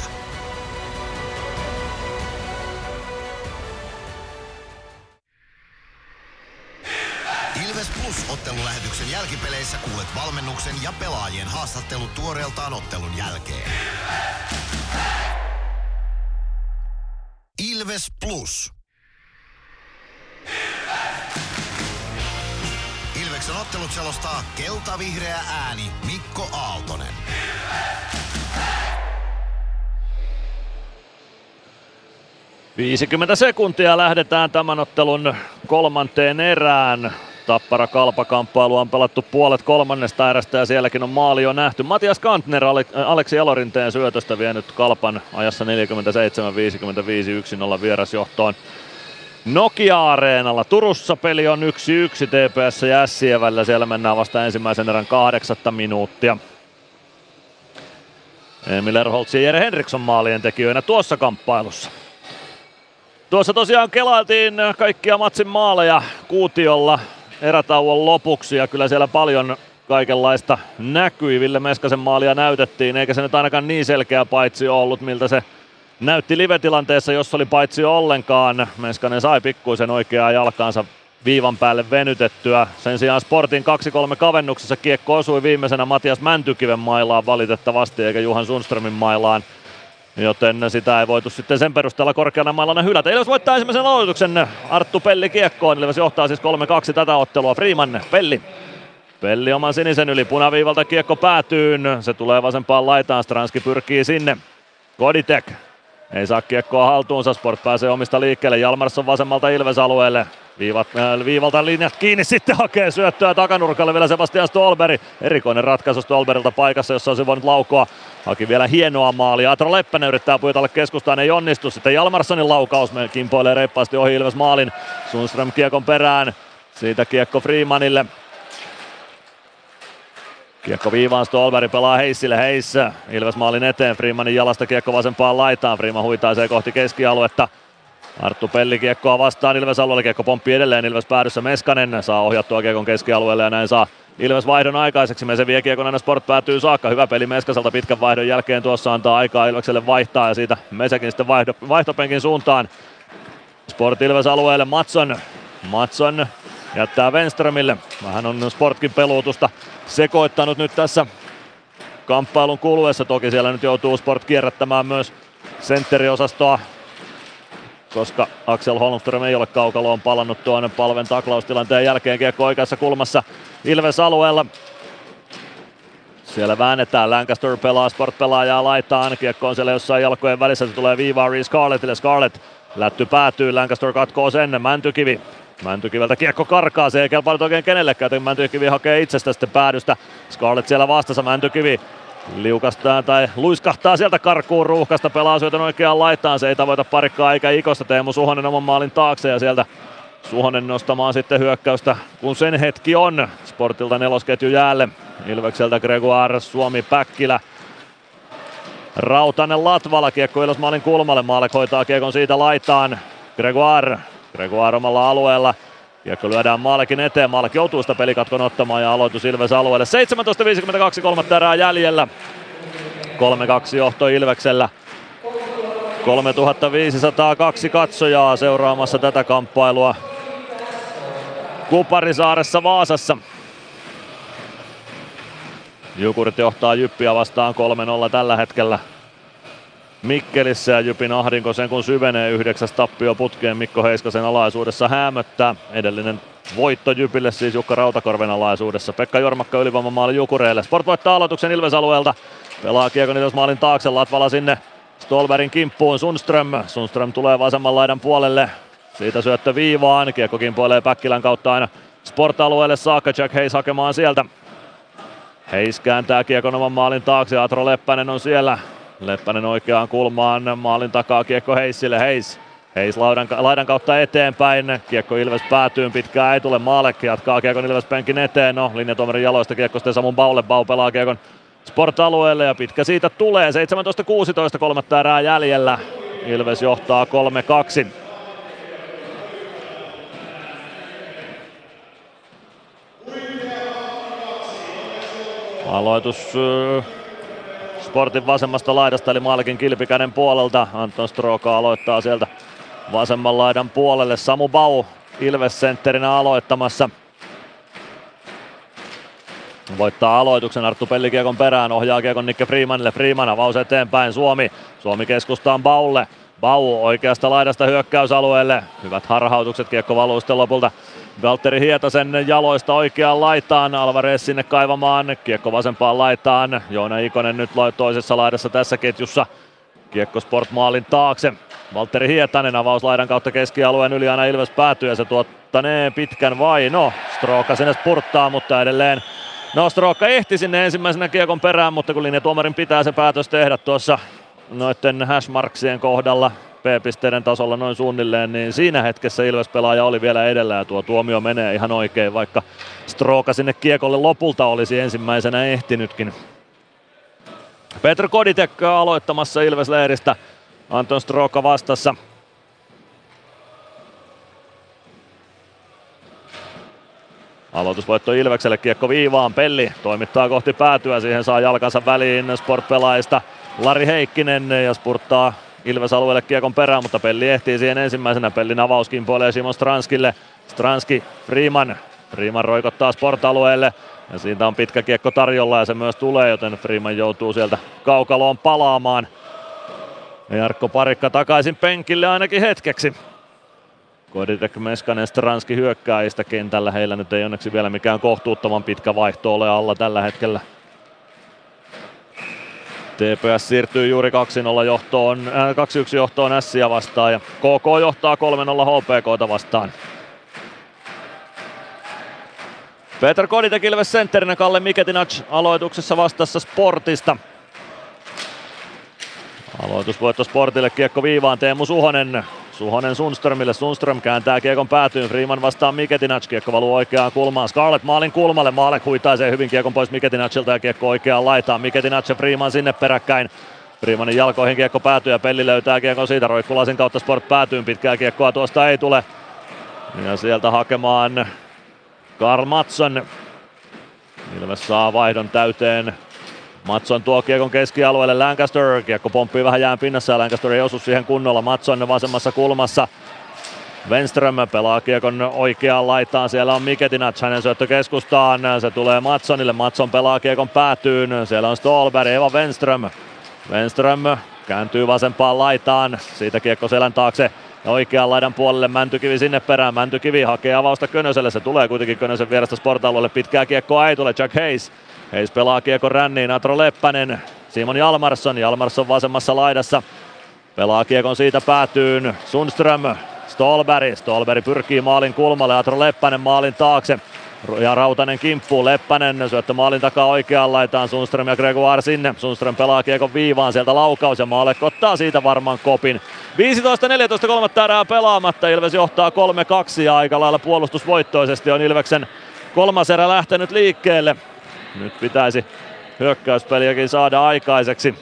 A: Ilves Plus-ottelulähetyksen jälkipeleissä kuulet valmennuksen ja pelaajien haastattelut tuoreeltaan ottelun jälkeen. Ilves Plus. Ilveksen ottelut selostaa kelta-vihreä ääni Mikko Aaltonen.
F: 50 sekuntia lähdetään tämän ottelun kolmanteen erään. Tappara-Kalpa-kamppailu on pelattu puolet kolmannesta erästä ja sielläkin on maali jo nähty. Matias Kantner Aleksi Jalorinteen syötöstä vienyt Kalpan ajassa 47-55 1-0 vierasjohtoon Nokia-areenalla. Turussa peli on 1-1 TPS ja Ässien välillä. Siellä mennään vasta ensimmäisen erän 8 minuuttia. Emil Erholtz ja Jere Henriksson maalien tekijöinä tuossa kamppailussa. Tuossa tosiaan kelailtiin kaikkia matsin maaleja kuutiolla erätauon lopuksi ja kyllä siellä paljon kaikenlaista näkyi. Ville Meskasen maalia näytettiin, eikä se nyt ainakaan niin selkeä paitsi ollut, miltä se näytti live-tilanteessa, jos oli paitsi ollenkaan. Meskanen sai pikkuisen oikeaa jalkaansa viivan päälle venytettyä. Sen sijaan Sportin 2-3 kavennuksessa kiekko osui viimeisenä Matias Mäntykiven mailaan valitettavasti, eikä Juhan Sundströmin mailaan. Joten sitä ei voitu sitten sen perusteella korkeana mailana hylätä. Ilves voittaa ensimmäisen aloituksen. Arttu Pelli kiekkoon. Ilves johtaa siis 3-2 tätä ottelua. Freeman, Pelli. Pelli oman sinisen yli. Punaviivalta kiekko päätyyn. Se tulee vasempaan laitaan. Stranski pyrkii sinne. Koditek. Ei saa kiekkoa haltuunsa. Sport pääsee omista liikkeelle. Jalmarsson vasemmalta Ilves-alueelle. Viivalta linjat kiinni, sitten hakee syöttöä takanurkalle vielä Sebastian Stolberg. Erikoinen ratkaisu Stolberilta paikassa, jossa olisi voinut laukoa. Haki vielä hienoa maalia. Atro Leppänen yrittää pujotella keskustaan, ei onnistu. Sitten Jalmarssonin laukaus kimpoilee reippaasti ohi Ilves maalin. Sundström kiekon perään. Siitä kiekko Freemanille. Kiekko viivaan, Stolberg pelaa Heissille. Heiss Ilves maalin eteen. Freemanin jalasta kiekko vasempaan laitaan. Freeman huitaisee kohti keskialuetta. Arttu Pelli kiekkoa vastaan Ilves alueelle, kiekko pomppii edelleen Ilves päädyssä. Meskanen saa ohjattua kiekon keskialueelle ja näin saa Ilves vaihdon aikaiseksi. Se vie kiekon aina Sport päätyy saakka. Hyvä peli Meskaselta pitkän vaihdon jälkeen, tuossa antaa aikaa Ilvekselle vaihtaa ja siitä Mesekin sitten vaihtopenkin suuntaan. Sport Ilves alueelle, Mattsson jättää Wenströmille. Vähän on Sportkin peluutusta sekoittanut nyt tässä kamppailun kuluessa. Toki siellä nyt joutuu Sport kierrättämään myös sentteriosastoa, koska Axel Holmström ei ole kaukaloon palannut tuonne palven taklaustilanteen jälkeen. Kiekko oikeassa kulmassa Ilves alueella. Siellä väännetään, Lancaster pelaa, Sport pelaajaa laitaan. Kiekko on siellä jossain jalkojen välissä, se tulee viivaan Reece Scarlettille. Scarlett lätty päätyy, Lancaster katkoo sen, Mäntykivi. Mäntykiveltä kiekko karkaa, se ei kelpaa oikein kenellekään, joten Mäntykivi hakee itsestä sitten päädystä. Scarlett siellä vastassa, Mäntykivi liukastaa tai luiskahtaa sieltä karkuun ruuhkasta, pelaa syötön oikeaan laitaan, se ei tavoita parikkaa eikä Ikosta. Teemu Suhonen oman maalin taakse ja sieltä Suhonen nostamaan sitten hyökkäystä, kun sen hetki on. Sportilta nelosketju jäälle, Ilvekseltä Gregoire, Suomi, Päkkilä, Rautanen, Latvala, kiekko Ilves maalin kulmalle, Maalek hoitaa kiekon siitä laitaan, Gregoire omalla alueella. Kiekko lyödään Maalekin eteen, Maalek joutuu sitä pelikatkon ottamaan ja aloitus Ilves alueelle. 17.52 kolmatta erää jäljellä. 3-2 johto Ilveksellä. 3502 katsojaa seuraamassa tätä kamppailua Kuparisaaressa Vaasassa. Jukurit johtaa Jyppiä vastaan 3-0 tällä hetkellä Mikkelissä ja Jypin ahdinko sen kun syvenee 9. tappio putkeen Mikko Heiskasen alaisuudessa häämöttää. Edellinen voitto Jypille siis Jukka Rautakorven alaisuudessa. Pekka Jormakka ylivoimamaali Jukureille. Sport voittaa aloituksen Ilves-alueelta. Pelaa kiekon Ilves-maalin taakse, Latvala sinne Stolbergin kimppuun Sundström. Sundström tulee vasemman laidan puolelle. Siitä syöttö viivaan. Kiekko kimpoilee Päkkilän kautta aina Sport-alueelle saakka. Jack Hayes hakemaan sieltä. Hayes kääntää kiekon oman maalin taakse. Atro Leppänen on siellä. Leppänen oikeaan kulmaan. Maalin takaa kiekko Hayesille. Hayes laidan kautta eteenpäin. Kiekko Ilves päätyyn. Pitkään ei tule. Maalek jatkaa kiekon Ilves penkin eteen. No, linjatuomarin jaloista kiekko sitten Samu Baulle. Bau pelaa kiekon Sport-alueelle ja pitkä siitä tulee. 17-16, kolmatta erää jäljellä. Ilves johtaa 3-2. Aloitus Sportin vasemmasta laidasta eli Maalkin kilpikäden puolelta. Anton Stroka aloittaa sieltä vasemman laidan puolelle. Samu Bau Ilves sentterinä aloittamassa. Voittaa aloituksen Arttu Pelli kiekon perään, ohjaa kiekon Nikke Freemanille. Freeman avaus eteenpäin, Suomi keskustaan Baulle. Bau oikeasta laidasta hyökkäysalueelle. Hyvät harhautukset, kiekko valuu sitten lopulta Valtteri Hietasen jaloista oikeaan laitaan. Alvarez sinne kaivamaan, kiekko vasempaan laitaan. Joona Ikonen nyt toisessa laidassa tässä ketjussa. Kiekko Sport maalin taakse. Valtteri Hietanen avaus laidan kautta keskialueen yli aina Ilves päätyy ja se tuottanee pitkän vai no. Stroka sinne spurttaa, mutta edelleen no Stroka ehti sinne ensimmäisenä kiekon perään, mutta kun linjatuomarin pitää se päätös tehdä tuossa noiden hashmarksien kohdalla P-pisteiden tasolla noin suunnilleen, niin siinä hetkessä Ilves-pelaaja oli vielä edellä ja tuo tuomio menee ihan oikein, vaikka Stroka sinne kiekolle lopulta olisi ensimmäisenä ehtinytkin. Petr Koditek aloittamassa Ilves-leiristä, Anton Stroka vastassa. Aloitusvoitto Ilvekselle, kiekko viivaan, Pelli toimittaa kohti päätyä, siihen saa jalkansa väliin Sport-pelaajista Lari Heikkinen ja spurttaa Ilves-alueelle kiekon perään, mutta Pelli ehtii siihen ensimmäisenä. Pellin avaus kimpoilee Simon Stranskille. Stranski, Freeman roikottaa Sport-alueelle ja siitä on pitkä kiekko tarjolla ja se myös tulee, joten Freeman joutuu sieltä kaukaloon palaamaan. Ja Jarkko Parikka takaisin penkille ainakin hetkeksi. Koditek, Meskanen, Stranski hyökkääjistä kentällä. Heillä nyt ei onneksi vielä mikään kohtuuttoman pitkä vaihto ole alla tällä hetkellä. TPS siirtyy juuri 2-1 johtoon Ässiä vastaan ja KK johtaa 3-0 HPK:ta vastaan. Petr Koditek Ilves sentterinä, Kalle Miketinac aloituksessa vastassa Sportista. Aloitusvoitto Sportille, kiekko viivaan, Teemu Suhonen Sundströmille, Sundström kääntää kiekon päätyyn, Freeman vastaan Miketinac, kiekko valuu oikeaan kulmaan, Scarlett maalin kulmalle, Maalek huitaisee hyvin kiekon pois Miketinacilta ja kiekko oikeaan laitaan, Miketinac ja Freeman sinne peräkkäin. Freemanin jalkoihin kiekko päätyy ja Pelli löytää kiekon siitä, Roikkulasin kautta Sport päätyyn, pitkää kiekkoa tuosta ei tule. Ja sieltä hakemaan Karl Mattsson. Ilves saa vaihdon täyteen. Mattsson tuo kiekon keskialueelle, Lancaster, kiekko pomppii vähän jään pinnassa ja Lancaster ei osu siihen kunnolla, Mattsson vasemmassa kulmassa. Wenström pelaa kiekon oikeaan laitaan, siellä on Miketinac, hänen syöttö keskustaan, se tulee Mattsonille, Mattsson pelaa kiekon päätyyn, siellä on Ståhlberg, Eva Wenström kääntyy vasempaan laitaan, siitä kiekko selän taakse oikean laidan puolelle, Mäntykivi sinne perään, Mäntykivi hakee avausta Könöselle, se tulee kuitenkin Könösen vierestä Sport-alueelle, pitkää kiekkoa ei tule, Jack Hayes pelaa kiekon ränniin, Atro Leppänen, Simon Jalmarsson vasemmassa laidassa, pelaa kiekon siitä päätyyn, Sundström, Ståhlberg pyrkii maalin kulmalle, Atro Leppänen maalin taakse, ja Rautanen kimppuu, Leppänen syöttö maalin takaa oikeaan laitaan, Sundström ja Gregoire sinne, Sundström pelaa kiekon viivaan, sieltä laukaus ja Maalek ottaa siitä varmaan kopin. 15-14 kolmatta erää pelaamatta, Ilves johtaa 3-2 ja aika lailla puolustusvoittoisesti on Ilveksen kolmas erä lähtenyt liikkeelle. Nyt pitäisi hyökkäyspeliäkin saada aikaiseksi.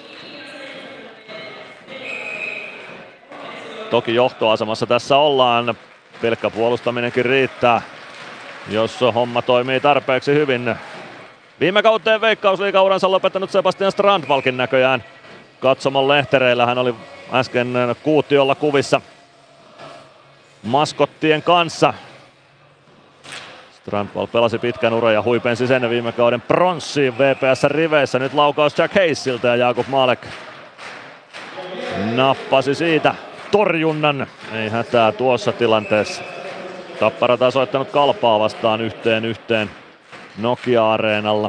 F: Toki johtoasemassa tässä ollaan, pelkkä puolustaminenkin riittää, jos homma toimii tarpeeksi hyvin. Viime kauteen Veikkausliigauransa lopettanut Sebastian Strandvalkin näköjään katsomon lehtereillä. Hän oli äsken kuutiolla kuvissa maskottien kanssa. Strandwall pelasi pitkän uran ja huipensi sen viime kauden pronssiin VPS-riveissä. Nyt laukaus Jack Hayesilta ja Jakub Malek nappasi siitä torjunnan. Ei hätää tuossa tilanteessa. Tappara tasoittanut Kalpaa vastaan 1-1 Nokia-areenalla.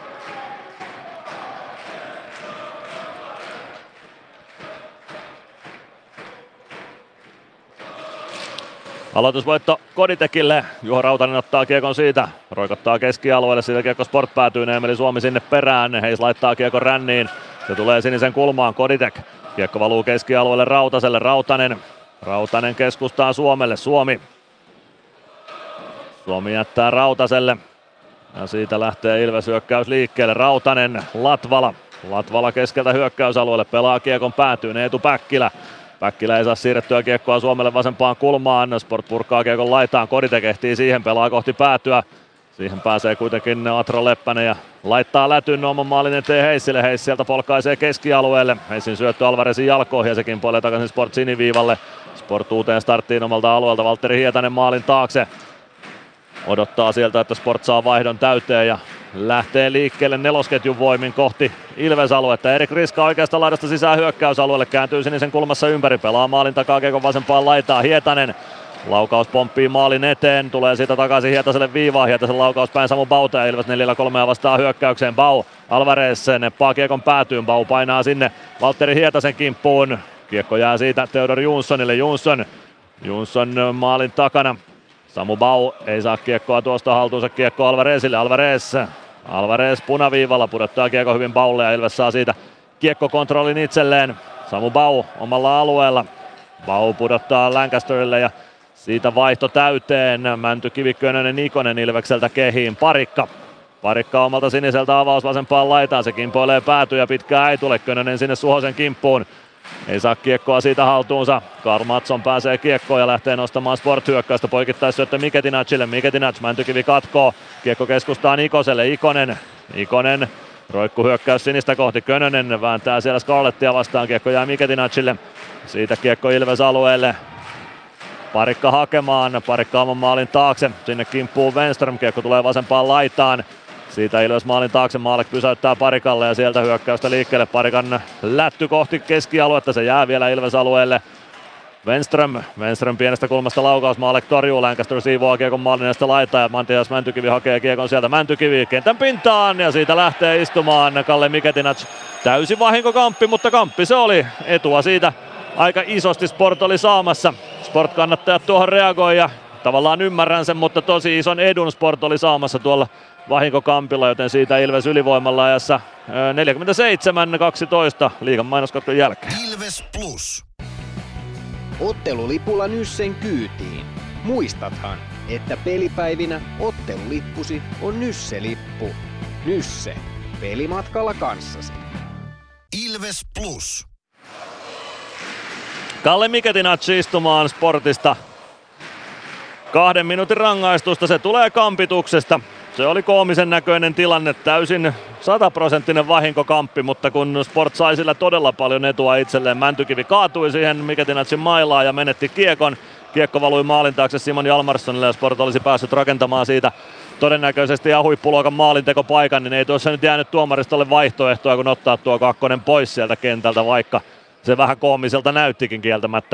F: Aloitusvoitto Koditekille. Juho Rautanen ottaa kiekon siitä. Roikottaa keskialueelle. Siitä kiekko Sport päätyy. Neemeli Suomi sinne perään. Heis laittaa kiekon ränniin. Se tulee sinisen kulmaan. Koditek. Kiekko valuu keskialueelle Rautaselle. Rautanen keskustaa Suomelle. Suomi jättää Rautaselle. Ja siitä lähtee Ilves hyökkäys liikkeelle. Rautanen, Latvala keskeltä hyökkäysalueelle. Pelaa kiekon päätyyn. Eetu Päkkilä. Päkkilä ei saa siirrettyä kiekkoa Suomelle vasempaan kulmaan. Sport purkaa kiekon laitaan. Koditek ehtii siihen. Pelaa kohti päätyä. Siihen pääsee kuitenkin Atro Leppänen ja laittaa lätyn oman maalin eteen Heissille. Heiss sieltä polkaisee keskialueelle. Heissin syöttö Alvarezin jalkoihin ja sekin puolee takaisin Sport siniviivalle. Sport uuteen starttiin omalta alueelta. Valtteri Hietanen maalin taakse. Odottaa sieltä, että Sport saa vaihdon täyteen ja lähtee liikkeelle nelosketjun voimin kohti Ilves-aluetta. Erik Riska oikeasta laidasta sisään hyökkäysalueelle. Kääntyy sinisen kulmassa ympäri. Pelaa maalin takaa kiekon vasempaan laitaan. Hietanen. Laukaus pomppii maalin eteen. Tulee siitä takaisin Hietaselle viivaan. Hietasen laukaus päin Samu Bauta ja Ilves 4-3 vastaa hyökkäykseen. Bau Alvarez neppaa kiekon päätyyn. Bau painaa sinne Valtteri Hietasen kimppuun. Kiekko jää siitä Theodor Jonssonille. Jonsson maalin takana. Samu Bau ei saa kiekkoa tuosta haltuunsa. Kiekko Alvarezille. Alvarez punaviivalla pudottaa kiekko hyvin Baulle ja Ilves saa siitä kiekkokontrollin itselleen. Samu Bau omalla alueella. Bau pudottaa Lancasterille ja siitä vaihto täyteen. Mäntykivi, Könönen, Ikonen Ilvekseltä kehiin. Parikka omalta siniseltä avaus vasempaan laitaan. Se kimpoilee päätyä ja pitkään ei tule. Könönen sinne Suhosen kimppuun. Ei saa kiekkoa siitä haltuunsa. Karl Mattsson pääsee kiekkoon ja lähtee nostamaan Sport-hyökkäystä. Poikittaisyöttö Miketinacille. Miketinac, Mäntykivi katkoo. Kiekko keskustaa Nikoselle. Ikonen. Roikkuhyökkäys sinistä kohti. Könönen vääntää siellä Scarlettia vastaan. Kiekko jää Miketinacille. Siitä kiekko Ilves alueelle. Parikka hakemaan. Parikka oman maalin taakse. Sinne kimppuu Wenström. Kiekko tulee vasempaan laitaan. Siitä Ilves maalin taakse. Maalek pysäyttää Parikalle ja sieltä hyökkäystä liikkeelle. Parikan lätty kohti keskialuetta. Se jää vielä Ilves alueelle. Wenström pienestä kulmasta laukaus. Maalek torjuu. Lancaster siivoaa kiekon maalin edestä laitaan. Ja Matias Mäntykivi hakee kiekon sieltä. Mäntykivi kentän pintaan ja siitä lähtee istumaan Kalle Miketinac. Täysi vahinkokamppi, mutta kamppi se oli. Etua siitä aika isosti Sport oli saamassa. Sport-kannattajat tuohon reagoi ja tavallaan ymmärrän sen, mutta tosi ison edun Sport oli saamassa tuolla vahinkokampilla, joten siitä Ilves ylivoimalla ajassa 47-12 liigan mainoskatkon jälkeen.
A: Ilves Plus.
D: Ottelulipulla Nyssen kyytiin. Muistathan, että pelipäivinä ottelulippusi on Nysse-lippu. Nysse. Pelimatkalla kanssasi.
A: Ilves Plus.
F: Kalle Miketinac istumaan Sportista. 2 minuutin rangaistusta, se tulee kampituksesta. Se oli koomisen näköinen tilanne, täysin 100% vahinkokamppi, mutta kun Sport sai sillä todella paljon etua itselleen, Mäntykivi kaatui siihen Miketinacin mailaan ja menetti kiekon. Kiekko valui maalin taakse Simon Jalmarssonille ja Sport olisi päässyt rakentamaan siitä todennäköisesti ihan huippuluokan maalintekopaikan, niin ei tuossa nyt jäänyt tuomaristolle vaihtoehtoa kun ottaa tuo kakkonen pois sieltä kentältä, vaikka se vähän koomiselta näyttikin kieltämättä.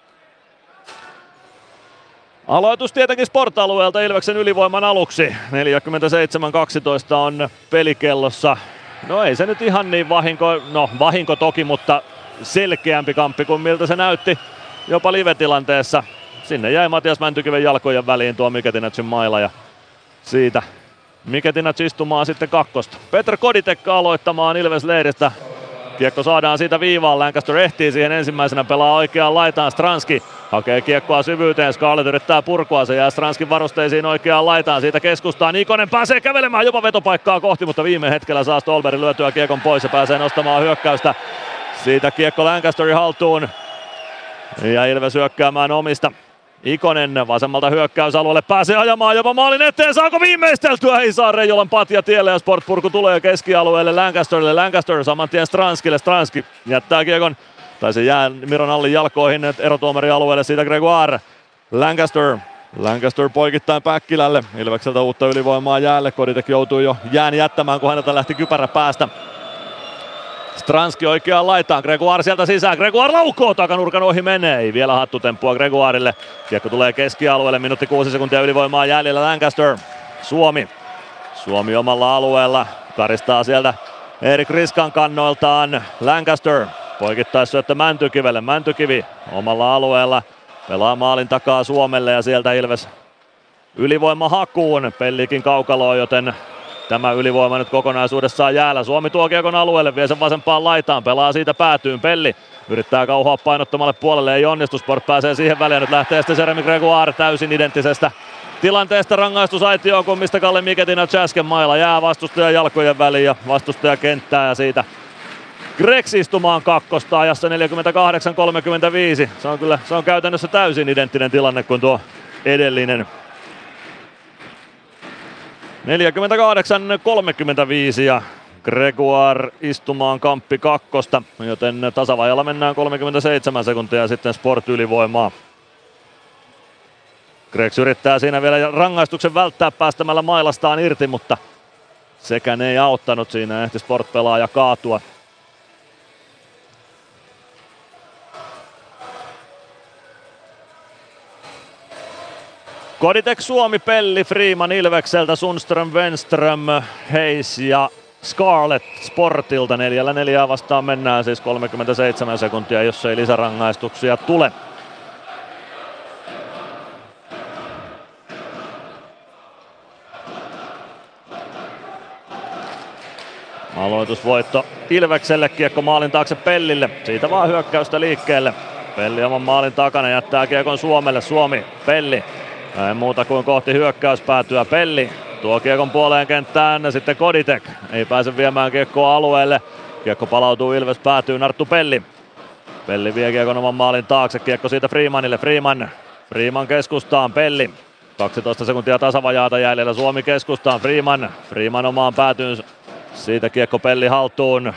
F: Aloitus tietenkin Sport-alueelta Ilveksen ylivoiman aluksi. 47-12 on pelikellossa. No ei se nyt ihan niin vahinko toki, mutta selkeämpi kamppi kuin miltä se näytti jopa live-tilanteessa. Sinne jäi Matias Mäntykiven jalkojen väliin tuo Miketinacin maila ja siitä Miketinac istumaan sitten kakkosta. Petr Koditek aloittamaan Ilves-leiristä. Kiekko saadaan siitä viivaan, Lancaster ehtii siihen ensimmäisenä, pelaa oikeaan laitaan, Stranski hakee kiekkoa syvyyteen, Scarlett yrittää purkua, se jää Stranskin varusteisiin oikeaan laitaan, siitä keskustaan, Ikonen pääsee kävelemään jopa vetopaikkaa kohti, mutta viime hetkellä saa Stolberg lyötyä kiekon pois ja pääsee nostamaan hyökkäystä. Siitä kiekko Lancasterin haltuun ja Ilves hyökkäämään omista. Ikonen vasemmalta hyökkäysalueelle pääsee ajamaan jopa maalin eteen, saako viimeisteltyä? Ei saa, Reijolan patja tielle ja Sport-purku tulee keskialueelle Lancasterille. Lancaster saman tien Stranskille, Stranski jättää kiekon, tai se jää Miron Allin jalkoihin erotuomarialueelle, siitä Gregoire. Lancaster Lancaster poikittain Päkkilälle. Ilvekseltä uutta ylivoimaa jäälle. Koditek joutui jo jään jättämään, kun häneltä lähti kypärä päästä. Stranski oikeaan laitaan. Gregoire sieltä sisään. Gregoire laukoo, takanurkan ohi menee. Ei vielä hattutemppua Gregoirelle. Kiekko tulee keskialueelle. Minuutti 6 sekuntia ylivoimaa jäljellä. Lancaster. Suomi omalla alueella. Karistaa sieltä Erik Riskan kannoiltaan. Lancaster. Poikittaisyöttö Mäntykivelle. Mäntykivi omalla alueella. Pelaa maalin takaa Suomelle ja sieltä Ilves ylivoima hakuun. Pellikin kaukaloon, joten tämä ylivoima nyt kokonaisuudessaan jäällä. Suomi tuo kiekon alueelle, vie sen vasempaan laitaan, pelaa siitä päätyyn. Pelli yrittää kauhoa painottomalle puolelle, ei onnistu. Sport pääsee siihen väliin, nyt lähtee sitten Jeremy Gregoire täysin identtisestä tilanteesta rangaistusaitioon, kun mistä Kalle Miketinac äsken mailla jää vastustajan jalkojen väliin ja vastustaja kenttää ja siitä Gregs istumaan kakkosta ajassa 48-35. Se on käytännössä täysin identtinen tilanne kuin tuo edellinen. 48-35 ja Gregoire istumaan kamppi kakkosta, joten tasavajalla mennään 37 sekuntia sitten Sport ylivoimaa. Gregs yrittää siinä vielä rangaistuksen välttää päästämällä mailastaan irti, mutta sekään ei auttanut. Siinä ehti Sport-pelaaja kaatua. Koditek, Suomi, Pelli, Freeman Ilvekseltä, Sundström, Wenström, Hayes ja Scarlett Sportilta. 4-4 vastaan mennään siis 37 sekuntia, jos ei lisärangaistuksia tule. Aloitusvoitto Ilvekselle, kiekko maalin taakse Pellille. Siitä vaan hyökkäystä liikkeelle. Pelli oman maalin takana jättää kiekon Suomelle. Suomi, Pelli. Ei muuta kuin kohti hyökkäyspäätyä. Pelli tuo kiekon puoleen kenttään. Sitten Koditek ei pääse viemään kiekkoa alueelle. Kiekko palautuu Ilves päätyyn. Arttu Pelli. Pelli vie kiekon oman maalin taakse. Kiekko siitä Freemanille. Freeman keskustaan. Pelli. 12 sekuntia tasavajaata jäljellä. Suomi keskustaan. Freeman omaan päätyyn. Siitä kiekko Pelli haltuun.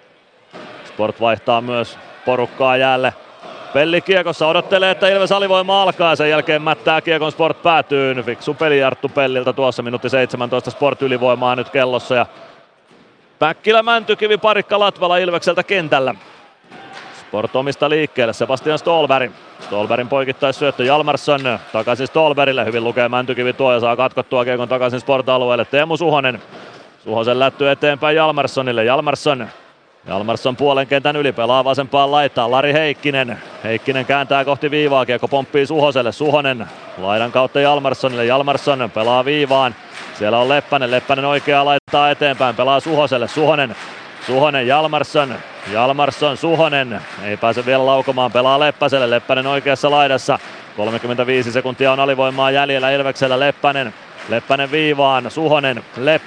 F: Sport vaihtaa myös porukkaa jäälle. Pelli kiekossa odottelee, että Ilves alivoima alkaa. Sen jälkeen mättää kiekon Sport päätyyn. Fiksu peli Arttu Pelliltä tuossa. Minuutti 17 Sport ylivoimaa nyt kellossa. Ja Päkkilä, Mäntykivi, Parikka, Latvala Ilvekseltä kentällä. Sport omista liikkeelle. Sebastian Ståhlberg. Ståhlbergin poikittaisyöttö Jalmarsson. Takaisin Ståhlbergille. Hyvin lukee Mäntykivi tuo ja saa katkottua kiekon takaisin Sport-alueelle. Teemu Suhonen. Suhosen lätty eteenpäin Jalmarssonille. Jalmarsson puolen kentän yli, pelaa vasempaan laitaan. Lari Heikkinen kääntää kohti viivaa, kiekko pomppii Suhoselle. Suhonen laidan kautta Jalmarssonille. Jalmarsson pelaa viivaan. Siellä on Leppänen oikeaa laittaa eteenpäin, pelaa Suhoselle. Suhonen Jalmarsson, Suhonen. Ei pääse vielä laukomaan, pelaa Leppäselle. Leppänen oikeassa laidassa. 35 sekuntia on alivoimaa jäljellä Ilveksellä. Leppänen viivaan, Suhonen,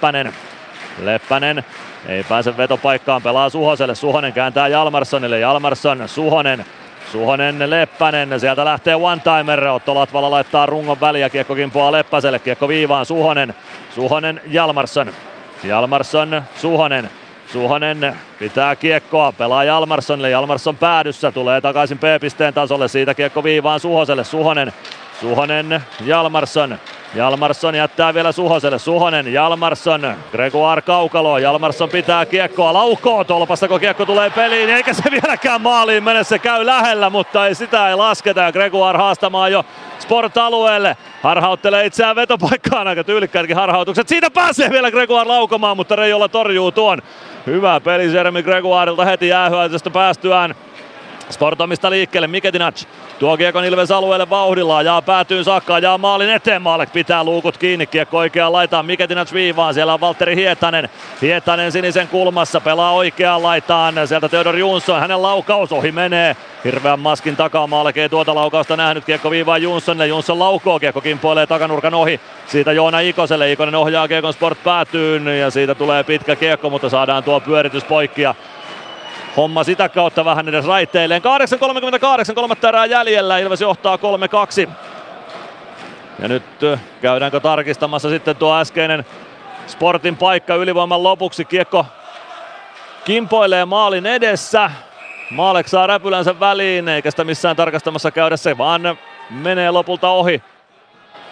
F: Leppänen ei pääse vetopaikkaan, pelaa Suhoselle. Suhonen kääntää Jalmarssonille. Suhonen, Leppänen. Sieltä lähtee one-timer. Otto Latvala laittaa rungon väliä. Kiekko kimpoaa Leppäselle. Kiekko viivaan. Suhonen, Jalmarsson, Suhonen pitää kiekkoa. Pelaa Jalmarssonille. Jalmarsson päädyssä. Tulee takaisin P-pisteen tasolle. Siitä kiekko viivaan Suhoselle. Suhonen, Jalmarsson jättää vielä Suhoselle. Jalmarsson, Gregoire kaukaloon. Jalmarsson pitää kiekkoa, laukoo tolpasta, kun kiekko tulee peliin. Eikä se vieläkään maaliin mene, se käy lähellä, mutta sitä ei lasketa. Ja Gregoire haastamaan jo Sport-alueelle. Harhauttelee itseään vetopaikkaan, aika tyylikkäätkin harhautukset. Siitä pääsee vielä Gregoire laukomaan, mutta Reijola torjuu tuon. Hyvä peli Jeremy Gregoirelta heti jäähyäisestä päästyään. Sport omista liikkeelle, Miketinac tuo kiekon Ilves alueelle vauhdillaan, jaa päätyyn saakka, jaa maalin eteen, Maalek pitää luukut kiinni, kiekko oikeaan laitaan, Miketinac viivaan, siellä on Valtteri Hietanen sinisen kulmassa, pelaa oikeaan laitaan, sieltä Theodor Jonsson, hänen laukaus ohi menee, hirveän maskin takaa, Maalek ei tuota laukausta nähnyt, kiekko viivaan Jonssonille, Jonsson laukoo, kiekko kimpoilee takanurkan ohi, siitä Joona Ikoselle, Ikonen ohjaa kiekon Sport päätyyn ja siitä tulee pitkä kiekko, mutta saadaan tuo pyöritys poikki ja homma sitä kautta vähän edes raiteilleen. 8.38, kolmatta erää jäljellä. Ilves johtaa 3-2. Ja nyt käydäänkö tarkistamassa sitten tuo äskeinen Sportin paikka ylivoiman lopuksi. Kiekko kimpoilee maalin edessä. Maalek saa räpylänsä väliin, eikä sitä missään tarkastamassa käydä. Se vaan menee lopulta ohi.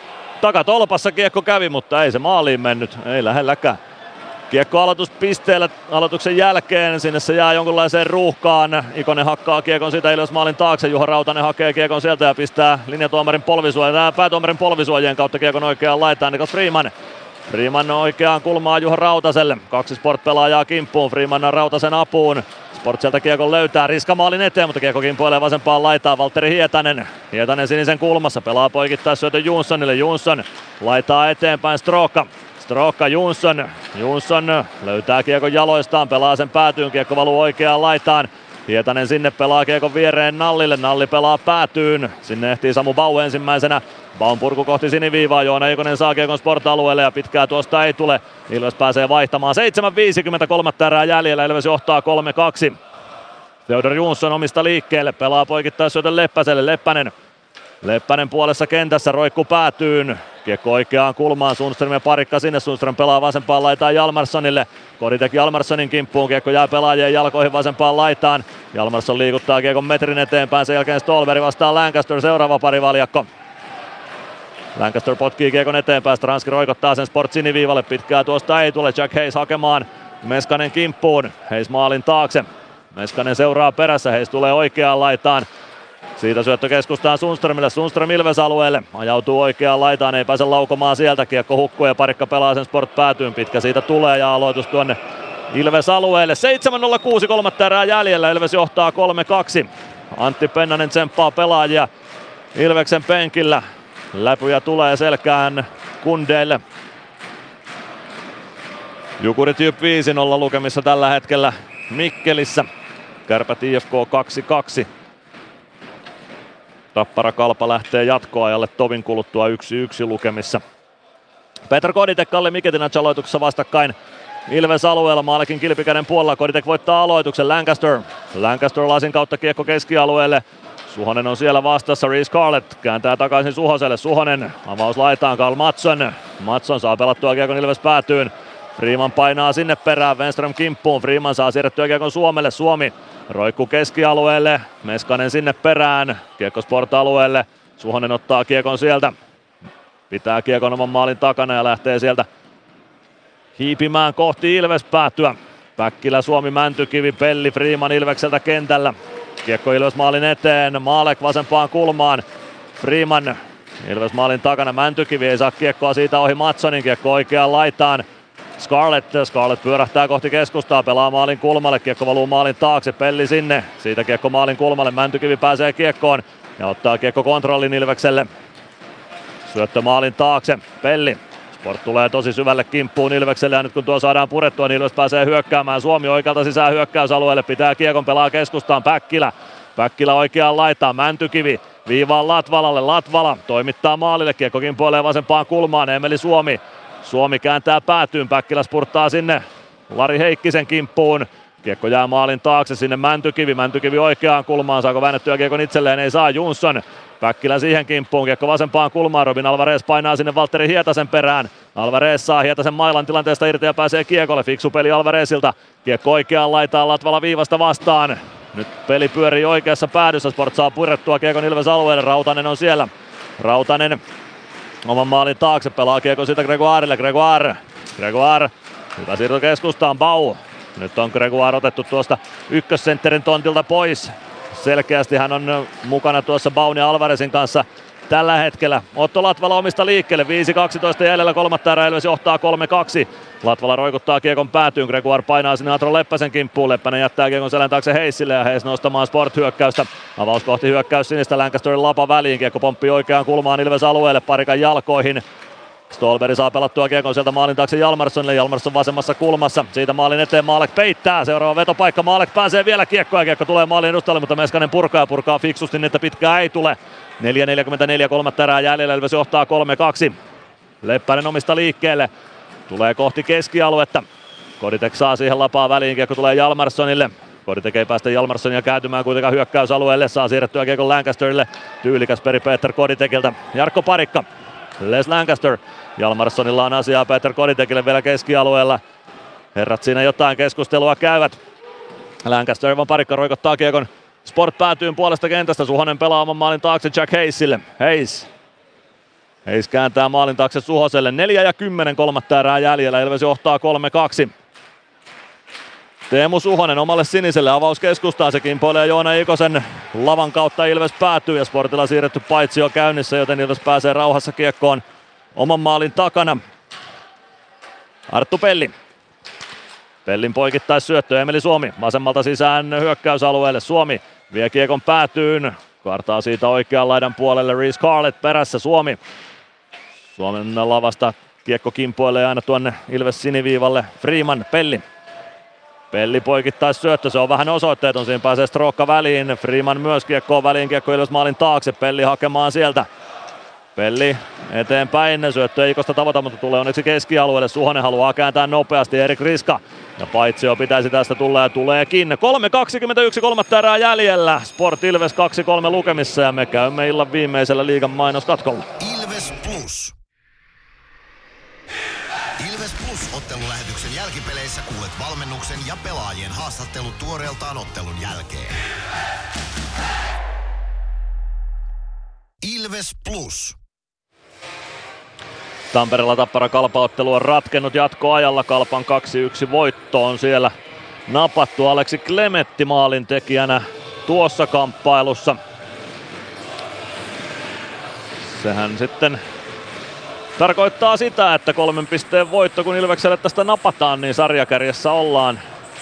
F: Takatolpassa kiekko kävi, mutta ei se maaliin mennyt, ei lähelläkään. Kiekko aloituspisteellä aloituksen jälkeen, sinne se jää jonkunlaiseen ruuhkaan. Ikonen hakkaa kiekon siitä Ilves maalin taakse, Juho Rautanen hakee kiekon sieltä ja pistää linjatuomarin päätuomarin polvisuojien kautta kiekon oikeaan laitaan. Niklas Freeman oikeaan kulmaan Juho Rautaselle. 2 Sport-pelaajaa kimppuun, Freeman Rautasen apuun. Sport sieltä kiekon löytää, Riska maalin eteen, mutta kiekko kimpoilee vasempaan laitaan. Valtteri Hietanen sinisen kulmassa, pelaa poikittaa syötön Jonssonille. Jonsson laitaa eteenpäin Strokka Jonsson löytää kiekon jaloistaan, pelaa sen päätyyn, kiekko valuu oikeaan laitaan. Hietanen sinne pelaa kiekon viereen Nallille, Nalli pelaa päätyyn, sinne ehtii Samu Bau ensimmäisenä. Baun purku kohti siniviivaa, Joona Ikonen saa kiekon Sport-alueelle ja pitkää tuosta ei tule. Ilves pääsee vaihtamaan, 7.53 erää jäljellä, Ilves johtaa 3-2. Theodor Jonsson omista liikkeelle, pelaa poikittaisyötön Leppäselle, Leppänen puolessa kentässä, roikku päätyyn. Kiekko oikeaan kulmaan, Sundström ja Parikka sinne, Sundström pelaa vasempaan laitaan Jalmarssonille. Koditek Jalmarssonin kimppuun, kiekko jää pelaajien jalkoihin vasempaan laitaan. Jalmarsson liikuttaa kiekon metrin eteenpäin, sen jälkeen Stolberg vastaa Lancaster, seuraava parivaljakko. Lancaster potkii kiekon eteenpäin, Stranski roikottaa sen Sport siniviivalle, pitkää tuosta ei tule, Jack Hayes hakemaan Meskanen kimppuun, Hayes maalin taakse. Meskanen seuraa perässä, Hayes tulee oikeaan laitaan. Siitä syöttö keskustaan Sundströmille, Sundström Ilves-alueelle, ajautuu oikeaan laitaan, ei pääse laukomaan sieltä, kiekko hukkuu ja Parikka pelaa sen Sport päätyyn, pitkä siitä tulee ja aloitus tuonne Ilves-alueelle. 7.06 kolmatta erää jäljellä, Ilves johtaa 3-2. Antti Pennanen tsemppaa pelaajia Ilveksen penkillä, läpyjä tulee selkään kundeille. Jukurit Jyp 5-0 lukemissa tällä hetkellä Mikkelissä, Kärpät IFK 2-2. Tappara Kalpa lähtee jatkoajalle tovin kuluttua 1-1 lukemissa. Petr Koditek, Kalle Miketinac aloituksessa vastakkain Ilves alueella, Maalekin kilpikäden puolella. Koditek voittaa aloituksen, Lancaster lasin kautta kiekko keskialueelle. Suhonen on siellä vastassa, Reece Scarlett kääntää takaisin Suhoselle. Suhonen avaus laitaan, Karl Mattsson saa pelattua kiekon Ilves päätyyn. Freeman painaa sinne perään, Wenström kimppuun, Freeman saa siirrettyä kiekon Suomelle, Suomi roikkuu keskialueelle, Meskanen sinne perään, kiekko Sport-alueelle, Suhonen ottaa kiekon sieltä, pitää kiekon oman maalin takana ja lähtee sieltä hiipimään kohti Ilves päätyä. Päkkilä, Suomi, Mäntykivi, Pelli, Freeman Ilvekseltä kentällä, kiekko Ilves maalin eteen, Maalek vasempaan kulmaan, Freeman Ilves maalin takana, Mäntykivi ei saa kiekkoa siitä ohi Mattsonin, kiekko oikeaan laitaan. Scarlett pyörähtää kohti keskustaa, pelaa maalin kulmalle, kiekko valuu maalin taakse, Pelli sinne, siitä kiekko maalin kulmalle, Mäntykivi pääsee kiekkoon ja ottaa kiekko kontrollin Ilvekselle. Syöttö maalin taakse, Pelli. Sport tulee tosi syvälle kimppuun Ilvekselle ja nyt kun tuo saadaan purettua, niin Ilves pääsee hyökkäämään. Suomi oikealta sisään hyökkäysalueelle, pitää kiekon, pelaa keskustaan, Päkkilä oikeaan laitaan, Mäntykivi viivaan Latvala toimittaa maalille, kiekko kimpoilee vasempaan kulmaan, Emeli Suomi kääntää päätyyn, Päkkilä spurttaa sinne Lari Heikkisen kimppuun. Kiekko jää maalin taakse sinne Mäntykivi oikeaan kulmaan, saako väännettyä kiekon itselleen, ei saa Jonsson. Päkkilä siihen kimppuun, kiekko vasempaan kulmaan, Robin Alvarez painaa sinne Valtteri Hietasen perään. Alvarez saa Hietasen mailan tilanteesta irti ja pääsee kiekolle, fiksu peli Alvarezilta. Kiekko oikeaan laitaan, Latvala viivasta vastaan. Nyt peli pyörii oikeassa päädyssä, Sport saa purettua kiekon Ilves alueelle, Rautanen on siellä. Rautanen oman maalin taakse, pelaa kiekko siitä Gregoirelle, Gregoire, hyvä siirto keskustaan, Bau. Nyt on Gregoire otettu tuosta ykkössentterin tontilta pois. Selkeästi hän on mukana tuossa Baun ja Alvarezin kanssa tällä hetkellä. Otto Latvala omista liikkeelle, 5.12 jäljellä kolmatta erää, Ilves johtaa 3-2. Latvala roikuttaa kiekon päätyyn, Gregoire painaa sinne Atro Leppäsen kimppuun, Leppänen jättää kiekon selän taakse Heissille ja Heiss nostamaan Sport-hyökkäystä. Avaus kohti hyökkäys sinistä, Lancasterin lapa väliin, kiekko pomppii oikeaan kulmaan Ilves alueelle, Parikan jalkoihin. Stolberg saa pelattua kiekon sieltä maalin taakse Jalmarssonille, Jalmarsson vasemmassa kulmassa, siitä maalin eteen Maalek peittää, seuraava vetopaikka, Maalek pääsee vielä kiekkoon ja kiekko tulee maalin edustalle, mutta Meskanen purkaa fiksusti niin, että pitkää ei tule. 4.44 kolmatta erää jäljellä, Ilves johtaa 3-2. Leppänen omista liikkeelle, tulee kohti keskialuetta, Koditek saa siihen lapaa väliin, kiekko tulee Jalmarssonille. Koditek ei päästä Jalmarssonia kääntymään kuitenkaan hyökkäysalueelle, saa siirrettyä kiekon Lancasterille, tyylikäs peri Peter Koditekilta, Jarkko Parikka. Les Lancaster, Jalmarssonilla on asiaa Peter Koditekille vielä keskialueella. Herrat siinä jotain keskustelua käyvät. Lancaster vaan Parikka roikottaa kiekon Sport päätyyn puolesta kentästä. Suhonen pelaa oman maalin taakse Jack Hayesille. Hayes Heis kääntää maalin taakse Suhoselle. 4:10 kolmatta erää jäljellä. Ilves johtaa 3-2. Teemu Suhonen omalle siniselle avaus keskustaan. Se kimpoilee Joona Ikosen lavan kautta. Ilves päätyy ja Sportilla siirretty paitsio käynnissä, joten Ilves pääsee rauhassa kiekkoon oman maalin takana. Arttu Pelli. Pellin poikittaisyöttö Emeli Suomi vasemmalta sisään hyökkäysalueelle. Suomi vie kiekon päätyyn. Kartaa siitä oikean laidan puolelle. Reece Carlett perässä. Suomen lavasta kiekko kimpoilee aina tuonne Ilves siniviivalle. Freeman, Pelli poikittaisyöttö. Se on vähän osoitteeton. Siinä pääsee Strookka väliin. Freeman myös kiekkoon väliin. Kiekko Ilves maalin taakse. Pelli hakemaan sieltä. Pelli eteenpäin, syöttö Ikosta tavoita, mutta tulee onneksi keskialueelle. Suhonen haluaa kääntää nopeasti, Erik Riska. Ja paitsio pitäisi tästä tulla ja tuleekin. 3:21 kolmatta erää jäljellä. Sport Ilves 2-3 lukemissa ja me käymme illan viimeisellä liigan mainoskatkolla.
A: Ilves Plus. Ilves Plus -ottelulähetyksen jälkipeleissä kuulet valmennuksen ja pelaajien haastattelut tuoreeltaan ottelun jälkeen. Ilves Plus.
F: Tampereella Tappara Kalpa-ottelu on ratkennut jatkoajalla. Kalpan 2-1 voitto on siellä napattu. Aleksi Klemetti maalintekijänä tuossa kamppailussa. Sehän sitten tarkoittaa sitä, että 3 pisteen voitto kun Ilvekselle tästä napataan, niin sarjakärjessä ollaan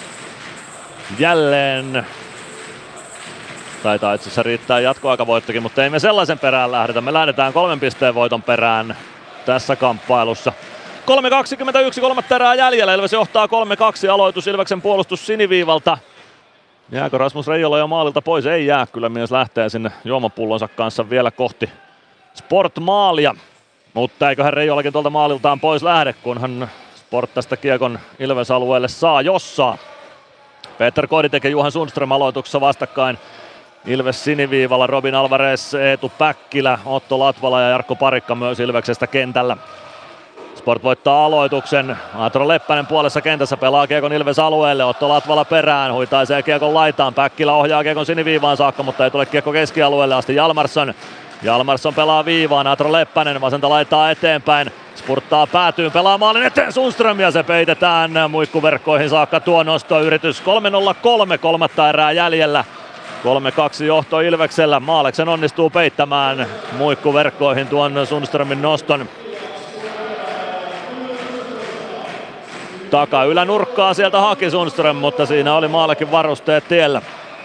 F: jälleen. Taitaa itse asiassa riittää jatkoaikavoittokin, mutta ei me sellaisen perään lähdetä. Me lähdetään 3 pisteen voiton perään tässä kamppailussa. 3:21 kolmatta erää jäljellä. Ilves johtaa 3-2. Aloitus Ilveksen puolustus siniviivalta. Jääkö Rasmus Reijola jo maalilta pois? Ei jää. Kyllä mies lähtee sinne juomapullonsa kanssa vielä kohti Sport-maalia. Mutta eiköhän Reijolakin tuolta maaliltaan pois lähde, kunhan Sport tästä kiekon Ilves-alueelle saa, jos saa. Peter Koditeke ja Johan Sundström aloituksessa vastakkain. Ilves siniviivalla, Robin Alvarez, Eetu Päkkilä, Otto Latvala ja Jarkko Parikka myös Ilveksestä kentällä. Sport voittaa aloituksen. Aatro Leppänen puolessa kentässä pelaa kiekon Ilves alueelle. Otto Latvala perään, huitaisee kiekon laitaan. Päkkilä ohjaa kiekon siniviivaan saakka, mutta ei tule kiekko keskialueelle asti. Jalmarsson pelaa viivaan. Aatro Leppänen vasenta laittaa eteenpäin. Spurttaa päätyyn, pelaa maalin eteen Sundström ja se peitetään muikkuverkkoihin saakka tuo nostoyritys. 3:03 kolmatta erää jäljellä. 3-2 johto Ilveksellä. Maaleksen onnistuu peittämään muikkuverkkoihin tuon Sundströmin noston. Ylänurkkaa sieltä haki Sundström, mutta siinä oli Maalekin varusteet tiellä.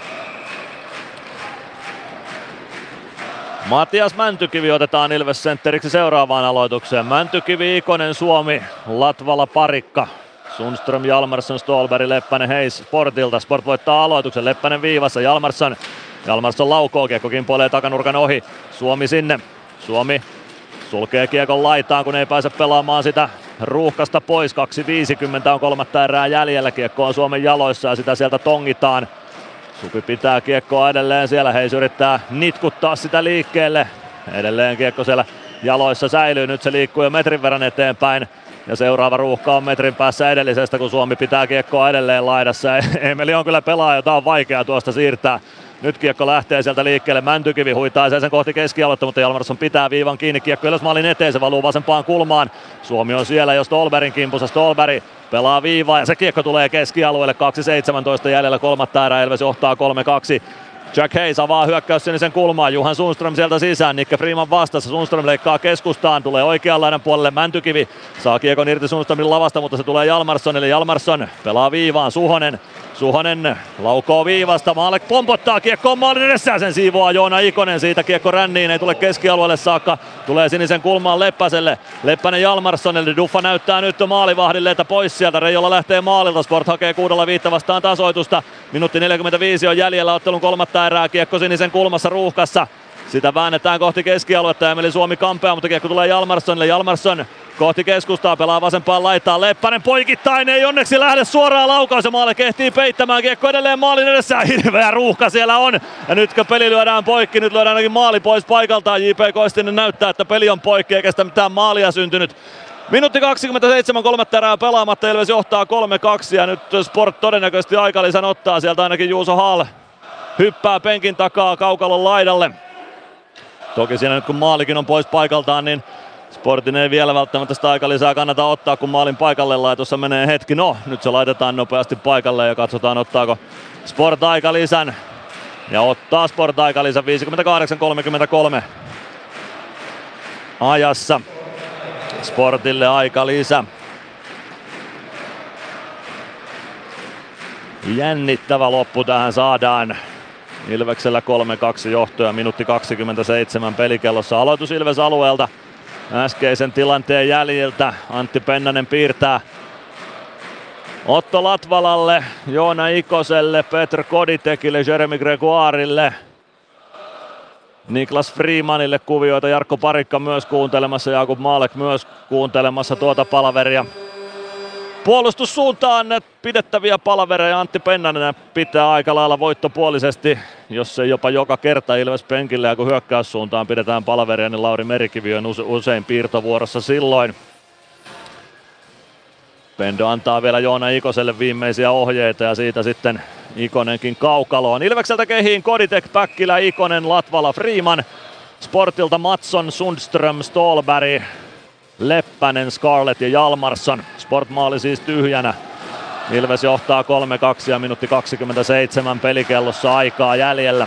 F: Matias Mäntykivi otetaan Ilves sentteriksi seuraavaan aloitukseen. Mäntykivi, Ikonen, Suomi, Latvala, Parikka. Sundström, Jalmarsson, Ståhlberg, Leppänen, Heis Sportilta. Sport voittaa aloituksen. Leppänen viivassa, Jalmarsson laukoo, kiekko kimpoilee takanurkan ohi. Suomi sinne. Suomi sulkee kiekon laitaan, kun ei pääse pelaamaan sitä ruuhkasta pois. 2:50 on kolmatta erää jäljellä. Kiekko on Suomen jaloissa ja sitä sieltä tongitaan. Supi pitää kiekkoa edelleen siellä. Heis yrittää nitkuttaa sitä liikkeelle. Edelleen kiekko siellä jaloissa säilyy. Nyt se liikkuu jo metrin verran eteenpäin. Ja seuraava ruuhka on metrin päässä edellisestä, kun Suomi pitää kiekkoa edelleen laidassa. Emeli on kyllä pelaaja, jota on vaikea tuosta siirtää. Nyt kiekko lähtee sieltä liikkeelle. Mäntykivi huitaa sen kohti keskialuetta, mutta Jalmarsson pitää viivan kiinni. Kiekko Ilves maalin eteen, se valuu vasempaan kulmaan. Suomi on siellä jo Ståhlbergin kimpussa. Ståhlberg pelaa viivaa ja se kiekko tulee keskialueelle. 2:17 jäljellä kolmatta erää. Ilves johtaa 3-2. Jack Hayes avaa hyökkäys sinisen kulmaan. Johan Sundström sieltä sisään. Nikke Freeman vastassa. Sundström leikkaa keskustaan. Tulee oikean laidan puolelle. Mäntykivi saa kiekon irti Sundströmin lavasta, mutta se tulee Jalmarssonille. Jalmarsson pelaa viivaan. Suhonen laukoo viivasta. Maalek pompottaa kiekkoon maalin edessä. Sen siivoaa Joona Ikonen. Siitä kiekko ränniin. Ei tule keskialueelle saakka. Tulee sinisen kulmaan Leppäselle. Leppänen Jalmarssonille. Duffa näyttää nyt maalivahdille, että pois sieltä. Reijola lähtee maalilta. Sport hakee 6:05 vastaan tasoitusta. Minuutti 45 on jäljellä ottelun kolmatta erää. Kiekko sinisen kulmassa ruuhkassa. Sitä väännetään kohti keskialuetta. Emeli Suomi kampea, mutta kiekko tulee Jalmarssonille. Jalmarsson kohti keskustaa, pelaa vasempaan laitaan. Leppänen poikittain, ei onneksi lähde suoraan laukaus ja Maale kehtii peittämään. Kiekko edelleen maalin edessä. Hirveä ruuhka siellä on. Ja nytkö peli lyödään poikki, nyt lyödään ainakin maali pois paikaltaan. J.P. Koistinen näyttää, että peli on poikki eikä sitä mitään maalia syntynyt. Minuutti 27, kolmatta erää pelaamatta. Ilves johtaa 3-2 ja nyt Sport todennäköisesti aikalisän ottaa. Sieltä ainakin Juuso Hall hyppää penkin takaa kaukalon laidalle. Toki siinä nyt kun maalikin on pois paikaltaan, niin Sportin ei vielä välttämättä sitä aikalisää kannata ottaa, kun maalin paikalle laitossa menee hetki. No, nyt se laitetaan nopeasti paikalle ja katsotaan ottaako Sport aikalisän. Ja ottaa Sport aikalisän 58-33 ajassa. Sportille aikalisä. Jännittävä loppu tähän saadaan. Ilveksellä 3-2 johtoja, minuutti 27 pelikellossa. Aloitus Ilves alueelta äskeisen tilanteen jäljiltä. Antti Pennanen piirtää Otto Latvalalle, Joona Ikoselle, Petr Koditekille, Jeremy Gregoirelle, Niklas Freemanille kuvioita, Jarkko Parikka myös kuuntelemassa, Jakub Maalek myös kuuntelemassa tuota palaveria. Puolustussuuntaan pidettäviä palavereja Antti Pennanen pitää aika lailla voittopuolisesti, jos ei jopa joka kerta Ilves penkille, ja kun hyökkäyssuuntaan pidetään palaveria, niin Lauri Merikivi on usein piirtovuorossa silloin. Pendo antaa vielä Joona Ikoselle viimeisiä ohjeita ja siitä sitten Ikonenkin kaukaloon. Ilvekseltä kehiin Koditek, Päkkilä, Ikonen, Latvala, Freeman. Sportilta Mattsson, Sundström, Ståhlberg, Leppänen, Scarlett ja Jalmarsson. Sport-maali siis tyhjänä. Ilves johtaa 3-2 ja minuutti 27 pelikellossa aikaa jäljellä.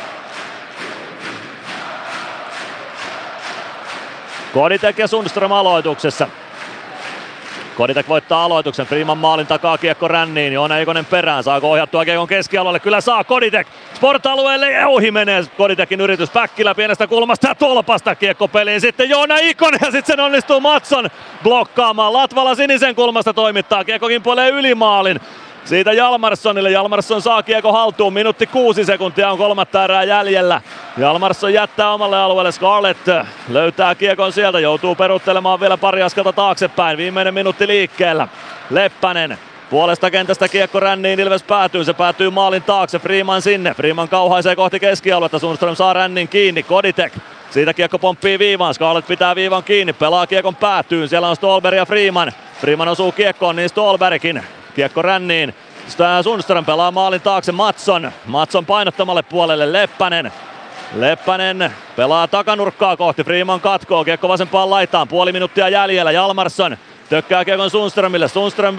F: Koditek ja Sundström aloituksessa. Koditek voittaa aloituksen, Freeman maalin takaa kiekko ränniin, Joona Ikonen perään, saako ohjattua kiekon keskialueelle, kyllä saa Koditek, Sport-alueelle ja ohi menee Koditekin yritys, Päkkilä pienestä kulmasta ja tolpasta kiekko peliin, sitten Joona Ikonen ja sitten sen onnistuu Mattsson blokkaamaan, Latvala sinisen kulmasta toimittaa, kiekko kimpoilee yli maalin. Siitä Jalmarssonille, Jalmarsson saa kiekko haltuun, minuutti 6 sekuntia on kolmatta erää jäljellä. Jalmarsson jättää omalle alueelle, Scarlett löytää kiekon sieltä, joutuu peruuttelemaan vielä pari askelta taaksepäin, viimeinen minuutti liikkeellä. Leppänen puolesta kentästä kiekko ränniin, Ilves päätyy, se päätyy maalin taakse, Freeman sinne, Freeman kauhaisee kohti keskialuetta, Sundström saa rännin kiinni, Koditek. Siitä kiekko pomppii viivaan, Scarlett pitää viivan kiinni, pelaa kiekon päätyyn, siellä on Ståhlberg ja Freeman. Freeman osuu kiekkoon, niin Ståhlbergkin. Kiekko ränniin. Sundström pelaa maalin taakse Mattsson. Mattsson painottamalle puolelle Leppänen pelaa takanurkkaa kohti. Freeman katkoo. Kiekko vasempaan laitaan. Puoli minuuttia jäljellä. Jalmarsson tökkää kiekon Sundströmille. Sundström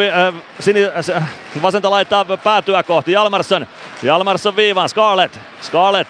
F: vasenta laittaa päätyä kohti. Jalmarsson viivaan. Scarlett.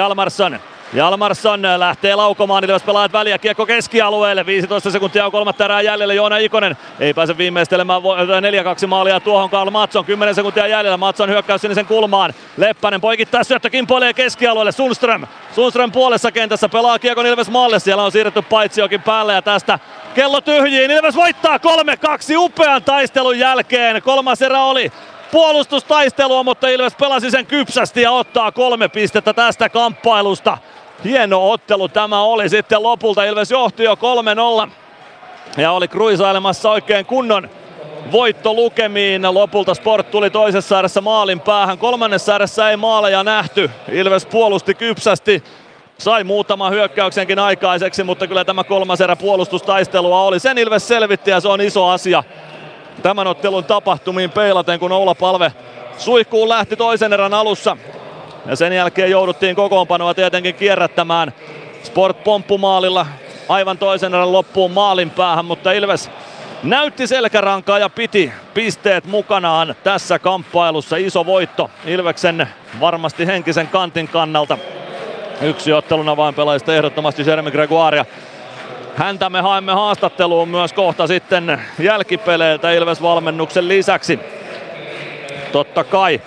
F: Jalmarsson lähtee laukomaan, Ilves pelaajat väliä, kiekko keskialueelle, 15 sekuntia on kolmatta erää jäljellä, Joona Ikonen ei pääse viimeistelemään 4-2 maalia tuohon, Karl Mattsson 10 sekuntia jäljellä, Mattsson hyökkäys sinisen kulmaan, Leppänen poikittaa syöttö, kimpoilee keskialueelle, Sundström puolessa kentässä pelaa kiekon Ilves maalle, siellä on siirretty paitsiokin päälle ja tästä kello tyhjiin, Ilves voittaa 3-2 upean taistelun jälkeen, kolmas erä oli puolustustaistelua, mutta Ilves pelasi sen kypsästi ja ottaa 3 pistettä tästä kamppailusta. Hieno ottelu tämä oli sitten lopulta. Ilves johti jo 3-0 ja oli kruisailemassa oikein kunnon voittolukemiin. Lopulta Sport tuli toisessa erässä maalin päähän. Kolmannessa erässä ei maaleja nähty. Ilves puolusti kypsästi. Sai muutaman hyökkäyksenkin aikaiseksi, mutta kyllä tämä kolmas erä puolustustaistelua oli. Sen Ilves selvitti ja se on iso asia tämän ottelun tapahtumiin peilaten, kun Oula Palve suihkuun lähti toisen erän alussa. Ja sen jälkeen jouduttiin kokoonpanoa tietenkin kierrättämään Sport pomppumaalilla aivan toisen erän loppuun maalin päähän, mutta Ilves näytti selkärankaa ja piti pisteet mukanaan tässä kamppailussa. Iso voitto Ilveksen varmasti henkisen kantin kannalta. Yksi ottelun avainpelaajista ehdottomasti Jeremy Gregoire. Häntä me haemme haastatteluun myös kohta sitten jälkipeleiltä Ilves-valmennuksen lisäksi. Totta kai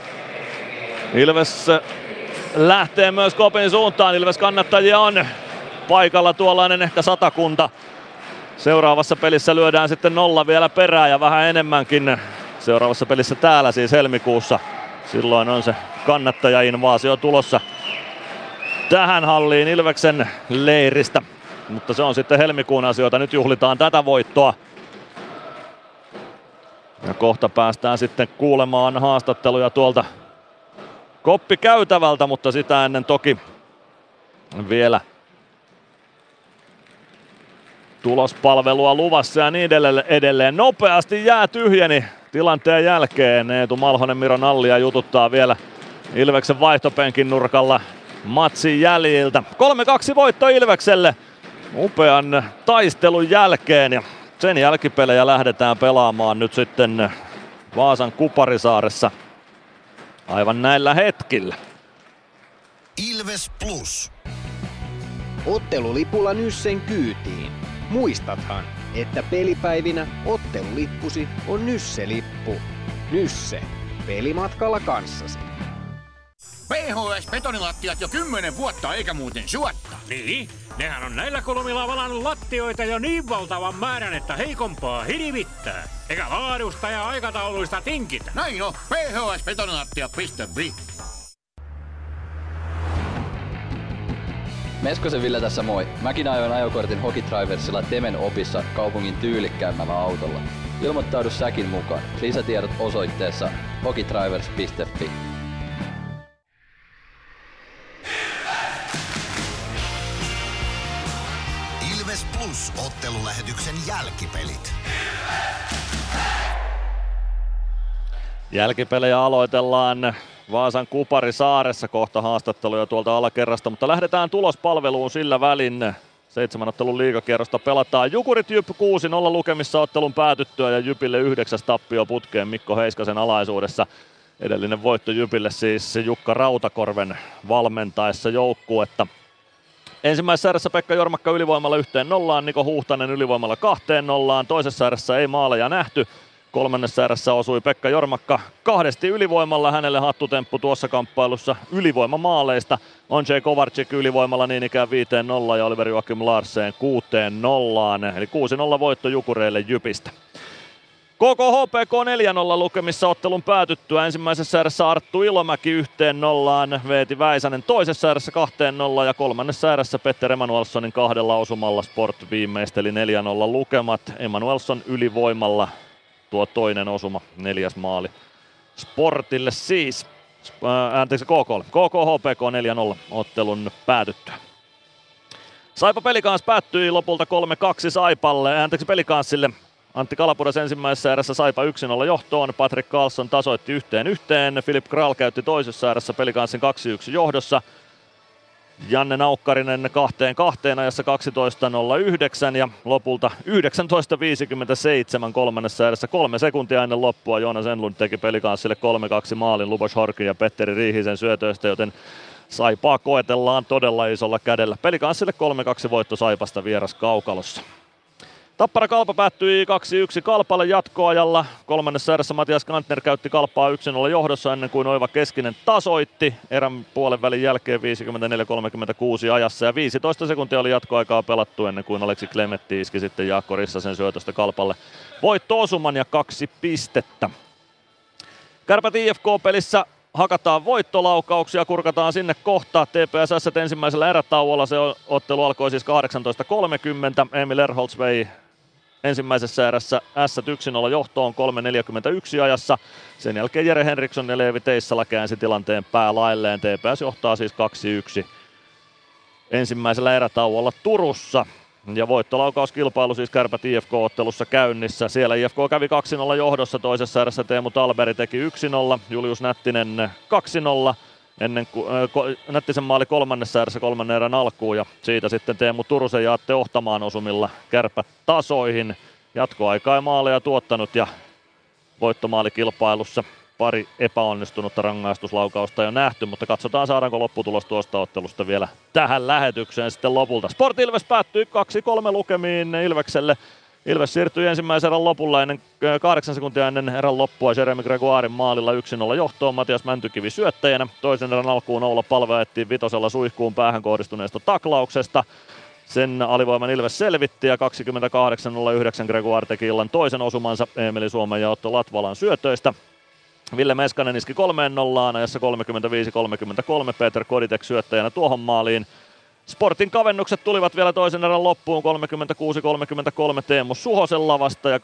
F: Ilves lähtee myös Kopin suuntaan. Ilves-kannattajia on paikalla tuollainen ehkä 100 kunta. Seuraavassa pelissä lyödään sitten 0 vielä perään ja vähän enemmänkin. Seuraavassa pelissä täällä siis helmikuussa. Silloin on se kannattajainvaasio tulossa tähän halliin Ilveksen leiristä. Mutta se on sitten helmikuun asioita. Nyt juhlitaan tätä voittoa. Ja kohta päästään sitten kuulemaan haastatteluja tuolta koppikäytävältä, mutta sitä ennen toki vielä tulospalvelua luvassa ja niin edelleen. Nopeasti jää tyhjeni tilanteen jälkeen. Eetu Malhonen Miro Nallia jututtaa vielä Ilveksen vaihtopenkin nurkalla matsin jäljiltä. 3-2 voitto Ilvekselle. upean taistelun jälkeen ja sen jälkipelejä lähdetään pelaamaan nyt sitten Vaasan Kuparisaaressa aivan näillä hetkillä.
A: Ilves Plus.
D: Ottelulipulla Nyssen kyytiin. Muistathan, että pelipäivinä ottelulippusi on Nysse-lippu. Nysse. Pelimatkalla kanssasi.
R: PHS-betonilattiat jo 10 vuotta eikä muuten suotta.
N: Niin, nehän on näillä kolmilla valannut lattioita jo niin valtavan määrän, että heikompaa hirvittää. Eikä laadusta ja aikatauluista tinkitä.
R: Näin on, phsbetonilattia.fi.
H: Meskosen Ville tässä moi. Mäkin ajoin ajokortin Hokitriversilla Temen opissa kaupungin tyylikkäämmällä autolla. Ilmoittaudu säkin mukaan. Lisätiedot osoitteessa hokitrivers.fi.
A: Ilves Plus -ottelulähetyksen jälkipelit.
F: Jälkipelejä aloitellaan Vaasan Kuparisaaressa, kohta haastatteluja tuolta alakerrasta, mutta lähdetään tulospalveluun sillä välin. 7 ottelun liigakierrosta pelataan. Jukurit Jyp 6-0 lukemissa ottelun päätyttyä ja Jypille 9. tappio putkeen Mikko Heiskasen alaisuudessa. Edellinen voitto Jypille siis Jukka Rautakorven valmentaessa joukkuetta. Ensimmäisessä erässä Pekka Jormakka ylivoimalla 1-0, Niko Huhtanen ylivoimalla 2-0. Toisessa erässä ei maaleja nähty. Kolmannessa erässä osui Pekka Jormakka 2 ylivoimalla, hänelle hattutemppu tuossa kamppailussa ylivoimamaaleista. Andrzej Kovarczyk ylivoimalla niin ikään 5-0 ja Oliver Joakim Larsen 6-0, eli 6-0 voitto Jukureille Jypistä. KK-HPK 4-0 lukemissa ottelun päätyttyä. Ensimmäisessä erässä Arttu Ilomäki 1-0, Veeti Väisänen toisessa erässä 2-0 ja kolmannessa erässä Petter Emanuelssonin 2 osumalla Sport viimeisteli 4-0 lukemat. Emanuelsson ylivoimalla tuo toinen osuma, 4. maali Sportille siis. KK-HPK 4-0 ottelun päätyttyä. Saipa Pelikans päättyi lopulta 3-2 Pelikanssille. Antti Kalapudas ensimmäisessä erässä Saipa 1-0 johtoon, Patrick Karlsson tasoitti 1-1, Filip Kral käytti toisessa erässä Pelikanssin 2-1 johdossa. Janne Naukkarinen 2-2 ajassa 12.09 ja lopulta 19.57 kolmannessa erässä 3 sekuntia ennen loppua Joonas Enlund teki Pelikanssille 3-2 maalin Lubos Horkin ja Petteri Riihisen syötöistä, joten Saipaa koetellaan todella isolla kädellä. Pelikanssille 3-2 voitto Saipasta vieras kaukalossa. Tappara Kalpa päättyi 2-1 Kalpalle jatkoajalla. Kolmannessa erässä Matias Kantner käytti Kalpaa 1-0 johdossa ennen kuin Oiva Keskinen tasoitti. Erän puolen välin jälkeen 54-36 ajassa ja 15 sekuntia oli jatkoaikaa pelattu ennen kuin Aleksi Klemetti iski sitten Jaakko Rissasen syötöstä Kalpalle voitto-osuman ja 2 pistettä. Kärpät IFK-pelissä hakataan voittolaukauksia, kurkataan sinne kohta. TPSS ensimmäisellä erätauolla, se ottelu alkoi siis 18.30. Emil Erholz vei ensimmäisessä erässä Ässät 1-0 johtoon 3.41 ajassa. Sen jälkeen Jere Henriksson ja Leevi Teissala käänsi tilanteen päälailleen. TPS johtaa siis 2-1 ensimmäisellä erätauolla Turussa. Ja voittolaukauskilpailu siis Kärpät IFK-ottelussa käynnissä. Siellä IFK kävi 2-0 johdossa, toisessa erässä Teemu Talberi teki 1-0, Julius Nättinen 2-0. Ennen kuin Nättisen maali kolmannessa erässä kolmannen erän alkuun ja siitä sitten Teemu Turusen ja Atte Ohtamaan osumilla Kärpät tasoihin. Jatkoaikaa ei maaleja tuottanut ja voittomaalikilpailussa pari epäonnistunutta rangaistuslaukausta jo nähty, mutta katsotaan saadaanko lopputulos tuosta ottelusta vielä tähän lähetykseen sitten lopulta. Sport Ilves päättyi 2-3 lukemiin Ilvekselle. Ilves siirtyi ensimmäisen erän lopulla 8 sekuntia ennen erän loppua Jeremy Gregoirin maalilla 1-0 johtoon Matias Mäntykivi syöttäjänä. Toisen erän alkuun Oula Palve ajettiin vitosella suihkuun päähän kohdistuneesta taklauksesta. Sen alivoiman Ilves selvitti ja 28.09 Gregoire teki illan toisen osumansa Eemeli Suomen ja Otto Latvalan syötöistä. Ville Meskanen iski 3-0 ajassa 35-33, Peter Koditek syöttäjänä tuohon maaliin. Sportin kavennukset tulivat vielä toisen erän loppuun 36-33 Teemu Suhosen lavasta ja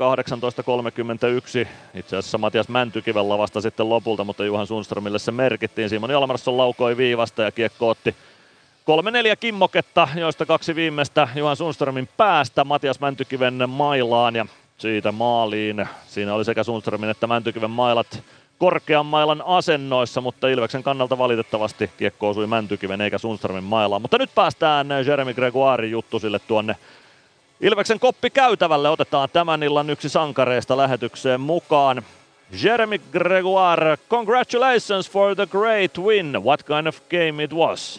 F: 18-31 itse asiassa Matias Mäntykiven lavasta sitten lopulta, mutta Juhan Sundströmille se merkittiin. Simon Jalmarsson laukoi viivasta ja kiekko otti 3-4 kimmoketta, joista 2 viimeistä Juhan Sundströmin päästä Matias Mäntykiven mailaan ja siitä maaliin. Siinä oli sekä Sundströmin että Mäntykiven mailat korkean mailan asennoissa, mutta Ilveksen kannalta valitettavasti kiekko osui Mäntykiven eikä Sundströmin mailaan. Mutta nyt päästään Jeremy Gregoirin juttusille tuonne Ilveksen koppikäytävälle. Otetaan tämän illan yksi sankareista lähetykseen mukaan. Jeremy Gregoire, congratulations for the great win. What kind of game it was?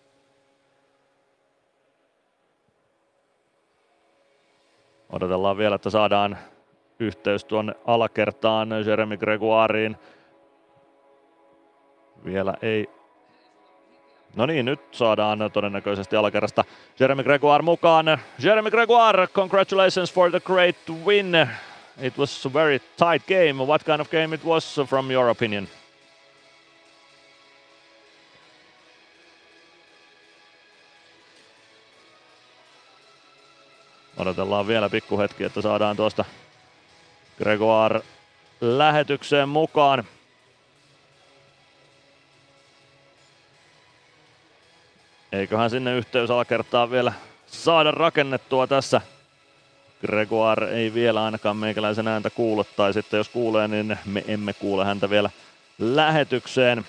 F: Odotellaan vielä, että saadaan yhteys tuonne alakertaan Jeremy Gregoiriin. Vielä ei. No niin, nyt saadaan todennäköisesti alakerrasta Jeremy Gregoire mukaan. Jeremy Gregoire, congratulations for the great win. It was a very tight game. What kind of game it was from your opinion? Odotellaan vielä pikkuhetki, että saadaan tuosta Gregoire lähetykseen mukaan. Eiköhän sinne yhteys alakertaan vielä saada rakennettua tässä. Gregoire ei vielä ainakaan meikäläisen ääntä kuule, tai sitten jos kuulee, niin me emme kuule häntä vielä lähetykseen.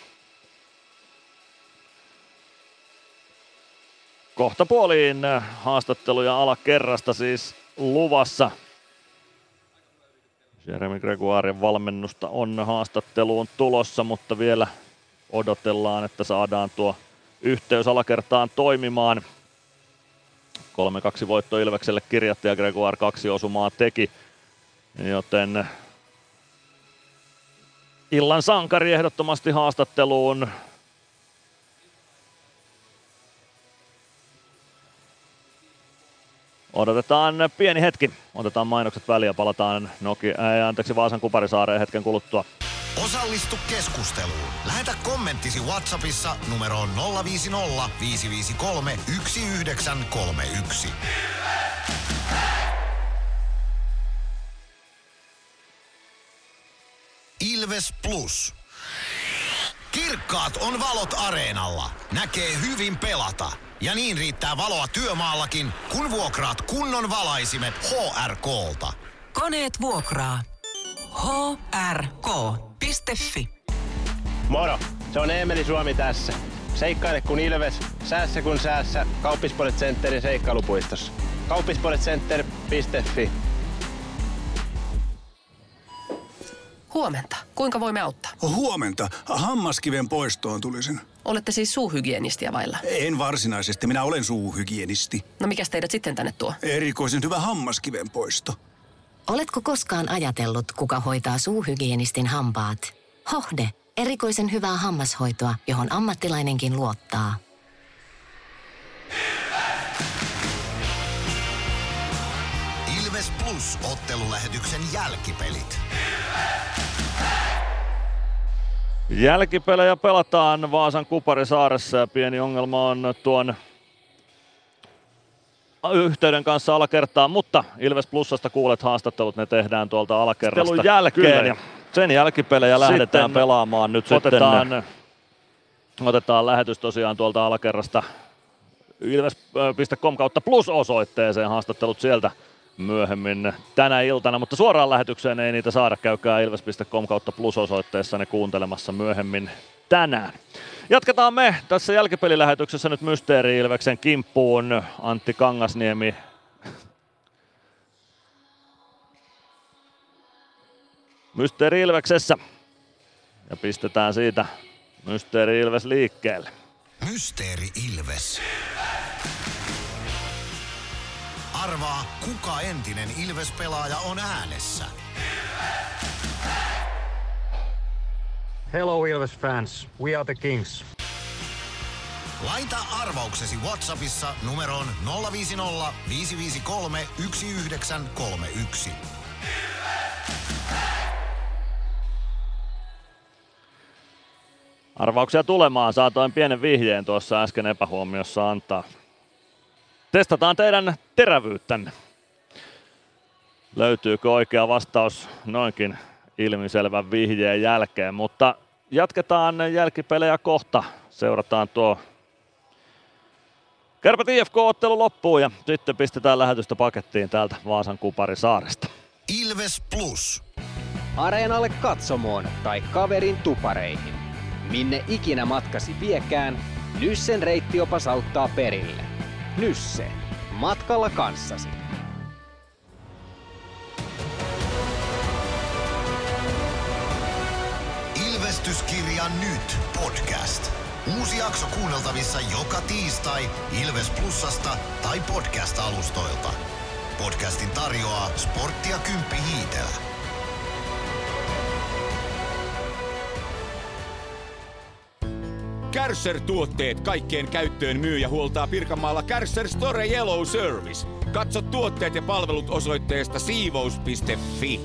F: Kohta puoliin haastatteluja alakerrasta siis luvassa. Jeremy Gregoirin valmennusta on haastatteluun tulossa, mutta vielä odotellaan, että saadaan tuo yhteys alakertaan toimimaan. 3-2 voitto Ilvekselle kirjatti ja Gregoire 2 osumaa teki, joten illan sankari ehdottomasti haastatteluun. Odotetaan pieni hetki, otetaan mainokset väliin ja palataan Vaasan Kuparisaareen hetken kuluttua.
A: Osallistu keskusteluun. Lähetä kommenttisi WhatsAppissa numeroon 050 553 1931. Ilves Plus. Kirkkaat on valot areenalla. Näkee hyvin pelata. Ja niin riittää valoa työmaallakin, kun vuokraat kunnon valaisimet HRK:lta.
C: Koneet vuokraa. hrk.fi.
E: Moro, se on Eemeli Suomi tässä. Seikkaile kun Ilves, säässä kun säässä. Kauppisports Centerin seikkailupuistossa. Kauppisportscenter.fi.
K: Huomenta. Kuinka voimme auttaa?
L: Huomenta. Hammaskiven poistoon tulisin.
K: Olette siis suuhygienistiä vailla?
L: En varsinaisesti. Minä olen suuhygienisti.
K: No mikäs teidät sitten tänne tuo?
L: Erikoisen hyvä hammaskiven poisto.
M: Oletko koskaan ajatellut, kuka hoitaa suuhygienistin hampaat? Hohde. Erikoisen hyvää hammashoitoa, johon ammattilainenkin luottaa.
A: Ilves Plus -ottelulähetyksen jälkipelit.
F: Jälkipelejä pelataan Vaasan Kuparisaaressa ja pieni ongelma on tuon yhteyden kanssa alakertaan, mutta Ilves Plusasta kuulet haastattelut, ne tehdään tuolta alakerrasta jälkeen. Ja sen jälkipelejä lähdetään pelaamaan nyt otetaan lähetys tosiaan tuolta alakerrasta ilves.com kautta plus osoitteeseen, haastattelut sieltä myöhemmin tänä iltana, mutta suoraan lähetykseen ei niitä saada, käykää ilves.com kautta plus osoitteessa ne kuuntelemassa myöhemmin tänään. Jatketaan me tässä jälkipelilähetyksessä nyt Mysteeri Ilveksen kimppuun. Antti Kangasniemi Mysteeri Ilveksessä ja pistetään siitä Mysteeri Ilves liikkeelle.
A: Mysteeri Ilves. Arvaa, kuka entinen Ilves-pelaaja on äänessä.
T: Hello Ilves fans, we are the Kings.
A: Laita arvauksesi WhatsAppissa numeroon 050 553 1931.
F: Arvauksia tulemaan, saatoin pienen vihjeen tuossa äsken epähuomiossa antaa. Testataan teidän terävyyttänne. Löytyykö oikea vastaus noinkin ilmiselvän vihjeen jälkeen, mutta jatketaan jälkipelejä kohta. Seurataan tuo Kärpät IFK-ottelu loppuun ja sitten pistetään lähetystä pakettiin täältä Vaasan Kuparisaaresta.
A: Ilves Plus.
D: areenalle katsomoon tai kaverin tupareihin. Minne ikinä matkasi viekään, Nyssen reittiopas auttaa perille. Nysse. Matkalla kanssasi.
A: Ilvestyskirja nyt podcast. Uusi jakso kuunneltavissa joka tiistai Ilves Plusasta tai podcast-alustoilta. Podcastin tarjoaa Sporttia Kymppi Hiitelä.
I: Kärcher-tuotteet kaikkeen käyttöön myy ja huoltaa Pirkanmaalla Kärcher Store Yellow Service. Katso tuotteet ja palvelut osoitteesta siivous.fi.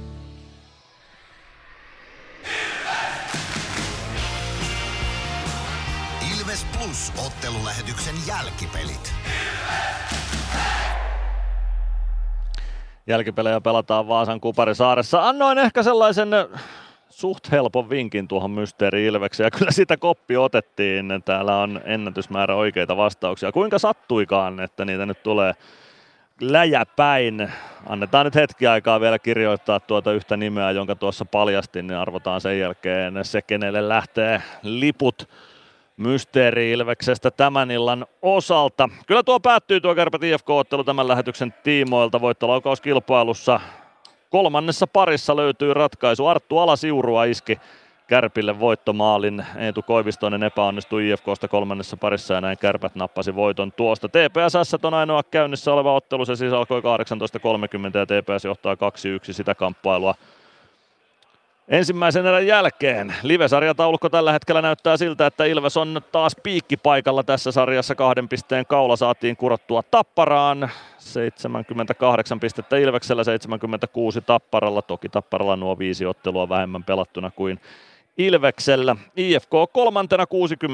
A: Ilves Plus -ottelulähetyksen jälkipelit.
F: Jälkipelejä pelataan Vaasan Kuparisaaressa. Annoin ehkä sellaisen suht helpon vinkin tuohon Mysteeri Ilvekseen, ja kyllä sitä koppi otettiin. Täällä on ennätysmäärä oikeita vastauksia. Kuinka sattuikaan, että niitä nyt tulee läjäpäin. Annetaan nyt hetki aikaa vielä kirjoittaa tuota yhtä nimeä, jonka tuossa paljastin, niin arvotaan sen jälkeen se, kenelle lähtee liput Mysteeri Ilveksestä tämän illan osalta. Kyllä tuo päättyy tuo Kärpät IFK-ottelu tämän lähetyksen tiimoilta voittolaukauskilpailussa. Kolmannessa parissa löytyy ratkaisu. Arttu Alasiurua iski Kärpille voittomaalin. Eetu Koivistoinen epäonnistui IFK:sta kolmannessa parissa ja näin Kärpät nappasi voiton tuosta. TPS on ainoa käynnissä oleva ottelu. Se siis alkoi 18.30 ja TPS johtaa 2-1 sitä kamppailua. Ensimmäisen erän jälkeen live-sarjataulukko tällä hetkellä näyttää siltä, että Ilves on taas piikkipaikalla tässä sarjassa. 2 pisteen kaula saatiin kurottua Tapparaan. 78 pistettä Ilveksellä, 76 Tapparalla. Toki Tapparalla nuo 5 ottelua vähemmän pelattuna kuin Ilveksellä. IFK kolmantena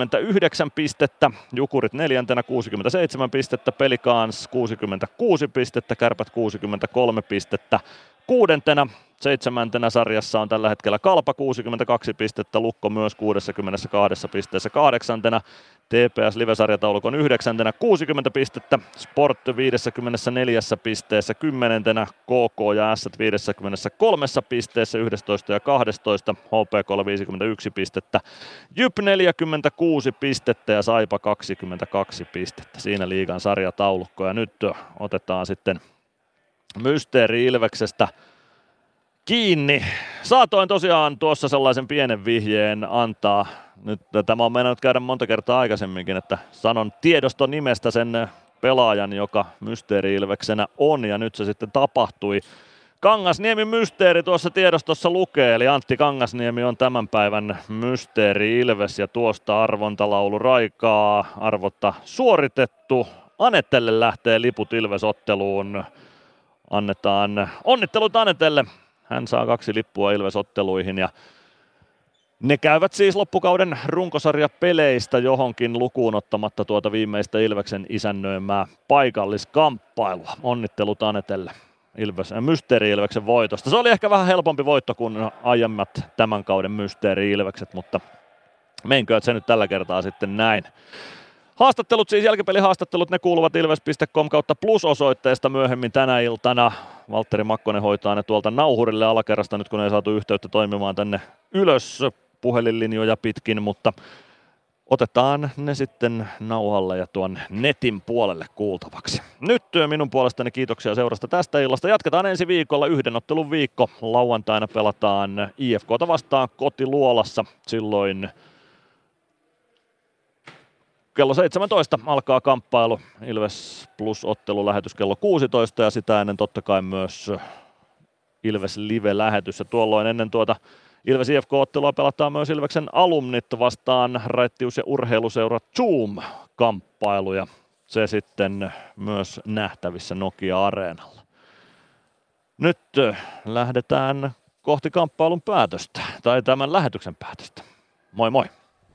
F: 69 pistettä, Jukurit neljäntenä 67 pistettä, Pelikans 66 pistettä, Kärpät 63 pistettä. Kuudentena, 7. sarjassa on tällä hetkellä Kalpa 62 pistettä, Lukko myös 62 pisteessä 8. TPS live-sarjataulukon 9. 60 pistettä, Sport 54 pisteessä 10. KK ja S 53 pisteessä 11 ja 12. HPK 51 pistettä, Jyp 46 pistettä ja Saipa 22 pistettä. Siinä liigan sarjataulukko ja nyt otetaan sitten Mysteeri Ilveksestä kiinni. Saatoin tosiaan tuossa sellaisen pienen vihjeen antaa. Nyt tämä on meinannut käydä monta kertaa aikaisemminkin, että sanon tiedoston nimestä sen pelaajan, joka Mysteeri Ilveksenä on, ja nyt se sitten tapahtui. Kangasniemi Mysteeri tuossa tiedostossa lukee, eli Antti Kangasniemi on tämän päivän Mysteeri Ilves, ja tuosta arvontalaulu raikaa, arvotta suoritettu. Anettelle lähtee liput Ilves-otteluun. Annetaan onnittelut Anetelle. Hän saa 2 lippua Ilves-otteluihin ja ne käyvät siis loppukauden runkosarjapeleistä johonkin lukuun ottamatta tuota viimeistä Ilveksen isännöimää paikalliskamppailua. Onnittelut Anetelle Mysteeri Ilveksen voitosta. Se oli ehkä vähän helpompi voitto kuin aiemmat tämän kauden Mysteeri Ilvekset, mutta meinkööt se nyt tällä kertaa sitten näin. Haastattelut siis, jälkipelihaastattelut, ne kuuluvat ilves.com/plus-osoitteesta myöhemmin tänä iltana. Valtteri Makkonen hoitaa ne tuolta nauhurille alakerrasta nyt kun ei saatu yhteyttä toimimaan tänne ylös puhelinlinjoja pitkin, mutta otetaan ne sitten nauhalle ja tuon netin puolelle kuultavaksi. Nyt minun puolestani kiitoksia seurasta tästä illasta. Jatketaan ensi viikolla 1 ottelun viikko. Lauantaina pelataan IFK:ta vastaan kotiluolassa. Silloin kello 17 alkaa kamppailu, Ilves Plus-ottelu lähetys kello 16 ja sitä ennen totta kai myös Ilves Live-lähetys. Ja tuolloin ennen tuota Ilves IFK-ottelua pelataan myös Ilveksen alumnit vastaan Raittius- ja urheiluseura Zoom-kamppailu ja se sitten myös nähtävissä Nokia-areenalla. Nyt lähdetään kohti kamppailun päätöstä tai tämän lähetyksen päätöstä. Moi moi!